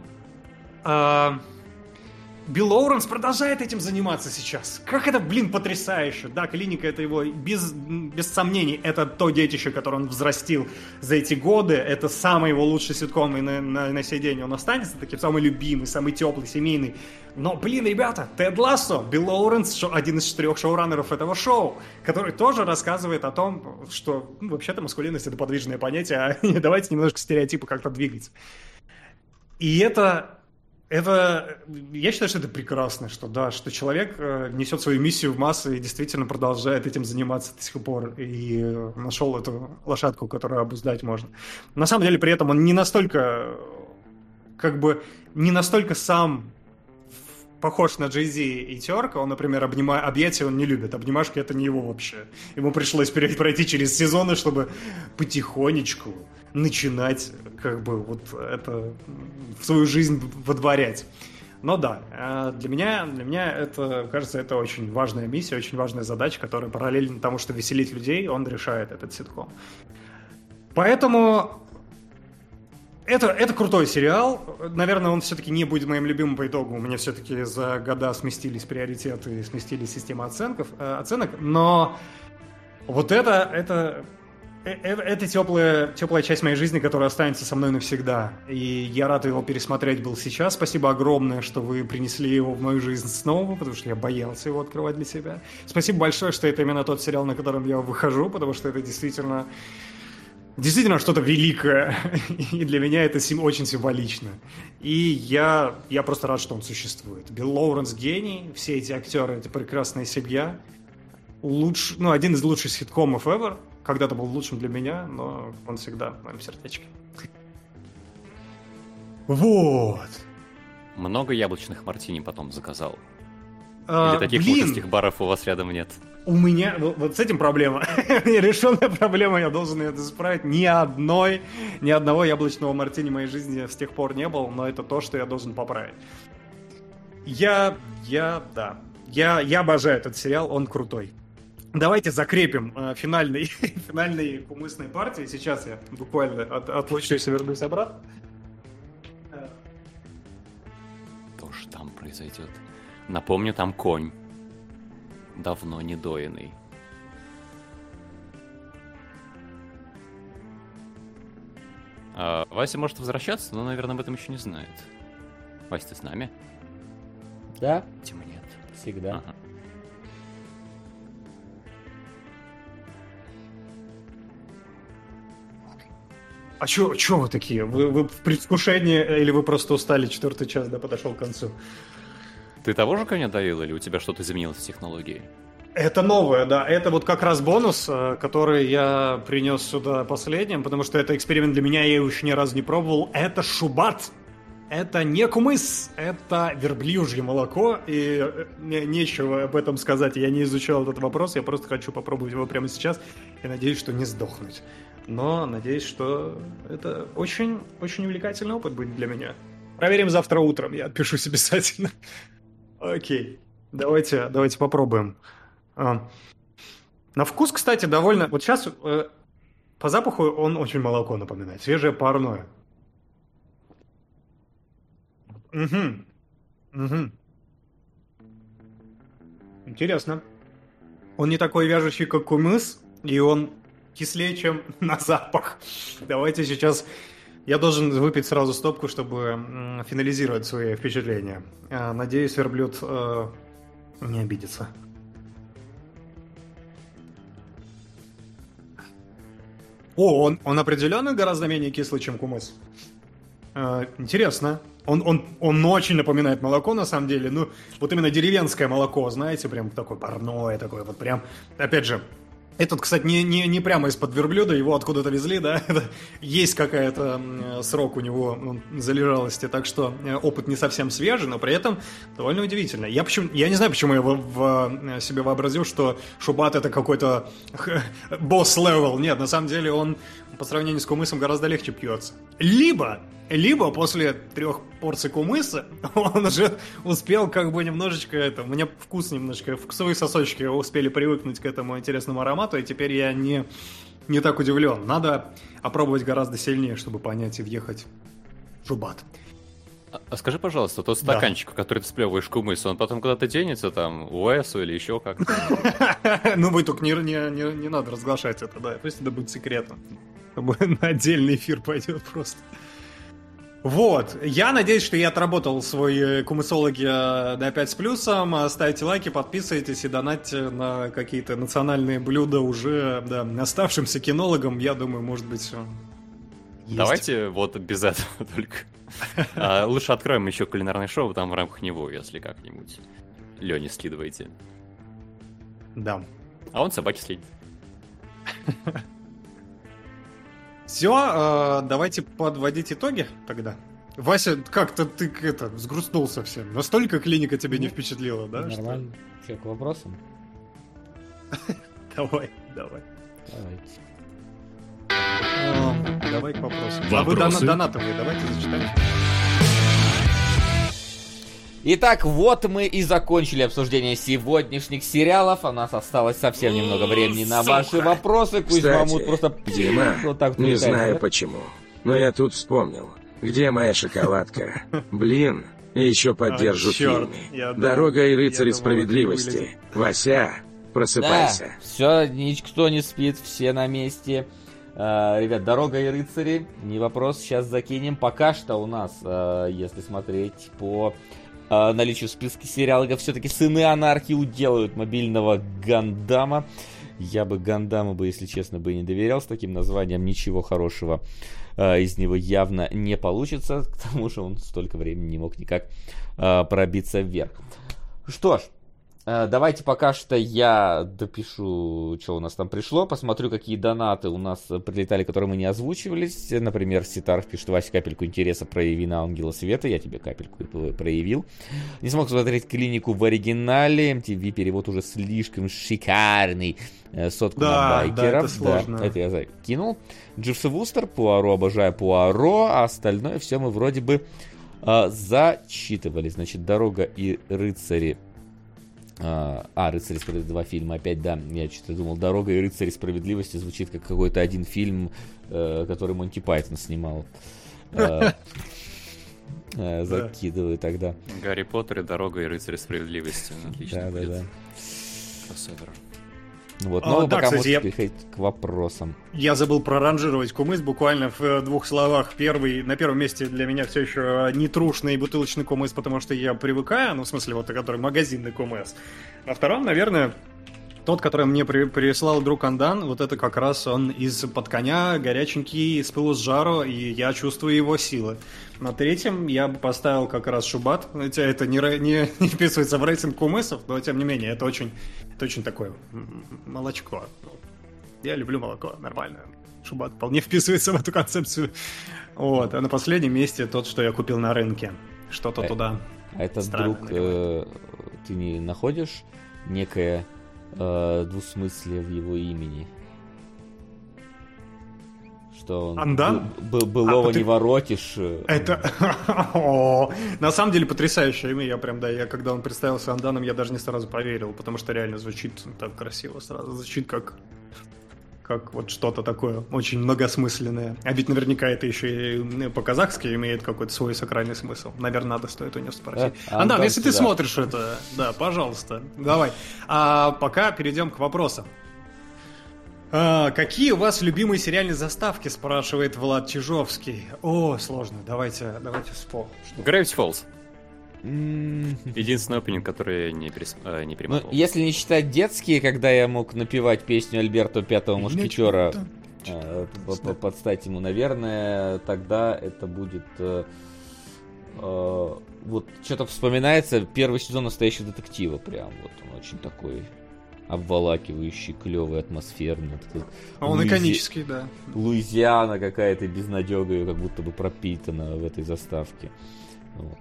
Билл Лоуренс продолжает этим заниматься сейчас. Как это, потрясающе. Да, «Клиника» — это его, без сомнений, это то детище, которое он взрастил за эти годы. Это самый его лучший ситком, и на сей день он останется таким самый любимый, самый теплый, семейный. Но, ребята, Тед Лассо, Билл Лоуренс, один из 4 шоураннеров этого шоу, который тоже рассказывает о том, что вообще-то маскулинность — это подвижное понятие, а давайте немножко стереотипы как-то двигать. И это, я считаю, что это прекрасно, что человек несет свою миссию в массы и действительно продолжает этим заниматься до сих пор, и нашел эту лошадку, которую обуздать можно. На самом деле, при этом он не настолько сам похож на Джей-Зи и Терка. Он, например, объятия он не любит. Обнимашки — это не его вообще. Ему пришлось пройти через сезоны, чтобы потихонечку начинать это в свою жизнь водворять. Но да, для меня это, кажется, это очень важная миссия, очень важная задача, которая параллельно тому, что веселить людей, он решает этот ситком. Поэтому это крутой сериал. Наверное, он все-таки не будет моим любимым по итогу. У меня все-таки за года сместились приоритеты, сместились системы оценок. Но вот это теплая часть моей жизни, которая останется со мной навсегда. И я рад его пересмотреть был сейчас. Спасибо огромное, что вы принесли его в мою жизнь снова, потому что я боялся его открывать для себя. Спасибо большое, что это именно тот сериал, на котором я выхожу, потому что это действительно что-то великое. И для меня это очень символично. И я просто рад, что он существует. Билл Лоуренс гений, все эти актеры — это прекрасная семья. Один из лучших ситкомов ever. Когда-то был лучшим для меня, но он всегда в моем сердечке. Вот. Много яблочных мартини потом заказал? Или таких мужских баров у вас рядом нет? У меня вот с этим проблема. Решенная проблема, я должен это исправить. Ни одного яблочного мартини в моей жизни с тех пор не было, но это то, что я должен поправить. Я обожаю этот сериал, он крутой. Давайте закрепим финальной кумысной партии. Сейчас я буквально отлучусь и вернусь обратно. Что ж там произойдет? Напомню, там конь. Давно не доенный. Вася может возвращаться, но, наверное, об этом еще не знает. Вася, ты с нами? Да. Тима нет. Всегда. Ага. А чё вы такие? Вы в предвкушении или вы просто устали? 4-й час, да, подошел к концу. Ты того же коня доил, или у тебя что-то изменилось в технологии? Это новое, да. Это вот как раз бонус, который я принес сюда последним, потому что это эксперимент для меня, я его еще ни разу не пробовал. Это шубат. Это не кумыс, это верблюжье молоко, и мне нечего об этом сказать. Я не изучал этот вопрос, я просто хочу попробовать его прямо сейчас и надеюсь, что не сдохнуть. Но надеюсь, что это очень, очень увлекательный опыт будет для меня. Проверим завтра утром, я отпишусь обязательно. Окей, давайте попробуем. На вкус, кстати, довольно... Вот сейчас по запаху он очень молоко напоминает. Свежее парное. Угу. Интересно. Он не такой вяжущий, как кумыс, и он кислее, чем на запах. Давайте сейчас... Я должен выпить сразу стопку, чтобы финализировать свои впечатления. Надеюсь, верблюд не обидится. О, он определенно гораздо менее кислый, чем кумыс. Интересно. Он очень напоминает молоко, на самом деле. Ну, вот именно деревенское молоко, знаете, прям такое парное, такое вот прям... Опять же, этот, кстати, не прямо из-под верблюда, его откуда-то везли, да? Есть какая-то срок у него залежалости, так что опыт не совсем свежий, но при этом довольно удивительно. Я не знаю, почему я в себе вообразил, что шубат это какой-то босс-левел. Нет, на самом деле он по сравнению с кумысом гораздо легче пьется. Либо после 3 порций кумыса он уже успел как бы немножечко у меня вкусовые сосочки успели привыкнуть к этому интересному аромату, и теперь я не так удивлен. Надо опробовать гораздо сильнее, чтобы понять и въехать в шубат. А скажи, пожалуйста, тот стаканчик, в который ты сплевываешь кумыс, он потом куда-то денется, там, у Эсу или еще как-то? Ну, вы только не надо разглашать это, да, пусть это будет секретом. На отдельный эфир пойдет просто. Вот, я надеюсь, что я отработал свой кумысология на 5 с плюсом. Ставьте лайки, подписывайтесь и донатьте на какие-то национальные блюда уже оставшимся кинологам. Я думаю, может быть, есть. Давайте вот без этого только. Лучше откроем еще кулинарное шоу, там в рамках него, если как-нибудь. Лене скидывайте. Да. А он собаки следит. Все, давайте подводить итоги тогда. Вася, как-то ты сгрустнул совсем. Настолько клиника тебя не впечатлила, да? Нормально. Что, к вопросам? Давай. Давай к вопросам. Вопросы? А вы донатовые, давайте зачитаем. Итак, вот мы и закончили обсуждение сегодняшних сериалов. У нас осталось совсем немного времени на ваши вопросы. Кстати, просто... Дима, вот так не летает, знаю да? почему, но я тут вспомнил. Где моя шоколадка? Блин, и еще поддержу фильмы. Дорога и рыцари справедливости. Вася, просыпайся. Да, все, никто не спит, все на месте. Ребят, Дорога и рыцари, не вопрос, сейчас закинем. Пока что у нас, если смотреть по наличию в списке сериалов, все-таки Сыны Анархии уделают мобильного Гандама. Я бы Гандаму, если честно, не доверял с таким названием. Ничего хорошего из него явно не получится. К тому же он столько времени не мог никак пробиться вверх. Что ж, Давайте пока что я допишу, что у нас там пришло, посмотрю, какие донаты у нас прилетали, которые мы не озвучивались. Например, Ситаров пишет: Вася, капельку интереса прояви на Ангела Света. Я тебе капельку проявил. Не смог смотреть «Клинику» в оригинале. MTV перевод уже слишком шикарный. Сотку на байкеров. Да, это сложно. Да, это я закинул. Дживс и Вустер, Пуаро, обожаю Пуаро. А остальное все мы вроде бы зачитывали. Значит, «Дорога» и «Рыцари». «Рыцари справедливости», 2 фильма опять, да. Я что-то думал, «Дорога» и «Рыцари справедливости» звучит как какой-то один фильм, который Монти Пайтон снимал. Закидываю тогда. Гарри Поттер и «Дорога» и «Рыцари справедливости». Отлично. Да. Кроссовер. Вот, но пока можете переходить к вопросам. Я забыл проранжировать кумыс буквально в 2 словах. На первом месте для меня все еще нетрушный бутылочный кумыс, потому что я привыкаю, в смысле, вот который магазинный кумыс. На втором, наверное, тот, который мне прислал друг Андан, вот это как раз он из-под коня, горяченький, с пылу с жару, и я чувствую его силы. На третьем я бы поставил как раз Шубат, хотя это не вписывается в рейтинг кумысов, но тем не менее, это очень такое молочко. Я люблю молоко, нормально. Шубат вполне вписывается в эту концепцию. Вот. А на последнем месте тот, что я купил на рынке. Что-то туда. А этот друг, ты не находишь некое двусмыслие в его имени? Что он Андан? Былого не воротишь. Это... На самом деле потрясающее имя. Я когда он представился Анданом, я даже не сразу поверил, потому что реально звучит так красиво сразу. Звучит как вот что-то такое очень многосмысленное. А ведь наверняка это еще и по-казахски имеет какой-то свой сакральный смысл. Наверное, стоит у него спросить. Андан, если ты смотришь это, да, пожалуйста, давай. А пока перейдем к вопросам. Какие у вас любимые сериальные заставки, спрашивает Влад Чижовский. О, сложно, давайте вспомним. Gravity Falls. Единственный опенинг, который я не перемотал. Если не считать детские, когда я мог напевать песню Альберто Пятого Мушкетера под стать ему, наверное, тогда это будет... вот что-то вспоминается первый сезон «Настоящего детектива». Прям вот он очень такой... обволакивающий, клевый, атмосферный. Он иконический, да. Луизиана какая-то безнадега, как будто бы пропитана в этой заставке. Вот.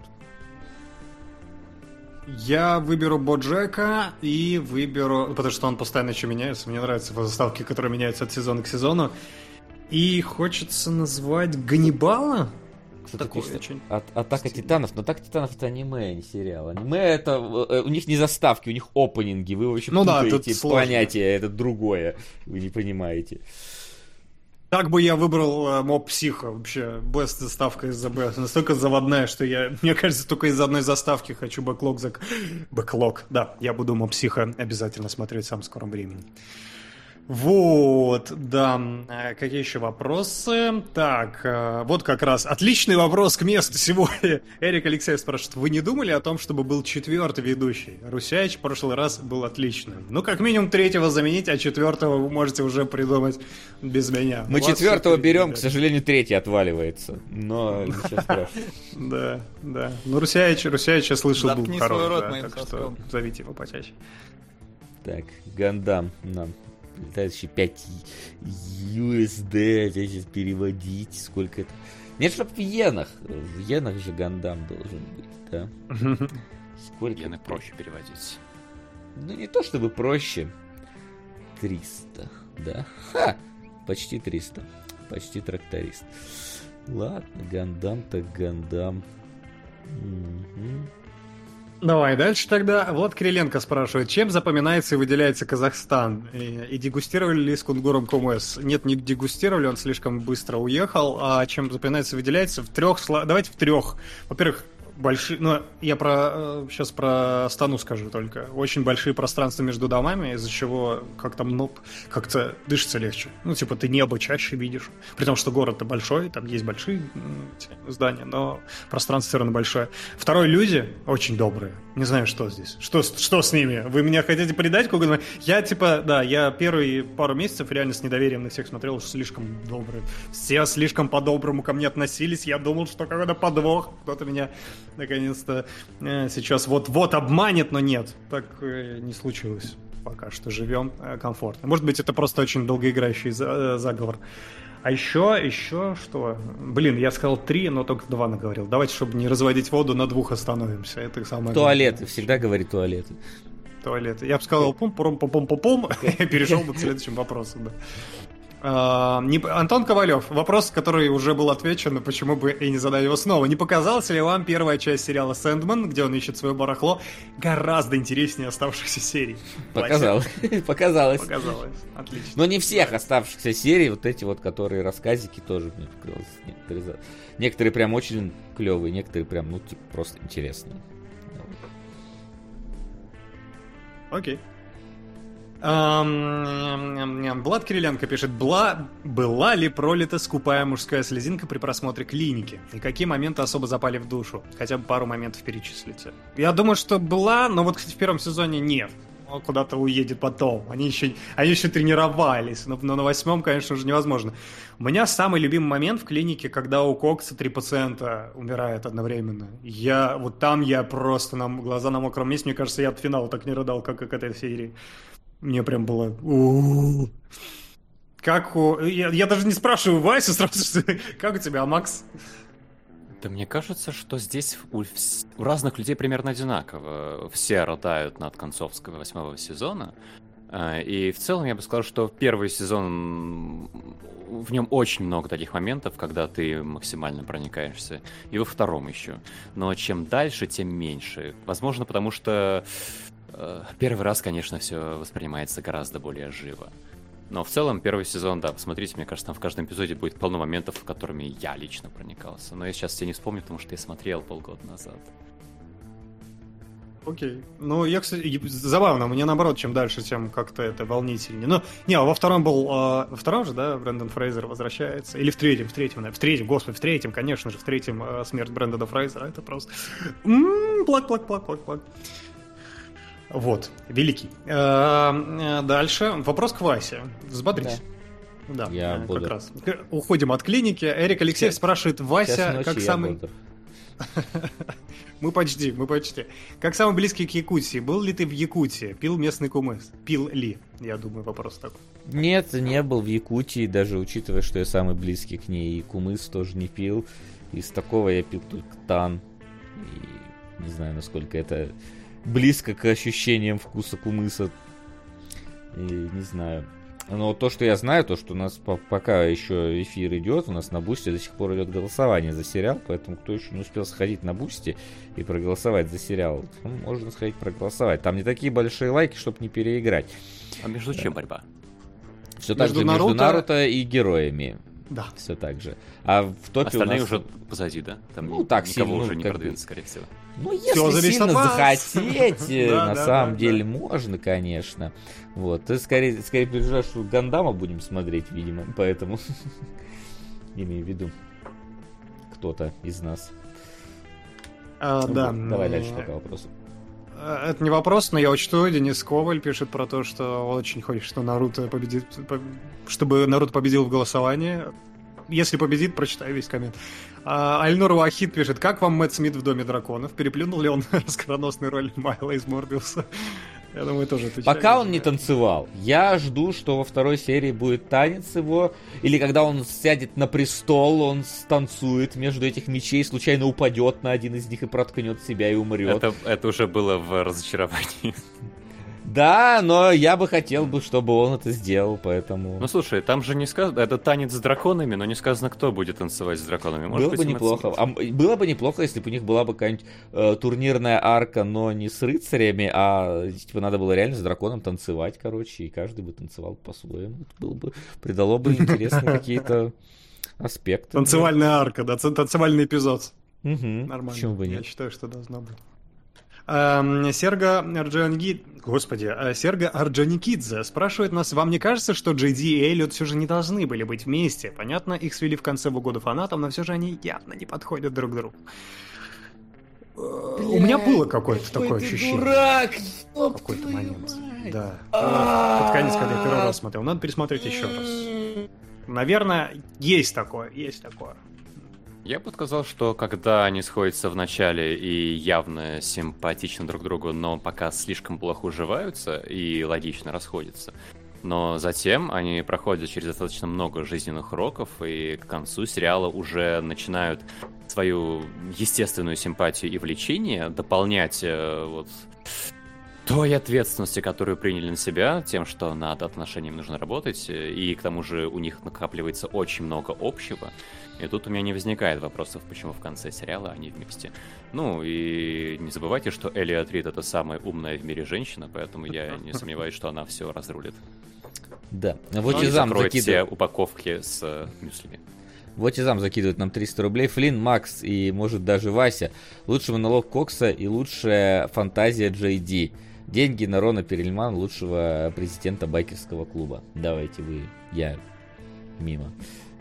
Я выберу Боджека и выберу... Потому что он постоянно еще меняется. Мне нравятся заставки, которые меняются от сезона к сезону. И хочется назвать Ганнибала. Атака Титанов, но Атака Титанов это аниме, а не сериал. Аниме это... У них не заставки, у них опенинги. Вы вообще путаете понятие, это другое. Вы не понимаете. Так бы я выбрал Моб Психо. Вообще, best заставка из-за Б. Настолько заводная, что мне кажется, только из-за одной заставки хочу бэклог. Да, я буду Моб Психо обязательно смотреть в самом скором времени. Вот, да. Какие еще вопросы? Так, вот как раз отличный вопрос к месту сегодня. Эрик Алексеев спрашивает: вы не думали о том, чтобы был 4-й ведущий? Русяич в прошлый раз был отличным. Ну, как минимум 3-го заменить, а 4-го вы можете уже придумать без меня. Мы 4-го берем, к сожалению, 3-й отваливается. Но ничего страшного. Да. Ну, Русяич, я слышал, был хороший. Так что зовите его почаще. Так, Гандам нам. Дальше 5 USD, опять сейчас переводить, сколько это... Нет, чтоб в иенах. В иенах же Гандам должен быть, да? Сколько? Иены проще переводить. Ну, не то чтобы проще. 300, да? Ха! Почти 300. Почти тракторист. Ладно, Гандам так Гандам. Давай дальше тогда. Вот Кириленко спрашивает: чем запоминается и выделяется Казахстан? И дегустировали ли с кунгуром кумыс? Нет, не дегустировали, он слишком быстро уехал. А чем запоминается и выделяется? В 3 словах. Давайте в 3. Во-первых, большие... Ну, я сейчас про Астану скажу только. Очень большие пространства между домами, из-за чего как-то дышится легче. Ну, типа, ты небо чаще видишь. При том, что город-то большой, там есть большие здания, но пространство все равно большое. 2, люди очень добрые. Не знаю, что здесь. Что с ними? Вы меня хотите предать куда-то? Я первые пару месяцев реально с недоверием на всех смотрел, что слишком добрые. Все слишком по-доброму ко мне относились. Я думал, что какой-то подвох. Кто-то меня наконец-то сейчас вот обманет, но нет. Так не случилось. Пока что живем комфортно. Может быть, это просто очень долгоиграющий заговор. А еще что? Блин, я сказал 3, но только 2 наговорил. Давайте, чтобы не разводить воду, на 2 остановимся. Это самое туалеты, главное. Всегда говори туалеты. Туалеты. Я бы сказал пум-пум-пум-пум-пум, и перешел бы к следующему вопросу, да. Антон Ковалев, вопрос, который уже был отвечен, но почему бы и не задать его снова. Не показалась ли вам первая часть сериала «Сэндман», где он ищет свое барахло, гораздо интереснее оставшихся серий? Показалось. Показалось. Отлично. Но не всех оставшихся серий, вот эти вот, которые рассказики, тоже мне показалось. Некоторые прям очень клевые, некоторые прям, ну, типа, просто интересные. Окей. Влад Кириленко пишет: была ли пролита скупая мужская слезинка при просмотре «Клиники»? И какие моменты особо запали в душу? Хотя бы пару моментов перечислите. Я думаю, что была, но вот в первом сезоне нет. Он куда-то уедет потом. Они еще тренировались, но на 8-м, конечно, уже невозможно. У меня самый любимый момент в «Клинике», когда у Кокса 3 пациента умирают одновременно. Я просто глаза на мокром месте. Мне кажется, я от финала так не рыдал, как к этой серии. Мне прям было... Я даже не спрашиваю Васю сразу, как у тебя, Макс? Да мне кажется, что здесь у разных людей примерно одинаково. Все рыдают над концовкой 8-го сезона. И в целом я бы сказал, что первый сезон, в нем очень много таких моментов, когда ты максимально проникаешься. И во втором еще. Но чем дальше, тем меньше. Возможно, потому что первый раз, конечно, все воспринимается гораздо более живо. Но в целом первый сезон, да, посмотрите, мне кажется, там в каждом эпизоде будет полно моментов, которыми я лично проникался. Но я сейчас все не вспомню, потому что я смотрел полгода назад. Окей. Ну, я, кстати, забавно, мне наоборот, чем дальше, тем как-то это волнительнее. Ну, не, во втором был... Во втором же, да, Брэндон Фрейзер возвращается? Или в третьем, конечно же, в третьем смерть Брэндона Фрейзера. Это просто... Плак. Вот, великий. Дальше вопрос к Васе. Взбодрись. Да, я как буду. раз. Уходим от клиники. Эрик Алексеев спрашивает: Вася, как самый... Мы почти. Как самый близкий к Якутии, был ли ты в Якутии? Пил местный кумыс? Пил ли? Я думаю, вопрос такой. Нет, не был в Якутии, даже учитывая, что я самый близкий к ней. И кумыс тоже не пил. Из такого я пил только тан. И не знаю, насколько это... близко к ощущениям вкуса кумыса. И не знаю. Но то, что я знаю, то, что у нас пока еще эфир идет, у нас на Бусти до сих пор идет голосование за сериал, поэтому кто еще не успел сходить на Бусти и проголосовать за сериал, можно сходить проголосовать. Там не такие большие лайки, чтобы не переиграть. А между чем борьба? Все так же между Наруто и героями. Да. Все так же. А в топе остальные у нас... уже позади, да? Там так никого сильно, уже не продвинется, скорее всего. Ну, если сильно захотеть, на самом деле можно, конечно. Вот. Ты скорее переживаешь, что Гандама будем смотреть, видимо, поэтому имею в виду кто-то из нас. Да. Давай дальше пока вопрос. Это не вопрос, но я учту. Денис Коваль пишет про то, что очень хочет, что Наруто победит, чтобы Наруто победил в голосовании. Если победит, прочитаю весь коммент. Альнур Вахид пишет: как вам Мэтт Смит в Доме драконов? Переплюнул ли он скороносную роль Майла из Морбиуса? Я думаю, тоже отвечаю. Пока он не танцевал. Я жду, что во второй серии будет танец его. Или когда он сядет на престол, он станцует между этих мечей, случайно упадет на один из них и проткнет себя и умрет. Это уже было в разочаровании. Да, но я бы хотел, чтобы он это сделал, поэтому... Ну, слушай, там же не сказано... Это танец с драконами, но не сказано, кто будет танцевать с драконами. Может было бы неплохо. Было бы неплохо, если бы у них была бы какая-нибудь турнирная арка, но не с рыцарями, а типа надо было реально с драконом танцевать, короче, и каждый бы танцевал по-своему. Это было бы... Придало бы интересные какие-то аспекты. Танцевальная арка, да, танцевальный эпизод. Нормально. Почему бы нет? Я считаю, что должно быть. Серго Орджоникидзе спрашивает нас: вам не кажется, что Джей Ди и Эллиот все же не должны были быть вместе? Понятно, их свели в конце в угоду фанатам, но все же они явно не подходят друг к другу. У меня было какое-то такое ощущение. Дурак! В какой-то момент. Да. Под конец, когда я первый раз смотрел. Надо пересмотреть еще раз. Наверное, есть такое. Я бы сказал, что когда они сходятся в начале и явно симпатичны друг другу, но пока слишком плохо уживаются и логично расходятся, но затем они проходят через достаточно много жизненных уроков и к концу сериала уже начинают свою естественную симпатию и влечение дополнять вот той ответственности, которую приняли на себя, тем, что над отношениями нужно работать, и к тому же у них накапливается очень много общего. И тут у меня не возникает вопросов, почему в конце сериала они вместе. Ну, и не забывайте, что Элиот Рид — это самая умная в мире женщина, поэтому я не сомневаюсь, что она все разрулит. Да. Вот и закроет все упаковки с мюслями. Вот и зам закидывает нам 300 рублей. Флинн, Макс и, может, даже Вася. Лучший монолог Кокса и лучшая фантазия Джей Ди. Деньги на Рона Перельмана, лучшего президента байкерского клуба. Давайте вы, я мимо.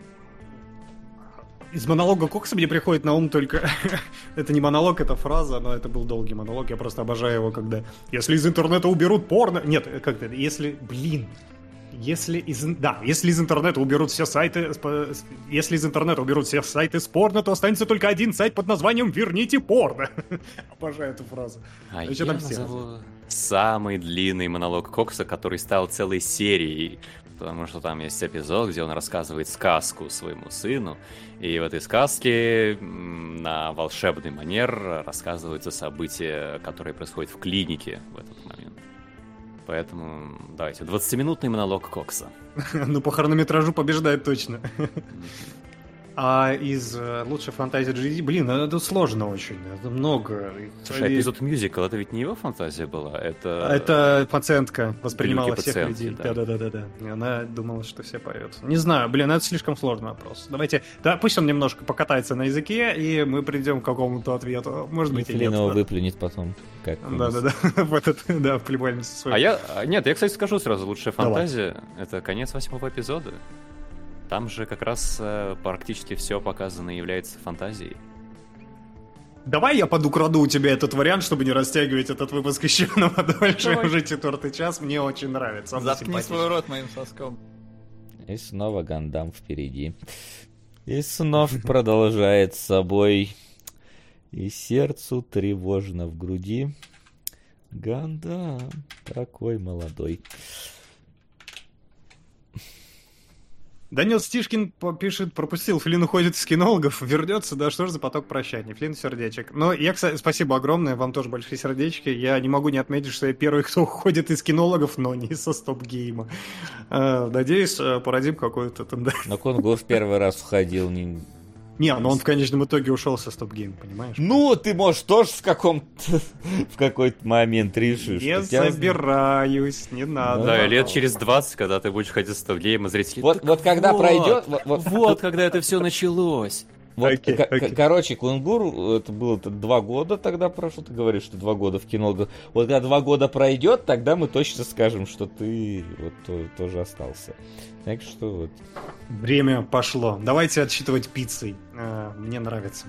Из монолога Кокса мне приходит на ум только... это не монолог, это фраза, но это был долгий монолог. Я просто обожаю его, когда... Если из интернета уберут порно... Нет, как-то... Если... Блин... Если из интернета уберут все сайты... Если из интернета уберут все сайты с порно, то останется только один сайт под названием «Верните порно». Обожаю эту фразу. А я назову самый длинный монолог Кокса, который стал целой серией. Потому что там есть эпизод, где он рассказывает сказку своему сыну. И в этой сказке на волшебный манер рассказываются события, которые происходят в клинике в этот момент. Поэтому давайте, 20-минутный монолог Кокса. Ну, по хронометражу побеждает точно. А из лучшей фантазии GD, блин, это сложно очень, это много. Слушай, эпизод мюзикл, это ведь не его фантазия была, это пациентка воспринимала всех людей. Да. И она думала, что все поют. Не знаю, блин, это слишком сложный вопрос. Давайте, да, пусть он немножко покатается на языке, и мы придем к какому-то ответу. Может быть, и нет. Его выплюнет потом. Да. В этот, да, в плебальности свой. Нет, я, кстати, скажу сразу, лучшая фантазия — это конец 8-го эпизода. Там же как раз практически все показано является фантазией. Давай я подукраду у тебя этот вариант, чтобы не растягивать этот выпуск еще на подольше. Уже 4-й час, мне очень нравится. Заткни свой рот моим соском. И снова Гандам впереди. И снова продолжает с собой. И сердцу тревожно в груди. Гандам такой молодой. Данил Стишкин пишет, пропустил, Флинн уходит из кинологов, вернется, да что ж за поток прощаний, Флинн сердечек. Но я, кстати, спасибо огромное, вам тоже большие сердечки, я не могу не отметить, что я первый, кто уходит из кинологов, но не со стоп-гейма. Надеюсь, породим какую-то тенденцию. Но Конгур в первый раз уходил, Не, но он в конечном итоге ушел со стоп-гейм, понимаешь? Ну, ты, может, тоже в какой-то момент решишь. Не собираюсь, не надо. Да, лет через 20, когда ты будешь ходить в стоп-гейм и зрители... Вот когда пройдет... Вот когда это все началось. Короче, Кунгур, это было 2 года тогда прошло, ты говоришь, что 2 года в кино. Вот когда 2 года пройдет, тогда мы точно скажем, что ты вот тоже остался. Так что вот. Время пошло. Давайте отсчитывать пиццей. Мне нравится.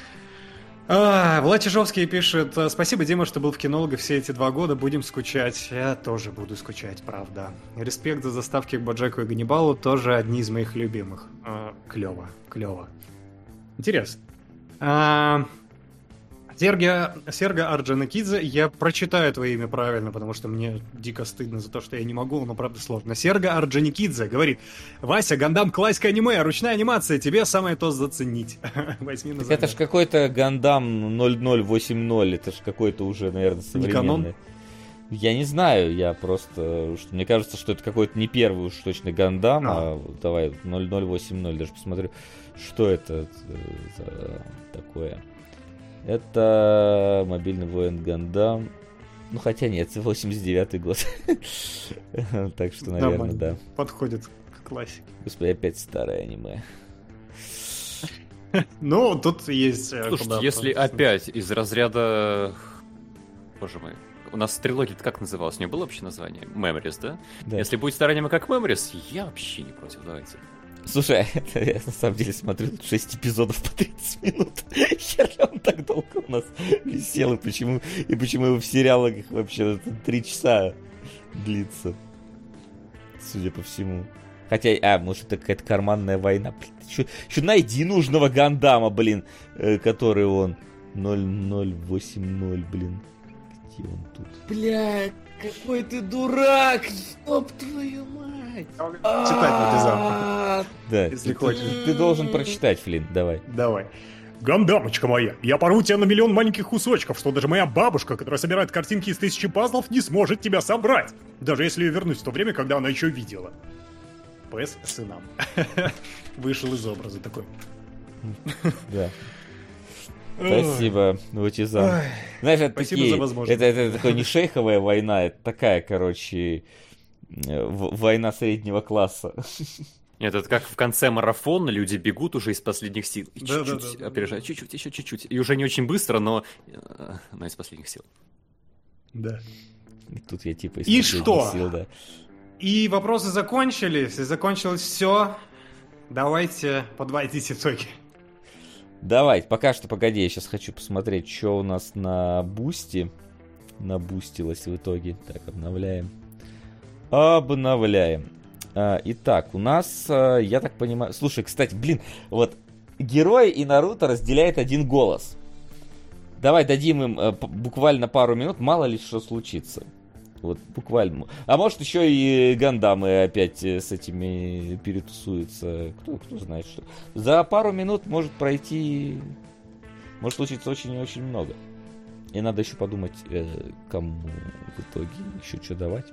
Влад Чижовский пишет: спасибо, Дима, что был в кинологах все эти 2 года. Будем скучать. Я тоже буду скучать, правда. Респект за заставки к Боджеку и Ганнибалу. Тоже одни из моих любимых. Клево. Интересно. Серго Орджоникидзе, я прочитаю твое имя правильно, потому что мне дико стыдно за то, что я не могу, но правда сложно. Серго Орджоникидзе говорит: Вася, Гандам классика аниме, ручная анимация, тебе самое то заценить. Возьми на это ж какой-то Гандам 0080, это ж какой-то уже, наверное, современный. Я не знаю, я просто... Мне кажется, что это какой-то не первый уж точно Гандам, давай 0080, даже посмотрю, что это за такое. Это мобильный воин Гандам. Ну, хотя нет, 89-й год. Так что, наверное, да. Подходит к классике. Господи, опять старое аниме. Ну, тут есть... Слушайте, если опять из разряда... Боже мой. У нас трилогия как называлась? У нее было общее название? Memories, да? Если будет старое аниме как Memories, я вообще не против, давайте. Слушай, я на самом деле смотрю 6 эпизодов по 30 минут. Херля он так долго у нас висел, и почему его в сериалах вообще 3 часа длится, судя по всему. Хотя, может, это какая-то карманная война. Блин, еще найди нужного Гандама, блин, который он 0080, блин. Где он тут? Бля, какой ты дурак! Ёб твою мать! Читать внезапно. Да, Если хочешь. Ты должен прочитать, Флинн, давай. Давай. Гандамочка моя, я порву тебя на миллион маленьких кусочков, что даже моя бабушка, которая собирает картинки из 1000 пазлов, не сможет тебя собрать. Даже если я вернусь в то время, когда она еще видела. П.С. сынам. Вышел из образа такой. Да. Спасибо, Ватизан. Знаешь, это Спасибо такие, за возможность. это такая не шейховая война, это такая, короче, война среднего класса. Нет, это как в конце марафона люди бегут уже из последних сил. И Да, чуть-чуть да. опережают, чуть-чуть, еще чуть-чуть. И уже не очень быстро, но из последних сил. Да. И тут я типа из И последних что? сил, да. И вопросы закончились, и закончилось все. Давайте подводить итоги. Давай, пока что, погоди, я сейчас хочу посмотреть, что у нас на бусте. Набустилось в итоге. Так, обновляем. Обновляем. Итак, у нас, я так понимаю... Слушай, кстати, блин, вот герои и Наруто разделяет один голос. Давай дадим им буквально пару минут, мало ли что случится. Вот, буквально. А может еще и Гандамы опять с этими перетусуются. Кто знает что. За пару минут может пройти... Может случиться очень-очень много. И надо еще подумать, кому в итоге еще что давать.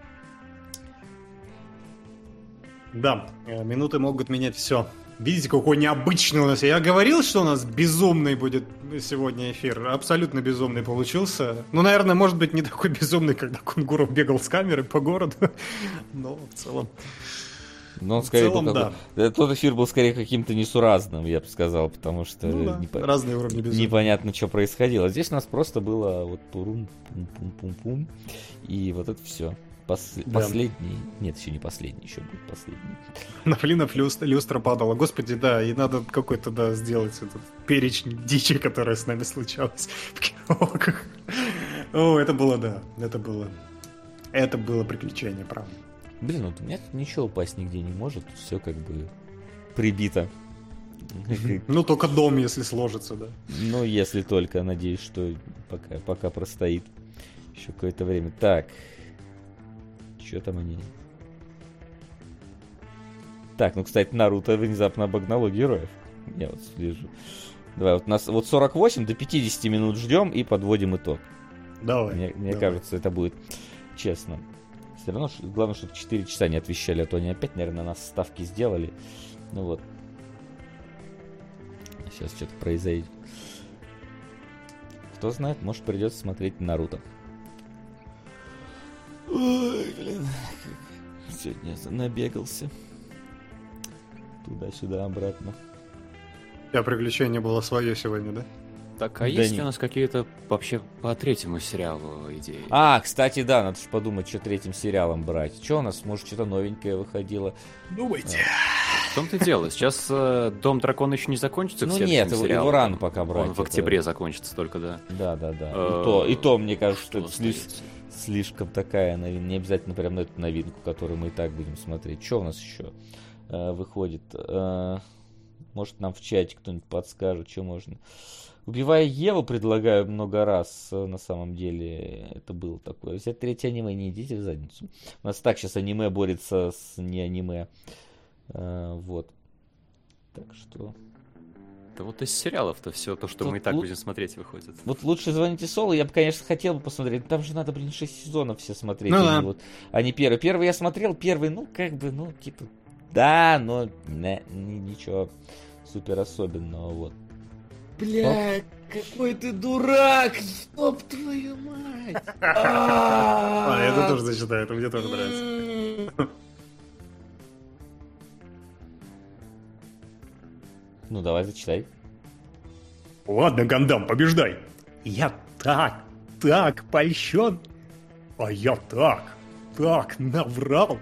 Да, минуты могут менять все. Видите, какой необычный у нас. Я говорил, что у нас безумный будет сегодня эфир. Абсолютно безумный получился. Ну, наверное, может быть, не такой безумный, когда Кунгуров бегал с камерой по городу. Но в целом... Но он скорее в целом, да. Тот эфир был скорее каким-то несуразным, я бы сказал, потому что разные уровни безумия. Непонятно, что происходило. Здесь у нас просто было вот турум, пум-пум-пум-пум, и вот это все. Последний. Нет, еще не последний, еще будет последний. На Флинов люстра падала. Господи, да, и надо какой-то, да, сделать этот перечень дичи, которая с нами случалась в кинологах. О, это было, да, это было приключение, правда. Блин, вот у меня тут ничего упасть нигде не может, все как бы прибито. Ну, только дом, если сложится, да. Ну, если только, надеюсь, что пока простоит еще какое-то время. Так. Что там они? Так, ну, кстати, Наруто внезапно обогнало героев. Я вот слежу. Давай, вот нас вот 48 до 50 минут ждем и подводим итог. Давай. Мне кажется, это будет честно. Все равно, главное, чтобы 4 часа не отвечали, а то они опять, наверное, нас ставки сделали. Ну вот. Сейчас что-то произойдет. Кто знает, может, придется смотреть Наруто. Ой, блин. Сегодня набегался. Туда-сюда, обратно. У тебя приключение было свое сегодня, да? Так, а есть у нас какие-то вообще по третьему сериалу идеи? Кстати, да, надо же подумать, что третьим сериалом брать. Что у нас, может, что-то новенькое выходило? Думайте. В том-то и дело. Сейчас Дом Дракона еще не закончится. Ну нет, его рано пока брать. Он в октябре закончится только, да. Да. И то, мне кажется, что это слишком такая новинка. Не обязательно прям на эту новинку, которую мы и так будем смотреть. Что у нас еще выходит? Может, нам в чате кто-нибудь подскажет, что можно. Убивая Еву предлагаю много раз, на самом деле, это было такое. Взять третье аниме, не идите в задницу. У нас так сейчас аниме борется с не аниме. Вот. Так что... Да вот из сериалов-то все то, что мы и так будем смотреть, выходит. Вот лучше «Звоните Солу» я бы, конечно, хотел бы посмотреть. Там же надо, 6 сезонов все смотреть. Ну, они первый. Первый я смотрел, да, но ничего супер особенного, вот. Бля, какой ты дурак! Ёб твою мать! Я это тоже зачитаю, это мне тоже нравится. Ну, давай, зачитай. Ладно, Гандам, побеждай. Я так польщен. А я так наврал.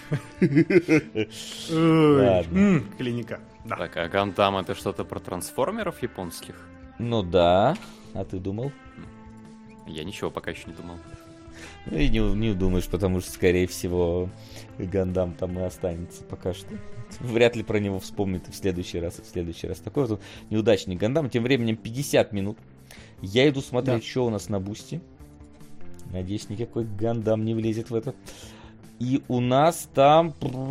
Клиника. Так, а Гандам это что-то про трансформеров японских? Ну да. А ты думал? Я ничего пока еще не думал. Ну и не думаешь, потому что, скорее всего, Гандам там и останется пока что. Вряд ли про него вспомнит и в следующий раз. Такой вот неудачный Гандам. Тем временем 50 минут. Я иду смотреть, что у нас на Бусти. Надеюсь, никакой Гандам не влезет в это. И у нас там...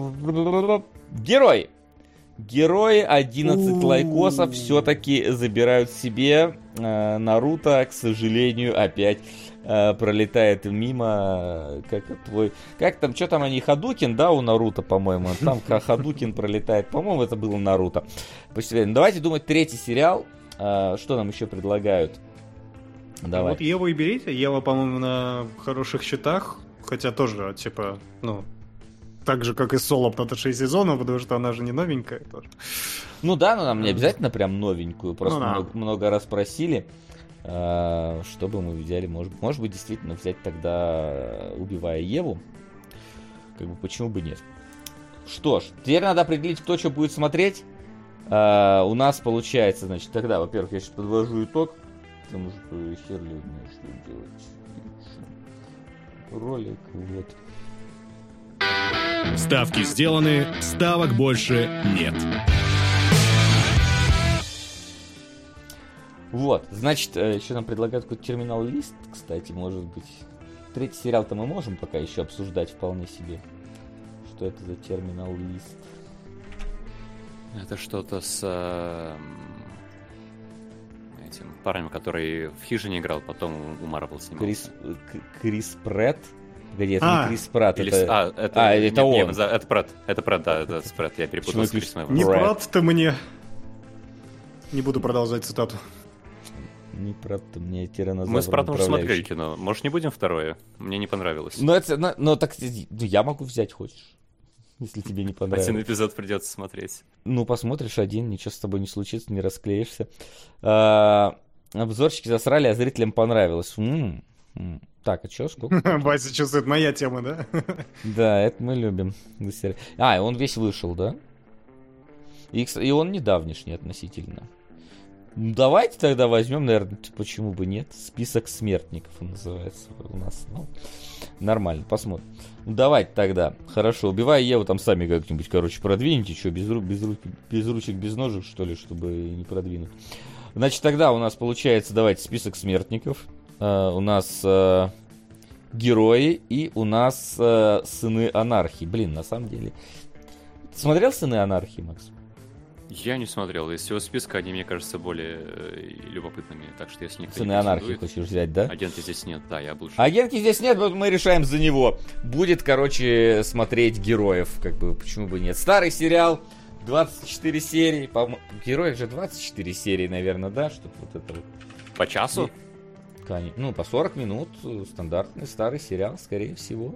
Герои 11 лайкосов все-таки забирают себе. Наруто, к сожалению, опять пролетает мимо. Как там, что там они, Хадукин, да, у Наруто, по-моему. Там Хадукин пролетает. По-моему, это было Наруто. Давайте думать, третий сериал. Что нам еще предлагают? Давай. Вот Еву и берите. Ева, по-моему, на хороших счетах. Хотя тоже, типа, так же, как и Соло, на 6 сезонов, потому что она же не новенькая тоже. Ну да, но нам не обязательно прям новенькую. Просто много раз просили, чтобы мы взяли, может быть, действительно взять тогда, убивая Еву. Как бы, почему бы нет? Что ж, теперь надо определить, кто что будет смотреть. У нас получается, значит, тогда, во-первых, я сейчас подвожу итог. Потому что хер ли мне что делать. Ролик, вот. Ставки сделаны, ставок больше нет. Вот, значит, еще нам предлагают какой-то терминал-лист, кстати, может быть. Третий сериал-то мы можем пока еще обсуждать вполне себе. Что это за терминал-лист? Это что-то с этим парнем, который в Хижине играл, потом у Марвел снимался. Крис Претт? Погоди, это не Крис Пратт, это он. Нет, это Пратт, да, это Пратт, я перепутал с Крисом. Не Пратт ты мне. Не буду продолжать цитату. Не Пратт ты мне, тиранозавр. Мы с Праттом уже смотрели кино, может не будем второе? Мне не понравилось. Ну так я могу взять, хочешь? Если тебе не понравилось. Один эпизод придется смотреть. Ну, посмотришь один, ничего с тобой не случится, не расклеишься. Обзорщики засрали, а зрителям понравилось. Так, а чё, сколько? Вася чувствует, моя тема, да? Да, это мы любим. И он весь вышел, да? И он недавнешний относительно. Ну, давайте тогда возьмем, наверное, почему бы нет. Список смертников он называется у нас. Ну, нормально, посмотрим. Ну, давайте тогда. Хорошо, убивая Еву, там сами как-нибудь, продвиньте. Что, без ручек, без ножек, что ли, чтобы не продвинуть. Значит, тогда у нас получается, давайте, список смертников. У нас герои и у нас сыны анархии. Блин, на самом деле. Ты смотрел сыны анархии, Макс? Я не смотрел. Из всего списка они, мне кажется, более любопытными. Так что если никто сыны анархии хочешь взять, да? Агенты здесь нет, да, я лучше. Агентки здесь нет, вот мы решаем за него. Будет, смотреть героев. Как бы, почему бы нет. Старый сериал, 24 серии. Героев же 24 серии, наверное, да? Что-то вот это вот. По часу? Ну, по 40 минут. Стандартный старый сериал, скорее всего.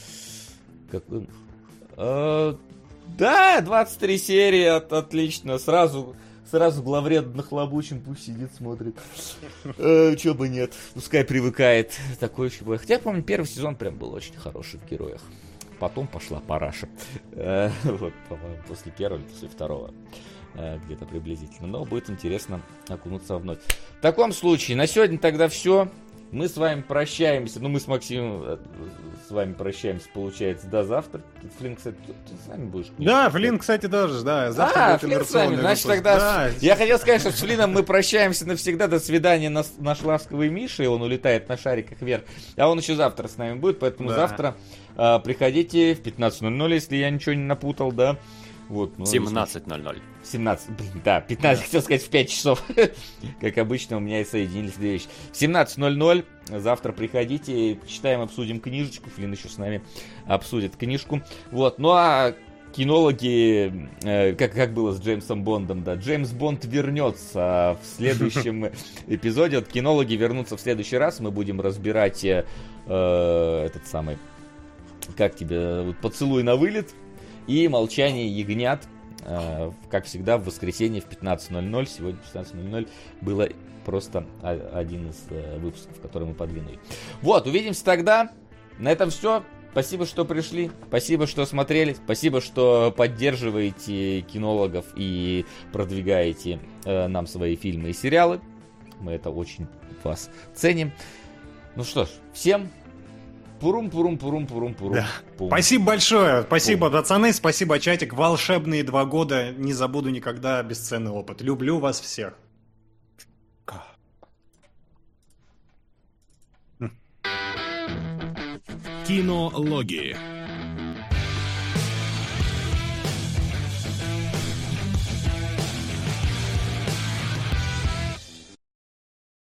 Да, 23 серии, отлично. Сразу главред нахлобучим, пусть сидит, смотрит. Чё бы нет, пускай привыкает. Такой еще бывает. Хотя, я помню, первый сезон прям был очень хороший в героях. Потом пошла параша. Вот, по-моему, после первого или после второго. Где-то приблизительно. Но будет интересно окунуться вновь. В таком случае, на сегодня тогда все. Мы с вами прощаемся. Ну, мы с Максимом с вами прощаемся, получается, до завтра. Флинн, кстати, ты с нами будешь? Да, Флинн, кстати, тоже, да. Завтра Флинн с вами. Значит, тогда... Да. Я хотел сказать, что с Флинном мы прощаемся навсегда. До свидания, наш ласковый Миша. И он улетает на шариках вверх. А он еще завтра с нами будет. Поэтому завтра приходите в 15:00, если я ничего не напутал, да. Вот, 17:00. 17, да, 15, хотел сказать, в 5 часов. Как обычно, у меня и соединились две вещи. В 17:00 завтра приходите, читаем, обсудим книжечку. Флинн еще с нами обсудит книжку. Вот, ну а кинологи, как было с Джеймсом Бондом, да, Джеймс Бонд вернется в следующем эпизоде. Вот кинологи вернутся в следующий раз. Мы будем разбирать этот самый, как тебе, «Поцелуй на вылет» и «Молчание ягнят». Как всегда, в воскресенье в 15:00. Сегодня в 15:00 было просто один из выпусков, который мы подвинули. Вот, увидимся тогда. На этом все. Спасибо, что пришли. Спасибо, что смотрели. Спасибо, что поддерживаете кинологов и продвигаете нам свои фильмы и сериалы. Мы это очень вас ценим. Ну что ж, всем Пурум-пурум-пурум-пурум-пурум. Да. Спасибо большое. Спасибо, пацаны. Спасибо, чатик. Волшебные 2 года. Не забуду никогда. Бесценный опыт. Люблю вас всех. Кинологии.